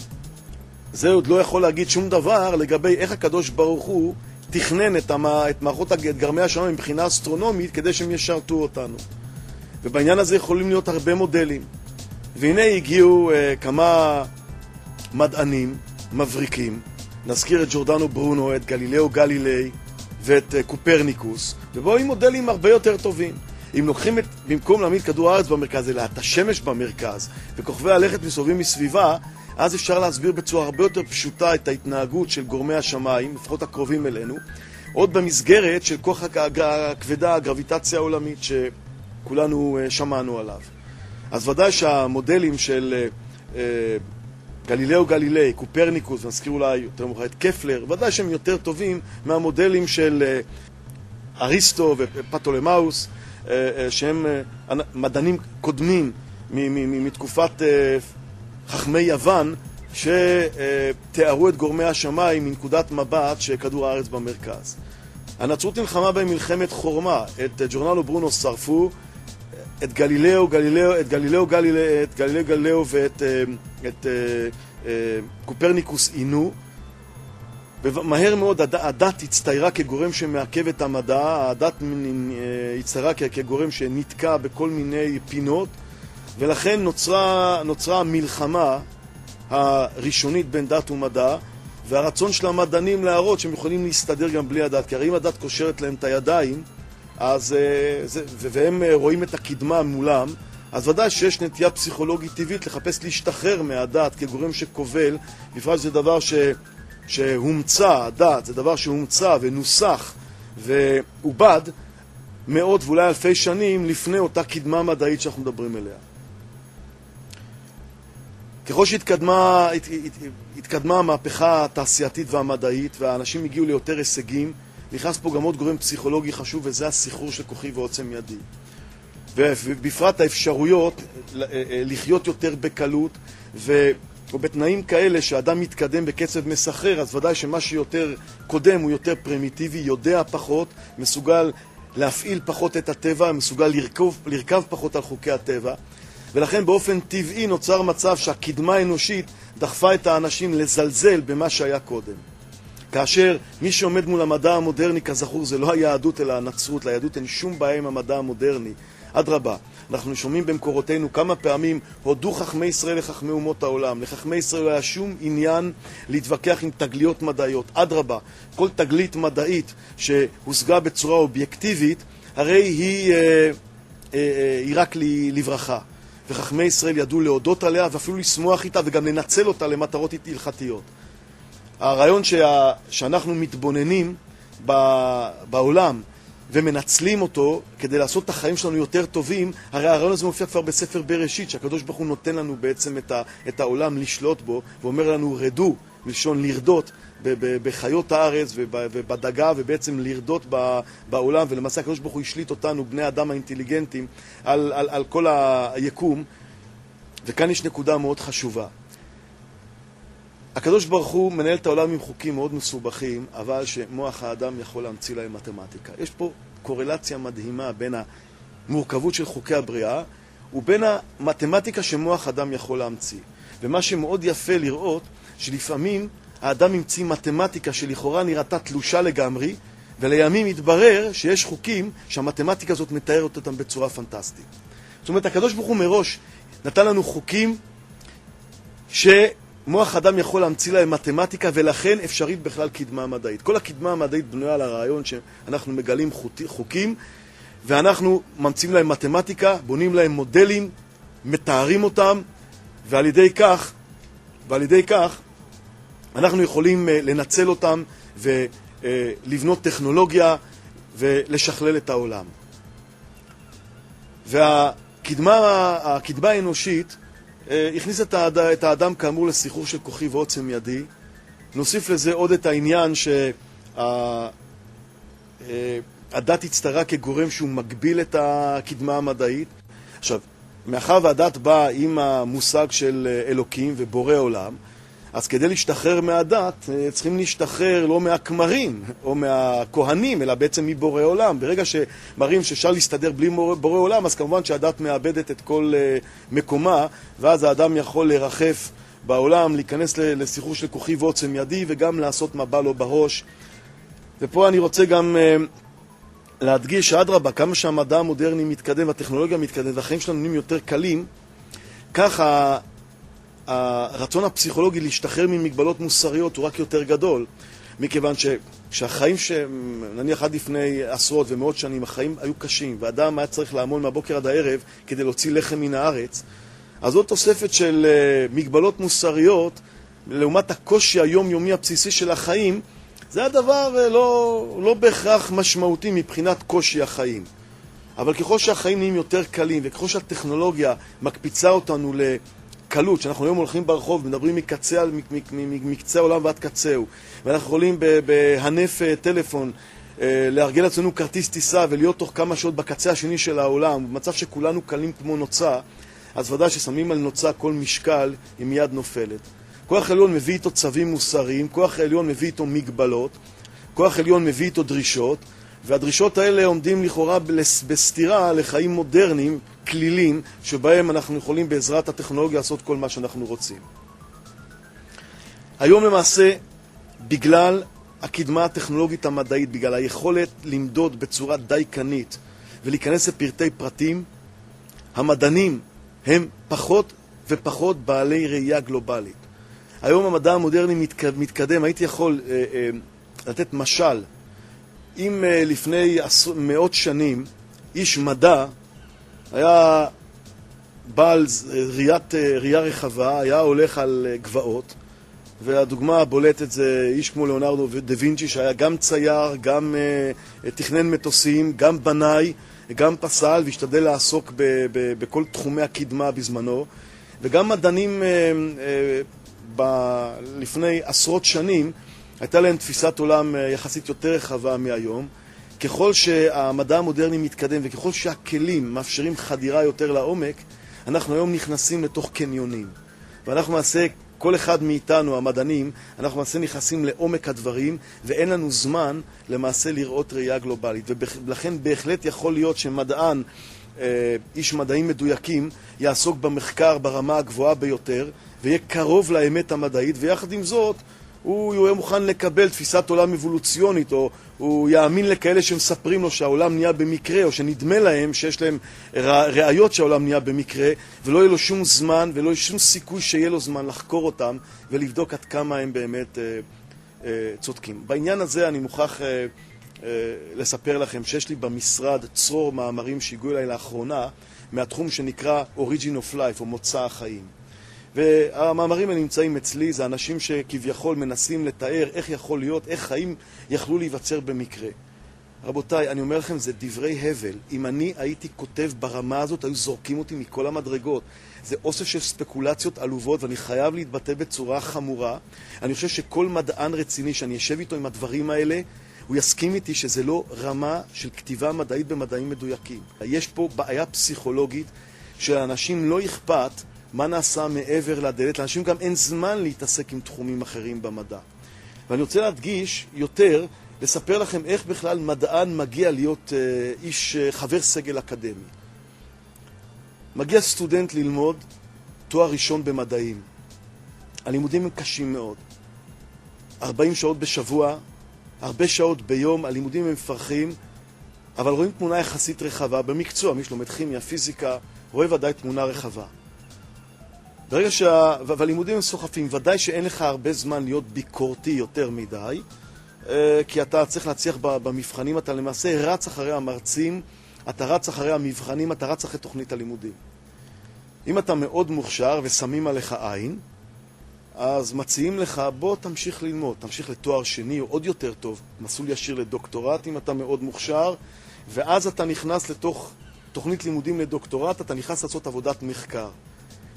זה עוד לא יכול להגיד שום דבר לגבי איך הקדוש ברוך הוא תכנן את, המע... את מערכות גרמי השמיים מבחינה אסטרונומית כדי שהם ישרתו אותנו. ובעניין הזה יכולים להיות הרבה מודלים. והנה הגיעו uh, כמה מדענים מבריקים, נזכיר את ג'ורדנו ברונו, את גלילאו גלילי ואת uh, קופרניקוס, ובואו עם מודלים הרבה יותר טובים. אם לוקחים את, במקום להעמיד כדור הארץ במרכז, אלא את השמש במרכז, וכוכבי הלכת מסובבים מסביבה, אז אפשר להסביר בצורה הרבה יותר פשוטה את ההתנהגות של גורמי השמיים, לפחות הקרובים אלינו, עוד במסגרת של כוח הכבדה, הגרביטציה העולמית שכולנו שמענו עליו. אז ודאי שהמודלים של גלילאו גלילי, קופרניקוס, ונזכיר אולי יותר מאוחר את קפלר, ודאי שהם יותר טובים מהמודלים של אריסטו ופטולמאוס, שהם מדענים קודמים מתקופת חכמי יוון, שתיארו את גורמי השמיים מנקודת מבט שכדור הארץ במרכז. הנצרות נלחמה במלחמת חורמה. את ג'ורדנו ברונו שרפו, את גלילאו גלילאו, את גלילאו גלילאו, את גלילאו גלילאו ואת את, את, קופרניקוס עינו. ומהר מאוד הדת הצטיירה כגורם שמעכב את המדע, הדת הצטיירה כגורם שנתקע בכל מיני פינות, ולכן נוצרה, נוצרה המלחמה הראשונית בין דת ומדע, והרצון של המדענים להראות שהם יכולים להסתדר גם בלי הדת, כי הרי אם הדת קושרת להם את הידיים, אז, זה, והם רואים את הקדמה מולם, אז ודאי שיש נטייה פסיכולוגית טבעית לחפש להשתחרר מהדת כגורם שכובל, בפרט שזה דבר ש, שהומצא, הדת זה דבר שהומצא ונוסח ועובד מאות ואולי אלפי שנים לפני אותה קדמה מדעית שאנחנו מדברים עליה. ככל שהתקדמה הת, הת, התקדמה המהפכה התעשייתית והמדעית והאנשים הגיעו ליותר הישגים, נכנס פה גם עוד גורם פסיכולוגי חשוב, וזה הסחרור של כוחי ועוצם ידי. ובפרט האפשרויות לחיות יותר בקלות ובתנאים כאלה שהאדם מתקדם בקצב מסחרר, אז ודאי שמה שיותר קודם הוא יותר פרימיטיבי, יודע פחות, מסוגל להפעיל פחות את הטבע, מסוגל לרכב, לרכב פחות על חוקי הטבע, ולכן באופן טבעי נוצר מצב שהקדמה האנושית דחפה את האנשים לזלזל במה שהיה קודם. כאשר מי שעומד מול המדע המודרני, כזכור, זה לא היהדות אלא הנצרות, ליהדות אין שום בעיה עם המדע המודרני. אדרבה, אנחנו שומעים במקורותינו כמה פעמים הודו חכמי ישראל לחכמי אומות העולם. לחכמי ישראל לא היה שום עניין להתווכח עם תגליות מדעיות. אדרבה, כל תגלית מדעית שהושגה בצורה אובייקטיבית, הרי היא, אה, אה, אה, היא רק לברכה. וחכמי ישראל ידעו להודות עליה ואפילו לשמוח איתה וגם לנצל אותה למטרות הלכתיות. הרעיון שה, שאנחנו מתבוננים בעולם ומנצלים אותו כדי לעשות את החיים שלנו יותר טובים, הרי הרעיון הזה מופיע כבר בספר בראשית, שהקדוש ברוך הוא נותן לנו בעצם את, ה, את העולם לשלוט בו, ואומר לנו רדו, מלשון לרדות ב, ב, בחיות הארץ ובדגה, ובעצם לרדות ב, בעולם, ולמעשה הקדוש ברוך הוא השליט אותנו, בני אדם האינטליגנטים, על, על, על כל היקום. וכאן יש נקודה מאוד חשובה. הקדוש ברוך הוא מנהל את העולם עם חוקים מאוד מסובכים, אבל שמוח האדם יכול להמציא להם מתמטיקה. יש פה קורלציה מדהימה בין המורכבות של חוקי הבריאה ובין המתמטיקה שמוח האדם יכול להמציא. ומה שמאוד יפה לראות, שלפעמים האדם ימציא מתמטיקה שלכאורה נראתה תלושה לגמרי, ולימים יתברר שיש חוקים שהמתמטיקה הזאת מתארת אותם בצורה פנטסטית. זאת אומרת, הקדוש ברוך הוא מראש נתן לנו חוקים ש... מוח אדם יכול להמציא להם מתמטיקה, ולכן אפשרית בכלל קדמה מדעית. כל הקדמה המדעית בנויה על הרעיון שאנחנו מגלים חוקים, ואנחנו ממציאים להם מתמטיקה, בונים להם מודלים, מתארים אותם, ועל ידי כך, ועל ידי כך, אנחנו יכולים לנצל אותם ולבנות טכנולוגיה ולשכלל את העולם. והקדמה, הקדמה האנושית, הכניס את האדם כאמור לסחרור של כוחי ועוצם ידי, נוסיף לזה עוד את העניין שהדת הצטרה כגורם שהוא מגביל את הקדמה המדעית. עכשיו, מאחר והדת באה עם המושג של אלוקים ובורא עולם, אז כדי להשתחרר מהדת, צריכים להשתחרר לא מהכמרים או מהכהנים, אלא בעצם מבורא עולם. ברגע שמראים שאפשר להסתדר בלי בורא עולם, אז כמובן שהדת מאבדת את כל מקומה, ואז האדם יכול לרחף בעולם, להיכנס לסחרור של כוחי ועוצם ידי, וגם לעשות מה בא לו בראש. ופה אני רוצה גם להדגיש שאדרבה, כמה שהמדע המודרני מתקדם והטכנולוגיה מתקדם והחיים שלנו נהיים יותר קלים, ככה הרצון הפסיכולוגי להשתחרר ממגבלות מוסריות הוא רק יותר גדול, מכיוון שהחיים שנניח עד לפני עשרות ומאות שנים, החיים היו קשים, ואדם היה צריך לעמול מהבוקר עד הערב כדי להוציא לחם מן הארץ, אז זאת תוספת של מגבלות מוסריות, לעומת הקושי היומיומי הבסיסי של החיים, זה הדבר לא, לא בהכרח משמעותי מבחינת קושי החיים. אבל ככל שהחיים נהיים יותר קלים, וככל שהטכנולוגיה מקפיצה אותנו לקלות, שאנחנו היום הולכים ברחוב, מדברים מקצה, מקצה העולם ועד קצהו, ואנחנו יכולים בהנף טלפון לארגן לעצמנו כרטיס טיסה ולהיות תוך כמה שעות בקצה השני של העולם, במצב שכולנו קלים כמו נוצה, אז ודאי ששמים על נוצה כל משקל היא מיד נופלת. כוח עליון מביא איתו צווים מוסריים, כוח עליון מביא איתו מגבלות, כוח עליון מביא איתו דרישות, והדרישות האלה עומדים לכאורה בסתירה לחיים מודרניים, כלילים, שבהם אנחנו יכולים בעזרת הטכנולוגיה לעשות כל מה שאנחנו רוצים. היום למעשה, בגלל הקדמה הטכנולוגית המדעית, בגלל היכולת למדוד בצורה דייקנית ולהיכנס לפרטי פרטים, המדענים הם פחות ופחות בעלי ראייה גלובלית. היום המדע המודרני מתקדם, הייתי יכול אה, אה, לתת משל, אם אה, לפני עשר, מאות שנים איש מדע היה בעל ראיית, אה, ראייה רחבה, היה הולך על אה, גבעות, והדוגמה הבולטת זה איש כמו ליאונרדו דה וינצ'י, שהיה גם צייר, גם אה, תכנן מטוסים, גם בנאי, גם פסל, והשתדל לעסוק ב, ב, בכל תחומי הקדמה בזמנו, וגם מדענים אה, אה, ב... לפני עשרות שנים הייתה להם תפיסת עולם יחסית יותר רחבה מהיום. ככל שהמדע המודרני מתקדם וככל שהכלים מאפשרים חדירה יותר לעומק, אנחנו היום נכנסים לתוך קניונים. ואנחנו מעשה, כל אחד מאיתנו, המדענים, אנחנו מעשה נכנסים לעומק הדברים, ואין לנו זמן למעשה לראות ראייה גלובלית. ולכן בהחלט יכול להיות שמדען, איש מדעים מדויקים, יעסוק במחקר ברמה הגבוהה ביותר, ויהיה קרוב לאמת המדעית, ויחד עם זאת הוא יהיה מוכן לקבל תפיסת עולם אבולוציונית, או הוא יאמין לכאלה שמספרים לו שהעולם נהיה במקרה, או שנדמה להם שיש להם ראיות שהעולם נהיה במקרה, ולא יהיה לו שום זמן, ולא יהיה שום סיכוי שיהיה לו זמן לחקור אותם, ולבדוק עד כמה הם באמת אה, אה, צודקים. בעניין הזה אני מוכרח אה, אה, לספר לכם שיש לי במשרד צרור מאמרים שהגיעו אליי לאחרונה, מהתחום שנקרא Origin of Life, או מוצא החיים. והמאמרים הנמצאים אצלי זה אנשים שכביכול מנסים לתאר איך יכול להיות, איך חיים יכלו להיווצר במקרה. רבותיי, אני אומר לכם, זה דברי הבל. אם אני הייתי כותב ברמה הזאת, היו זורקים אותי מכל המדרגות. זה אוסף של ספקולציות עלובות, ואני חייב להתבטא בצורה חמורה. אני חושב שכל מדען רציני שאני אשב איתו עם הדברים האלה, הוא יסכים איתי שזה לא רמה של כתיבה מדעית במדעים מדויקים. יש פה בעיה פסיכולוגית שלאנשים לא אכפת מה נעשה מעבר לדלת. לאנשים גם אין זמן להתעסק עם תחומים אחרים במדע. ואני רוצה להדגיש יותר, לספר לכם איך בכלל מדען מגיע להיות אה, איש אה, חבר סגל אקדמי. מגיע סטודנט ללמוד תואר ראשון במדעים. הלימודים הם קשים מאוד. ארבעים שעות בשבוע, הרבה שעות ביום, הלימודים הם מפרכים, אבל רואים תמונה יחסית רחבה במקצוע. מי שלומד כימיה, פיזיקה, רואה ודאי תמונה רחבה. ברגע שה... והלימודים הם סוחפים, ודאי שאין לך הרבה זמן להיות ביקורתי יותר מדי, כי אתה צריך להצליח במבחנים, אתה למעשה רץ אחרי המרצים, אתה רץ אחרי המבחנים, אתה רץ אחרי תוכנית הלימודים. אם אתה מאוד מוכשר ושמים עליך עין, אז מציעים לך, בוא תמשיך ללמוד, תמשיך לתואר שני או עוד יותר טוב, מסלול ישיר לדוקטורט אם אתה מאוד מוכשר, ואז אתה נכנס לתוך תוכנית לימודים לדוקטורט, אתה נכנס לעשות עבודת מחקר.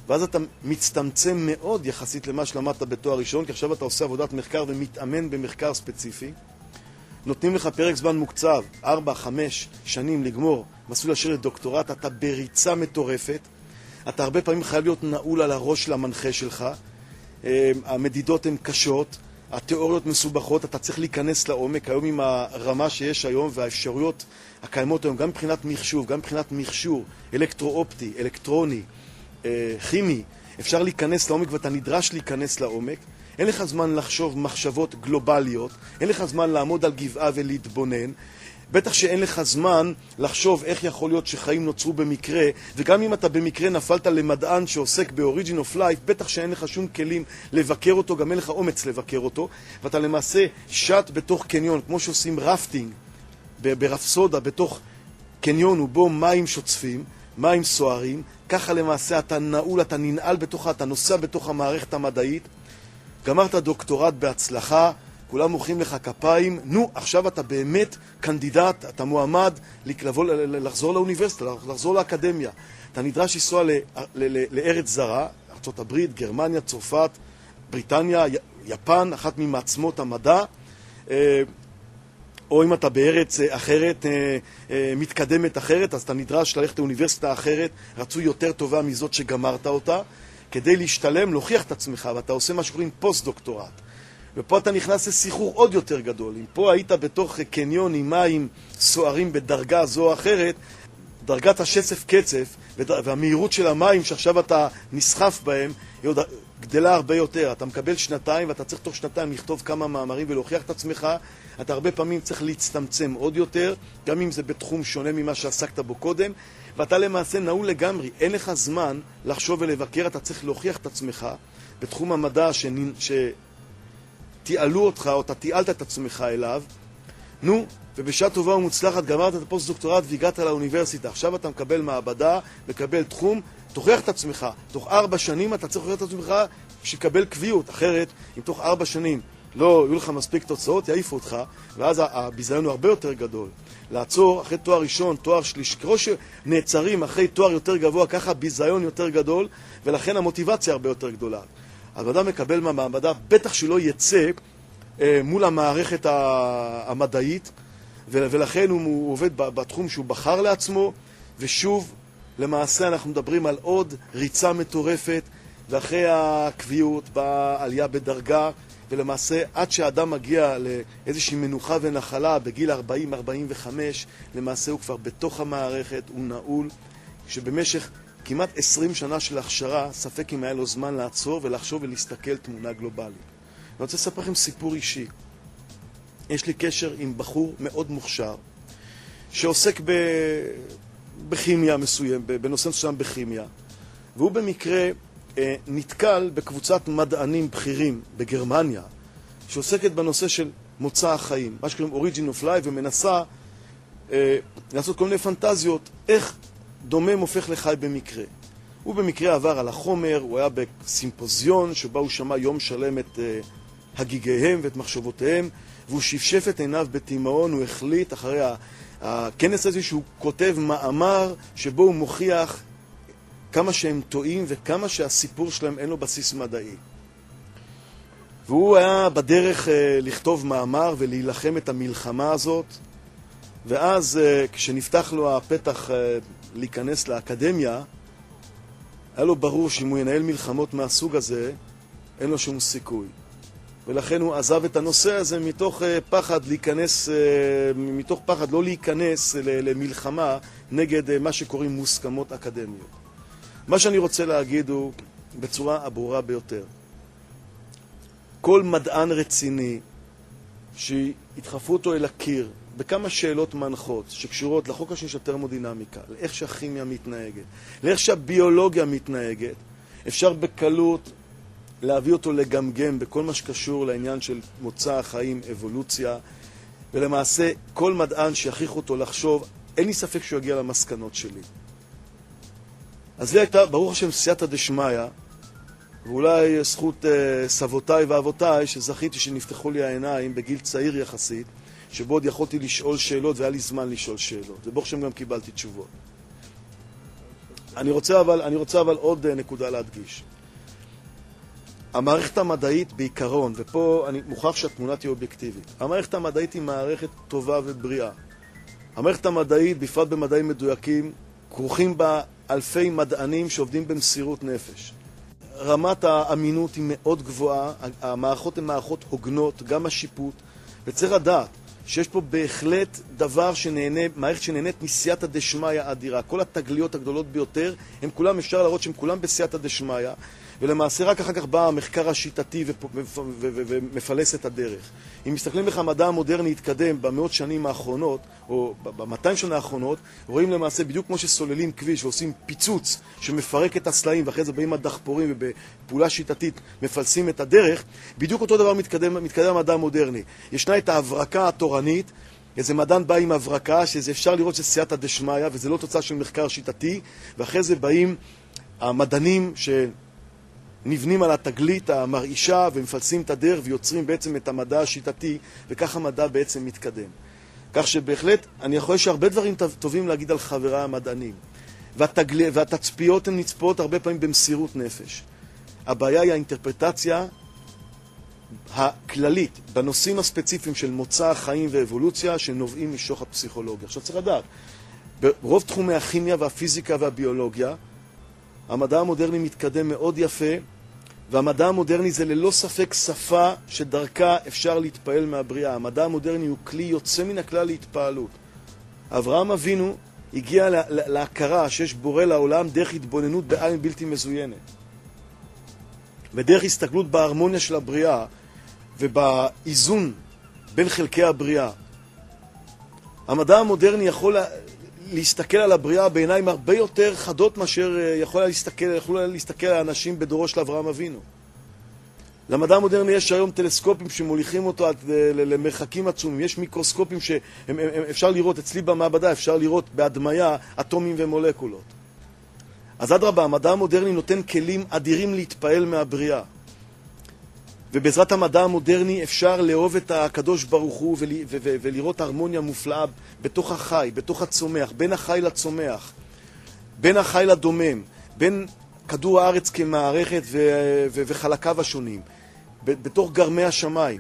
ואז אתה מצטמצם מאוד יחסית למה שלמדת בתואר ראשון, כי עכשיו אתה עושה עבודת מחקר ומתאמן במחקר ספציפי. נותנים לך פרק זמן מוקצב, ארבע, חמש שנים לגמור מסלול ישיר לדוקטורט, אתה בריצה מטורפת, אתה הרבה פעמים חייב להיות נעול על הראש של המנחה שלך, המדידות הן קשות, התיאוריות מסובכות, אתה צריך להיכנס לעומק. היום עם הרמה שיש היום והאפשרויות הקיימות היום, גם מבחינת מחשוב, גם מבחינת מכשור, אלקטרו-אופטי, אלקטרוני, כימי, אפשר להיכנס לעומק ואתה נדרש להיכנס לעומק. אין לך זמן לחשוב מחשבות גלובליות, אין לך זמן לעמוד על גבעה ולהתבונן, בטח שאין לך זמן לחשוב איך יכול להיות שחיים נוצרו במקרה, וגם אם אתה במקרה נפלת למדען שעוסק ב-Origin of Life, בטח שאין לך שום כלים לבקר אותו, גם אין לך אומץ לבקר אותו, ואתה למעשה שט בתוך קניון, כמו שעושים רפטינג ברפסודה, בתוך קניון ובו מים שוצפים, מים סוערים, ככה למעשה אתה נעול, אתה ננעל בתוכה, אתה נוסע בתוך המערכת המדעית, גמרת דוקטורט בהצלחה, כולם מוחאים לך כפיים, נו, עכשיו אתה באמת קנדידט, אתה מועמד לבוא, לחזור לאוניברסיטה, לחזור לאקדמיה. אתה נדרש לנסוע לארץ זרה, ארצות הברית, גרמניה, צרפת, בריטניה, יפן, אחת ממעצמות המדע, או אם אתה בארץ אחרת, מתקדמת אחרת, אז אתה נדרש ללכת לאוניברסיטה אחרת, רצוי יותר טובה מזאת שגמרת אותה, כדי להשתלם, להוכיח את עצמך, ואתה עושה מה שקוראים פוסט-דוקטורט. ופה אתה נכנס לסיחור עוד יותר גדול. אם פה היית בתוך קניון עם מים סוערים בדרגה זו או אחרת, דרגת השצף קצף והמהירות של המים שעכשיו אתה נסחף בהם, היא עוד גדלה הרבה יותר. אתה מקבל שנתיים ואתה צריך תוך שנתיים לכתוב כמה מאמרים ולהוכיח את עצמך. אתה הרבה פעמים צריך להצטמצם עוד יותר, גם אם זה בתחום שונה ממה שעסקת בו קודם, ואתה למעשה נעול לגמרי. אין לך זמן לחשוב ולבקר, אתה צריך להוכיח את עצמך בתחום המדע שנ... ש... תיעלו אותך, או אתה תיעלת את עצמך אליו, נו, ובשעה טובה ומוצלחת גמרת את הפוסט-דוקטורט והגעת לאוניברסיטה. עכשיו אתה מקבל מעבדה, מקבל תחום, תוכיח את עצמך. תוך ארבע שנים אתה צריך להוכיח את עצמך שיקבל קביעות. אחרת, אם תוך ארבע שנים לא יהיו לך מספיק תוצאות, יעיפו אותך, ואז הביזיון הוא הרבה יותר גדול. לעצור אחרי תואר ראשון, תואר שלישי, כמו שנעצרים אחרי תואר יותר גבוה, ככה ביזיון יותר גדול, ולכן המוטיבציה הרבה יותר גדולה. האדם מקבל מהמעבדה, בטח שלא יצא אה, מול המערכת המדעית, ולכן הוא, הוא עובד בתחום שהוא בחר לעצמו, ושוב, למעשה אנחנו מדברים על עוד ריצה מטורפת, ואחרי הקביעות באה עלייה בדרגה, ולמעשה עד שהאדם מגיע לאיזושהי מנוחה ונחלה בגיל ארבעים ארבעים וחמש, למעשה הוא כבר בתוך המערכת, הוא נעול, שבמשך כמעט עשרים שנה של הכשרה, ספק אם היה לו זמן לעצור ולחשוב ולהסתכל תמונה גלובלית. אני רוצה לספר לכם סיפור אישי. יש לי קשר עם בחור מאוד מוכשר, שעוסק ב... בכימיה מסוים, בנושא מסוים בכימיה, והוא במקרה אה, נתקל בקבוצת מדענים בכירים בגרמניה, שעוסקת בנושא של מוצא החיים, מה שקוראים Origin of Life, ומנסה אה, לעשות כל מיני פנטזיות, איך דומם הופך לחי במקרה. הוא במקרה עבר על החומר, הוא היה בסימפוזיון שבה הוא שמע יום שלם את uh, הגיגיהם ואת מחשבותיהם, והוא שפשף את עיניו בתימהון, הוא החליט אחרי הכנס הזה שהוא כותב מאמר שבו הוא מוכיח כמה שהם טועים וכמה שהסיפור שלהם אין לו בסיס מדעי. והוא היה בדרך uh, לכתוב מאמר ולהילחם את המלחמה הזאת, ואז uh, כשנפתח לו הפתח uh, להיכנס לאקדמיה, היה לו ברור שאם הוא ינהל מלחמות מהסוג הזה, אין לו שום סיכוי. ולכן הוא עזב את הנושא הזה מתוך פחד להיכנס, מתוך פחד לא להיכנס למלחמה נגד מה שקוראים מוסכמות אקדמיות. מה שאני רוצה להגיד הוא בצורה הברורה ביותר. כל מדען רציני שידחפו אותו אל הקיר בכמה שאלות מנחות שקשורות לחוק השני של טרמודינמיקה, לאיך שהכימיה מתנהגת, לאיך שהביולוגיה מתנהגת, אפשר בקלות להביא אותו לגמגם בכל מה שקשור לעניין של מוצא החיים, אבולוציה, ולמעשה כל מדען שיכריח אותו לחשוב, אין לי ספק שהוא יגיע למסקנות שלי. אז לי הייתה, ברוך השם, סייעתא דשמיא, ואולי זכות אה, סבותיי ואבותיי, שזכיתי שנפתחו לי העיניים בגיל צעיר יחסית, שבו עוד יכולתי לשאול שאלות והיה לי זמן לשאול שאלות. וברוך השם גם קיבלתי תשובות. אני רוצה אבל, אני רוצה אבל עוד נקודה להדגיש. המערכת המדעית בעיקרון, ופה אני מוכרח שהתמונה תהיה אובייקטיבית, המערכת המדעית היא מערכת טובה ובריאה. המערכת המדעית, בפרט במדעים מדויקים, כרוכים בה אלפי מדענים שעובדים במסירות נפש. רמת האמינות היא מאוד גבוהה, המערכות הן מערכות הוגנות, גם השיפוט, וצריך לדעת שיש פה בהחלט דבר שנהנה, מערכת שנהנית מסייעתא דשמיא אדירה. כל התגליות הגדולות ביותר, הם כולם, אפשר להראות שהם כולם בסייעתא דשמיא, ולמעשה רק אחר כך בא המחקר השיטתי ומפלס את הדרך. אם מסתכלים איך המדע המודרני התקדם במאות שנים האחרונות, או ב-מאתיים שנה האחרונות, רואים למעשה בדיוק כמו שסוללים כביש ועושים פיצוץ שמפרק את הסלעים, ואחרי זה באים הדחפורים ובפעולה שיטתית מפלסים את הדרך, בדיוק אותו דבר מתקדם, מתקדם המדע המודרני. ישנה את ההברקה התורנית, איזה מדען בא עם הברקה, שזה אפשר לראות שסייעתא דשמיא, וזה לא תוצאה של מחקר שיטתי, ואחרי זה באים המדענים ש... נבנים על התגלית המרעישה ומפלסים את הדרך ויוצרים בעצם את המדע השיטתי, וכך המדע בעצם מתקדם. כך שבהחלט אני יכול שהרבה דברים טובים להגיד על חברי המדענים. והתגל... והתצפיות הן נצפות הרבה פעמים במסירות נפש. הבעיה היא האינטרפרטציה הכללית בנושאים הספציפיים של מוצא החיים ואבולוציה שנובעים משוחד פסיכולוגיה. עכשיו צריך לדעת, ברוב תחומי הכימיה והפיזיקה והביולוגיה, המדע המודרני מתקדם מאוד יפה, והמדע המודרני זה ללא ספק שפה שדרכה אפשר להתפעל מהבריאה. המדע המודרני הוא כלי יוצא מן הכלל להתפעלות. אברהם אבינו הגיע לה, להכרה שיש בורא לעולם דרך התבוננות בעין בלתי מזוינת. בדרך הסתכלות בהרמוניה של הבריאה ובאיזון בין חלקי הבריאה. המדע המודרני יכול לה, להסתכל על הבריאה בעיניים הרבה יותר חדות מאשר יכול להסתכל, יכול להסתכל על האנשים בדורו של אברהם אבינו. למדע המודרני יש היום טלסקופים שמוליכים אותו עד למרחקים עצומים, יש מיקרוסקופים שאפשר לראות אצלי במעבדה, אפשר לראות בהדמיה אטומים ומולקולות. אז אדרבה, המדע המודרני נותן כלים אדירים להתפעל מהבריאה. ובעזרת המדע המודרני אפשר לאהוב את הקדוש ברוך הוא ול, ו, ו, ולראות הרמוניה מופלאה בתוך החי, בתוך הצומח, בין החי לצומח, בין החי לדומם, בין כדור הארץ כמערכת ו, ו, וחלקיו השונים, בתוך גרמי השמיים.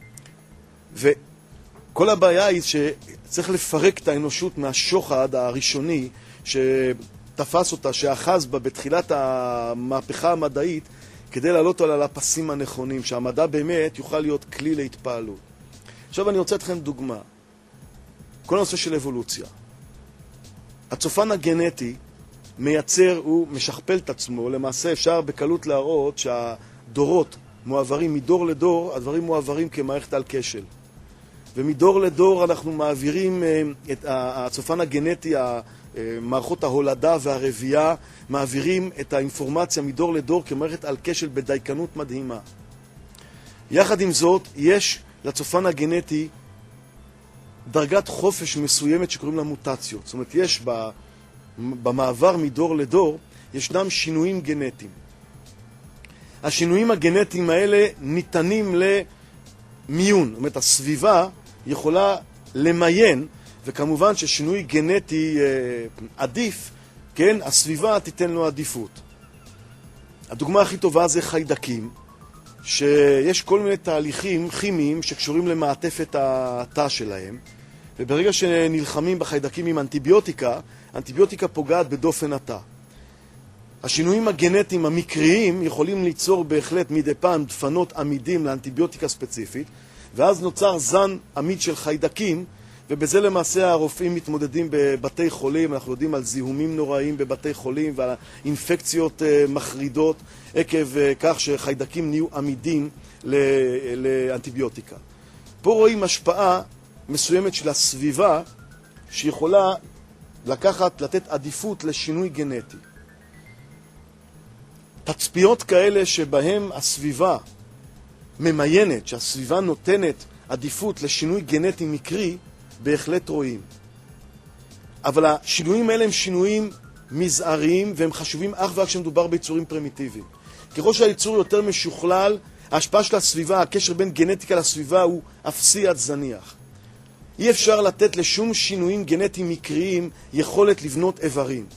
וכל הבעיה היא שצריך לפרק את האנושות מהשוחד הראשוני שתפס אותה, שאחז בה בתחילת המהפכה המדעית, כדי לעלות על הפסים הנכונים, שהמדע באמת יוכל להיות כלי להתפעלות. עכשיו אני רוצה אתכם דוגמה. כל הנושא של אבולוציה. הצופן הגנטי מייצר, הוא משכפל את עצמו, למעשה אפשר בקלות להראות שהדורות מועברים מדור לדור, הדברים מועברים כמערכת על כשל. ומדור לדור אנחנו מעבירים את הצופן הגנטי, מערכות ההולדה והרבייה, מעבירים את האינפורמציה מדור לדור כמערכת על כשל בדייקנות מדהימה. יחד עם זאת, יש לצופן הגנטי דרגת חופש מסוימת שקוראים לה מוטציות. זאת אומרת, יש במעבר מדור לדור, ישנם שינויים גנטיים. השינויים הגנטיים האלה ניתנים למיון. זאת אומרת, הסביבה יכולה למיין, וכמובן ששינוי גנטי עדיף, כן, הסביבה תיתן לו עדיפות. הדוגמה הכי טובה זה חיידקים, שיש כל מיני תהליכים כימיים שקשורים למעטפת התא שלהם, וברגע שנלחמים בחיידקים עם אנטיביוטיקה, אנטיביוטיקה פוגעת בדופן התא. השינויים הגנטיים המקריים יכולים ליצור בהחלט מדי פעם דפנות עמידים לאנטיביוטיקה ספציפית, ואז נוצר זן עמיד של חיידקים, ובזה למעשה הרופאים מתמודדים בבתי חולים. אנחנו יודעים על זיהומים נוראים בבתי חולים ועל אינפקציות מחרידות עקב כך שחיידקים נהיו עמידים לאנטיביוטיקה. פה רואים השפעה מסוימת של הסביבה שיכולה לקחת, לתת עדיפות לשינוי גנטי. תצפיות כאלה שבהם הסביבה ממיינת, שהסביבה נותנת עדיפות לשינוי גנטי מקרי, בהחלט רואים. אבל השינויים האלה הם שינויים מזעריים, והם חשובים אך ורק כשמדובר ביצורים פרימיטיביים. ככל שהיצור יותר משוכלל, ההשפעה של הסביבה, הקשר בין גנטיקה לסביבה הוא אפסי עד זניח. אי אפשר לתת לשום שינויים גנטיים מקריים יכולת לבנות איברים.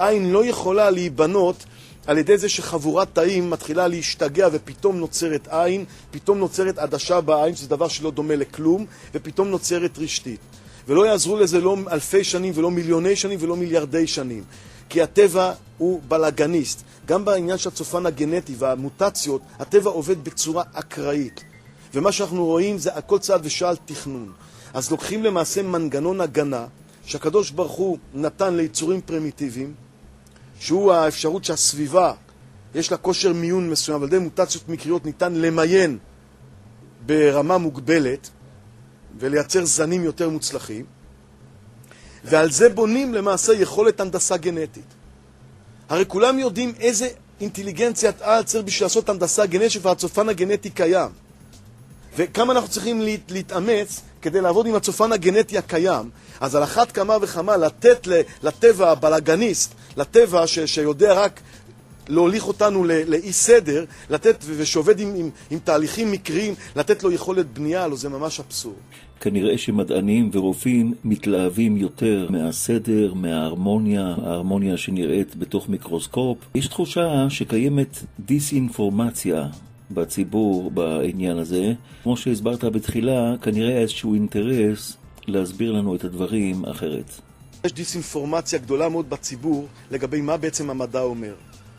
עין לא יכולה להיבנות על ידי זה שחבורת תאים מתחילה להשתגע ופתאום נוצרת עין, פתאום נוצרת עדשה בעין, שזה דבר שלא דומה לכלום, ופתאום נוצרת רשתית. ולא יעזרו לזה לא אלפי שנים ולא מיליוני שנים ולא מיליארדי שנים. כי הטבע הוא בלגניסט. גם בעניין של הצופן הגנטי והמוטציות, הטבע עובד בצורה אקראית. ומה שאנחנו רואים זה הכל צעד ושעל תכנון. אז לוקחים למעשה מנגנון הגנה, שהקדוש ברוך הוא נתן ליצורים פרימיטיביים, שהוא האפשרות שהסביבה, יש לה כושר מיון מסוים, אבל די מוטציות מקריות ניתן למיין ברמה מוגבלת, ולייצר זנים יותר מוצלחים, ועל זה בונים למעשה יכולת הנדסה גנטית. הרי כולם יודעים איזה אינטליגנציית על צריך בשביל לעשות הנדסה גנטית, והצופן הגנטי קיים. וכמה אנחנו צריכים להת, להתאמץ כדי לעבוד עם הצופן הגנטי הקיים. אז על אחת כמה וכמה לתת לטבע הבלגניסט, לטבע ש, שיודע רק להוליך אותנו לאי סדר, לתת ושעובד עם, עם, עם תהליכים מקריים, לתת לו יכולת בנייה, לו זה ממש אבסורד. כנראה שמדענים ורופאים מתלהבים יותר מהסדר, מההרמוניה, ההרמוניה שנראית בתוך מיקרוסקופ. יש תחושה שקיימת דיסאינפורמציה בציבור בעניין הזה. כמו שהסברת בתחילה, כנראה איזשהו אינטרס להסביר לנו את הדברים אחרת. יש דיסאינפורמציה גדולה מאוד בציבור לגבי מה בעצם המדע אומר.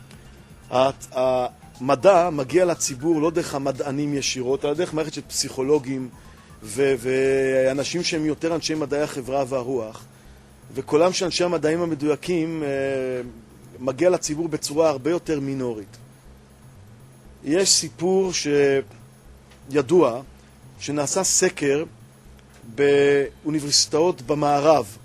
המדע מגיע לציבור לא דרך המדענים ישירות, אלא דרך מערכת של פסיכולוגים ו- ואנשים שהם יותר אנשי מדעי החברה והרוח. וקולם של אנשי המדעים המדויקים אה, מגיע לציבור בצורה הרבה יותר מינורית. יש סיפור שידוע שנעשה סקר באוניברסיטאות במערב.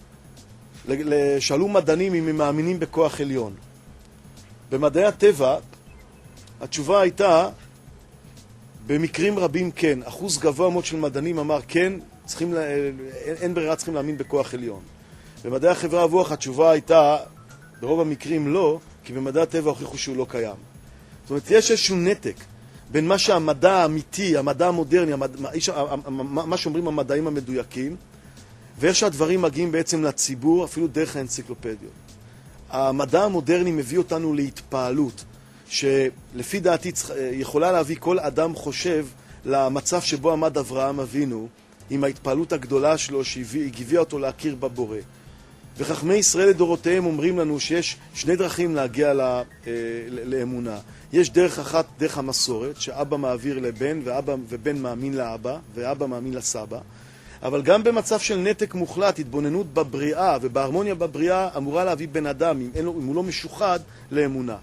שאלו מדענים אם הם מאמינים בכוח עליון. במדעי הטבע התשובה הייתה במקרים רבים כן. אחוז גבוה מאוד של מדענים אמר כן, צריכים, אין ברירה, צריכים להאמין בכוח עליון. במדעי החברה והרוח התשובה הייתה ברוב המקרים לא, כי במדעי הטבע הוכיחו שהוא לא קיים. זאת אומרת, יש איזשהו נתק בין מה שהמדע האמיתי, המדע המודרני, המדע, מה שאומרים המדעים המדויקים, ואיך שהדברים מגיעים בעצם לציבור, אפילו דרך האנציקלופדיות. המדע המודרני מביא אותנו להתפעלות, שלפי דעתי יכולה להביא כל אדם חושב למצב שבו עמד אברהם אבינו, עם ההתפעלות הגדולה שלו שהגיעה אותו להכיר בבורא. וחכמי ישראל לדורותיהם אומרים לנו שיש שני דרכים להגיע לה, לאמונה. יש דרך אחת, דרך המסורת, שאבא מעביר לבן ואבא, ובן מאמין לאבא, ואבא מאמין לסבא. אבל גם במצב של נתק מוחלט, התבוננות בבריאה ובהרמוניה בבריאה אמורה להביא בן אדם, אם, אין, אם הוא לא משוחד, לאמונה.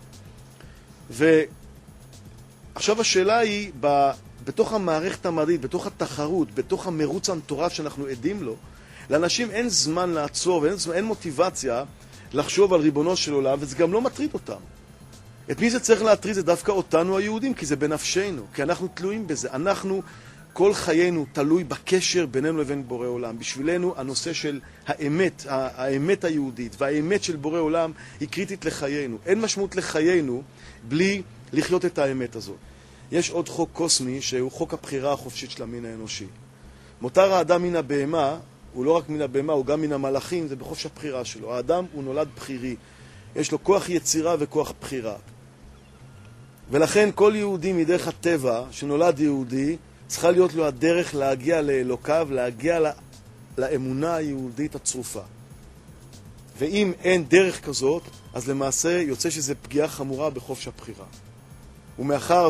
ועכשיו השאלה היא, ב, בתוך המערכת המדעית, בתוך התחרות, בתוך המרוץ המטורף שאנחנו עדים לו, לאנשים אין זמן לעצור ואין אין מוטיבציה לחשוב על ריבונו של עולם, וזה גם לא מטריד אותם. את מי זה צריך להטריד? זה דווקא אותנו היהודים, כי זה בנפשנו, כי אנחנו תלויים בזה. אנחנו, כל חיינו תלוי בקשר בינינו לבין בורא עולם. בשבילנו הנושא של האמת, האמת היהודית והאמת של בורא עולם היא קריטית לחיינו. אין משמעות לחיינו בלי לחיות את האמת הזאת. יש עוד חוק קוסמי שהוא חוק הבחירה החופשית של המין האנושי. מותר האדם מן הבהמה, הוא לא רק מן הבהמה, הוא גם מן המלאכים, זה בחופש הבחירה שלו. האדם הוא נולד בחירי. יש לו כוח יצירה וכוח בחירה. ולכן כל יהודי מדרך הטבע שנולד יהודי, צריכה להיות לו הדרך להגיע לאלוקיו, להגיע לא, לאמונה היהודית הצרופה. ואם אין דרך כזאת, אז למעשה יוצא שזה פגיעה חמורה בחופש הבחירה. ומאחר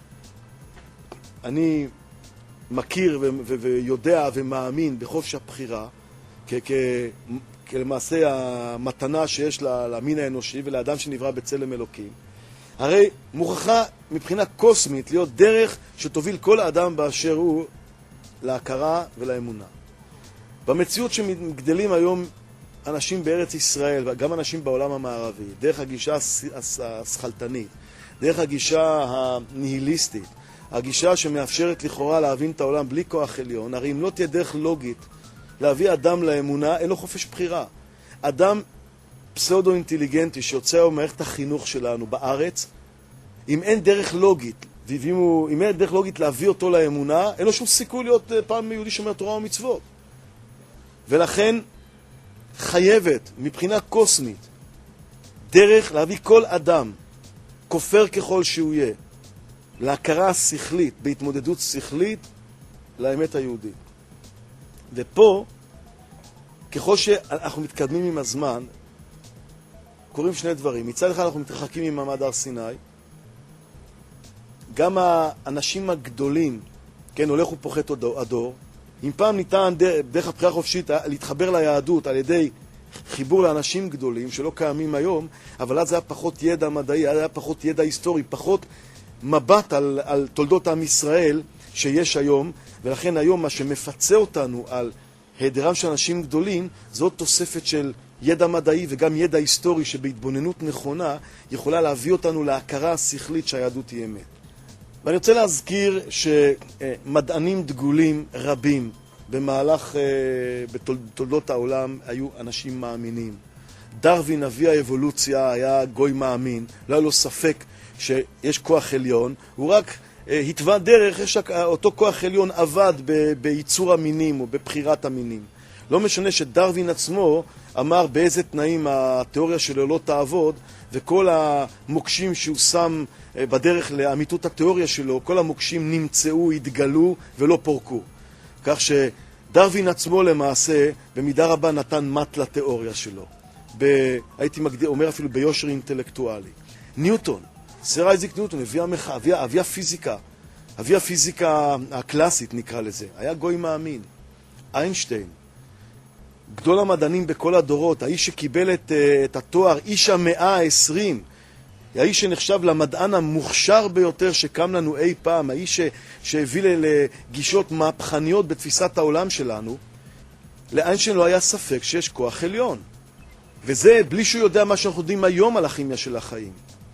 ואני מכיר ו- ו- ויודע ומאמין בחופש הבחירה, כ- כ- כלמעשה המתנה שיש למין האנושי ולאדם שנברא בצלם אלוקים, הרי מוכרחה מבחינה קוסמית להיות דרך שתוביל כל האדם באשר הוא להכרה ולאמונה. במציאות שמגדלים היום אנשים בארץ ישראל וגם אנשים בעולם המערבי, דרך הגישה השכלתנית, דרך הגישה הניהיליסטית, הגישה שמאפשרת לכאורה להבין את העולם בלי כוח עליון, הרי אם לא תהיה דרך לוגית להביא אדם לאמונה, אין לו חופש בחירה. אדם פסאודו-אינטליגנטי שיוצא היום מערכת החינוך שלנו בארץ, אם אין דרך לוגית, ואם הוא, אם אין דרך לוגית להביא אותו לאמונה, אין לו שום סיכוי להיות פעם יהודי שומר תורה ומצוות. ולכן חייבת, מבחינה קוסמית, דרך להביא כל אדם, כופר ככל שהוא יהיה, להכרה שכלית, בהתמודדות שכלית, לאמת היהודית. ופה, ככל שאנחנו מתקדמים עם הזמן, קורים שני דברים. מצד אחד אנחנו מתרחקים ממעמד הר סיני, גם האנשים הגדולים, כן, הולך ופוחת הדור, אם פעם ניתן דרך הבחירה חופשית להתחבר ליהדות על ידי חיבור לאנשים גדולים שלא קיימים היום, אבל אז היה פחות ידע מדעי, היה פחות ידע היסטורי, פחות מבט על, על תולדות עם ישראל שיש היום, ולכן היום מה שמפצה אותנו על היעדרם של אנשים גדולים, זאת תוספת של ידע מדעי וגם ידע היסטורי שבהתבוננות נכונה יכולה להביא אותנו להכרה השכלית שהיהדות היא אמת. ואני רוצה להזכיר שמדענים דגולים רבים במהלך, בתולדות העולם, היו אנשים מאמינים. דרווין, אבי האבולוציה, היה גוי מאמין, לא היה לו ספק שיש כוח עליון, הוא רק התווה דרך, אותו כוח עליון עבד בייצור המינים או בבחירת המינים. לא משנה שדרווין עצמו אמר באיזה תנאים התיאוריה שלו לא תעבוד, וכל המוקשים שהוא שם בדרך לאמיתות התיאוריה שלו, כל המוקשים נמצאו, התגלו ולא פורקו. כך שדרווין עצמו למעשה במידה רבה נתן מת לתיאוריה שלו. ב... הייתי מגדיר, אומר אפילו ביושר אינטלקטואלי. ניוטון, סר אייזיק ניוטון, אבי המחאה, אבי, אבי הפיזיקה, אבי הפיזיקה הקלאסית נקרא לזה, היה גוי מאמין. איינשטיין, גדול המדענים בכל הדורות, האיש שקיבל את, את התואר איש המאה העשרים, האיש שנחשב למדען המוכשר ביותר שקם לנו אי פעם, האיש ש, שהביא לגישות מהפכניות בתפיסת העולם שלנו, לאיינשטיין לא היה ספק שיש כוח עליון. וזה בלי שהוא יודע מה שאנחנו יודעים היום על הכימיה של החיים.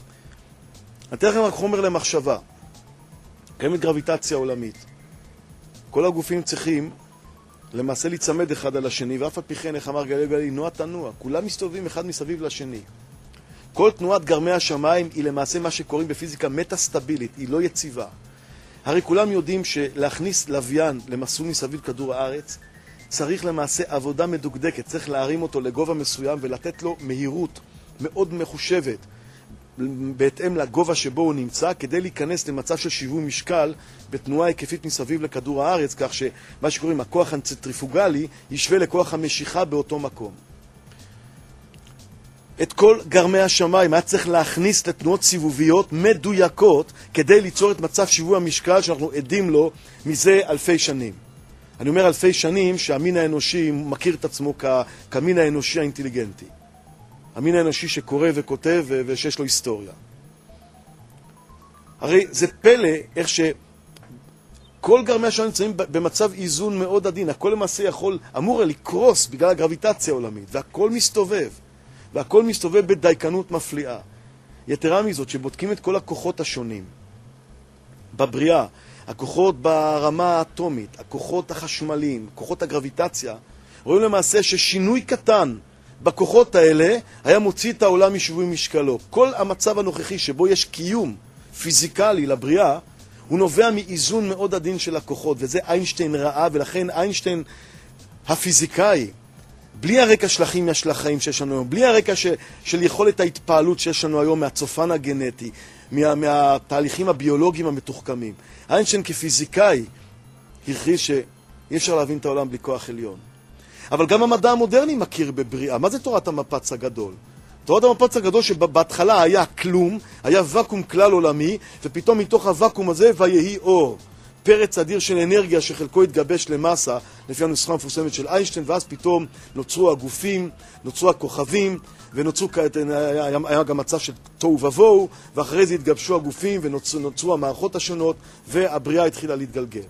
אני אתן לכם רק חומר למחשבה. קיימת גרביטציה עולמית. כל הגופים צריכים למעשה להצמד אחד על השני, ואף על פי כן, איך אמר גלי גלי, נוע תנוע. כולם מסתובבים אחד מסביב לשני. כל תנועת גרמי השמיים היא למעשה מה שקוראים בפיזיקה מטה-סטבילית, היא לא יציבה. הרי כולם יודעים שלהכניס לוויין למסלול מסביב כדור הארץ, צריך למעשה עבודה מדוקדקת, צריך להרים אותו לגובה מסוים ולתת לו מהירות מאוד מחושבת, בהתאם לגובה שבו הוא נמצא, כדי להיכנס למצב של שיווי משקל בתנועה היקפית מסביב לכדור הארץ, כך שמה שקוראים הכוח הצנטריפוגלי ישווה לכוח המשיכה באותו מקום. את כל גרמי השמיים היה צריך להכניס לתנועות סיבוביות מדויקות כדי ליצור את מצב שיווי המשקל שאנחנו עדים לו מזה אלפי שנים. אני אומר אלפי שנים שהמין האנושי מכיר את עצמו כמין האנושי האינטליגנטי. המין האנושי שקורא וכותב ושיש לו היסטוריה. הרי זה פלא איך שכל גרמי השמיים נמצאים במצב איזון מאוד עדין. הכל למעשה יכול, אמור לקרוס בגלל הגרביטציה העולמית, והכל מסתובב. והכל מסתובב בדייקנות מפליאה. יתרה מזאת, שבודקים את כל הכוחות השונים בבריאה, הכוחות ברמה האטומית, הכוחות החשמליים, כוחות הגרביטציה, רואים למעשה ששינוי קטן בכוחות האלה היה מוציא את העולם משיווי משקלו. כל המצב הנוכחי שבו יש קיום פיזיקלי לבריאה, הוא נובע מאיזון מאוד עדין של הכוחות, וזה איינשטיין ראה, ולכן איינשטיין הפיזיקאי, בלי הרקע של הכימיה של החיים שיש לנו היום, בלי הרקע ש, של יכולת ההתפעלות שיש לנו היום מהצופן הגנטי, מה, מהתהליכים הביולוגיים המתוחכמים. איינשטיין כפיזיקאי הכריז שאי אפשר להבין את העולם בלי כוח עליון. אבל גם המדע המודרני מכיר בבריאה. מה זה תורת המפץ הגדול? תורת המפץ הגדול שבהתחלה היה כלום, היה וקום כלל עולמי, ופתאום מתוך הוואקום הזה ויהי אור. פרץ אדיר של אנרגיה שחלקו התגבש למסה, לפי הנוסחה המפורסמת של איינשטיין, ואז פתאום נוצרו הגופים, נוצרו הכוכבים, ונוצרו, היה, היה גם מצב של תוהו ובוהו, ואחרי זה התגבשו הגופים ונוצרו נוצרו המערכות השונות, והבריאה התחילה להתגלגל.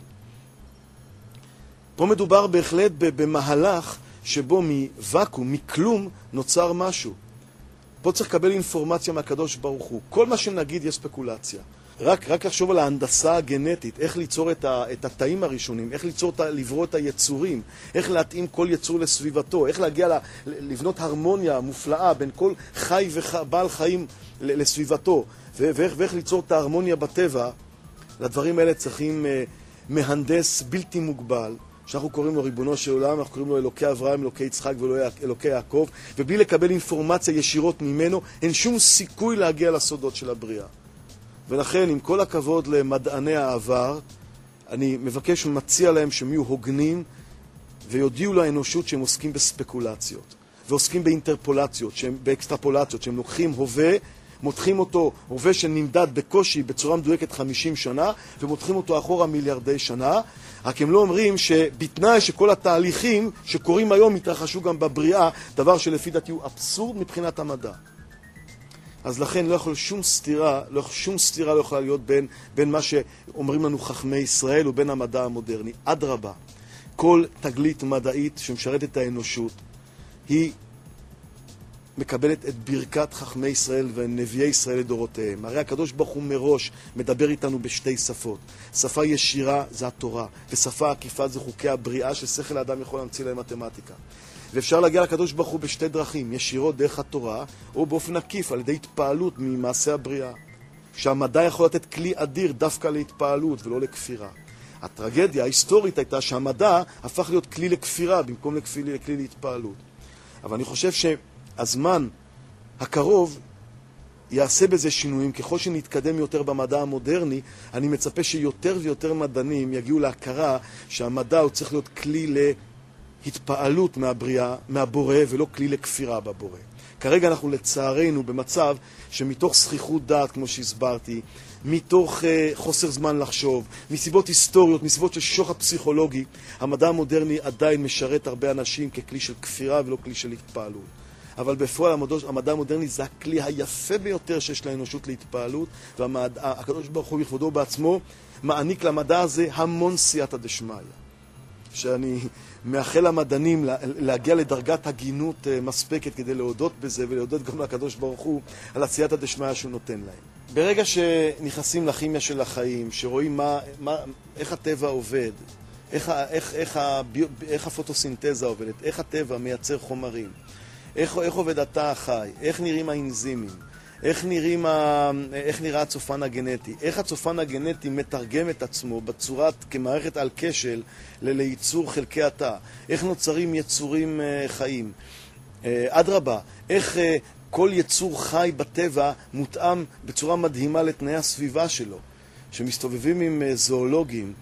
פה מדובר בהחלט במהלך שבו מוואקום, מכלום, נוצר משהו. פה צריך לקבל אינפורמציה מהקדוש ברוך הוא. כל מה שנגיד יש ספקולציה. רק, רק לחשוב על ההנדסה הגנטית, איך ליצור את, ה, את התאים הראשונים, איך ליצור, לברוא את היצורים, איך להתאים כל יצור לסביבתו, איך להגיע ל, לבנות הרמוניה מופלאה בין כל חי ובעל חיים לסביבתו, ואיך, ואיך ליצור את ההרמוניה בטבע. לדברים האלה צריכים uh, מהנדס בלתי מוגבל, שאנחנו קוראים לו ריבונו של עולם, אנחנו קוראים לו אלוקי אברהם, אלוקי יצחק ואלוקי יעקב, ובלי לקבל אינפורמציה ישירות ממנו, אין שום סיכוי להגיע לסודות של הבריאה. ולכן, עם כל הכבוד למדעני העבר, אני מבקש ומציע להם שהם יהיו הוגנים, ויודיעו לאנושות שהם עוסקים בספקולציות, ועוסקים באינטרפולציות, שהם, באקסטרפולציות, שהם לוקחים הווה, מותחים אותו, הווה שנמדד בקושי בצורה מדויקת חמישים שנה, ומותחים אותו אחורה מיליארדי שנה, רק הם לא אומרים שבתנאי שכל התהליכים שקורים היום התרחשו גם בבריאה, דבר שלפי דעתי הוא אבסורד מבחינת המדע. אז לכן לא יכול שום סתירה, לא, שום סתירה לא יכולה להיות בין, בין מה שאומרים לנו חכמי ישראל ובין המדע המודרני. אדרבה, כל תגלית מדעית שמשרת את האנושות, היא מקבלת את ברכת חכמי ישראל ונביאי ישראל לדורותיהם. הרי הקדוש ברוך הוא מראש מדבר איתנו בשתי שפות. שפה ישירה זה התורה, ושפה עקיפה זה חוקי הבריאה ששכל האדם יכול להמציא להם מתמטיקה. ואפשר להגיע לקדוש ברוך הוא בשתי דרכים, ישירות דרך התורה, או באופן עקיף על ידי התפעלות ממעשה הבריאה. שהמדע יכול לתת כלי אדיר דווקא להתפעלות ולא לכפירה. הטרגדיה ההיסטורית הייתה שהמדע הפך להיות כלי לכפירה במקום לכלי, לכלי להתפעלות. אבל אני חושב שהזמן הקרוב יעשה בזה שינויים. ככל שנתקדם יותר במדע המודרני, אני מצפה שיותר ויותר מדענים יגיעו להכרה שהמדע הוא צריך להיות כלי להתפעלות מהבריאה, מהבורא, ולא כלי לכפירה בבורא. כרגע אנחנו לצערנו במצב שמתוך זכיחות דעת, כמו שהסברתי, מתוך uh, חוסר זמן לחשוב, מסיבות היסטוריות, מסיבות של שוחד פסיכולוגי, המדע המודרני עדיין משרת הרבה אנשים ככלי של כפירה ולא כלי של התפעלות. אבל בפועל המדע, המדע המודרני זה הכלי היפה ביותר שיש לאנושות להתפעלות, והקדוש ברוך הוא בכבודו בעצמו מעניק למדע הזה המון סייעתא דשמיא. שאני מאחל למדענים להגיע לדרגת הגינות מספקת כדי להודות בזה, ולהודות גם לקדוש ברוך הוא על הסייעתא דשמיא שהוא נותן להם. ברגע שנכנסים לכימיה של החיים, שרואים מה, מה, איך הטבע עובד, איך, איך, איך, הביו, איך הפוטוסינתזה עובדת, איך הטבע מייצר חומרים, איך, איך עובד התא החי, איך נראים האנזימים, איך, נראים ה... איך נראה הצופן הגנטי, איך הצופן הגנטי מתרגם את עצמו בצורת כמערכת על כשל לייצור חלקי התא, איך נוצרים יצורים חיים, אדרבה, איך כל יצור חי בטבע מותאם בצורה מדהימה לתנאי הסביבה שלו. שמסתובבים עם זואולוגים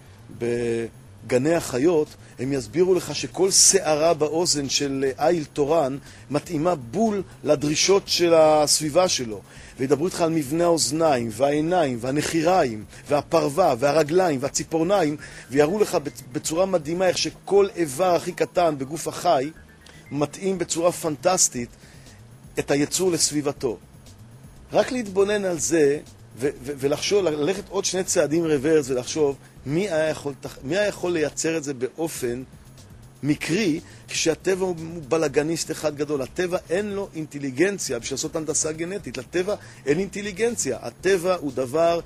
בגני החיות, הם יסבירו לך שכל שערה באוזן של איל תורן מתאימה בול לדרישות של הסביבה שלו. וידברו איתך על מבנה האוזניים, והעיניים, והנחיריים, והפרווה, והרגליים, והציפורניים, ויראו לך בצורה מדהימה איך שכל איבר הכי קטן בגוף החי מתאים בצורה פנטסטית את היצור לסביבתו. רק להתבונן על זה ו- ו- ולחשוב, ללכת עוד שני צעדים רוורס ולחשוב מי היה יכול, מי היה יכול לייצר את זה באופן מקרי, כשהטבע הוא בלגניסט אחד גדול. הטבע אין לו אינטליגנציה בשביל לעשות הנדסה גנטית. לטבע אין אינטליגנציה. הטבע הוא דבר,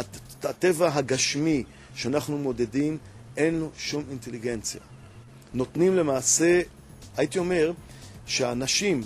הטבע הגשמי שאנחנו מודדים, אין לו שום אינטליגנציה. נותנים למעשה, הייתי אומר, שהאנשים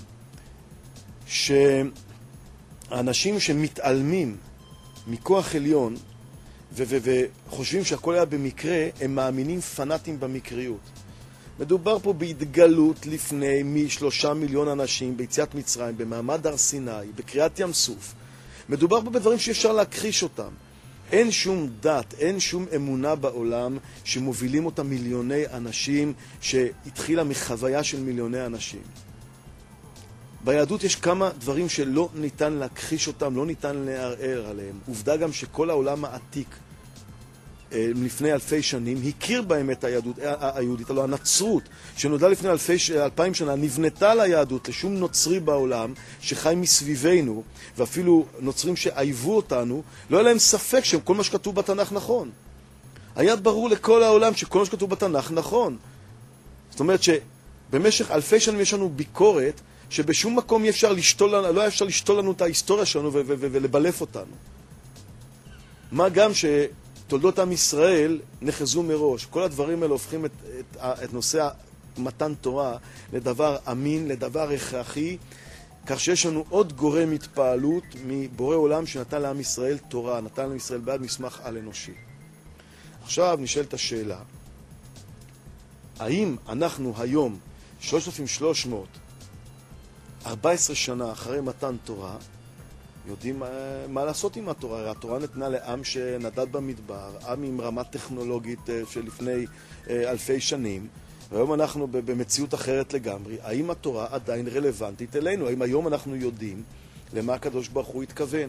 שהאנשים שמתעלמים מכוח עליון ו- ו- וחושבים שהכל היה במקרה, הם מאמינים פנאטים במקריות. מדובר פה בהתגלות לפני משלושה מיליון אנשים ביציאת מצרים, במעמד הר סיני, בקריאת ים סוף. מדובר פה בדברים שאפשר להכחיש אותם. אין שום דת, אין שום אמונה בעולם שמובילים אותם מיליוני אנשים, שהתחילה מחוויה של מיליוני אנשים. ביהדות יש כמה דברים שלא ניתן להכחיש אותם, לא ניתן לערער עליהם. עובדה גם שכל העולם העתיק, לפני אלפי שנים, הכיר בהם את היהדות, היהודית, הלוא הנצרות, שנולדה לפני אלפי, אלפיים שנה, נבנתה ליהדות, לשום נוצרי בעולם שחי מסביבנו, ואפילו נוצרים שאייבו אותנו, לא היה להם ספק שכל מה שכתוב בתנ"ך נכון. היה ברור לכל העולם שכל מה שכתוב בתנ"ך נכון. זאת אומרת שבמשך אלפי שנים יש לנו ביקורת, שבשום מקום אי אפשר לשתול, לא היה אפשר לשתול לנו את ההיסטוריה שלנו ו- ו- ו- ולבלף אותנו. מה גם שתולדות עם ישראל נחזו מראש. כל הדברים האלה הופכים את, את, את נושא מתן תורה לדבר אמין, לדבר הכרחי, כך שיש לנו עוד גורם התפעלות מבורא עולם שנתן לעם ישראל תורה, נתן לעם ישראל בעד מסמך על אנושי. עכשיו נשאלת השאלה, האם אנחנו היום, שלושת אלפים ושלוש מאות וארבע עשרה שנה אחרי מתן תורה, יודעים מה, מה לעשות עם התורה? הרי התורה נתנה לעם שנדד במדבר, עם עם רמה טכנולוגית של לפני אלפי שנים, והיום אנחנו במציאות אחרת לגמרי. האם התורה עדיין רלוונטית אלינו? האם היום אנחנו יודעים למה הקדוש ברוך הוא התכוון?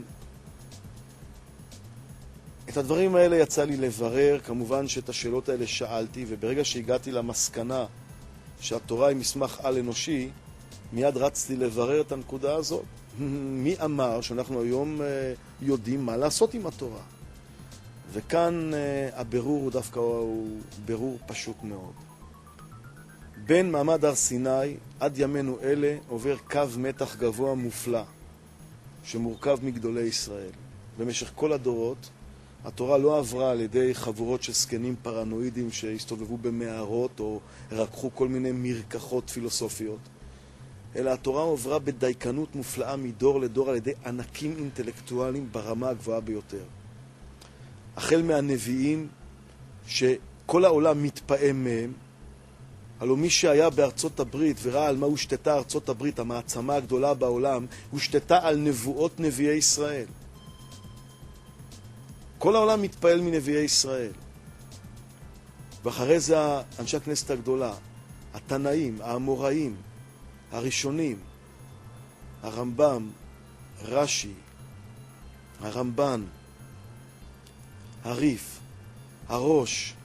את הדברים האלה יצא לי לברר, כמובן שאת השאלות האלה שאלתי, וברגע שהגעתי למסקנה שהתורה היא מסמך על-אנושי, מיד רצתי לברר את הנקודה הזאת. מי אמר שאנחנו היום יודעים מה לעשות עם התורה? וכאן הבירור הוא דווקא הוא בירור פשוט מאוד. בין מעמד הר סיני עד ימינו אלה עובר קו מתח גבוה מופלא שמורכב מגדולי ישראל. במשך כל הדורות התורה לא עברה על ידי חבורות של סקנים פרנואידים שהסתובבו במערות או רקחו כל מיני מרקחות פילוסופיות, אלא התורה עוברה בדייקנות מופלאה מדור לדור על ידי ענקים אינטלקטואליים ברמה הגבוהה ביותר. החל מהנביאים שכל העולם מתפעם מהם, הלוא מי שהיה בארצות הברית וראה על מה הושתתה ארצות הברית, המעצמה הגדולה בעולם, הושתתה על נבואות נביאי ישראל. כל העולם מתפעל מנביאי ישראל. ואחרי זה אנשי הכנסת הגדולה, התנאים, האמוראים, הראשונים, הרמב"ם, רש"י, הרמב"ן, הריף, הראש,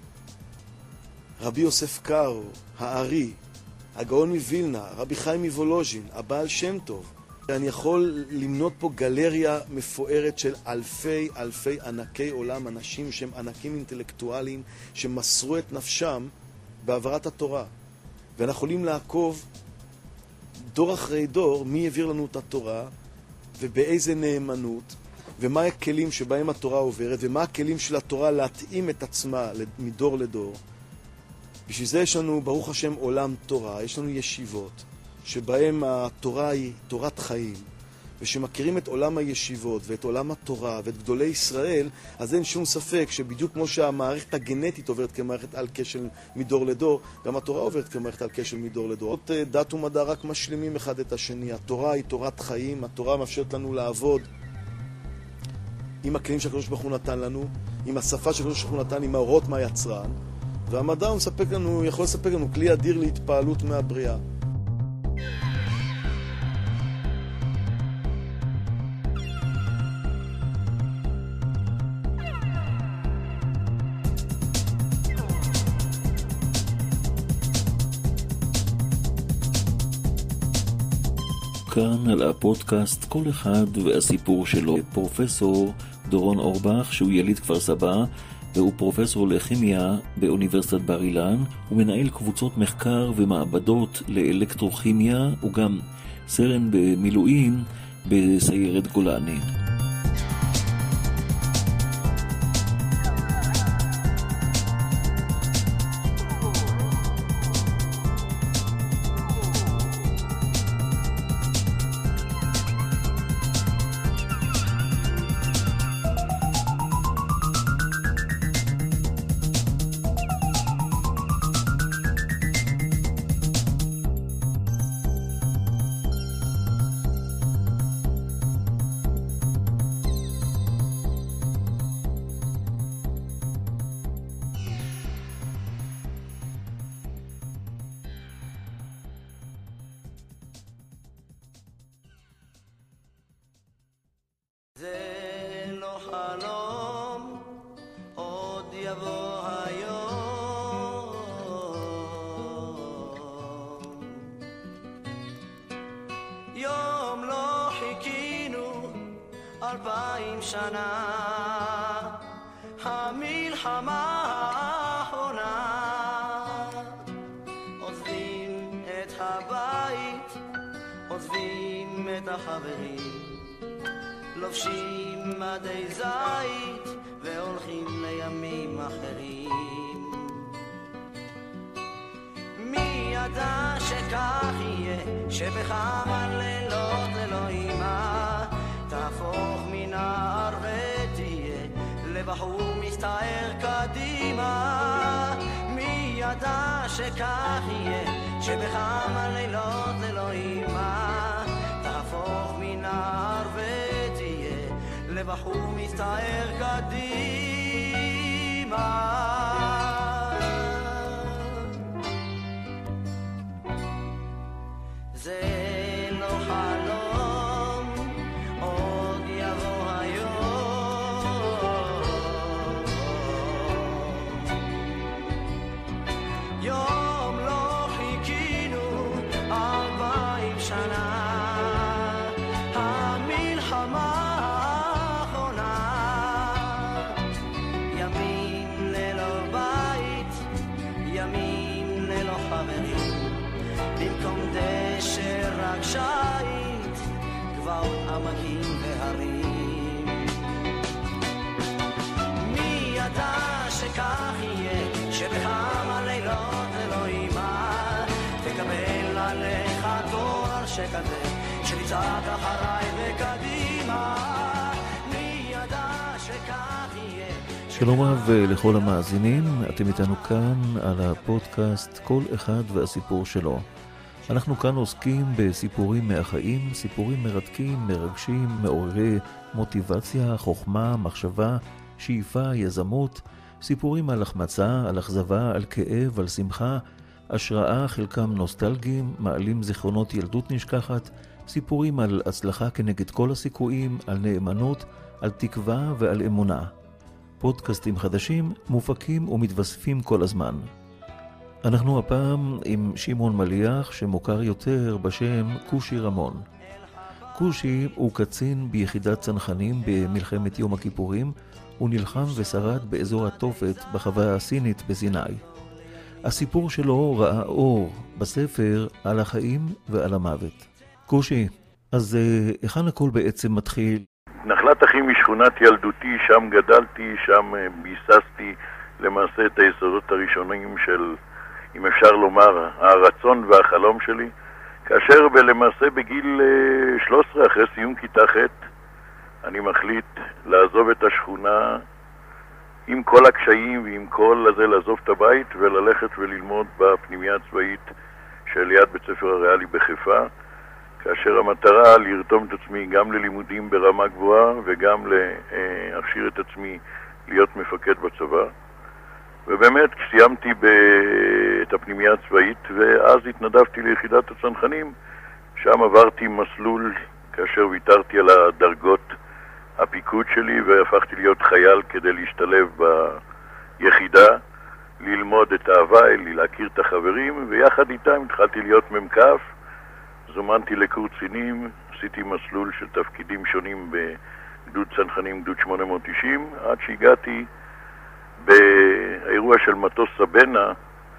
רבי יוסף קארו, הארי, הגאון מווילנה, רבי חיים מוולוז'ין, הבעל שם טוב. אני יכול למנות פה גלריה מפוארת של אלפי אלפי ענקי עולם, אנשים שהם ענקים אינטלקטואליים שמסרו את נפשם בעברת התורה. ואנחנו יכולים לעקוב דור אחרי דור מי העביר לנו את התורה ובאיזה נאמנות ומה הכלים שבהם התורה עוברת ומה הכלים של התורה להתאים את עצמה מדור לדור. בשביל זה יש לנו ברוך השם עולם תורה, יש לנו ישיבות שבהם התורה היא תורת חיים, ושמכירים את עולם הישיבות ואת עולם התורה ואת גדולי ישראל, אז אין שום ספק שבדיוק כמו שהמערכת הגנטית עוברת כמערכת על כשל מדור לדור, גם התורה עוברת כמערכת על כשל מדור לדור. דת ומדע רק משלימים אחד את השני. התורה היא תורת חיים, התורה מאפשרת לנו לעבוד עם הכלים שהקדוש ברוך הוא נתן לנו, עם השפה שהקדוש ברוך הוא נתן, עם ההוראות מהיצרן, והמדע הוא מספק לנו, יכול לספק לנו כלי אדיר להתפעלות מהבריאה. כאן על הפודקאסט כל אחד והסיפור שלו. פרופסור דורון אורבך, שהוא יליד כפר סבא, והוא פרופסור לכימיה באוניברסיטת בר אילן, הוא מנהל קבוצות מחקר ומעבדות לאלקטרוכימיה, הוא גם סרן במילואים בסיירת גולני. זה לא חלום, עוד יבוא היום. יום לא חיכינו אלפיים שנה, המלחמה האחרונה. עוזבים את הבית, עוזבים את החברים, לובשים מדי זית והולכים לימים אחרים. מי ידע שכך יהיה, שבכמה לילות ללא אימה תהפוך מנער ותהיה לבחור מסתער קדימה. מי ידע שכך יהיה, שבכמה לילות ללא אימה תהפוך מנער ותהיה לבחור מסתער קדימה. זה לא חלום, עוד יבוא היום, יום לא חיכינו ארבעים שנה, המלחמה האחרונה, ימים ללא בית, ימים ללא חברים, במקום דשא רק שייט, גבעות עמקים והרים. מי ידע שכך יהיה, שבכמה לילות ללא אימה תקבל עליך תואר שכזה, שתצעק אחריי וקדימה. מי ידע שכך יהיה. שלום רב לכל המאזינים, אתם איתנו כאן על הפודקאסט כל אחד והסיפור שלו. אנחנו כאן עוסקים בסיפורים מהחיים, סיפורים מרתקים, מרגשים, מעוררי מוטיבציה, חוכמה, מחשבה, שאיפה, יזמות, סיפורים על החמצה, על אכזבה, על כאב, על שמחה, השראה, חלקם נוסטלגיים, מעלים זיכרונות ילדות נשכחת, סיפורים על הצלחה כנגד כל הסיכויים, על נאמנות, על תקווה ועל אמונה. פודקאסטים חדשים מופקים ומתווספים כל הזמן. אנחנו הפעם עם שמעון מליח שמוכר יותר בשם קושי רמון. קושי הוא קצין ביחידת צנחנים במלחמת יום הכיפורים, הוא נלחם ושרד באזור התופת בחווה הסינית בסיני. הסיפור שלו ראה אור בספר על החיים ועל המוות. קושי, אז היכן הכל בעצם מתחיל? נחלת אחים משכונת ילדותי, שם גדלתי, שם ביססתי למעשה את היסודות הראשונים של, אם אפשר לומר, הרצון והחלום שלי, כאשר למעשה בגיל שלוש עשרה, אחרי סיום כיתה ח', אני מחליט לעזוב את השכונה עם כל הקשיים ועם כל הזה, לעזוב את הבית וללכת וללמוד בפנימייה הצבאית שליד בית ספר הריאלי בחיפה, כאשר המטרה לרתום את עצמי גם ללימודים ברמה גבוהה וגם להכשיר את עצמי להיות מפקד בצבא. ובאמת סיימתי את הפנימייה הצבאית, ואז התנדבתי ליחידת הצנחנים. שם עברתי מסלול כאשר ויתרתי על הדרגות הפיקוד שלי והפכתי להיות חייל כדי להשתלב ביחידה, ללמוד את ההוואי, להכיר את החברים, ויחד איתם התחלתי להיות ממקף. זומנתי לקורס קצינים, עשיתי מסלול של תפקידים שונים בגדוד צנחנים, גדוד שמונה מאות תשעים, עד שהגעתי באירוע של מטוס סבנה,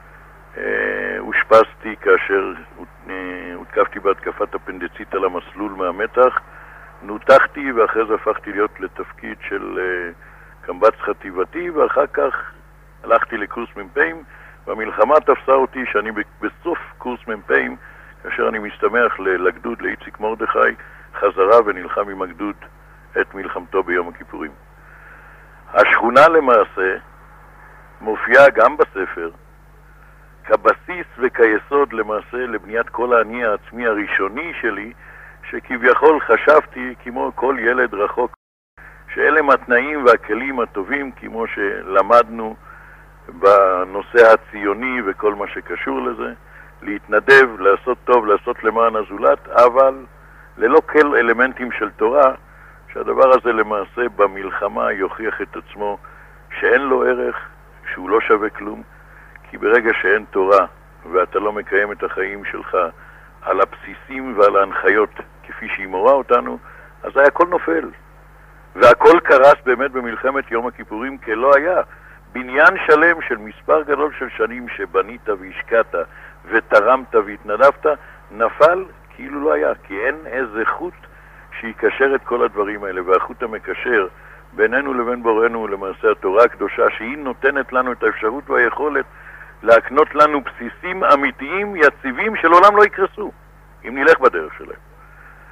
הושפסתי כאשר הותקפתי בהתקפת אפנדצית על המסלול מהמתח, נותחתי ואחרי זה הפכתי להיות לתפקיד של קמב"ץ חטיבתי, ואחר כך הלכתי לקורס מ"פים, והמלחמה תפסה אותי שאני בסוף קורס מ"פים, כאשר אני מסתמך לגדוד, לאיציק מרדכי, חזרה ונלחם עם הגדוד את מלחמתו ביום הכיפורים. השכונה למעשה מופיעה גם בספר כבסיס וכיסוד למעשה לבניית כל האני העצמי הראשוני שלי, שכביכול חשבתי כמו כל ילד רחוק שאלה הם התנאים והכלים הטובים כמו שלמדנו בנושא הציוני וכל מה שקשור לזה, להתנדב, לעשות טוב, לעשות למען הזולת, אבל ללא כל אלמנטים של תורה, שהדבר הזה למעשה במלחמה יוכיח את עצמו שאין לו ערך, שהוא לא שווה כלום, כי ברגע שאין תורה ואתה לא מקיים את החיים שלך על הבסיסים ועל ההנחיות כפי שהיא מורה אותנו, אז היה הכל נופל. והכל קרס באמת במלחמת יום הכיפורים כלא היה. בניין שלם של מספר גדול של שנים שבנית והשקעת ותרמת והתנדבת, נפל כאילו לא היה, כי אין איזה חוט שיקשר את כל הדברים האלה, והחוט המקשר בינינו לבין בורנו למעשה התורה הקדושה, שהיא נותנת לנו את האפשרות והיכולת להקנות לנו בסיסים אמיתיים יציבים שלעולם לא יקרסו, אם נלך בדרך שלהם.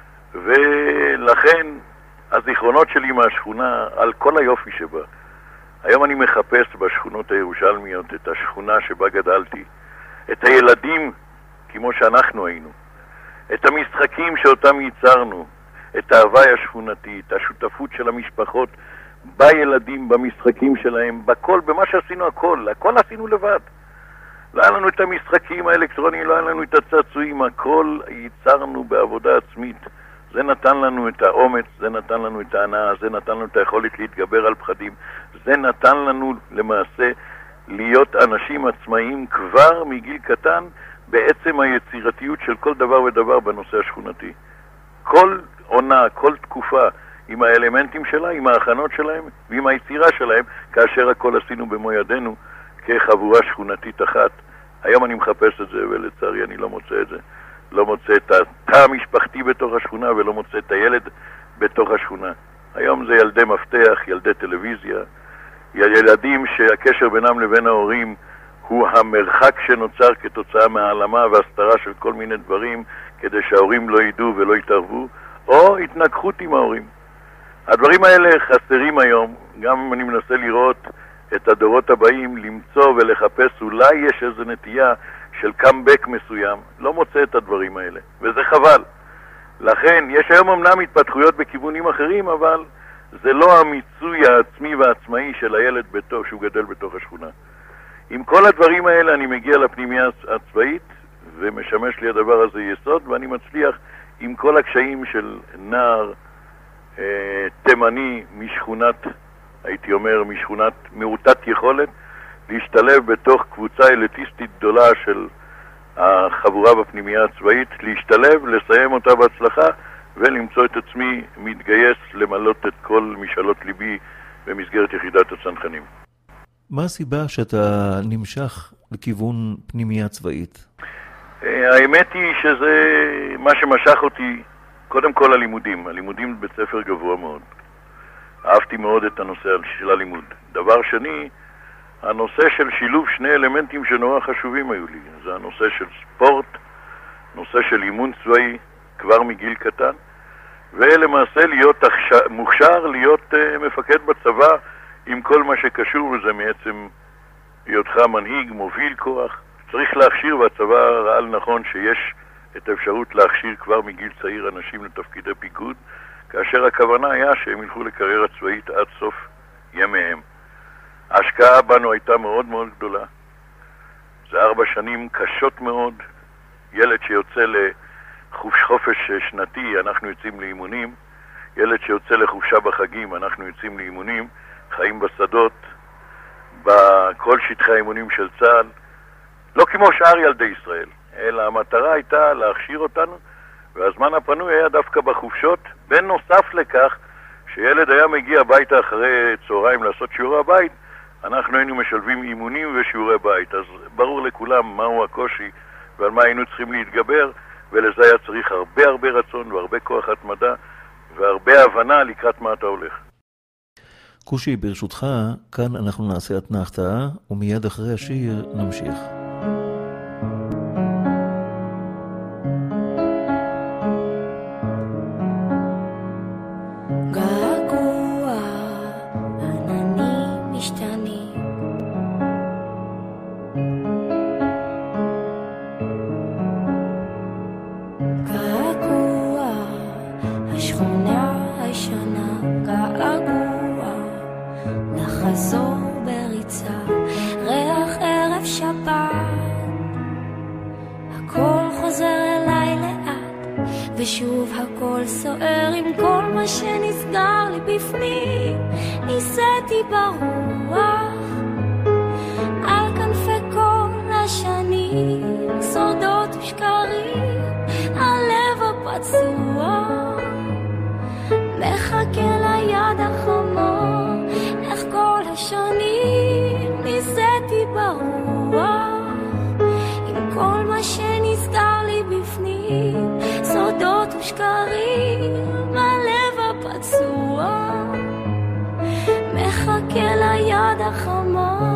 ולכן הזיכרונות שלי מהשכונה על כל היופי שבה, היום אני מחפש בשכונות הירושלמיות את השכונה שבה גדלתי, את הילדים כמו שאנחנו היינו, את המשחקים שאותם ייצרנו, את ההוואי השכונתי, את השותפות של המשפחות בילדים, במשחקים שלהם, בכל, במה שעשינו הכל, הכל עשינו לבד. לא היה לנו את המשחקים האלקטרוניים, לא היה לנו את הצעצועים, הכל ייצרנו בעבודה עצמית. זה נתן לנו את האומץ, זה נתן לנו את ההנאה, זה נתן לנו את היכולת להתגבר על פחדים, זה נתן לנו למעשה להיות אנשים עצמאיים כבר מגיל קטן בעצם היצירתיות של כל דבר ודבר בנושא השכונתי. כל עונה, כל תקופה, עם האלמנטים שלה, עם ההכנות שלהם ועם היצירה שלהם, כאשר הכל עשינו במו ידינו כחבורה שכונתית אחת. היום אני מחפש את זה ולצערי אני לא מוצא את זה. לא מוצא את התא המשפחתי בתוך השכונה ולא מוצא את הילד בתוך השכונה. היום זה ילדי מפתח, ילדי טלוויזיה, ילדים שהקשר בינם לבין ההורים הוא המרחק שנוצר כתוצאה מהעלמה והסתרה של כל מיני דברים כדי שההורים לא ידעו ולא יתערבו, או התנגחות עם ההורים. הדברים האלה חסרים היום, גם אם אני מנסה לראות את הדורות הבאים, למצוא ולחפש, אולי יש איזו נטייה של קאמבק מסוים, לא מוצא את הדברים האלה, וזה חבל. לכן, יש היום אמנם התפתחויות בכיוונים אחרים, אבל זה לא המיצוי העצמי והעצמאי של הילד בתוך, שהוא גדל בתוך השכונה. עם כל הדברים האלה אני מגיע לפנימיה הצבאית, ומשמש לי הדבר הזה יסוד, ואני מצליח עם כל הקשיים של נער אה, תימני משכונת, הייתי אומר, משכונת מעוטת יכולת, להשתלב בתוך קבוצה אליטיסטית גדולה של החבורה בפנימייה הצבאית, להשתלב, לסיים אותה בהצלחה, ולמצוא את עצמי מתגייס למלות את כל משאלות ליבי במסגרת יחידת הצנחנים. מה הסיבה שאתה נמשך לכיוון פנימייה צבאית? האמת היא שזה מה שמשך אותי, קודם כל הלימודים. הלימודים בבית ספר גבוה מאוד. אהבתי מאוד את הנושא של הלימוד. דבר שני, הנושא של שילוב שני אלמנטים שנורא חשובים היו לי. זה הנושא של ספורט, נושא של אימון צבאי, כבר מגיל קטן, ולמעשה להיות מוכשר, להיות uh, מפקד בצבא עם כל מה שקשור, וזה מעצם היותך מנהיג, מוביל כוח. צריך להכשיר, והצבא ראה לנכון שיש את האפשרות להכשיר כבר מגיל צעיר אנשים לתפקידי פיקוד, כאשר הכוונה היה שהם ילכו לקריירה צבאית עד סוף ימיהם. ההשקעה בנו הייתה מאוד מאוד גדולה. זה ארבע שנים קשות מאוד. ילד שיוצא לחופש חופש שנתי, אנחנו יוצאים לאימונים. ילד שיוצא לחופשה בחגים, אנחנו יוצאים לאימונים. חיים בשדות, בכל שטחי האימונים של צה"ל. לא כמו שאר ילדי ישראל, אלא המטרה הייתה להכשיר אותנו, והזמן הפנוי היה דווקא בחופשות. בנוסף לכך, שילד היה מגיע הביתה אחרי צהריים לעשות שיעורי הבית, אנחנו היינו משלבים אימונים ושיעורי בית. אז ברור לכולם מהו הקושי ועל מה היינו צריכים להתגבר, ולזה היה צריך הרבה הרבה רצון והרבה כוח התמדה והרבה הבנה לקראת מה אתה הולך. קושי, ברשותך, כאן אנחנו נעשה אתנחתה, ומיד אחרי השיר נמשיך. ושוב הכל סוער עם כל מה שנסגר לי בפנים. ניסיתי ברוח על כנפי כל השנים, סודות ושקרים, הלב הפצוע מחכה ליד החמה. איך כל השנים ניסיתי ברוח עם כל מה שנסגר לי בפנים, סודות ושקרים, הלב הפצוע מחכה ליד החמה.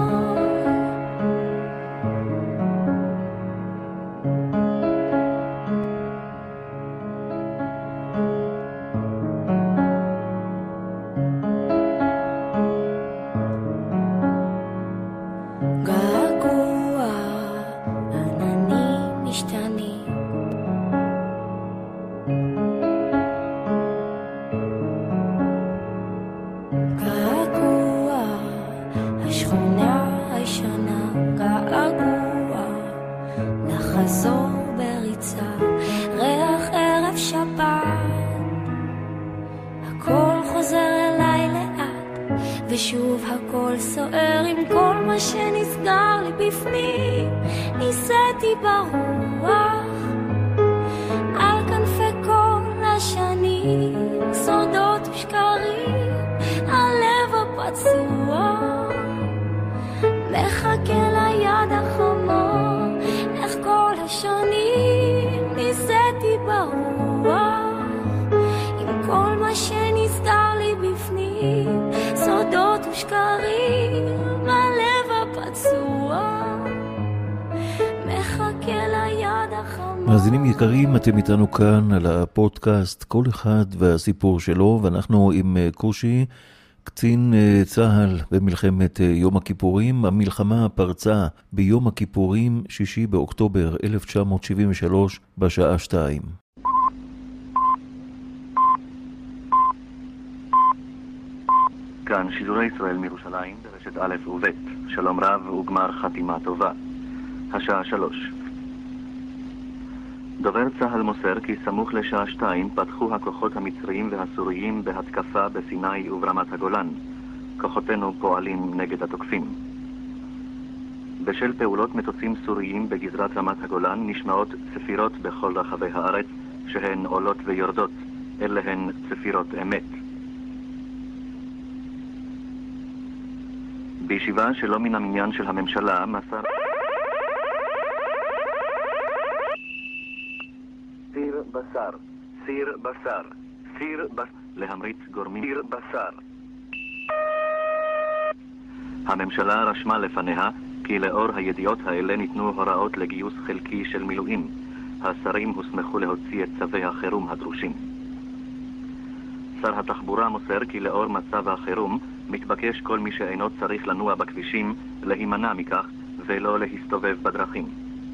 לחזור בריצה, ריח ערב שבת, הכל חוזר אליי לאט, ושוב הכל סוער עם כל מה שנסגר לי בפנים. ניסיתי ברוח על כנפי כל השנים, סודות ושקרים, הלב הפצוע מחכה ליד החמה. איך כל השנים ניסיתי ברוח עם כל מה שנסתר לי בפנים, סודות ושקרים, הלב הפצוע מחכה ליד החמה. מאזינים יקרים, אתם איתנו כאן על הפודקאסט כל אחד והסיפור שלו, ואנחנו עם קושי, קצין צהל במלחמת יום הכיפורים. המלחמה פרצה ביום הכיפורים שישי באוקטובר אלף תשע מאות שבעים ושלוש בשעה שתיים. כאן שידורי ישראל מירושלים ברשת א' וב'. שלום רב וגמר חתימה טובה. השעה שלוש. דובר צהל מוסר כי סמוך לשעה שתיים פתחו הכוחות המצריים והסוריים בהתקפה בסיני וברמת הגולן. כוחותינו פועלים נגד התוקפים. בשל פעולות מטוסים סוריים בגזרת רמת הגולן נשמעות צפירות בכל רחבי הארץ שהן עולות ויורדות. אלה הן צפירות אמת. בישיבה שלא מן המניין של הממשלה מסר סיר בשר, סיר בשר, סיר בשר, להמריץ גורמים סיר בשר. הממשלה רשמה לפניה כי לאור הידיעות האלה ניתנו הוראות לגיוס חלקי של מילואים. השרים הוסמכו להוציא את צווי החירום הדרושים. שר התחבורה מוסר כי לאור מצב החירום מתבקש כל מי שאינו צריך לנוע בכבישים להימנע מכך ולא להסתובב בדרכים.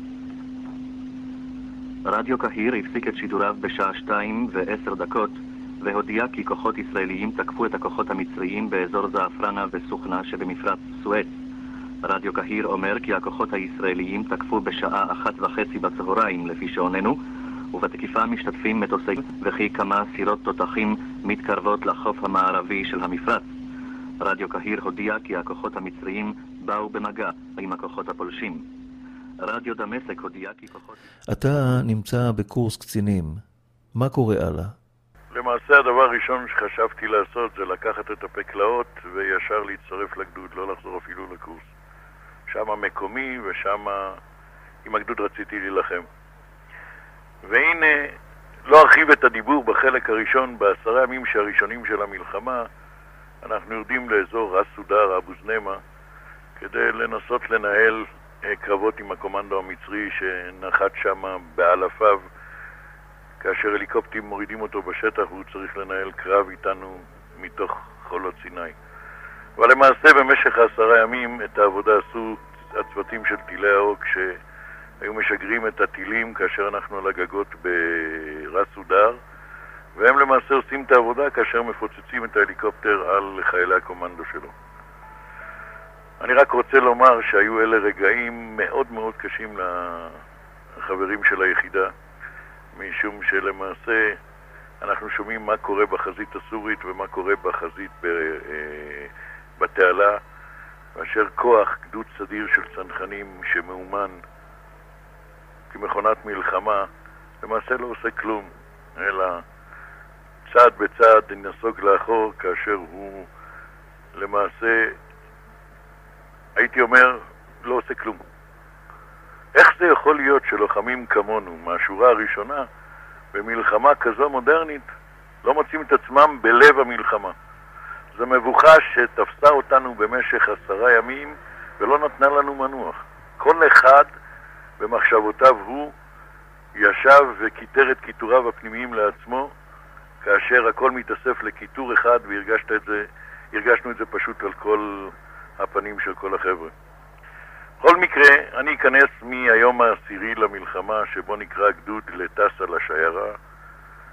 רדיו קהיר הפסיק את שידוריו בשעה שתיים ועשר דקות והודיע כי כוחות ישראליים תקפו את הכוחות המצריים באזור זעפרנה וסוכנה שבמפרץ סואץ. רדיו קהיר אומר כי הכוחות הישראליים תקפו בשעה אחת וחצי בצהריים לפי שעוננו, ובתקיפה משתתפים מטוסי וכי כמה סירות תותחים מתקרבות לחוף המערבי של המפרץ. רדיו קהיר הודיע כי הכוחות המצריים באו במגע עם הכוחות הפולשים. רדיו דמשק הודיע כי כוחות... אתה נמצא בקורס קצינים. מה קורה הלאה? למעשה הדבר הראשון שחשבתי לעשות זה לקחת את הפקלאות וישר להצטרף לגדוד, לא לחזור אפילו לקורס. שם מקומי ושם עם הגדוד רציתי להילחם. והנה, לא ארחיב את הדיבור בחלק הראשון, בעשרה ימים שהראשונים של המלחמה, אנחנו יורדים לאזור רס סודר, אבו זנמה, כדי לנסות לנהל קרבות עם הקומנדו המצרי שנחת שם באלפיו, כאשר הליקופטרים מורידים אותו בשטח והוא צריך לנהל קרב איתנו מתוך חולות סיני. אבל למעשה במשך העשרה ימים את העבודה עשו הצוותים של טילי האוק שהיו משגרים את הטילים כאשר אנחנו על הגגות ברס סודר, והם למעשה עושים את העבודה כאשר מפוצצים את ההליקופטר על חיילי הקומנדו שלו. אני רק רוצה לומר שהיו אלה רגעים מאוד מאוד קשים לחברים של היחידה, משום שלמעשה אנחנו שומעים מה קורה בחזית הסורית ומה קורה בחזית בתעלה, ואשר כוח גדוד סדיר של צנחנים שמאומן כמכונת מלחמה למעשה לא עושה כלום, אלא צעד בצעד נסוג לאחור, כאשר הוא למעשה, הייתי אומר, לא עושה כלום. איך זה יכול להיות שלוחמים כמונו מהשורה הראשונה במלחמה כזו מודרנית לא מוצאים את עצמם בלב המלחמה? זו מבוכה שתפסה אותנו במשך עשרה ימים ולא נתנה לנו מנוח. כל אחד במחשבותיו הוא ישב וכיתר את כיתוריו הפנימיים לעצמו, כאשר הכל מתאסף לכיתור אחד, והרגשת את זה, הרגשנו את זה פשוט על כל הפנים של כל החבר'ה. בכל מקרה, אני אכנס מהיום העשירי למלחמה שבו נקרא גדוד לטס על השיירה,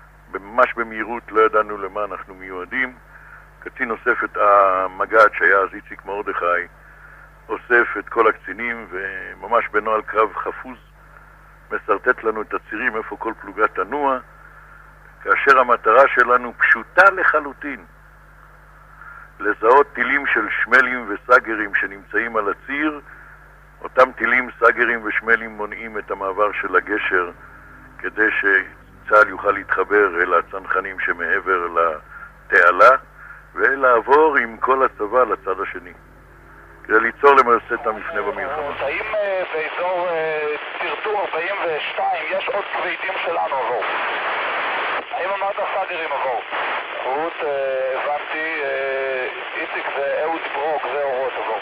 ממש במהירות לא ידענו למה אנחנו מיועדים. קצין אוסף את המג"ד שהיה אז איציק מרדכי, אוסף את כל הקצינים וממש בנועל קרב חפוז מסרטט לנו את הצירים איפה כל פלוגה תנוע, כאשר המטרה שלנו פשוטה לחלוטין, לזהות טילים של שמלים וסגרים שנמצאים על הציר. אותם טילים, סגרים ושמלים מונעים את המעבר של הגשר כדי שצה"ל יוכל להתחבר אל הצנחנים שמעבר לתעלה ולעבור עם כל הצבא לצד השני כדי ליצור למעשה את המפנה במלחמה. האם באזור טרטור ארבעים ושתיים יש עוד כבדים שלנו עבור? האם אמרת סגרים עבור? רות, הבנתי, איציק ואהוד ברוק זה אורות עבור.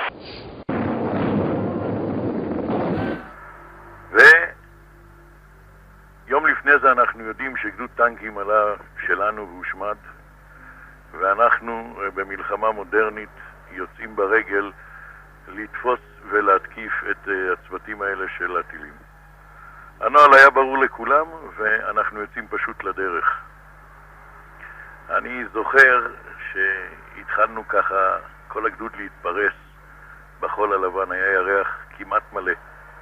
ויום לפני זה אנחנו יודעים שגדוד טנקים עלה שלנו והושמד, ואנחנו במלחמה מודרנית יוצאים ברגל לתפוס ולהתקיף את הצוותים האלה של הטילים. הנוהל היה ברור לכולם ואנחנו יוצאים פשוט לדרך. אני זוכר שהתחלנו ככה כל הגדוד להתפרס בחול הלבן, היה ירח כמעט מלא.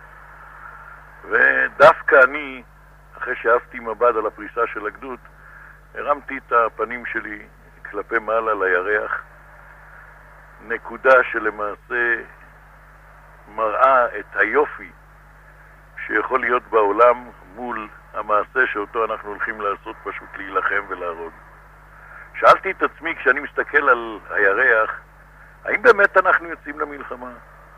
ודווקא אני, אחרי שאהבתי מבט על הפריסה של הגדוד, הרמתי את הפנים שלי כלפי מעלה לירח, נקודה שלמעשה מראה את היופי שיכול להיות בעולם מול המעשה שאותו אנחנו הולכים לעשות, פשוט להילחם ולהרוג. שאלתי את עצמי כשאני מסתכל על הירח, האם באמת אנחנו יוצאים למלחמה?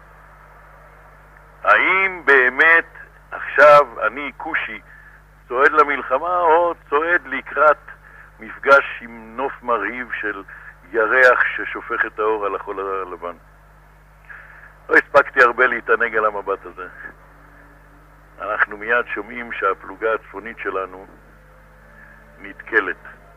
האם באמת עכשיו אני קושי צועד למלחמה או צועד לקראת מפגש עם נוף מרהיב של ירח ששופך את האור על החול הלבן? לא הספקתי הרבה להתענג על המבט הזה. אנחנו מיד שומעים שהפלוגה הצפונית שלנו נתקלת.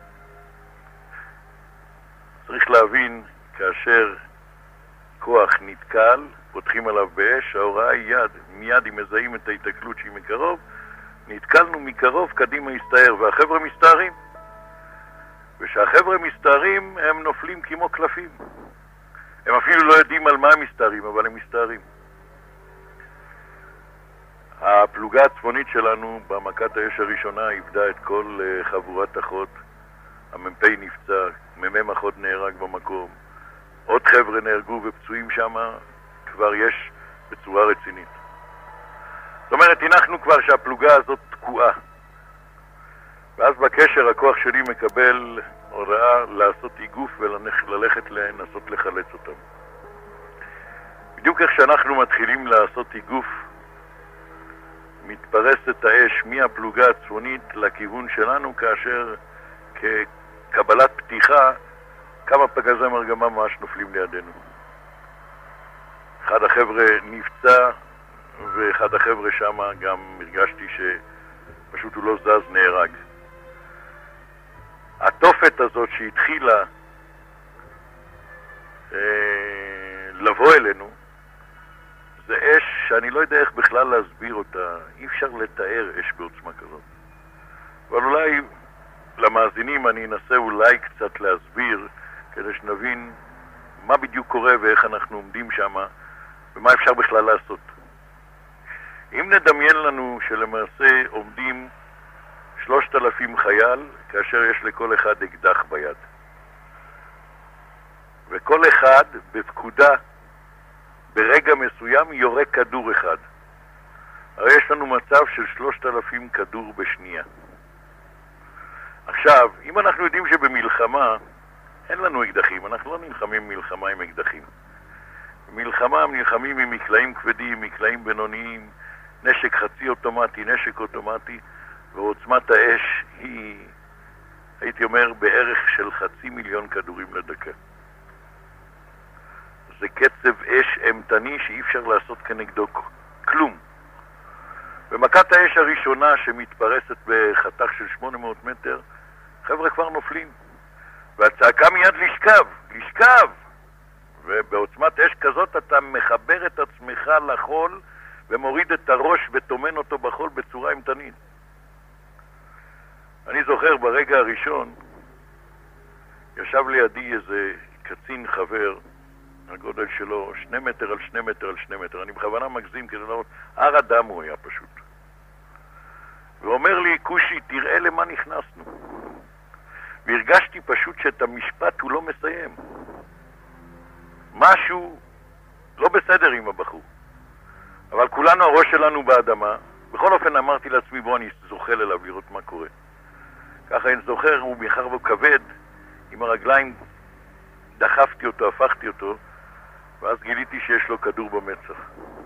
צריך להבין, כאשר כוח נתקל, פותחים עליו באש, ההוראה היא יד, מיד אם מזהים את ההתקלות שהיא מקרוב, נתקלנו מקרוב, קדימה הסתער, והחבר'ה מסתערים. ושהחבר'ה מסתערים הם נופלים כמו קלפים. הם אפילו לא יודעים על מה הם מסתערים, אבל הם מסתערים. הפלוגה הצפונית שלנו במכת האש הראשונה איבדה את כל חבורת אחות. המ"פ נפצע, מ"מ אחות נהרג במקום. עוד חבר'ה נהרגו ופצועים שם, כבר יש בצורה רצינית. זאת אומרת, הנחנו כבר שהפלוגה הזאת תקועה. ואז בקשר הכוח שלי מקבל הוראה לעשות איגוף וללכת לנסות לחלץ אותם. בדיוק איך שאנחנו מתחילים לעשות איגוף, מתפרסת האש מהפלוגה הצפונית לכיוון שלנו, כאשר כקבלת פתיחה כמה פגזי מרגמה ממש נופלים לידינו. אחד החבר'ה נפצע ואחד החבר'ה שם גם הרגשתי שפשוט הוא לא זז, נהרג. התופת הזאת שהתחילה אה, לבוא אלינו זה אש שאני לא יודע איך בכלל להסביר אותה. אי אפשר לתאר אש בעוצמה כזאת. אבל אולי למאזינים אני אנסה אולי קצת להסביר כדי שנבין מה בדיוק קורה ואיך אנחנו עומדים שם ומה אפשר בכלל לעשות. אם נדמיין לנו שלמעשה עומדים שלושת אלפים חייל כאשר יש לכל אחד אקדח ביד, וכל אחד בפקודה ברגע מסוים יורה כדור אחד, הרי יש לנו מצב של שלושת אלפים כדור בשנייה. עכשיו, אם אנחנו יודעים שבמלחמה אין לנו אקדחים, אנחנו לא נלחמים מלחמה עם אקדחים. במלחמה נלחמים עם מקלעים כבדים, מקלעים בינוניים, נשק חצי אוטומטי, נשק אוטומטי, ועוצמת האש היא, הייתי אומר, בערך של חצי מיליון כדורים לדקה. זה קצב אש אמתני שאי אפשר לעשות כנגדו כלום. במכת האש הראשונה שמתפרסת בחתך של שמונה מאות מטר, חבר'ה כבר נופלים. והצעקה מיד לשכב, לשכב! ובעוצמת אש כזאת אתה מחבר את עצמך לחול ומוריד את הראש וטומן אותו בחול בצורה אמתנית. אני זוכר ברגע הראשון, ישב לידי איזה קצין חבר, הגודל שלו שני מטר על שני מטר על שני מטר, אני בכוונה מגזים כדי לראות, הר אדם הוא היה פשוט. ואומר לי, קושי, תראה למה נכנסנו. והרגשתי פשוט שאת המשפט הוא לא מסיים. משהו לא בסדר עם הבחור. אבל כולנו, הראש שלנו באדמה. בכל אופן אמרתי לעצמי, בוא אני זוחל אליו לראות מה קורה. ככה אני זוכר, הוא מאחר והוא כבד, עם הרגליים דחפתי אותו, הפכתי אותו, ואז גיליתי שיש לו כדור במצח.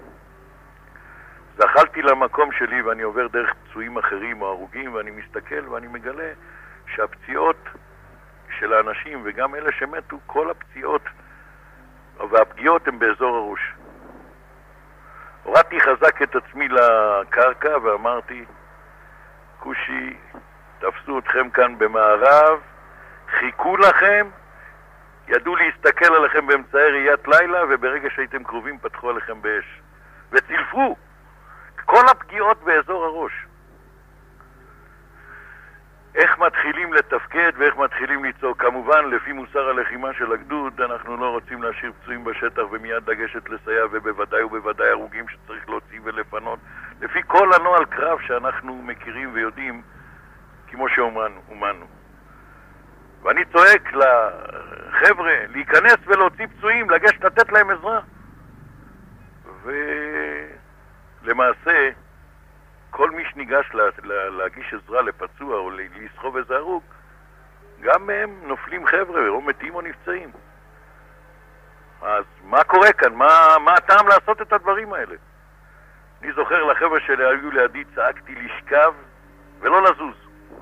זחלתי למקום שלי ואני עובר דרך פצועים אחרים או הרוגים, ואני מסתכל ואני מגלה שהפציעות של האנשים וגם אלה שמתו, כל הפציעות והפגיעות הם באזור הראש. הורדתי חזק את עצמי לקרקע ואמרתי, קושי, תפסו אתכם כאן במערב, חיכו לכם, ידעו להסתכל עליכם באמצעי ראיית לילה, וברגע שהייתם קרובים פתחו עליכם באש וצילפו כל הפגיעות באזור הראש. איך מתחילים לתפקד ואיך מתחילים לצעוק? כמובן, לפי מוסר הלחימה של הגדוד, אנחנו לא רוצים להשאיר פצועים בשטח ומיד לגשת לסייע, ובוודאי ובוודאי הרוגים שצריך להוציא ולפנות, לפי כל הנוהל קרב שאנחנו מכירים ויודעים, כמו שאומנו, אומנו. ואני צועק לחבר'ה להיכנס ולהוציא פצועים, לגשת לתת להם עזרה. ולמעשה, כל מי שניגש לה, לה, להגיש עזרה לפצוע או לסחוב איזה הרוג, גם מהם נופלים חבר'ה או מתים או נפצעים. אז מה קורה כאן? מה, מה הטעם לעשות את הדברים האלה? אני זוכר לחבר'ה שלי היו לידי, צעקתי לשכב ולא לזוז.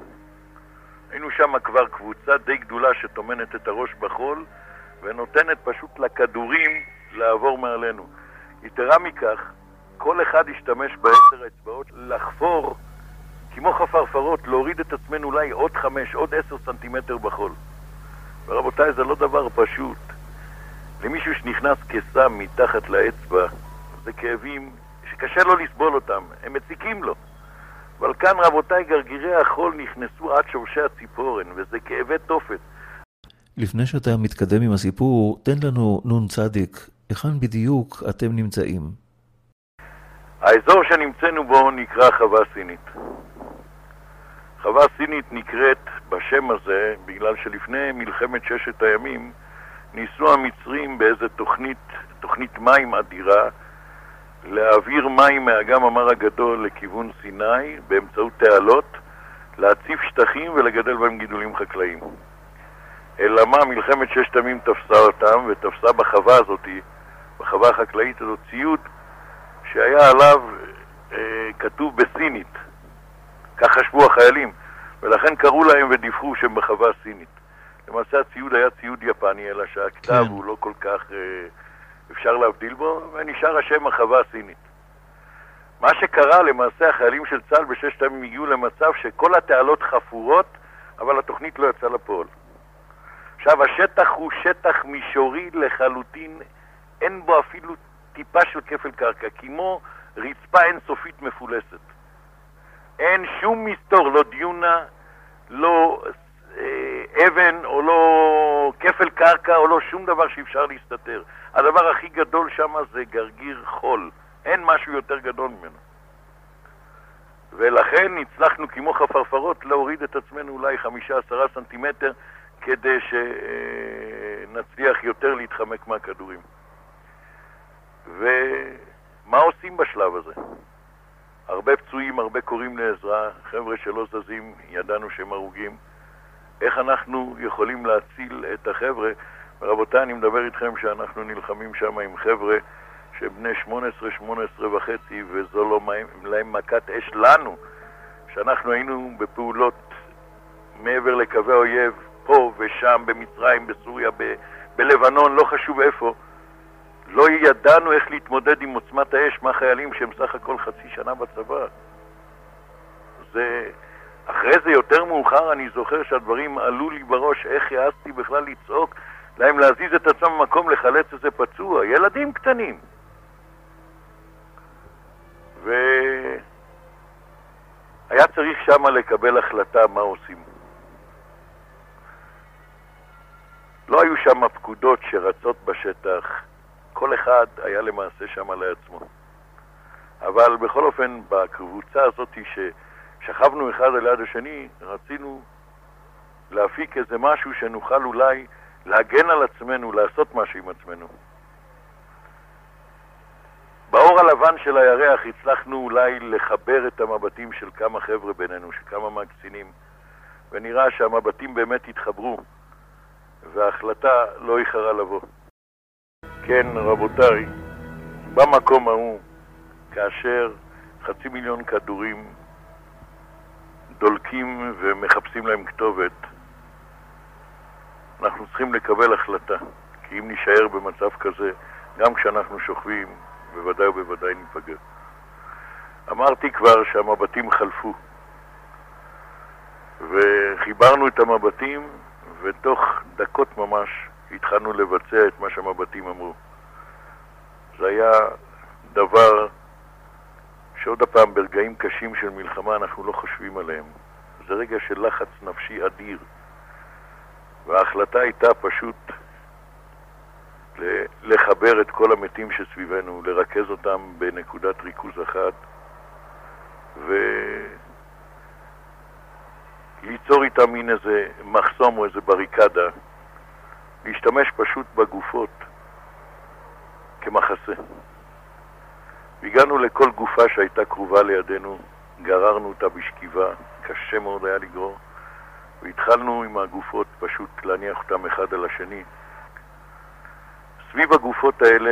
היינו שם כבר קבוצה די גדולה שתומנת את הראש בחול ונותנת פשוט לכדורים לעבור מעלינו. יתרה מכך, כל אחד ישתמש בעשר האצבעות לחפור כמו חפרפרות, להוריד את עצמנו אולי עוד חמש, עוד עשר סנטימטר בחול. ורבותיי, זה לא דבר פשוט. למישהו שנכנס כסם מתחת לאצבע, זה כאבים שקשה לו לסבול אותם, הם מציקים לו. אבל כאן, רבותיי, גרגירי החול נכנסו עד שורשי הציפורן, וזה כאבי תופת. לפני שאתה מתקדם עם הסיפור, תן לנו נון צדיק, היכן בדיוק אתם נמצאים? האזור שנמצאנו בו נקרא חווה סינית. חווה סינית נקראת בשם הזה בגלל שלפני מלחמת ששת הימים ניסו המצרים באיזה תוכנית, תוכנית מים אדירה, להעביר מים מהאגם המר הגדול לכיוון סיני באמצעות תעלות, להציף שטחים ולגדל בהם גידולים חקלאיים. אלא מה, מלחמת ששת הימים תפסה אותם ותפסה בחווה הזאת, בחווה החקלאית הזאת, ציוד שהיה עליו אה, כתוב בסינית. כך חשבו החיילים, ולכן קראו להם ודיווחו שהם בחווה סינית. למעשה הציוד היה ציוד יפני, אלא שהכתב כן. הוא לא כל כך אה, אפשר להבדיל בו, ונשאר השם החווה הסינית. מה שקרה, למעשה החיילים של צה"ל בששת הימים הגיעו למצב שכל התעלות חפורות, אבל התוכנית לא יצאה לפועל. עכשיו, השטח הוא שטח מישורי לחלוטין, אין בו אפילו טיפה של כפל קרקע, כמו רצפה אינסופית מפולסת. אין שום מסתור, לא דיונה, לא אה, אבן או לא כפל קרקע או לא שום דבר שאפשר להסתתר. הדבר הכי גדול שם זה גרגיר חול. אין משהו יותר גדול ממנו. ולכן הצלחנו כמו חפרפרות להוריד את עצמנו אולי חמישה עשרה סנטימטר כדי שנצליח יותר להתחמק מהכדורים. ומה עושים בשלב הזה? הרבה פצועים, הרבה קוראים לעזרה, חבר'ה שלא זזים, ידענו שהם הרוגים. איך אנחנו יכולים להציל את החבר'ה? ורבותיי, אני מדבר איתכם שאנחנו נלחמים שם עם חבר'ה שבני שמונה עשרה, שמונה עשרה וחצי, וזו לא להם מכת אש לנו, שאנחנו היינו בפעולות מעבר לקווי האויב, פה ושם, במצרים, בסוריה, ב- בלבנון, לא חשוב איפה. לא ידענו איך להתמודד עם עוצמת האש מהחיילים שהם סך הכל חצי שנה בצבא. זה... אחרי זה יותר מאוחר אני זוכר שהדברים עלו לי בראש, איך העזתי בכלל לצעוק להם להזיז את עצמם במקום לחלץ איזה פצוע, ילדים קטנים. היה צריך שמה לקבל החלטה מה עושים. לא היו שם פקודות שרצות בשטח, כל אחד היה למעשה שמה לעצמו. אבל בכל אופן, בקבוצה הזאת ששכבנו אחד על יד השני, רצינו להפיק איזה משהו שנוכל אולי להגן על עצמנו, לעשות משהו עם עצמנו. באור הלבן של הירח הצלחנו אולי לחבר את המבטים של כמה חבר'ה בינינו, של כמה מהקצינים, ונראה שהמבטים באמת התחברו, וההחלטה לא איחרה לבוא. כן, רבותיי, במקום ההוא, כאשר חצי מיליון כדורים דולקים ומחפשים להם כתובת, אנחנו צריכים לקבל החלטה, כי אם נשאר במצב כזה, גם כשאנחנו שוכבים, בוודאי ובוודאי ניפגע. אמרתי כבר שהמבטים חלפו, וחיברנו את המבטים, ותוך דקות ממש התחלנו לבצע את מה שהמבטים אמרו. זה היה דבר שעוד הפעם ברגעים קשים של מלחמה אנחנו לא חושבים עליהם. זה רגע של לחץ נפשי אדיר, וההחלטה הייתה פשוט לחבר את כל המתים שסביבנו, לרכז אותם בנקודת ריכוז אחת וליצור איתם מין איזה מחסום או איזה בריקדה, להשתמש פשוט בגופות כמחסה. והגענו לכל גופה שהייתה קרובה לידינו, גררנו אותה בשכיבה, קשה מאוד היה לגרור, והתחלנו עם הגופות פשוט להניח אותם אחד על השני. סביב הגופות האלה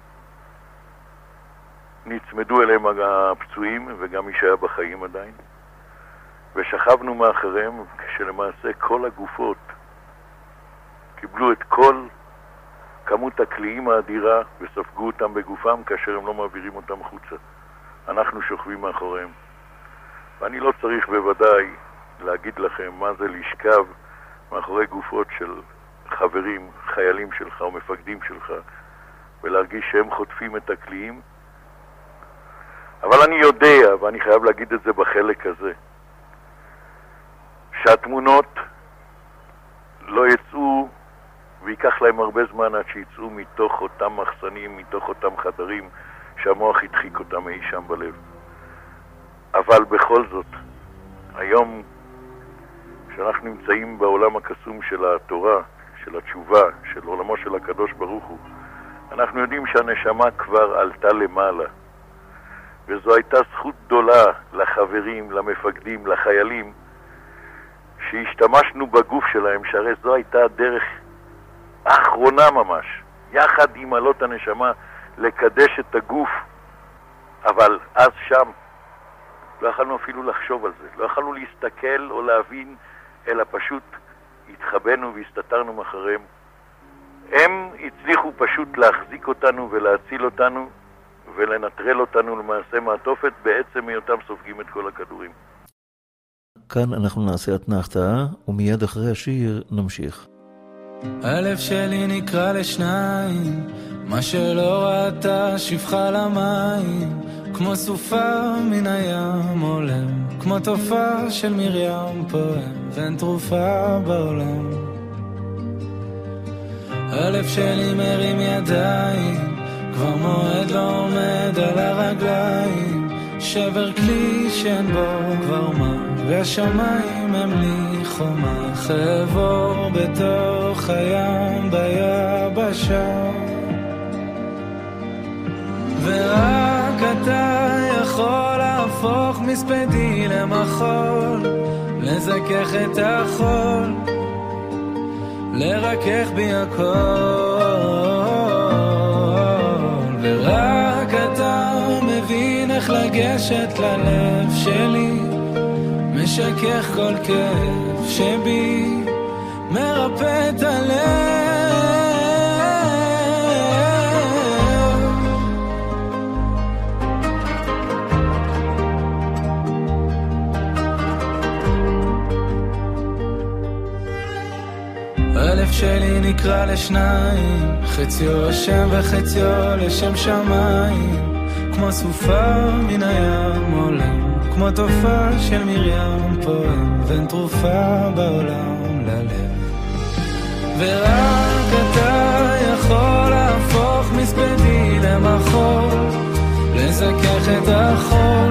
נצמדו אליהם הפצועים וגם מי שהיה בחיים עדיין, ושכבנו מאחריהם, כשלמעשה כל הגופות קיבלו את כל כמות הקליעים האדירה וספגו אותם בגופם כאשר הם לא מעבירים אותם חוצה. אנחנו שוכבים מאחוריהם. ואני לא צריך בוודאי להגיד לכם מה זה לשכב מאחורי גופות של חברים, חיילים שלך או מפקדים שלך, ולהרגיש שהם חוטפים את הקליעים. אבל אני יודע, ואני חייב להגיד את זה בחלק הזה, שהתמונות לא יצאו, ויקח להם הרבה זמן עד שיצאו מתוך אותם מחסנים, מתוך אותם חדרים שהמוח הדחיק אותם אי שם בלב. אבל בכל זאת, היום שאנחנו נמצאים בעולם הקסום של התורה, של התשובה, של עולמו של הקדוש ברוך הוא, אנחנו יודעים שהנשמה כבר עלתה למעלה, וזו הייתה זכות גדולה לחברים, למפקדים, לחיילים, שהשתמשנו בגוף שלהם, שהרי זו הייתה הדרך האחרונה ממש, יחד עם עלות הנשמה, לקדש את הגוף. אבל אז שם לא יכולנו אפילו לחשוב על זה, לא יכולנו להסתכל או להבין, אלא פשוט התחבאנו והסתתרנו מאחריהם. הם הצליחו פשוט להחזיק אותנו ולהציל אותנו ולנטרל אותנו למעשה מעטופת, בעצם היותם סופגים את כל הכדורים. כאן אנחנו נעשה אתנחתה, ומיד אחרי השיר נמשיך. הלב שלי נקרא לשניים, מה שלא ראתה שפחה למים, כמו סופה מן הים עולם, כמו תופעה של מרים פועם, ואין תרופה בעולם. הלב שלי מרים ידיים, כבר מועד לא עומד על הרגליים, שבר כלי שאין בו כבר מה, והשמיים הם לי חומה, חבור בתוך הים ביבשה, ורק אתה יכול להפוך מספדי למחול, לזכך את החול, לרכך בי הכל, ורק אתה מבין איך לגשת ללב שלי, משכך כל כאב שבי, מרפא את הלב. הלב שלי נקרא לשניים, חציו לשם וחציו לשם שמיים, כמו סופה מן הים עולם, כמו תופעה של מרים פועם, ואין תרופה בעולם ללב. ורק אתה יכול להפוך מספדי למחול, לזכך את החול,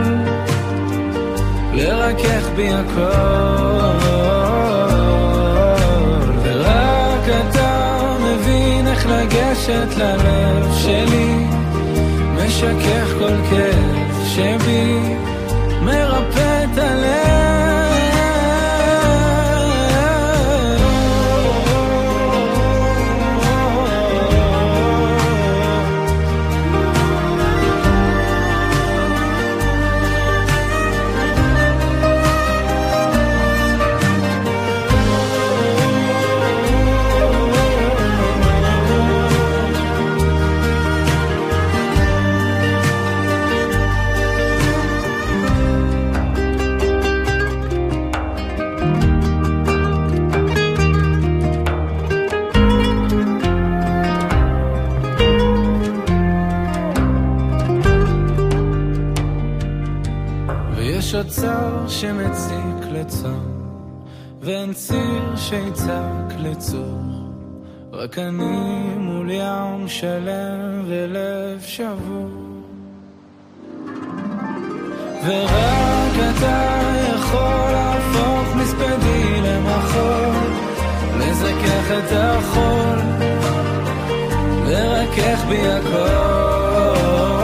לרכך בי הכל. ורק אתה מבין איך לגשת ללב שלי, משכך כל כאב שבי, מרפא את הלב. שוצר שמציק לצום, ואין ציר שיצק לצור, רק אני מול ים שלם ולב שבור. ורק אתה יכול להפוך מספדי למחול, לזכך את החול, לרכך בי הכל.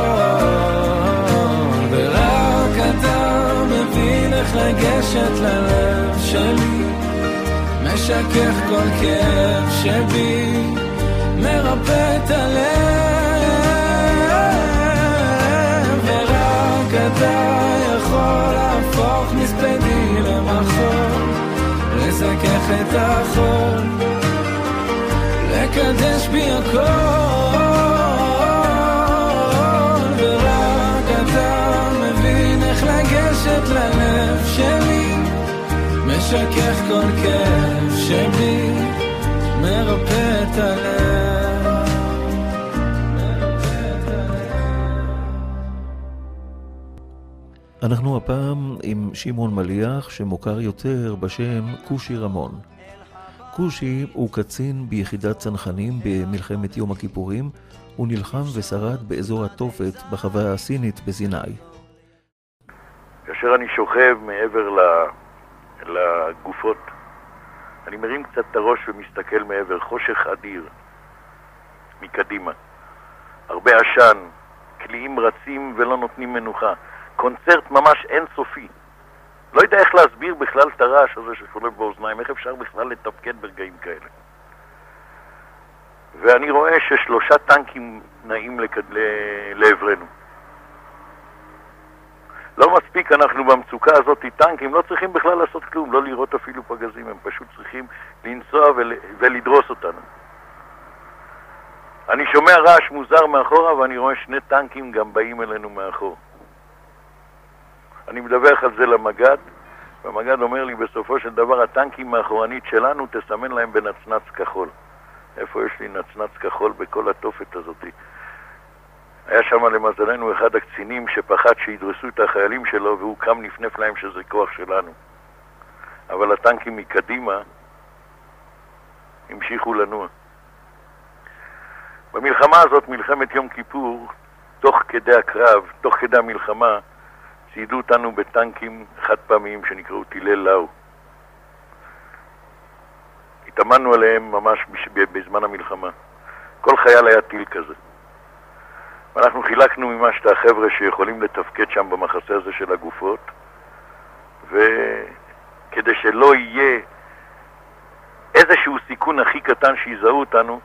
ורק אתה מבין איך לגשת ללב שלי, משכך כל כאב שבי, מרפא את הלב. ורק אתה יכול להפוך מספדי למחול, לזכך את החול, לקדש בי הכל. ורק אתה מבין איך לגשת ללב שלי, משכך כל כאב שבי, מרפא את הלב. אנחנו הפעם עם שמעון מליח, שמוכר יותר בשם קושי רמון. קושי הוא קצין ביחידת צנחנים במלחמת יום הכיפורים. הוא נלחם ושרד באזור התופת בחווה הסינית בסיני. כאשר אני שוכב מעבר לגופות, אני מרים קצת את הראש ומסתכל מעבר, חושך אדיר מקדימה, הרבה עשן, קליעים רצים ולא נותנים מנוחה, קונצרט ממש אינסופי. לא יודע איך להסביר בכלל את הרעש הזה ששולב באוזניים, איך אפשר בכלל לתפקד ברגעים כאלה. ואני רואה ששלושה טנקים נעים לכד... לעברנו. לא מספיק, אנחנו במצוקה הזאת, טנקים לא צריכים בכלל לעשות כלום, לא לראות אפילו פגזים, הם פשוט צריכים לנסוע ול... ולדרוס אותנו. אני שומע רעש מוזר מאחורה ואני רואה שני טנקים גם באים אלינו מאחור. אני מדווח על זה למגד, והמגד אומר לי בסופו של דבר, הטנקים מאחורנית שלנו תסמן להם בנצנץ כחול. איפה יש לי נצנץ כחול בכל התופת הזאת? היה שם למזלנו אחד הקצינים שפחד שידרסו את החיילים שלו, והוא קם נפנף להם שזה כוח שלנו. אבל הטנקים מקדימה המשיכו לנוע. במלחמה הזאת, מלחמת יום כיפור, תוך כדי הקרב, תוך כדי המלחמה, ציידו אותנו בטנקים חד פעמיים שנקראו טילי לאו. התאמנו עליהם ממש בזמן המלחמה. כל חייל היה טיל כזה. ואנחנו חילקנו ממש את החבר'ה שיכולים לתפקד שם במחסה הזה של הגופות, וכדי שלא יהיה איזשהו סיכון הכי קטן שיזהו אותנו,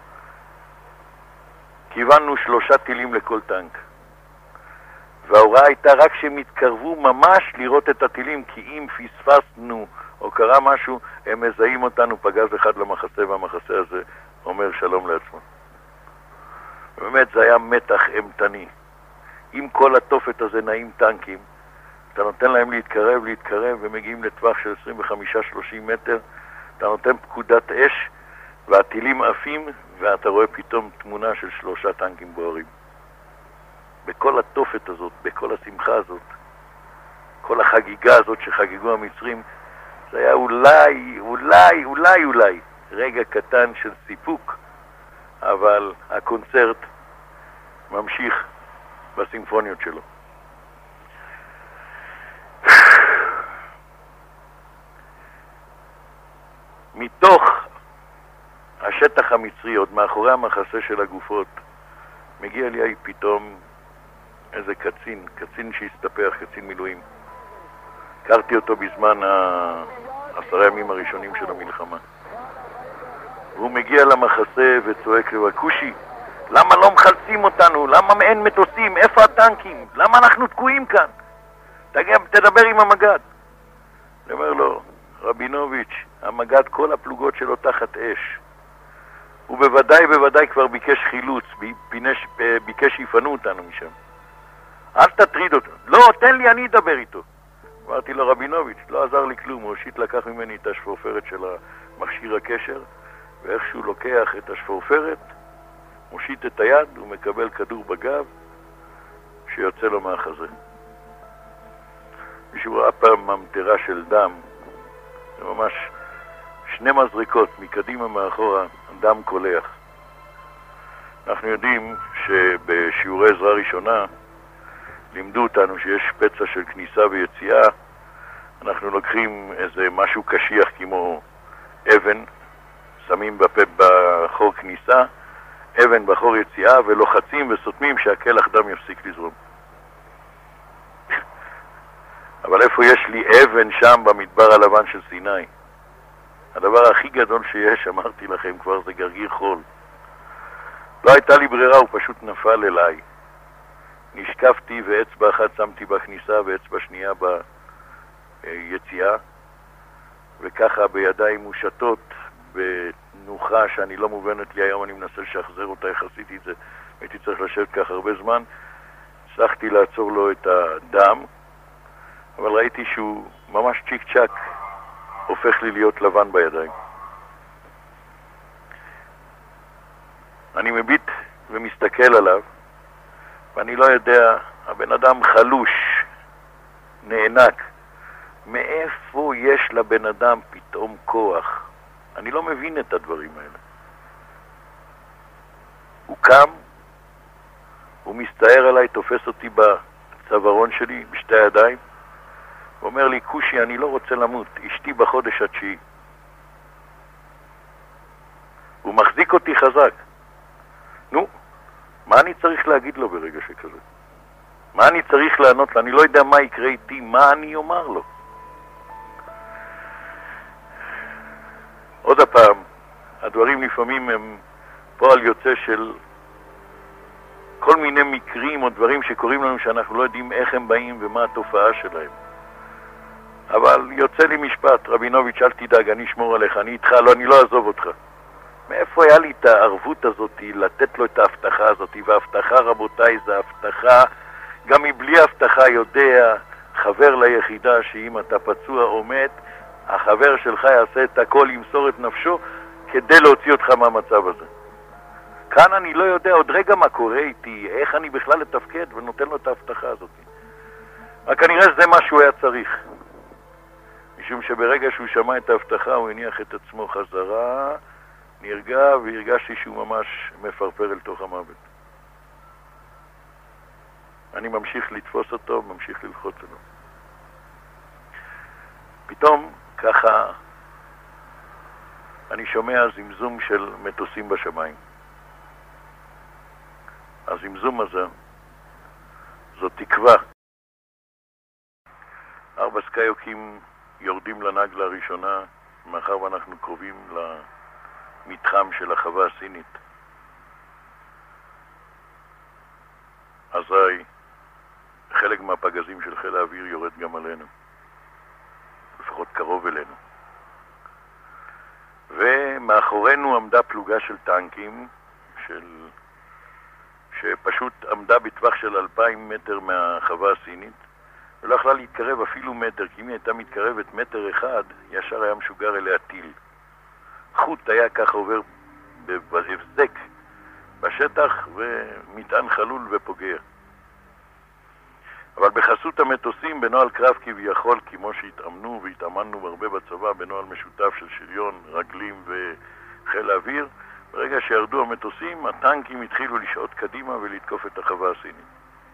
כיוונו שלושה טילים לכל טנק. וההוראה הייתה רק שהם התקרבו ממש לראות את הטילים, כי אם פספסנו או קרה משהו, הם מזהים אותנו, פגז אחד למחסה, והמחסה הזה אומר שלום לעצמו. באמת זה היה מתח אמתני. אם כל התופת הזה נעים טנקים, אתה נותן להם להתקרב, להתקרב, ומגיעים לטווח של עשרים וחמש שלושים מטר, אתה נותן פקודת אש, והטילים עפים, ואתה רואה פתאום תמונה של שלושה טנקים בוערים. בכל התופת הזאת, בכל השמחה הזאת, כל החגיגה הזאת שחגגו המצרים, זה היה אולי, אולי, אולי, אולי רגע קטן של סיפוק, אבל הקונצרט ממשיך בסימפוניות שלו. מתוך השטח המצרי, עוד מאחורי המחסה של הגופות, מגיע לי פתאום איזה קצין, קצין שהסתפח, קצין מילואים. הכרתי אותו בזמן העשרה ימים הראשונים של המלחמה. והוא מגיע למחסה וצועק לו, קושי, למה לא מחלצים אותנו? למה אין מטוסים? איפה הטנקים? למה אנחנו תקועים כאן? תגיד, תדבר עם המגד. אני אומר לו, רבינוביץ', המגד כל הפלוגות שלו תחת אש. הוא בוודאי בוודאי כבר ביקש חילוץ, ביקש, ביקש שיפנו אותנו משם. אל תטריד אותו. לא, תן לי, אני אדבר איתו. אמרתי לו, רבינוביץ', לא עזר לי כלום. מושיט לקח ממני את השפורפרת של מכשיר הקשר, ואיכשהו לוקח את השפורפרת, מושיט את היד, הוא מקבל כדור בגב, שיוצא לו מהחזה. מישהו ראה פעם ממטרה של דם, זה ממש שני מזריקות, מקדימה מאחורה, דם קולח. אנחנו יודעים שבשיעורי עזרה ראשונה לימדו אותנו שיש פצע של כניסה ויציאה, אנחנו לוקחים איזה משהו קשיח כמו אבן, שמים בפה בחור כניסה, אבן בחור יציאה, ולוחצים וסותמים שהכלח דם יפסיק לזרום. אבל איפה יש לי אבן שם במדבר הלבן של סיני? הדבר הכי גדול שיש, אמרתי לכם כבר, זה גרגיר חול. לא הייתה לי ברירה, הוא פשוט נפל אליי. נשקפתי ואצבע אחת שמתי בכניסה ואצבע שנייה ביציאה, וככה בידיים מושטות, בתנוחה שאני לא מובנת לי היום, אני מנסה לשחזר אותה, איך עשיתי את זה, הייתי צריך לשבת כך הרבה זמן, הצלחתי לעצור לו את הדם, אבל ראיתי שהוא ממש צ'יק צ'ק הופך לי להיות לבן בידיים. אני מביט ומסתכל עליו, ואני לא יודע, הבן אדם חלוש, נענק. מאיפה יש לבן אדם פתאום כוח? אני לא מבין את הדברים האלה. הוא קם, הוא מסתער עליי, תופס אותי בצווארון שלי, בשתי הידיים, הוא אומר לי, קושי, אני לא רוצה למות, אשתי בחודש התשיעי. הוא מחזיק אותי חזק. נו, מה אני צריך להגיד לו ברגע שכזה? מה אני צריך לענות לו? אני לא יודע מה יקרה איתי, מה אני אומר לו? עוד הפעם, הדברים לפעמים הם פועל יוצא של כל מיני מקרים או דברים שקוראים לנו שאנחנו לא יודעים איך הם באים ומה התופעה שלהם. אבל יוצא לי משפט, רבינוביץ', אל תדאג, אני אשמור עליך, אני איתך, לא, אני לא אעזוב אותך. מאיפה היה לי את הערבות הזאת, לתת לו את ההבטחה הזאת? וההבטחה, רבותיי, זה הבטחה, גם מבלי הבטחה יודע חבר ליחידה שאם אתה פצוע או מת, החבר שלך יעשה את הכל, ימסור את נפשו, כדי להוציא אותך מהמצב הזה. כאן אני לא יודע עוד רגע מה קורה איתי, איך אני בכלל לתפקד, ונותן לו את ההבטחה הזאת. רק כנראה זה מה שהוא היה צריך. משום שברגע שהוא שמע את ההבטחה, הוא הניח את עצמו חזרה, נרגע, והרגשתי שהוא ממש מפרפר אל תוך המוות. אני ממשיך לתפוס אותו, ממשיך ללחוץ עליו. פתאום, ככה, אני שומע זמזום של מטוסים בשמיים. הזמזום הזה, זו תקווה. ארבע סקאיוקים יורדים לנגלה הראשונה, מאחר ואנחנו קרובים למתחם של החווה הסינית. אזי חלק מהפגזים של חיל האוויר יורד גם עלינו, לפחות קרוב אלינו. ומאחורינו עמדה פלוגה של טנקים, של... שפשוט עמדה בטווח של אלפיים מטר מהחווה הסינית, ולא יכלה להתקרב אפילו מטר, כי אם היא הייתה מתקרבת מטר אחד, ישר היה משוגר אליה טיל. חוט היה ככה עובר בהבזק בשטח, ומטען חלול ופוגע. אבל בחסות המטוסים, בנועל קרב כביכול, כמו שהתאמנו והתאמנו הרבה בצבא, בנועל משותף של שריון, רגלים וחיל האוויר, ברגע שירדו המטוסים, הטנקים התחילו לשעות קדימה ולתקוף את החווה הסינית.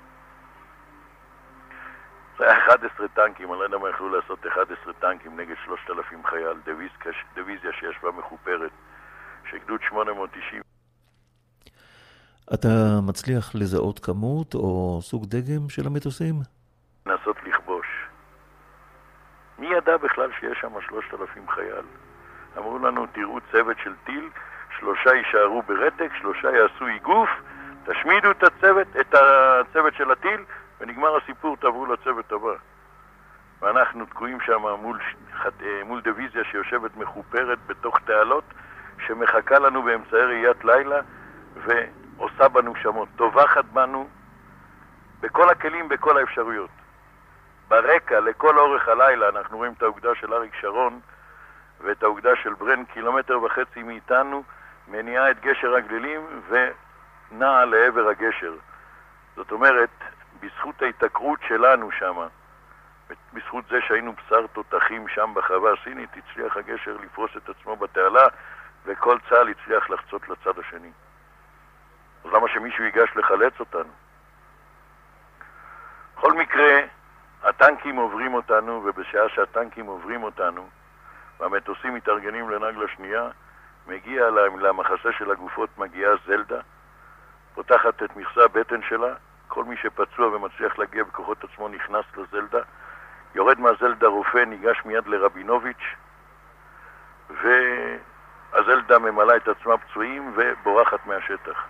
זה היה אחד עשר טנקים, אני לא יודע מה יכלו לעשות אחד עשר טנקים נגד שלושת אלפים חייל, דיוויזיה, דיוויזיה שישבה מחופרת, שגדוד שמונה מאות תשעים. אתה מצליח לזהות כמות או סוג דגם של המטוסים? לנסות לכבוש. מי ידע בכלל שיש שם שלושת אלפים חייל? אמרו לנו, תראו צוות של טיל, שלושה יישארו ברתק, שלושה יעשו איגוף, תשמידו את הצוות, את הצוות של הטיל, ונגמר הסיפור, תעברו לצוות הבא. ואנחנו תקועים שם מול, מול דיוויזיה שיושבת מחופרת בתוך תעלות, שמחכה לנו באמצעי ראיית לילה, ועושה בנו שמות, טובחת בנו בכל הכלים, בכל האפשרויות. ברקע, לכל אורך הלילה, אנחנו רואים את האוגדה של אריק שרון, ואת האוגדה של ברן, קילומטר וחצי מאיתנו, מניעה את גשר הגלילים ונעה לעבר הגשר. זאת אומרת, בזכות ההתעקרות שלנו שם, בזכות זה שהיינו בשר תותחים שם בחווה הסינית, הצליח הגשר לפרוס את עצמו בתעלה, וכל צהל הצליח לחצות לצד השני. אז למה שמישהו ייגש לחלץ אותנו? בכל מקרה, הטנקים עוברים אותנו, ובשעה שהטנקים עוברים אותנו, והמטוסים מתארגנים לנגלה שנייה, מגיע למחסה של הגופות, מגיעה זלדה, פותחת את מכסה הבטן שלה, כל מי שפצוע ומצליח להגיע בכוחות עצמו נכנס לזלדה, יורד מהזלדה רופא, ניגש מיד לרבינוביץ', והזלדה ממלאה את עצמה פצועים ובורחת מהשטח.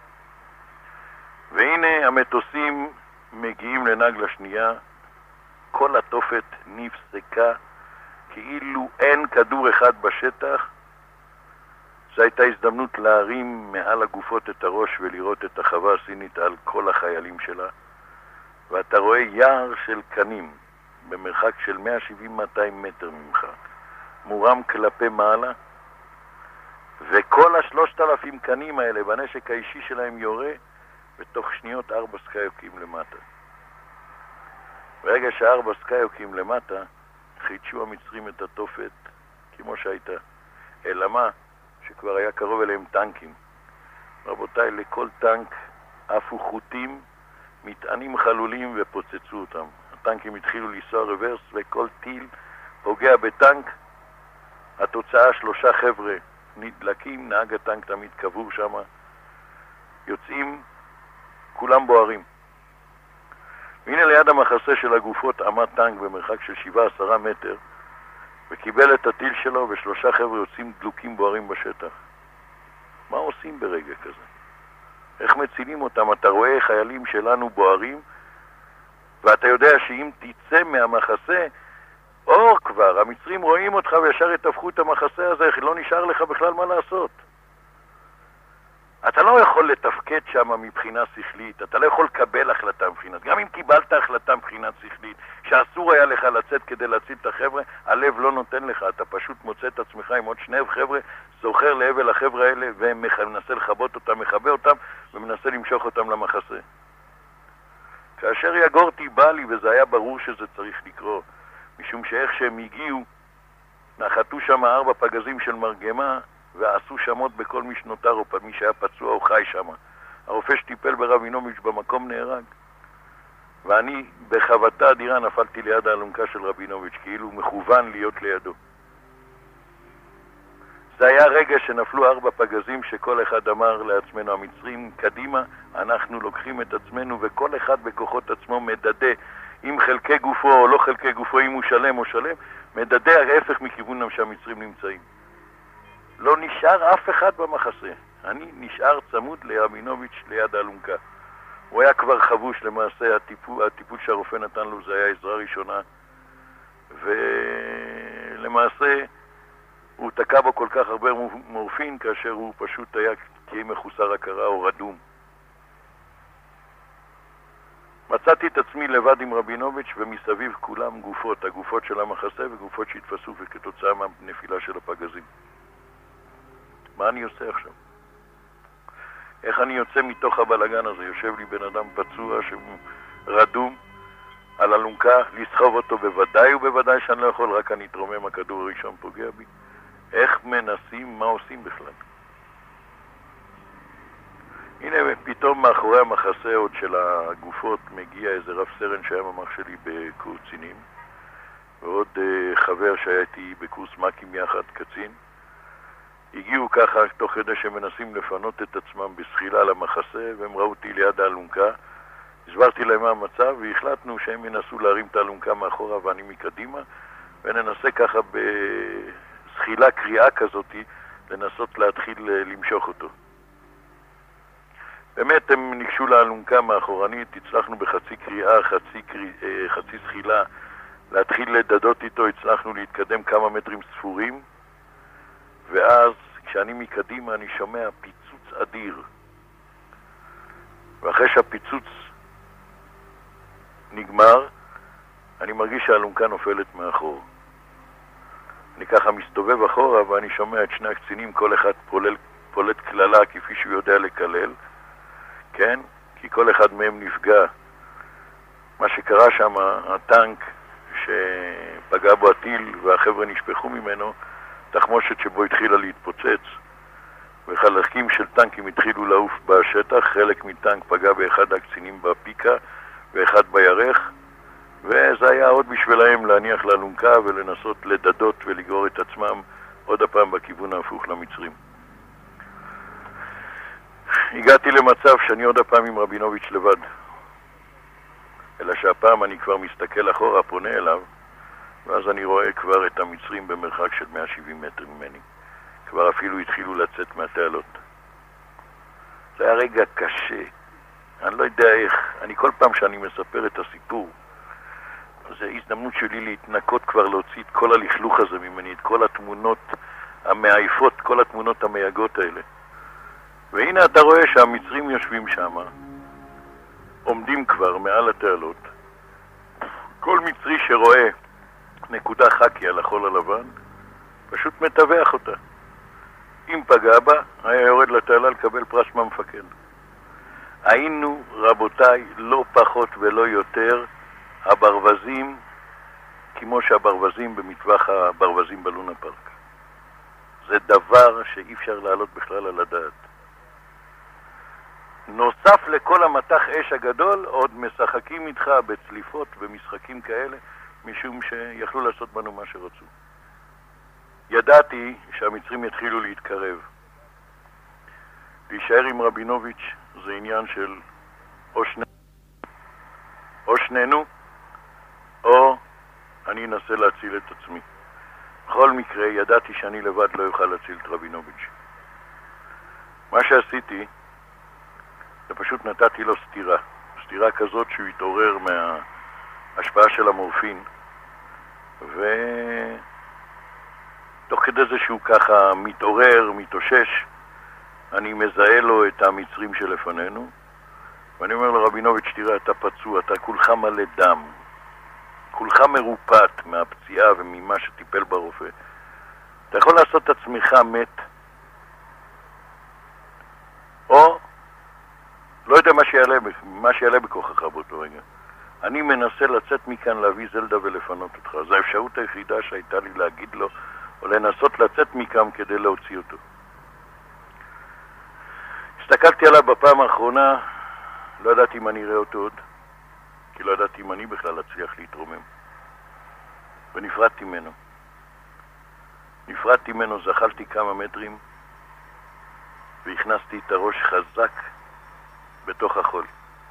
והנה המטוסים מגיעים לנגלה שנייה, כל התופת נפסקה, כאילו אין כדור אחד בשטח. זו הייתה הזדמנות להרים מעל הגופות את הראש ולראות את החווה הסינית על כל החיילים שלה. ואתה רואה יער של קנים במרחק של מאה שבעים עד מאתיים מטר ממך, מורם כלפי מעלה, וכל השלושת אלפים קנים האלה בנשק האישי שלהם יורה, בתוך שניות ארבע סקאיוקים למטה. ברגע שארבע סקאיוקים למטה, חידשו המצרים את התופת כמו שהייתה. אלא מה? שכבר היה קרוב אליהם טנקים. רבותיי, לכל טנק עפו חוטים, מטענים חלולים ופוצצו אותם. הטנקים התחילו לנסוע רוורס וכל טיל פוגע בטנק. התוצאה שלושה חבר'ה נדלקים, נהג הטנק תמיד קבור שם, יוצאים, כולם בוערים. והנה ליד המחסה של הגופות עמד טנק במרחק של שבעה עשרה מטר, וקיבל את הטיל שלו, ושלושה חבר'ה יוצאים דלוקים בוערים בשטח. מה עושים ברגע כזה? איך מצילים אותם? אתה רואה חיילים שלנו בוערים, ואתה יודע שאם תצא מהמחסה, אור כבר, המצרים רואים אותך וישר יתפחו את המחסה הזה, לא נשאר לך בכלל מה לעשות. אתה לא יכול לתפקד שם מבחינה שכלית, אתה לא יכול לקבל החלטה מבחינה, גם אם קיבלת החלטה מבחינה שכלית, שאסור היה לך לצאת כדי להציל את החבר'ה, הלב לא נותן לך, אתה פשוט מוצא את עצמך עם עוד שני חבר'ה, זוכר להבל החבר'ה האלה, ומנסה לחבות אותם, מחבא אותם, ומנסה למשוך אותם למחסה. כאשר יגורתי בא לי, וזה היה ברור שזה צריך לקרוא, משום שאיך שהם הגיעו, נחתו שם ארבע פגזים של מרגמה, ועשו שמות בכל מי שנותר או מי שהיה פצוע או חי שם. הרופא שטיפל ברבינוביץ' במקום נהרג. ואני בחבטה אדירה נפלתי ליד האלונקה של רבינוביץ', כאילו מכוון להיות לידו. זה היה רגע שנפלו ארבע פגזים שכל אחד אמר לעצמנו, המצרים קדימה, אנחנו לוקחים את עצמנו, וכל אחד בכוחות עצמו מדדה אם חלקי גופו או לא חלקי גופו, אם הוא שלם או שלם, מדדה ההפך מכיוון שהמצרים נמצאים. לא נשאר אף אחד במחסה. אני נשאר צמוד לרבינוביץ' ליד האלונקה. הוא היה כבר חבוש, למעשה הטיפול, הטיפול שהרופא נתן לו זה היה עזרה ראשונה, ולמעשה הוא תקע בו כל כך הרבה מורפין כאשר הוא פשוט היה כי מחוסר הכרה או רדום. מצאתי את עצמי לבד עם רבינוביץ' ומסביב כולם גופות, הגופות של המחסה וגופות שהתפסו וכתוצאה מהנפילה של הפגזים. מה אני עושה עכשיו? איך אני יוצא מתוך הבלגן הזה? יושב לי בן אדם פצוע שרדום, על אלונקה, לסחוב אותו בוודאי ובוודאי שאני לא יכול, רק אני אתרומם, הכדור הראשון פוגע בי. איך מנסים, מה עושים בכלל? הנה פתאום מאחורי המחסה עוד של הגופות מגיע איזה רב סרן שהיה ממח שלי בקורצינים, ועוד uh, חבר שהייתי בקורס מקים יחד, קצין. הגיעו ככה תוך כדי שמנסים לפנות את עצמם בסחילה למחסה, והם ראו אותי ליד האלונקה. הסברתי להם מה המצב, והחלטנו שהם ינסו להרים את האלונקה מאחורה ואני מקדימה, וננסה ככה בסחילה קריאה כזאת לנסות להתחיל למשוך אותו. באמת הם ניגשו לאלונקה מאחורנית, הצלחנו בחצי קריאה, חצי, קריאה, חצי סחילה להתחיל לדדות איתו, הצלחנו להתקדם כמה מטרים ספורים, ואז כשאני מקדימה אני שומע פיצוץ אדיר, ואחרי שהפיצוץ נגמר אני מרגיש שהאלונקה נופלת מאחור. אני ככה מסתובב אחורה ואני שומע את שני הקצינים, כל אחד פולל, פולט כללה כפי שהוא יודע לקלל, כן? כי כל אחד מהם נפגע. מה שקרה שם, הטנק שפגע בו הטיל והחבר'ה נשפכו ממנו, תחמושת שבו התחילה להתפוצץ, וחלקים של טנקים התחילו לעוף בשטח, חלק מטנק פגע באחד הקצינים בפיקה ואחד בירך, וזה היה עוד בשבילהם להניח לאלונקה ולנסות לדדות ולגרור את עצמם עוד הפעם בכיוון ההפוך למצרים. הגעתי למצב שאני עוד הפעם עם רבינוביץ' לבד, אלא שהפעם אני כבר מסתכל אחורה, פונה אליו, ואז אני רואה כבר את המצרים במרחק של מאה שבעים מטר ממני. כבר אפילו התחילו לצאת מהתעלות. זה היה רגע קשה. אני לא יודע איך, אני כל פעם שאני מספר את הסיפור, זו הזדמנות שלי להתנקות כבר, להוציא את כל הלכלוך הזה ממני, את כל התמונות המעייפות, כל התמונות המייגות האלה. והנה אתה רואה שהמצרים יושבים שם, עומדים כבר מעל התעלות. כל מצרי שרואה נקודה חקי על החול הלבן, פשוט מטווח אותה. אם פגע בה, היה יורד לתעלה לקבל פרס מהמפקד. היינו, רבותיי, לא פחות ולא יותר, הברווזים, כמו שהברווזים במטווח הברווזים בלונה פארק. זה דבר שאי אפשר לעלות בכלל על הדעת. נוסף לכל המתח אש הגדול, עוד משחקים איתך בצליפות ומשחקים כאלה, משום שיכלו לעשות בנו מה שרצו. ידעתי שהמצרים יתחילו להתקרב. להישאר עם רבינוביץ' זה עניין של או, שני... או שנינו, או אני אנסה להציל את עצמי. בכל מקרה, ידעתי שאני לבד לא יוכל להציל את רבינוביץ'. מה שעשיתי, זה פשוט נתתי לו סתירה. סתירה כזאת שהוא התעורר מההשפעה של המורפין, ותוך כדי זה שהוא ככה מתעורר, מתאושש, אני מזהה לו את המצרים שלפנינו, ואני אומר לרבינוביץ', תראה, אתה פצוע, אתה כולך מלא דם, כולך מרופט מהפציעה וממה שטיפל ברופא. אתה יכול לעשות את עצמך מת, או לא יודע מה שיעלה, מה שיעלה בכוחך באותו רגע. אני מנסה לצאת מכאן, להביא זלדה ולפנות אותך. זו האפשרות היחידה שהייתה לי להגיד לו, או לנסות לצאת מכאן כדי להוציא אותו. הסתכלתי עליו בפעם האחרונה, לא ידעתי אם אני אראה אותו עוד, כי לא ידעתי אם אני בכלל אצליח להתרומם. ונפרדתי ממנו. נפרדתי ממנו, זחלתי כמה מטרים, והכנסתי את הראש חזק בתוך החול.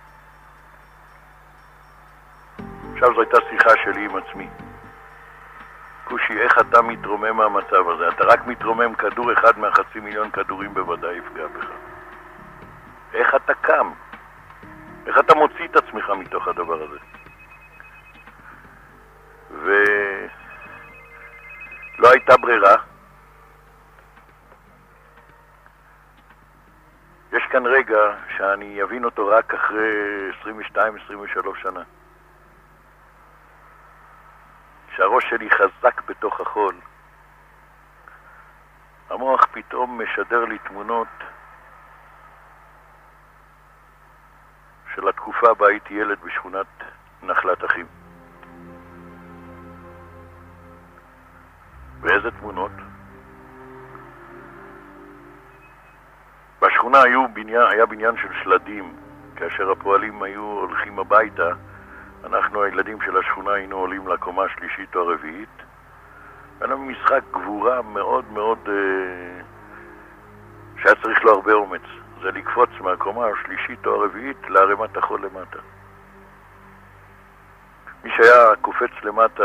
עכשיו זו הייתה שיחה שלי עם עצמי. קושי, איך אתה מתרומם מהמצב הזה? אתה רק מתרומם, כדור אחד מהחצי מיליון כדורים בוודאי יפגע בך. איך אתה קם? איך אתה מוציא את עצמך מתוך הדבר הזה? ולא הייתה ברירה. יש כאן רגע שאני אבין אותו רק אחרי עשרים ושתיים עשרים ושלוש שנה. שהראש שלי חזק בתוך החול. המוח פתאום משדר לי תמונות של התקופה בה הייתי ילד בשכונת נחלת אחים. ואיזה תמונות? בשכונה היו בניין, היה בניין של שלדים. כאשר הפועלים היו הולכים הביתה, אנחנו הילדים של השכונה היינו עולים לקומה השלישית או הרביעית. היה לנו משחק גבורה מאוד מאוד אה, שהיה צריך לו הרבה אומץ. זה לקפוץ מהקומה השלישית או הרביעית להרמת החול למטה. מי שהיה קופץ למטה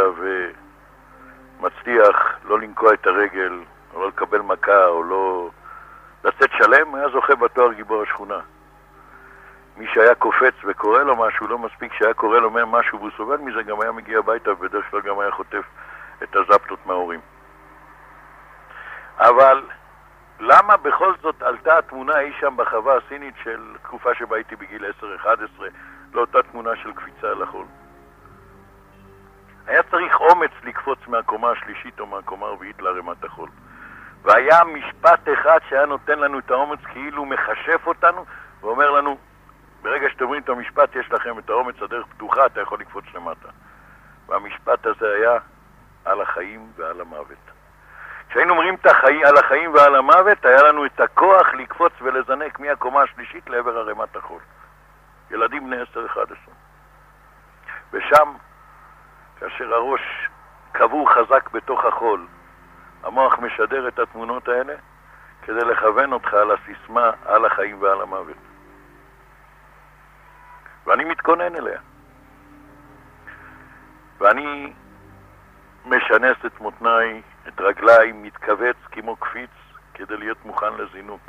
ומצליח לא לנקוע את הרגל, או לא לקבל מכה, או לא לצאת שלם, היה זוכה בתואר גיבור השכונה. מי שהיה קופץ וקורא לו משהו, לא מספיק שהיה קורא לו משהו והוא סובל מזה, גם היה מגיע הביתה ובדרך כלל גם היה חוטף את הזפטות מההורים. אבל למה בכל זאת עלתה התמונה אי שם בחווה הסינית של תקופה שבה הייתי בגיל עשר אחת עשרה, לאותה תמונה של קפיצה על החול? היה צריך אומץ לקפוץ מהקומה השלישית או מהקומה הרביעית להרמת החול. והיה משפט אחד שהיה נותן לנו את האומץ, כאילו מחשף אותנו ואומר לנו, ברגע שאתם אומרים את המשפט, יש לכם את האומץ, הדרך פתוחה, אתה יכול לקפוץ למטה. והמשפט הזה היה על החיים ועל המוות. כשהיינו אומרים את החיים, על החיים ועל המוות, היה לנו את הכוח לקפוץ ולזנק מהקומה השלישית לעבר הרמת החול. ילדים בני עשר אחת עשרה. ושם, כאשר הראש קבור חזק בתוך החול, המוח משדר את התמונות האלה כדי לכוון אותך על הסיסמה על החיים ועל המוות. ואני מתכונן אליה. ואני משנס את מותניי, את רגליי, מתכווץ כמו קפיץ כדי להיות מוכן לזינוק.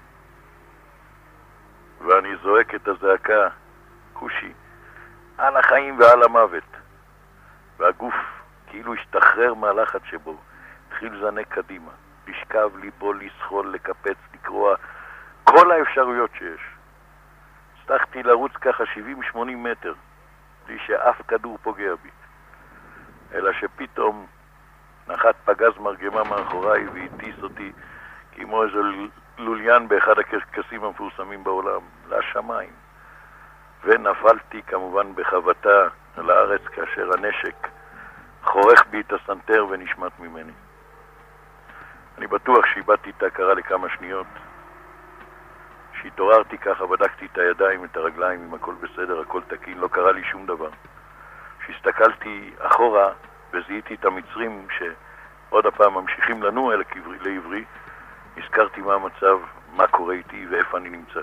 ואני זועק את הזעקה, כושי, על החיים ועל המוות. והגוף כאילו השתחרר מהלחץ שבו, התחיל לזנק קדימה, לשכב, ליפול, לסחול, לקפץ, לקרוע, כל האפשרויות שיש. הצלחתי לרוץ ככה שבעים שמונים מטר, בלי שאף כדור פוגע בי. אלא שפתאום נחת פגז מרגמה מאחוריי והטיס אותי כמו איזה לוליין באחד הקרקסים המפורסמים בעולם, לשמיים. ונפלתי כמובן בחבטה לארץ כאשר הנשק חורך בי את הסנטר ונשמט ממני. אני בטוח שאיבדתי את ההכרה לכמה שניות. כשהתעוררתי ככה, בדקתי את הידיים, את הרגליים, אם הכל בסדר, הכל תקין, לא קרה לי שום דבר. כשהסתכלתי אחורה וזיהיתי את המצרים שעוד הפעם ממשיכים לנוע לעברי, הזכרתי מה המצב, מה קורה איתי ואיפה אני נמצא.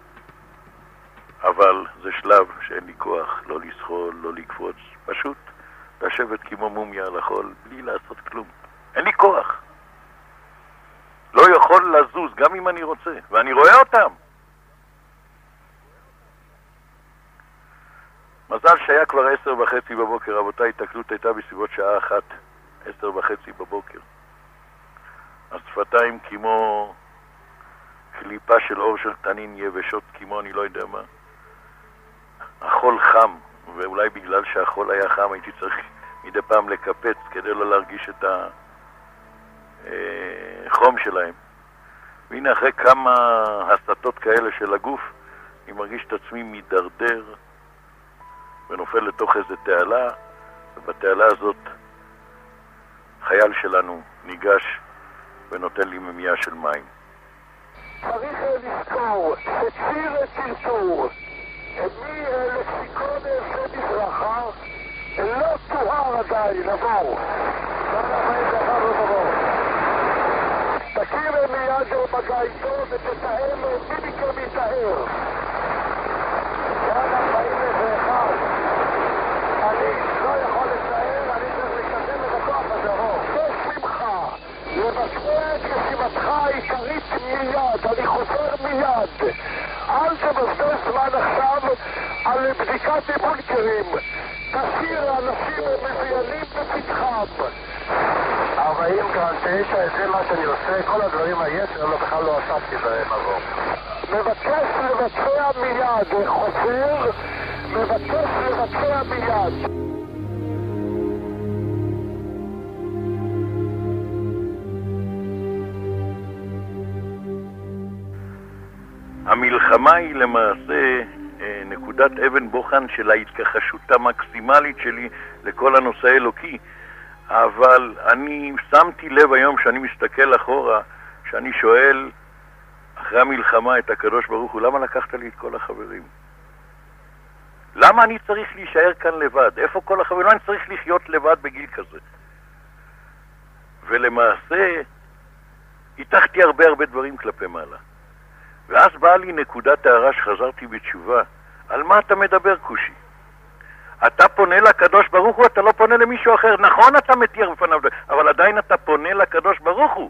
אבל זה שלב שאין לי כוח, לא לסחול, לא לקפוץ, פשוט לשבת כמו מומיה על החול בלי לעשות כלום. אין לי כוח. לא יכול לזוז, גם אם אני רוצה, ואני רואה אותם. מזל שהיה כבר עשר וחצי בבוקר, רבותיי, התקלות הייתה בסביבות שעה אחת, עשר וחצי בבוקר. השפתיים כמו קליפה של אור של תנין יבשות, כמו אני לא יודע מה. החול חם, ואולי בגלל שהחול היה חם הייתי צריך מדי פעם לקפץ כדי לא להרגיש את החום שלהם. והנה אחרי כמה הסתות כאלה של הגוף, אני מרגיש את עצמי מדרדר ונופל לתוך איזה תעלה, ובתעלה הזאת חייל שלנו ניגש ונותן לי ממייה של מים. צריך לזכור שציר צרצור מלקסיקון זה מזרחה לא תואר עדיין, עבור. תכיר מיד במגע איתו ותתאר לו מי מכם יתאר. כאן ארבעים ואחת. אני לא יכול לתאר, אני צריך לקדם את הכוח הזה. בקש ממך לבצע את משימתך העיקרית מיד. אני חוזר מיד. אל תבזבז זמן עכשיו על בדיקת בונקרים. תשאיר האנשים מבוינים בפתחם. ארבעים כאן תשע, זה מה שאני עושה, כל הדברים היתר לא בכלל לא עסקתי בהם עבור. מבקש לבצע מיד, חוזר, מבקש לבצע מיד. המלחמה היא למעשה נקודת אבן בוחן של ההתכחשות המקסימלית שלי לכל הנושא האלוקי. אבל אני שמתי לב היום שאני מסתכל אחורה, שאני שואל אחרי המלחמה את הקדוש ברוך הוא, למה לקחת לי את כל החברים? למה אני צריך להישאר כאן לבד? איפה כל החברים? לא, אני צריך לחיות לבד בגיל כזה. ולמעשה, התחתי הרבה הרבה דברים כלפי מעלה. ואז באה לי נקודת הערה שחזרתי בתשובה. על מה אתה מדבר, קושי? אתה פונה לקדוש ברוך הוא, אתה לא פונה למישהו אחר. נכון, אתה מתיר בפניו, אבל עדיין אתה פונה לקדוש ברוך הוא.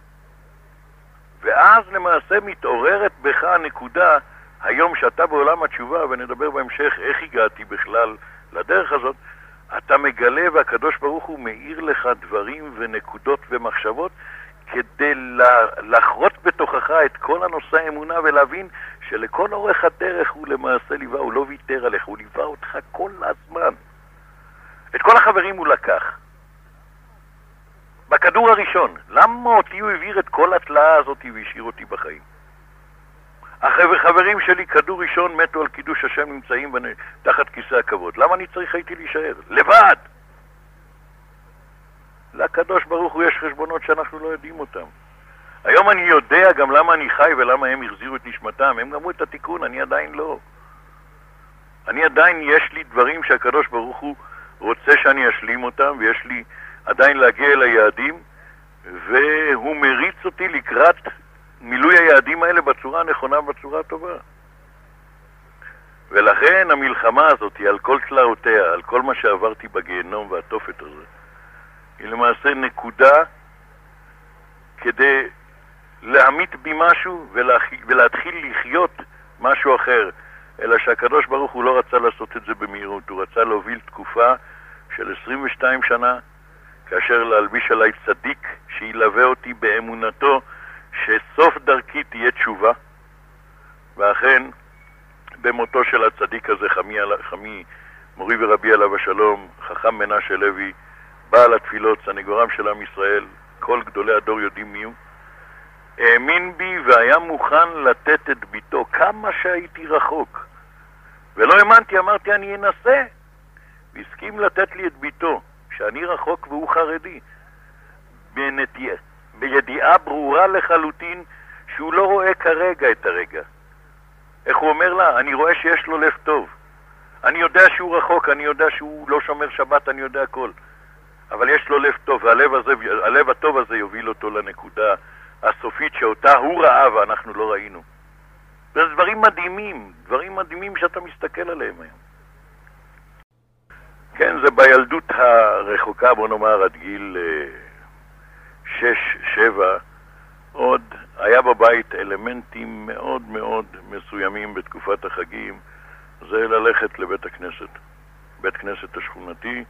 ואז למעשה מתעוררת בך הנקודה, היום שאתה בעולם התשובה, ונדבר בהמשך איך הגעתי בכלל לדרך הזאת, אתה מגלה והקדוש ברוך הוא מאיר לך דברים ונקודות ומחשבות, כדי לחרוט בתוכך את כל הנושא האמונה ולהבין שלכל אורך הדרך הוא למעשה ליווה, הוא לא ויתר עליך, הוא ליווה אותך כל הזמן. את כל החברים הוא לקח. בכדור הראשון, למה אותי הוא העביר את כל התלאה הזאת והשאיר אותי בחיים? החברים שלי, כדור ראשון, מתו על קידוש השם, נמצאים תחת כיסא הכבוד. למה אני צריך הייתי להישאר? לבד! לקדוש ברוך הוא יש חשבונות שאנחנו לא יודעים אותם. היום אני יודע גם למה אני חי ולמה הם החזירו את נשמתם. הם גמרו את התיקון, אני עדיין לא. אני עדיין, יש לי דברים שהקדוש ברוך הוא רוצה שאני אשלים אותם, ויש לי עדיין להגיע אל היעדים, והוא מריץ אותי לקראת מילוי היעדים האלה בצורה הנכונה ובצורה הטובה. ולכן המלחמה הזאת היא על כל תלאותיה, על כל מה שעברתי בגיהנום והתופת הזה, היא למעשה נקודה כדי להעמיד בי משהו ולהתחיל לחיות משהו אחר, אלא שהקדוש ברוך הוא לא רצה לעשות את זה במהירות, הוא רצה להוביל תקופה של עשרים ושתיים שנה, כאשר להלביש עליי צדיק שילווה אותי באמונתו שסוף דרכי תהיה תשובה. ואכן במותו של הצדיק הזה, חמי, חמי מורי ורבי עליו השלום, חכם מנשה לוי, בעל התפילות, סנגורם של עם ישראל, כל גדולי הדור יודעים מי הוא, האמין בי והיה מוכן לתת את ביתו כמה שהייתי רחוק, ולא האמנתי, אמרתי אני אנסה, והסכים לתת לי את ביתו שאני רחוק והוא חרדי, בנטייה, בידיעה ברורה לחלוטין שהוא לא רואה כרגע את הרגע. איך הוא אומר לה? אני רואה שיש לו לב טוב, אני יודע שהוא רחוק, אני יודע שהוא לא שומר שבת, אני יודע הכל, אבל יש לו לב טוב, והלב הזה, הלב הטוב הזה יוביל אותו לנקודה הסופית שאותה הוא ראה ואנחנו לא ראינו. זה דברים מדהימים, דברים מדהימים שאתה מסתכל עליהם היום. כן, זה בילדות הרחוקה, בוא נאמר עד גיל שש, שבע, עוד היה בבית אלמנטים מאוד מאוד מסוימים בתקופת החגים, זה ללכת לבית הכנסת, בית כנסת השכונתי,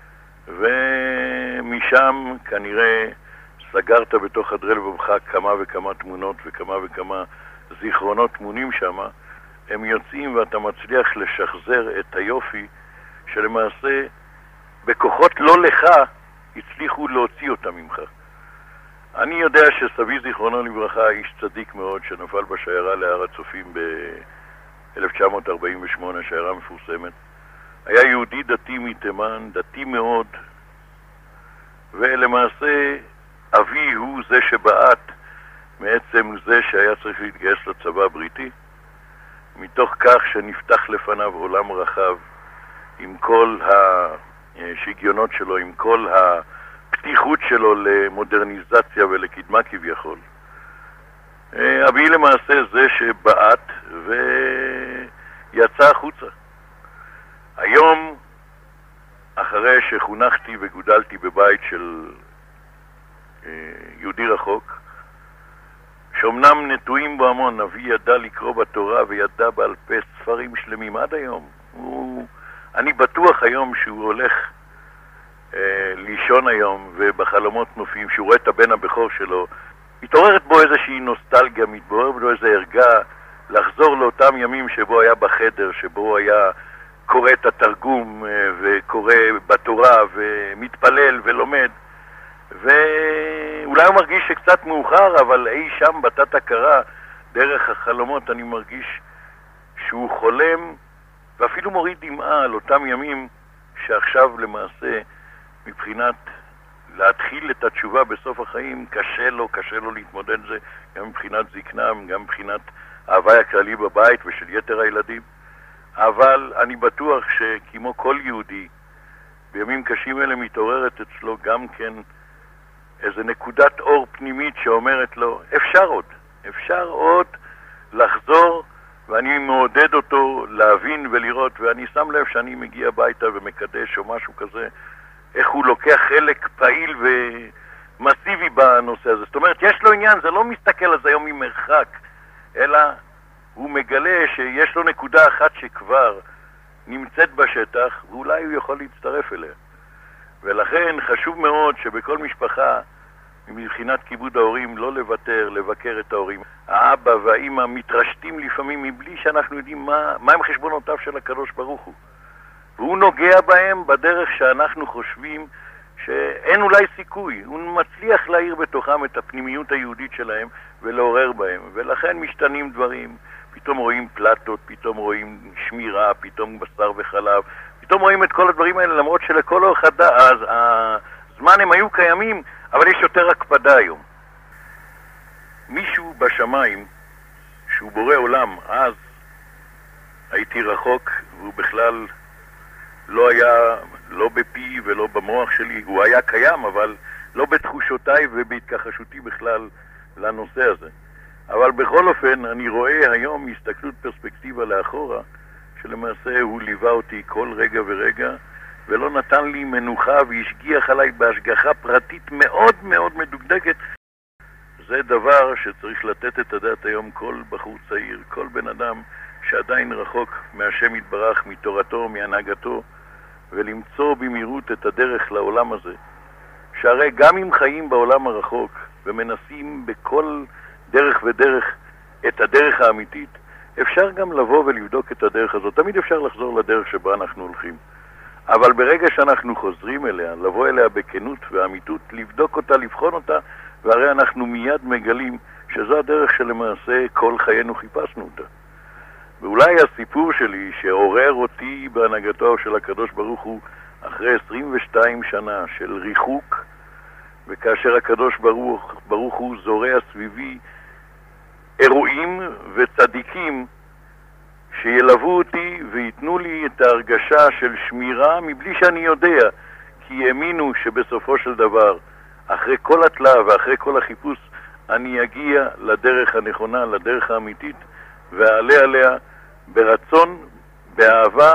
ומשם כנראה סגרת בתוך חדרי לבבך כמה וכמה תמונות וכמה וכמה זיכרונות תמונים שם, הם יוצאים ואתה מצליח לשחזר את היופי שלמעשה בכוחות לא לך הצליחו להוציא אותם ממך. אני יודע שסבי זיכרונו לברכה, איש צדיק מאוד שנפל בשיירה להר הצופים ב-אלף תשע מאות ארבעים ושמונה, שיירה מפורסמת, היה יהודי דתי מתימן, דתי מאוד, ולמעשה אבי הוא זה שבעט מעצם זה שהיה צריך להתגייס לצבא הבריטי, מתוך כך שנפתח לפניו עולם רחב עם כל השגיונות שלו, עם כל הפתיחות שלו למודרניזציה ולקדמה כביכול. אבי למעשה זה שבעט ויצא החוצה. היום, אחרי שחונכתי וגודלתי בבית של יהודי רחוק, שאומנם נטועים בו המון, אבי ידע לקרוא בתורה וידע בעל פה ספרים שלמים עד היום. הוא, אני בטוח היום שהוא הולך אה, לישון היום ובחלומות מופיעים, שהוא רואה את הבן הבכור שלו, מתעוררת בו איזושהי נוסטלגיה, מתעוררת בו איזו הרגע לחזור לאותם ימים שבו היה בחדר, שבו היה קורא את התרגום אה, וקורא בתורה ומתפלל ולומד, ואולי הוא מרגיש שקצת מאוחר, אבל אי שם בתת הכרה דרך החלומות אני מרגיש שהוא חולם ואפילו מוריד דמעה על אותם ימים שעכשיו למעשה מבחינת להתחיל את התשובה בסוף החיים, קשה לו, קשה לו להתמודד זה, גם מבחינת זקנה, גם מבחינת ההוואי הכללי בבית ושל יתר הילדים. אבל אני בטוח שכמו כל יהודי, בימים קשים אלה מתעוררת אצלו גם כן איזו נקודת אור פנימית שאומרת לו, אפשר עוד, אפשר עוד לחזור, ואני מעודד אותו להבין ולראות, ואני שם לב שאני מגיע הביתה ומקדש או משהו כזה, איך הוא לוקח חלק פעיל ומסיבי בנושא הזה. זאת אומרת, יש לו עניין, זה לא מסתכל על זה היום ממרחק, אלא הוא מגלה שיש לו נקודה אחת שכבר נמצאת בשטח, ואולי הוא יכול להצטרף אליה. ולכן חשוב מאוד שבכל משפחה, מבחינת כיבוד ההורים, לא לוותר, לבקר את ההורים. האבא והאמא מתרשתים לפעמים מבלי שאנחנו יודעים מה, מה הם חשבונותיו של הקדוש ברוך הוא. והוא נוגע בהם בדרך שאנחנו חושבים שאין אולי סיכוי. הוא מצליח להעיר בתוכם את הפנימיות היהודית שלהם ולעורר בהם. ולכן משתנים דברים. פתאום רואים פלטות, פתאום רואים שמירה, פתאום בשר וחלב. פתאום רואים את כל הדברים האלה, למרות שלכל אורך הזמן הם היו קיימים, אבל יש יותר הקפדה היום. מישהו בשמיים, שהוא בורא עולם, אז הייתי רחוק, והוא בכלל לא היה, לא בפי ולא במוח שלי, הוא היה קיים, אבל לא בתחושותיי ובהתכחשותי בכלל לנושא הזה. אבל בכל אופן, אני רואה היום הסתכלות פרספקטיבה לאחורה, שלמעשה הוא ליווה אותי כל רגע ורגע, ולא נתן לי מנוחה והשגיח עליי בהשגחה פרטית מאוד מאוד מדוקדקת. זה דבר שצריך לתת את הדעת היום כל בחור צעיר, כל בן אדם שעדיין רחוק מהשם יתברך, מתורתו, מהנהגתו, ולמצוא במהירות את הדרך לעולם הזה. שהרי גם אם חיים בעולם הרחוק ומנסים בכל דרך ודרך את הדרך האמיתית, אפשר גם לבוא ולבדוק את הדרך הזאת. תמיד אפשר לחזור לדרך שבה אנחנו הולכים. אבל ברגע שאנחנו חוזרים אליה, לבוא אליה בכנות ואמיתות, לבדוק אותה, לבחון אותה, והרי אנחנו מיד מגלים שזו הדרך שלמעשה כל חיינו חיפשנו אותה. ואולי הסיפור שלי שעורר אותי בהנהגתו של הקדוש ברוך הוא אחרי עשרים ושתיים שנה של ריחוק, וכאשר הקדוש ברוך, ברוך הוא זורע סביבי אירועים וצדיקים שילוו אותי ויתנו לי את ההרגשה של שמירה מבלי שאני יודע, כי האמינו שבסופו של דבר, אחרי כל התלאה ואחרי כל החיפוש, אני אגיע לדרך הנכונה, לדרך האמיתית, ואעלה עליה ברצון, באהבה,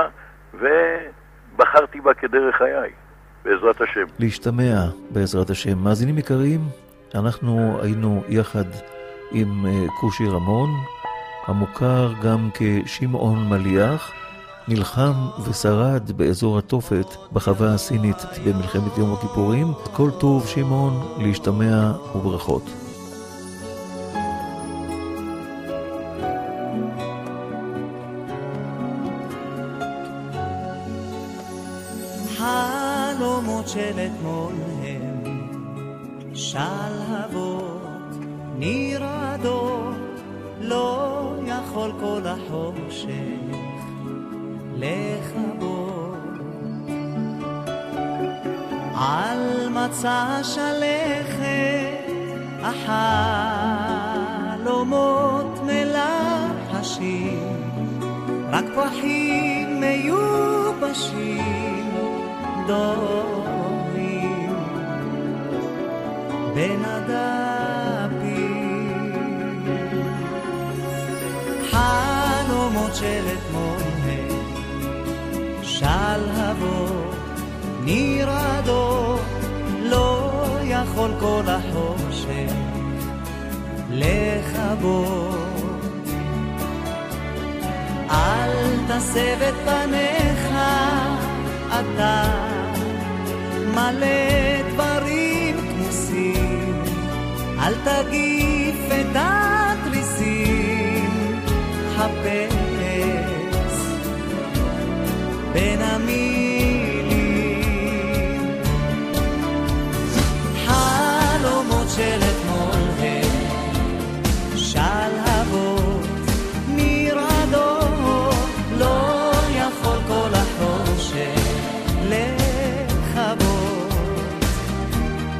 ובחרתי בה כדרך חיי, בעזרת השם. להשתמע בעזרת השם. מאזינים יקרים, אנחנו היינו יחד עם קושי רמון, המוכר גם כשמעון מליח, נלחם ושרד באזור התופת בחווה הסינית במלחמת יום הכיפורים. כל טוב שמעון, להשתמע וברכות. חלומות של אתמול הם שלהבות נרעדות, לא יכול כל החושך לכבות. על מצע שלכת החלומות מלחשים, רק פרחים מיובשים דומים בין הדפים. חלומות של אתמול הם שלהבות נרעדות, לא יכול כל החושך לכבות. אל תסב את פניך, אתה מלא דברים כמוסים, אל תגיף את התריסים, חפש בין המילים. חלומות של אתמול הם שלהבות נרעדות, לא יכול כל החושך לכבות.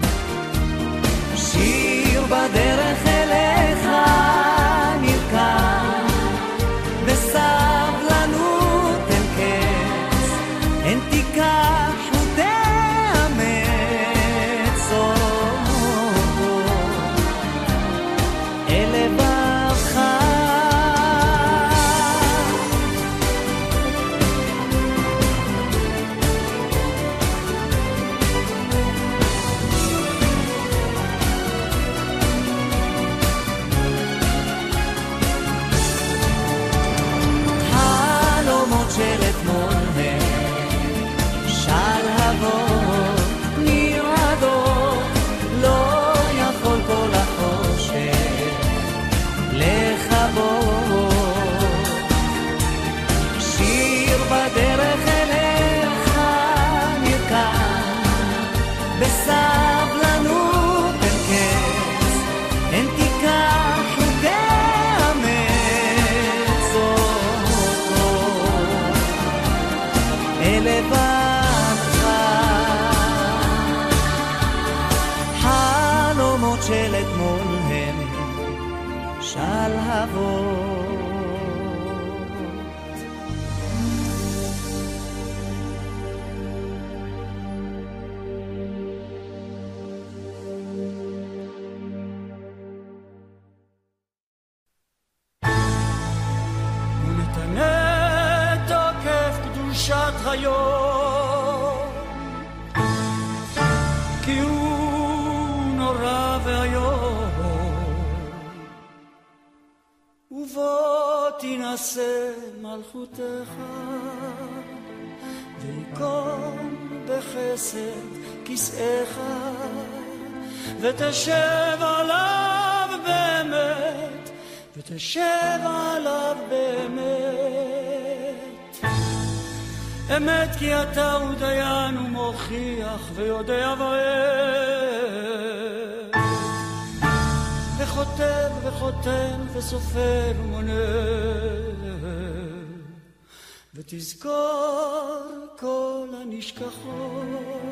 שלהבות. ונתנה תוקף קדושת היום, כי הוא נורא והיום, ובוא תנסה מלכותך, ויקום בחסד כסאך, ותשב עליו באמת, ותשב עליו באמת. אמת כי אתה הוא דיין ומוכיח ויודע ועת, וחותם וחותם וסופר ומונה, ותזכור כל הנשכחות,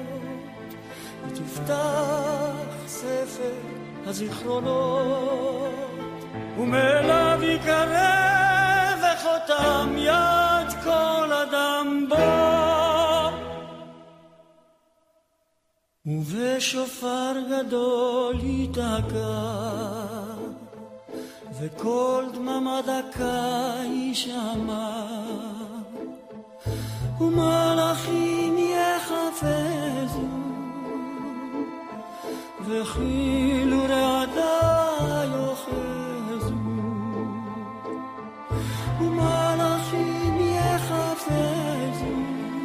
ותפתח ספר הזיכרונות, ומאליו יקרב וחותם יד כל אדם בו, ובשופר גדול יתקע, וכל דממה דקה יישמע, ומלאכים יחפזו, וכאילו רעדה יוחזו, ומלאכים יחפזו,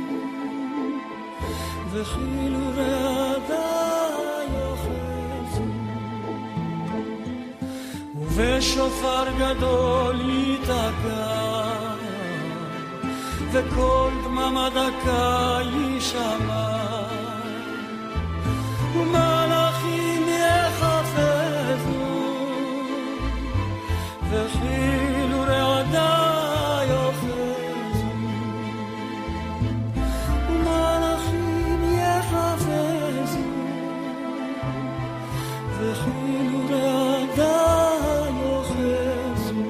וכאילו רעדה יוחזו, ובשופר גדול יתקע, וכל דממה דקה יישמע, ומלאכים יחפזו, וכאילו רעדה יוחזו, ומלאכים יחפזו, וכאילו רעדה יוחזו,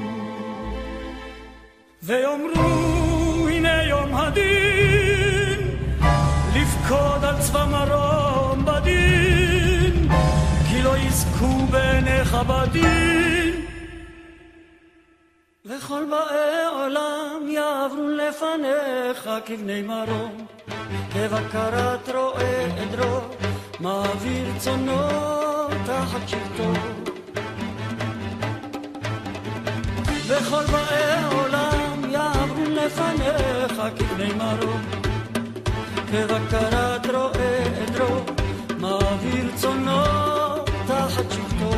ויאמרו הנה יום הדין, לפקוד על צבא מרום בדין, כי לא יזכו בעיניך בדין, וכל באי עולם יעברו לפניך כבני מרום, כבקרת רועה עדרו, מעביר צונו תחת שבטו, וכל באי עולם יעברו לפניך כבני מרום, כבקרת רועה עדרו, מעביר צונו תחת שבטו,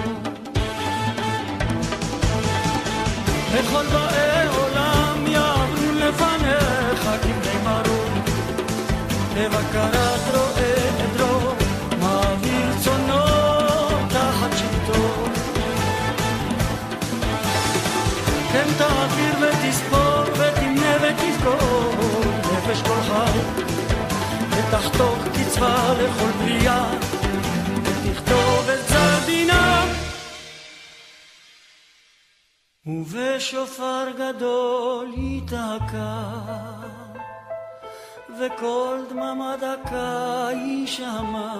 וכל באי עולם יעברו לפניך כבני מרום, כבקרת רועה עדרו, מעביר צונו תחת שבטו, כן תעביר ותספור ותמנה ותזכור נפש כל חי, ותחתוך קצבה לכל בריאה, ותכתוב את צד דינם, ובשופר גדול יתקע, וכל דממה דקה יישמע,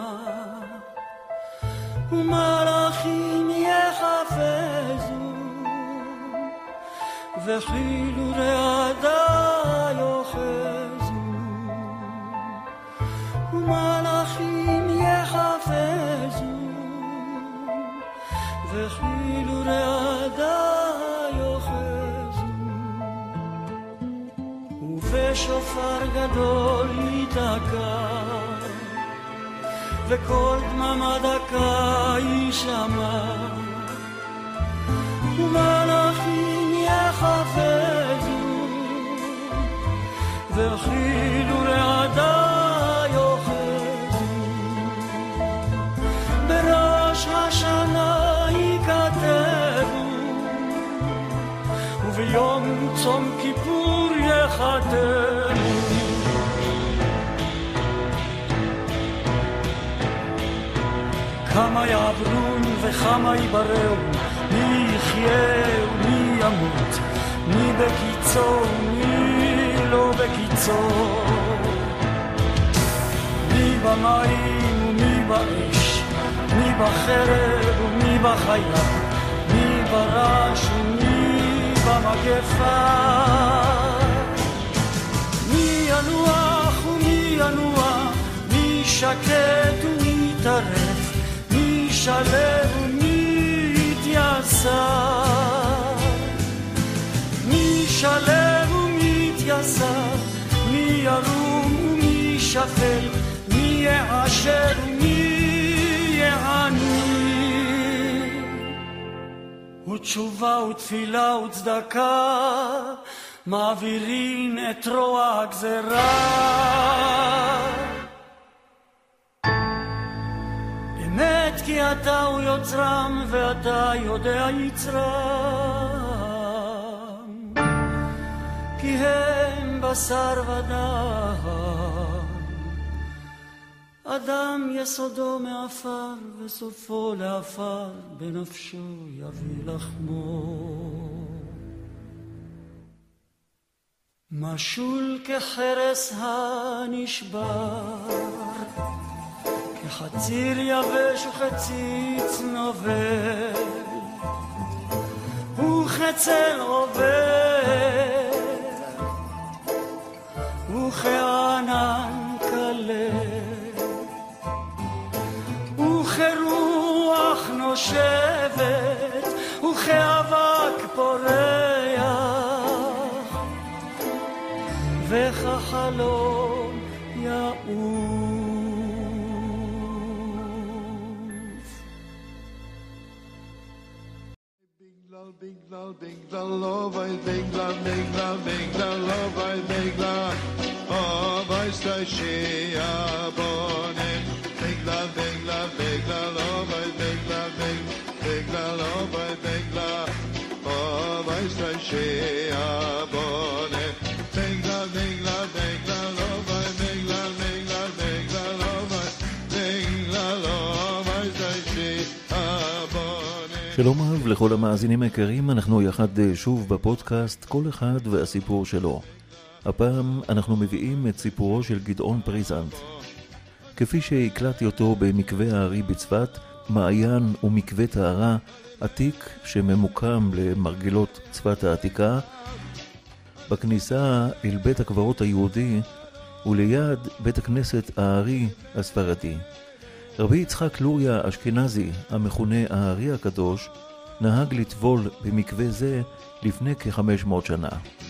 ומלאכים יחפזו, וכאילו רעדה יוחזו, ומלאכים יחפזו, וכאילו רעדה יוחזו, ובשופר גדול יתקע, וכל דממה דקה יישמע, ומלאכים יחפזו, וכאילו רעדה יוחזו, בראש השנה ייכתבו, וביום צום כיפור יחתמו, כמה יעברון וכמה יבראו, מי יחיה ומי ימות, מי בקיצור, מי לא בקיצור, מי במים ומי באש, מי בחרב ומי בחיה, מי ברש ומי במגפה, מי ינוח ומי ינוח, מי שקט ומי טרף, מי שלב ומי התייסר, מי שלב ומי התייסר, מי ירום ומי שפל, מי יעשר ומי יעני, ותשובה ותפילה וצדקה מעבירים את רוע הגזרה. אמת כי אתה הוא יוצרם ואתה יודע יצרם, כי הם בשר ודם, אדם יסודו מעפר וסופו לעפר, בנפשו יביא לחמו. משול כחרס הנשבר, כחציר יבש וחציץ נובל, וכצל עובר, וכענן כלל, וכרוח נושבת, וכאבק פורח, וכחלום יעוף. Bigla, bigla, love, I bigla, bigla, bigla, love, I bigla. Oh, weißt du, Shia Bonem. Bigla, bigla, bigla, love, I bigla, bigla, love, I bigla. Oh, weißt du, Shia Bonem. Bigla, bigla, bigla, love, I bigla, bigla, bigla, love, I bigla, love, weißt du, Shia Bonem. שלום רב לכל המאזינים היקרים, אנחנו יחד שוב בפודקאסט כל אחד והסיפור שלו. הפעם אנחנו מביאים את סיפורו של גדעון פריזנט. כפי שהקלטתי אותו במקווה הארי בצפת, מעיין ומקווה טהרה עתיק שממוקם למרגלות צפת העתיקה, בכניסה אל בית הקברות היהודי וליד בית הכנסת הארי הספרדי. רבי יצחק לוריה אשכנזי, המכונה הארי הקדוש, נהג לטבול במקווה זה לפני כ-חמש מאות שנה.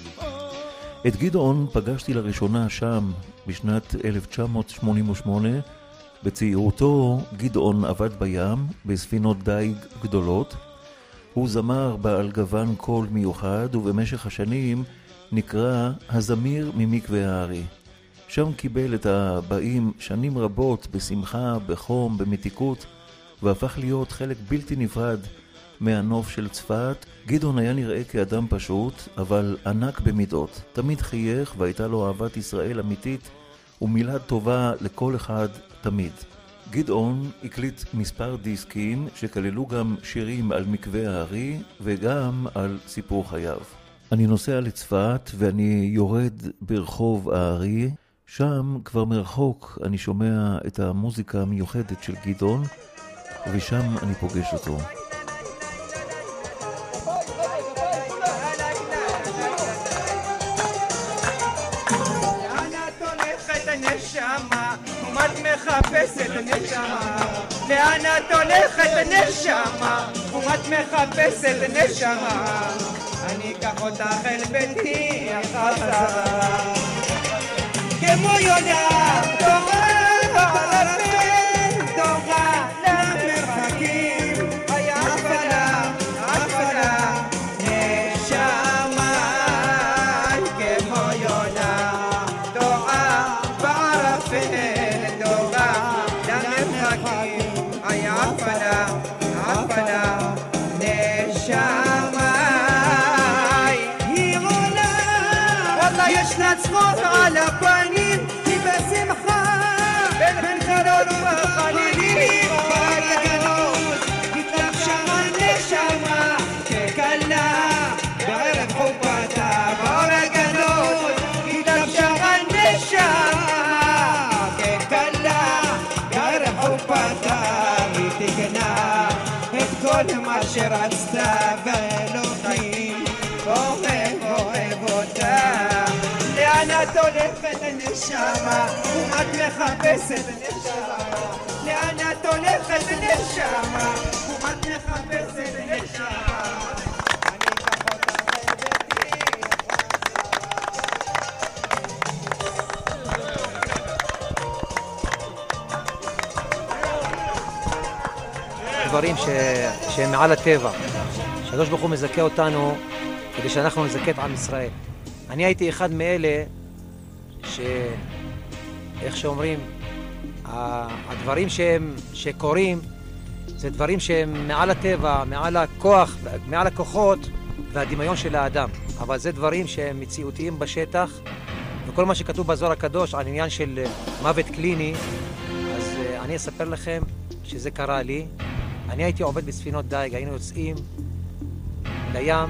את גדעון פגשתי לראשונה שם בשנת אלף תשע מאות שמונים ושמונה. בצעירותו גדעון עבד בים בספינות דייג גדולות. הוא זמר בעל גוון קול מיוחד, ובמשך השנים נקרא הזמיר ממקווה הארי. שם קיבל את הבאים שנים רבות בשמחה, בחום, במתיקות, והפך להיות חלק בלתי נפרד מהנוף של צפת. גדעון היה נראה כאדם פשוט, אבל ענק במידות. תמיד חייך והייתה לו אהבת ישראל אמיתית ומילת טובה לכל אחד תמיד. גדעון הקליט מספר דיסקים שכללו גם שירים על מקווה הארי וגם על סיפור חייו. אני נוסע לצפת ואני יורד ברחוב הארי. שם כבר מרחוק אני שומע את המוזיקה המיוחדת של גדעון, ושם אני פוגש אותו. מחפשת נשמה, לאן את הולכת נשמה, ואת מחפשת נשמה, אני אקח אותך אל ביתי החזרה, כמו יונה תורה ערפל תורה למרחקים, היה הפעלה הפעלה נשמה, כמו יונה תורה בערפל הפנה נשמה, היא עולה וואלה יש לה צחוק על הפנים, היא בשמחה בין חלון ובחלילים, בגלות התלבשה הנשמה סתיו אלוהים אוהב אוהב אותה לאן את הולכת נשמה ומה את מחפשת נשמה לאן את הולכת נשמה ומה את מחפשת נשמה דברים ש... שהם מעל הטבע. הקדוש ברוך הוא מזכה אותנו כדי שאנחנו נזכה את עם ישראל. אני הייתי אחד מאלה ש... איך שאומרים, הדברים שהם... שקורים זה דברים שהם מעל הטבע, מעל הכוח, מעל הכוחות והדמיון של האדם. אבל זה דברים שהם מציאותיים בשטח, וכל מה שכתוב בזוהר הקדוש על עניין של מוות קליני, אז אני אספר לכם שזה קרה לי. אני הייתי עובד בספינות דייג, היינו יוצאים לים,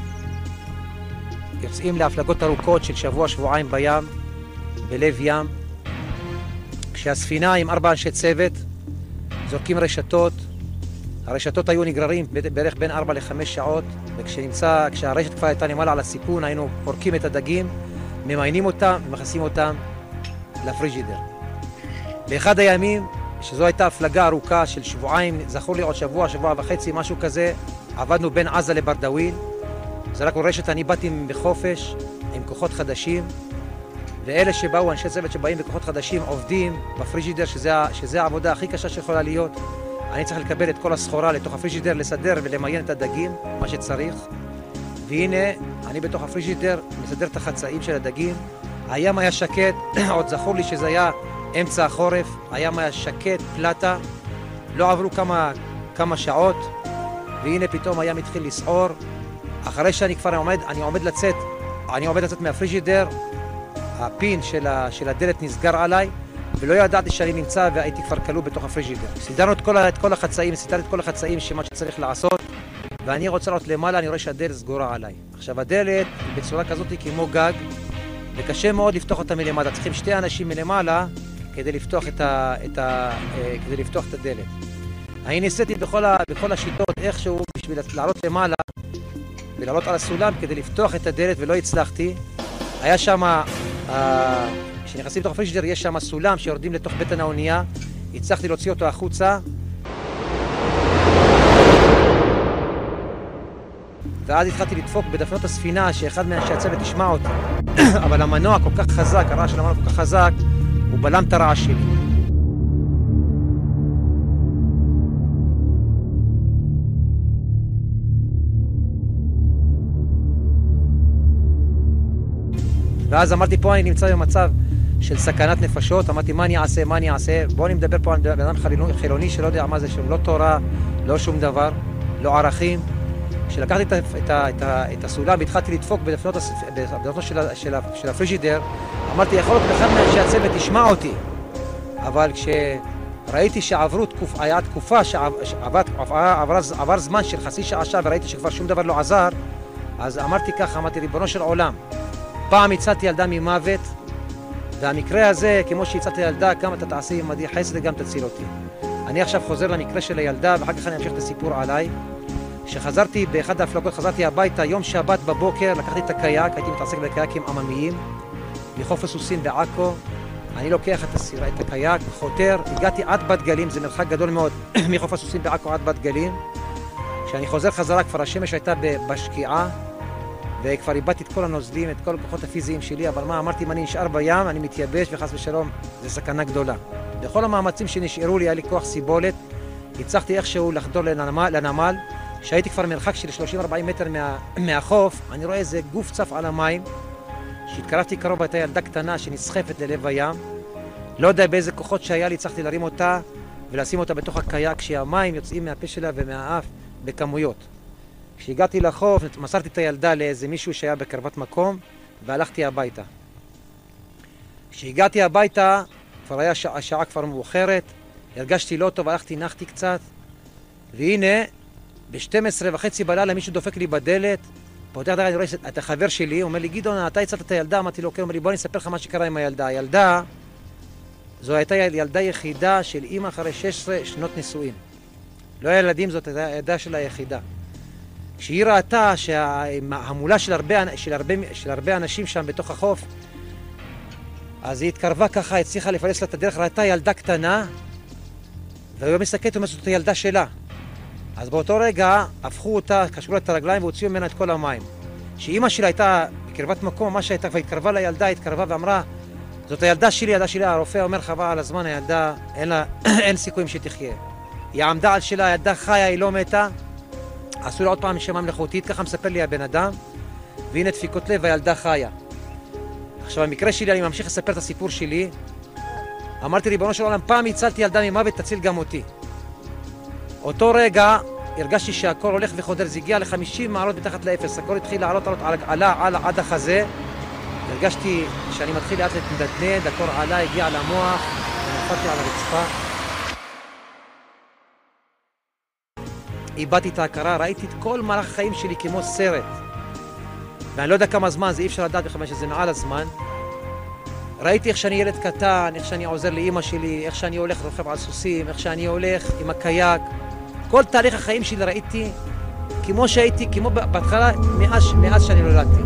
יוצאים להפלגות ארוכות של שבוע, שבועיים בים, בלב ים. כשהספינה עם ארבע אנשי צוות, זורקים רשתות, הרשתות היו נגררים בערך בין ארבע לחמש שעות, וכשנמצא, כשהרשת כבר הייתה למעלה על הסיפון, היינו פורקים את הדגים, ממיינים אותם ומכניסים אותם לפריג'ידר. באחד הימים, שזו הייתה הפלגה ארוכה של שבועיים, זכור לי עוד שבוע, שבוע וחצי, משהו כזה, עבדנו בין עזה לברדוויל, זרקנו רשת, אני באתי בחופש עם כוחות חדשים, ואלה שבאו, אנשי צוות שבאים בכוחות חדשים, עובדים בפריג'ידר, שזה, שזה העבודה הכי קשה שיכולה להיות. אני צריך לקבל את כל הסחורה לתוך הפריג'ידר, לסדר ולמיין את הדגים, מה שצריך. והנה, אני בתוך הפריג'ידר, מסדר את החצאים של הדגים. הים היה שקט, עוד זכור לי שזה היה אמצע החורף, הים היה שקט, פלטה, לא עברו כמה, כמה שעות, והנה פתאום הים התחיל לסעור. אחרי שאני כבר עומד, אני עומד לצאת, אני עומד לצאת מהפריג'ידר, הפין של, ה, של הדלת נסגר עליי, ולא ידעתי שאני נמצא והייתי כבר כלוא בתוך הפריג'ידר. סידרנו את כל, את כל החצאים, סידרתי את כל החצאים שמה שצריך לעשות, ואני רוצה לעלות למעלה, אני רואה שהדלת סגורה עליי. עכשיו הדלת בצורה כזאת כמו גג, וקשה מאוד לפתוח אותה מלמעלה, צריכים שתי אנשים מלמעלה, כדי לפתוח את, ה, את, ה, כדי לפתוח את הדלת. אני ניסיתי בכל, ה, בכל השיטות איכשהו בשביל לעלות למעלה ולעלות על הסולם כדי לפתוח את הדלת ולא הצלחתי. היה שם, כשנכנסים לתוך הפריג'ידר יש שם סולם שיורדים לתוך בטן האונייה, הצלחתי להוציא אותו החוצה ואז התחלתי לדפוק בדפנות הספינה שאחד מאנשי הצוות ישמע אותי אבל המנוע כל כך חזק, הרעש של המנוע כל כך חזק, הוא בלם את הרעש שלי. ואז אמרתי, פה אני נמצא במצב של סכנת נפשות, אמרתי, מה אני אעשה, מה אני אעשה? בואו אני מדבר פה על בן אדם חילוני שלא יודע מה זה, לא תורה, לא שום דבר, לא ערכים. כשלקחתי את, את, את, את הסולם והתחלתי לדפוק בדפנות, בדפנות של, של, של הפריג'ידר, אמרתי, יכול להיות אחד מאנשי הצוות ישמע אותי. אבל כשראיתי שעברו תקופ, היה תקופה שעבר עבר, עבר זמן של חצי שעה שעה וראיתי שכבר שום דבר לא עזר, אז אמרתי ככה, אמרתי, ריבונו של עולם, פעם הצלתי ילדה ממוות, והמקרה הזה, כמו שהצלתי ילדה, גם אתה תעשי עמדי חסד וגם תציל אותי. אני עכשיו חוזר למקרה של הילדה, ואחר כך אני אמשיך את הסיפור עליי. כשחזרתי באחד ההפלגות, חזרתי הביתה, יום שבת בבוקר, לקחתי את הקייק, הייתי מתעסק בקייקים עממיים, מחוף הסוסים בעכו. אני לוקח את, הסיר, את הקייק, חותר, הגעתי עד בת גלים, זה מרחק גדול מאוד, מחוף הסוסים בעכו עד בת גלים. כשאני חוזר חזרה, כבר השמש הייתה בשקיעה, וכבר איבדתי את כל הנוזלים, את כל הכוחות הפיזיים שלי, אבל מה, אמרתי, אם אני נשאר בים, אני מתייבש וחס ושלום, זה סכנה גדולה. בכל המאמצים שנשארו לי, היה לי כוח סיבולת, הצלחתי איכשהו לחדור לנמל, לנמל, שהייתי כבר מרחק של שלושים ארבעים מטר מה, מהחוף, אני רואה איזה גוף צף על המים, שהתקרבתי קרוב, הייתה ילדה קטנה שנסחפת ללב הים, לא יודע באיזה כוחות שהיה לי, הצלחתי להרים אותה ולשים אותה בתוך הקייק, כשהמים יוצאים מהפה שלה ומהאף בכמויות. כשהגעתי לחוף, מסרתי את הילדה לאיזה מישהו שהיה בקרבת מקום, והלכתי הביתה. כשהגעתי הביתה, כבר היה שעה, השעה כבר מאוחרת, הרגשתי לא טוב, הלכתי, נחתי קצת, והנה, ב-שתים עשרה וחצי בלילה מישהו דופק לי בדלת, פותח דרך, אני רואה את החבר שלי, הוא אומר לי, גדעון, אתה הצלת את הילדה? אמרתי לו, כן, הוא אומר לי, בוא אני אספר לך מה שקרה עם הילדה. הילדה, זו הייתה ילדה יחידה של אמא אחרי שש עשרה שנות נישואים. לא ילדים, זאת הייתה הילדה שלה היחידה. כשהיא ראתה שההמולה של הרבה, של הרבה, של הרבה אנשים שם בתוך החוף, אז היא התקרבה ככה, הצליחה לפלס לה את הדרך, ראתה ילדה קטנה, והיא מסתכלת ומסתכלת את הילדה שלה. אז באותו רגע הפכו אותה, קשרו לה את הרגליים והוציאו ממנה את כל המים. שאימא שלה הייתה בקרבת מקום, מה שהייתה, והתקרבה לילדה, התקרבה ואמרה, זאת הילדה שלי, הילדה שלי. הרופא אומר, חבל על הזמן, הילדה, אין לה, אין סיכויים שתחיה. היא עמדה על שלה, הילדה חיה, היא לא מתה. עשו לה עוד פעם נשימה מלאכותית, ככה מספר לי הבן אדם, והנה דפיקות לב, הילדה חיה. עכשיו, במקרה שלי, אני ממשיך לספר את הסיפור שלי. אמרתי, ריבונו של עולם, פעם הצלתי ילדה ממוות, תציל גם אותי. אותו רגע הרגשתי שהקור הולך וחודר, זה הגיע ל-חמישים מעלות מתחת לאפס, הקור התחיל לעלות, עלות, עלה, עלה עד החזה. הרגשתי שאני מתחיל לאט להתנדנד, הקור עלה, הגיע למוח, ונפלתי על הרצפה. איבדתי את ההכרה, ראיתי את כל מהלך החיים שלי כמו סרט. ואני לא יודע כמה זמן, זה אי אפשר לדעת בכלל שזה מעל הזמן. ראיתי איך שאני ילד קטן, איך שאני עוזר לאמא שלי, איך שאני הולך רוכב על סוסים, איך שאני הולך עם הקייק. כל תהליך החיים שלי ראיתי כמו שהייתי, כמו בהתחלה, מאז, מאז שאני נולדתי.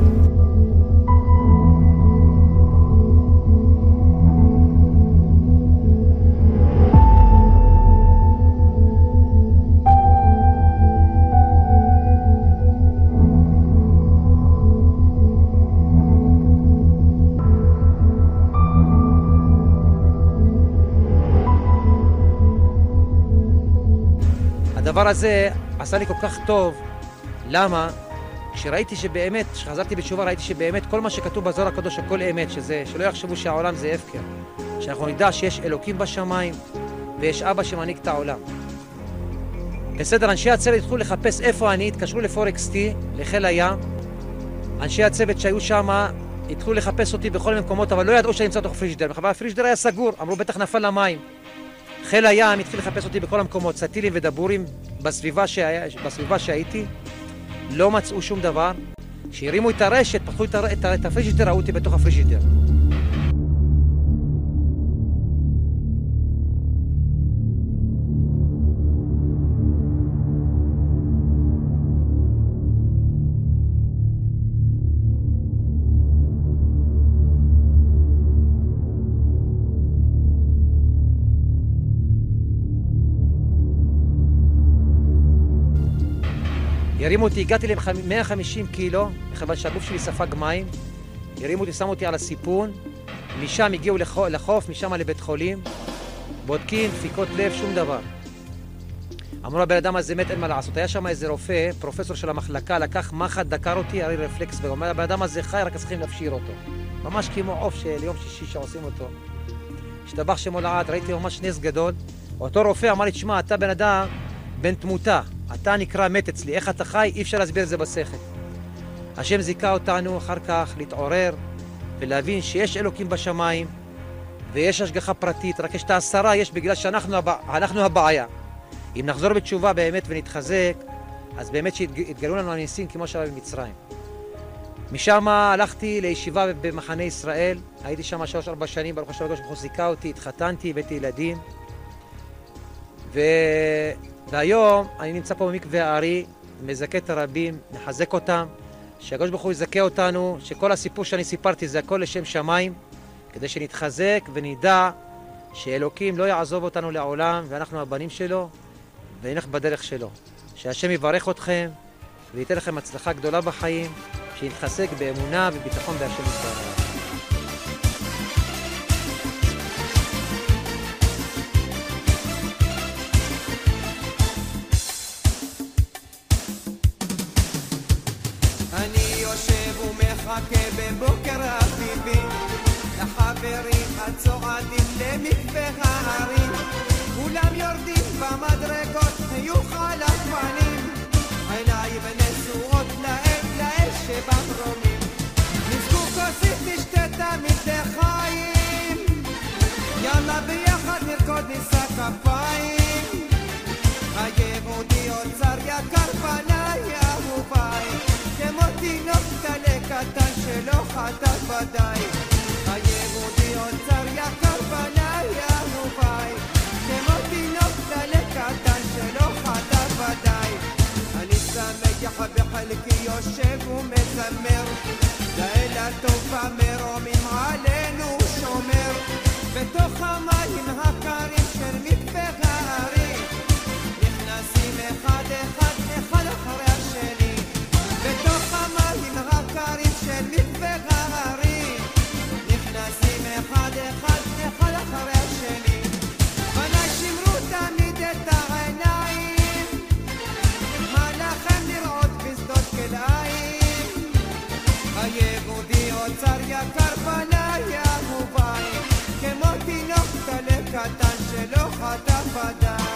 הדבר הזה עשה לי כל כך טוב. למה? כשראיתי שבאמת, כשחזרתי בתשובה, ראיתי שבאמת כל מה שכתוב בזוהר הקדוש, הכל אמת, שזה, שלא יחשבו שהעולם זה הפקר. שאנחנו נדע שיש אלוקים בשמיים ויש אבא שמנהיג את העולם. בסדר, אנשי הצוות התחילו לחפש איפה אני, התקשרו לפורקסטי, לחיל הים. אנשי הצוות שהיו שם התחילו לחפש אותי בכל מקומות, אבל לא ידעו שאני נמצא בתוך פריג'דר. מחבר הפריג'דר היה סגור, אמרו בטח נפל למים. חיל הים התחיל לחפש אותי בכל המקומות, סטילים ודבורים בסביבה, שהיה, בסביבה שהייתי, לא מצאו שום דבר. כשהרימו את הרשת, פתחו את, הר... את, את הפריג'דר, ראו אותי בתוך הפריג'דר. הרימו אותי, הגעתי ל-מאה וחמישים קילו, מכיוון שהגוף שלי ספג מים. הרימו אותי, שמו אותי על הסיפון, משם הגיעו לחוף, משם לבית חולים, בודקים, דפיקות לב, שום דבר. אמרו הבן אדם הזה מת, אין מה לעשות. היה שם איזה רופא, פרופסור של המחלקה, לקח מחט, דקר אותי, הרי רפלקס, ואומר, הבן אדם הזה חי, רק צריכים להפשיר אותו. ממש כמו עוף של יום שישי שעושים אותו. השתבח שמו לעד, ראיתי ממש נס גדול. אותו רופא אמר לי, תשמע, אתה בן אדם בן תמותה. אתה נקרא מת אצלי, איך אתה חי? אי אפשר להסביר את זה בשכל. השם זיכה אותנו אחר כך להתעורר ולהבין שיש אלוקים בשמיים ויש השגחה פרטית, רק יש את העשרה, יש בגלל שאנחנו הבע... אנחנו הבעיה. אם נחזור בתשובה באמת ונתחזק, אז באמת שיתגלו לנו הניסים כמו שהיה במצרים. משם הלכתי לישיבה במחנה ישראל, הייתי שם שלוש ארבע שנים, ברוך השם הקדוש ברוך הוא זיכה אותי, התחתנתי, הבאתי ילדים. ו... והיום אני נמצא פה במקווה הארי, מזכה את הרבים, נחזק אותם, שהקדוש ברוך הוא יזכה אותנו, שכל הסיפור שאני סיפרתי זה הכל לשם שמיים, כדי שנתחזק ונדע שאלוקים לא יעזוב אותנו לעולם, ואנחנו הבנים שלו, ונלך בדרך שלו. שהשם יברך אתכם, וייתן לכם הצלחה גדולה בחיים, שנתחזק באמונה וביטחון בהשם יתברך. מחכה בבוקר אביבי לחברים הצועדים למקווה ההרים, כולם יורדים במדרגות חיוך על הפנים, עיניים נשואות להם לאש שבמרומים, נזכו כוסית נשתה תמיד לחיים, יאללה ביחד נרקוד נישא כפיים, היהודי אוצר יקר פניי אהוביי, כמו תינוק קלה קטן שלא חטא ודאי, היהודי אוצר יקר פניי אהוביי, כמו תינוק קלה קטן שלא חטא ודאי, אני שמח בחלקי יושב ומזמר, לילה טובה מרומים עלינו שומר, בתוך המים הקרים של מקווה הערים, נכנסים אחד אחד אחד אחרי השני, בתוך המים הקרים של מקווה הערים, נכנסים אחד אחד אחד אחרי השני. בניי שמרו תמיד את העיניים, מה לכם לראות בשדות כלאיים, היהודי אוצר יקר בניי אהוביי, כמו תינוק קטן קטן שלא חטף עדיין.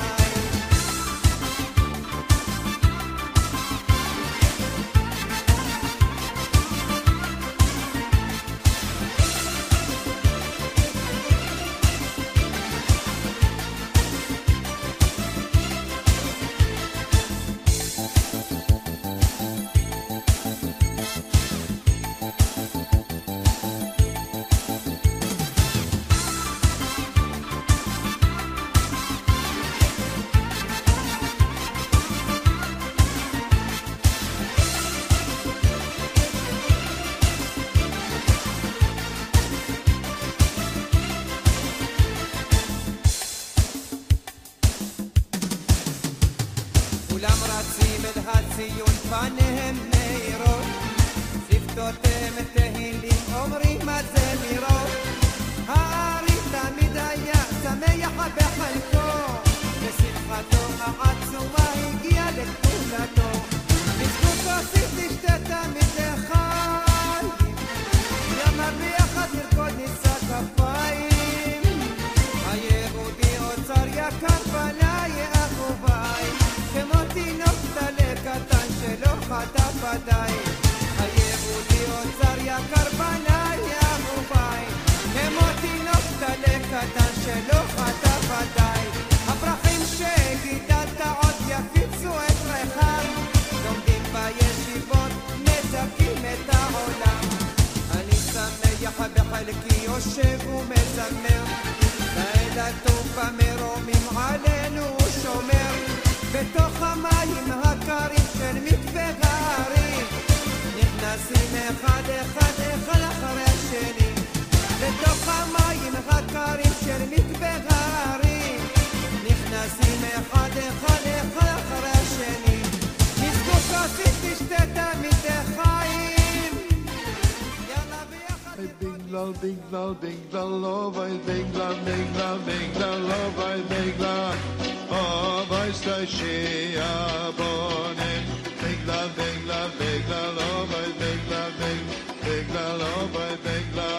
כולם רצים אל הציון פניהם מאירות, שפתותיהם תהילים אומרים הזמירות, הארי תמיד היה שמח בחלקו, ושמחתו העצומה הגיעה לגדולתו, בזכות כוסית לשתה תמיד לחיים, ימה ביחד לרקוד נישא כפיים, היהודי אוצר יקר בניי אהוביי, כמו תינוק קטן קטן שלא חטף עדיין, היהודי אוצר יקר בניי אהוביי, כמו תינוק קטן קטן שלא חטף עדיין, הפרחים שגידלת עוד יפיצו את ריחם, לומדים בישיבות מזכים את העולם, אני שמח בחלקי יושב ומזמר, לילה טובה מרומים עלינו שומר, בתוך המים הקרים של מקווה הערים, נכנסים אחד אחד אחד אחרי השני, בתוך המים הקרים של מקווה הערים, נכנסים אחד אחד אחד אחרי השני, מזכות כוסית תשתה תמיד לחיים, יאללה ביחד. Bigla, bigla, bigla, love, I bigla, bigla, bigla, love, I bigla, oh, weißt du, Shia, Bonen, bigla, bigla, bigla, love, I bigla, bigla, love, I bigla,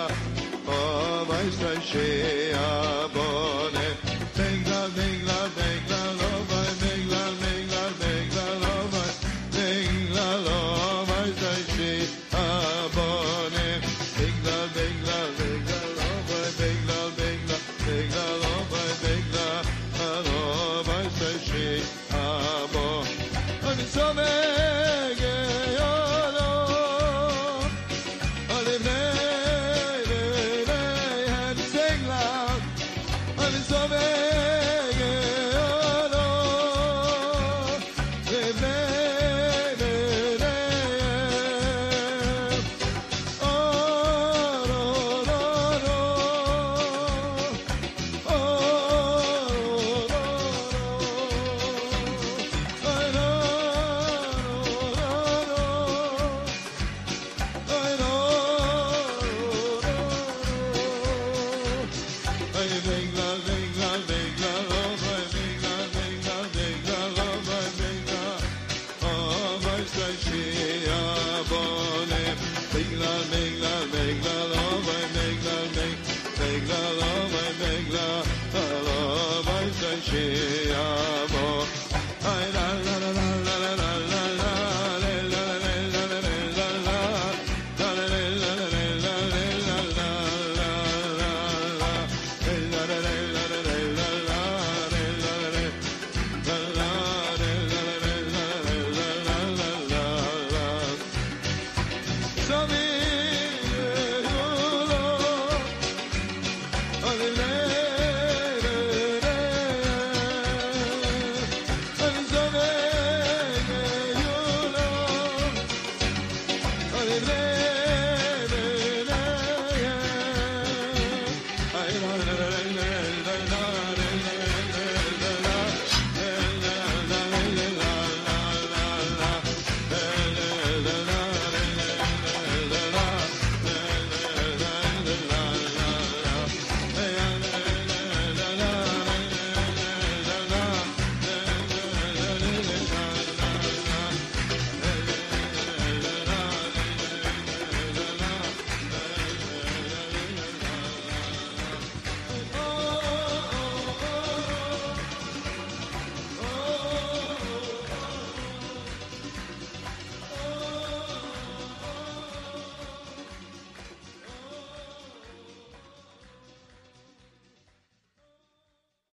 oh, weißt du, Shia, Bonen, bigla, bigla, bigla, love, I bigla, bigla, bigla, love, I bigla, love, weißt du, Shia, Bonen, bigla, bigla, bigla, love, I bigla, bigla, bigla, love, I bigla, love, I say she, abo, ani somege yolo, ani ne ne ne, ani sing loud, ani somege yolo, ne ne ne ne, oh no no no, oh no no. I know, I know, I make la, make la, make la, love, I make la, make la, make la, love, I make la, oh, my station, make la, make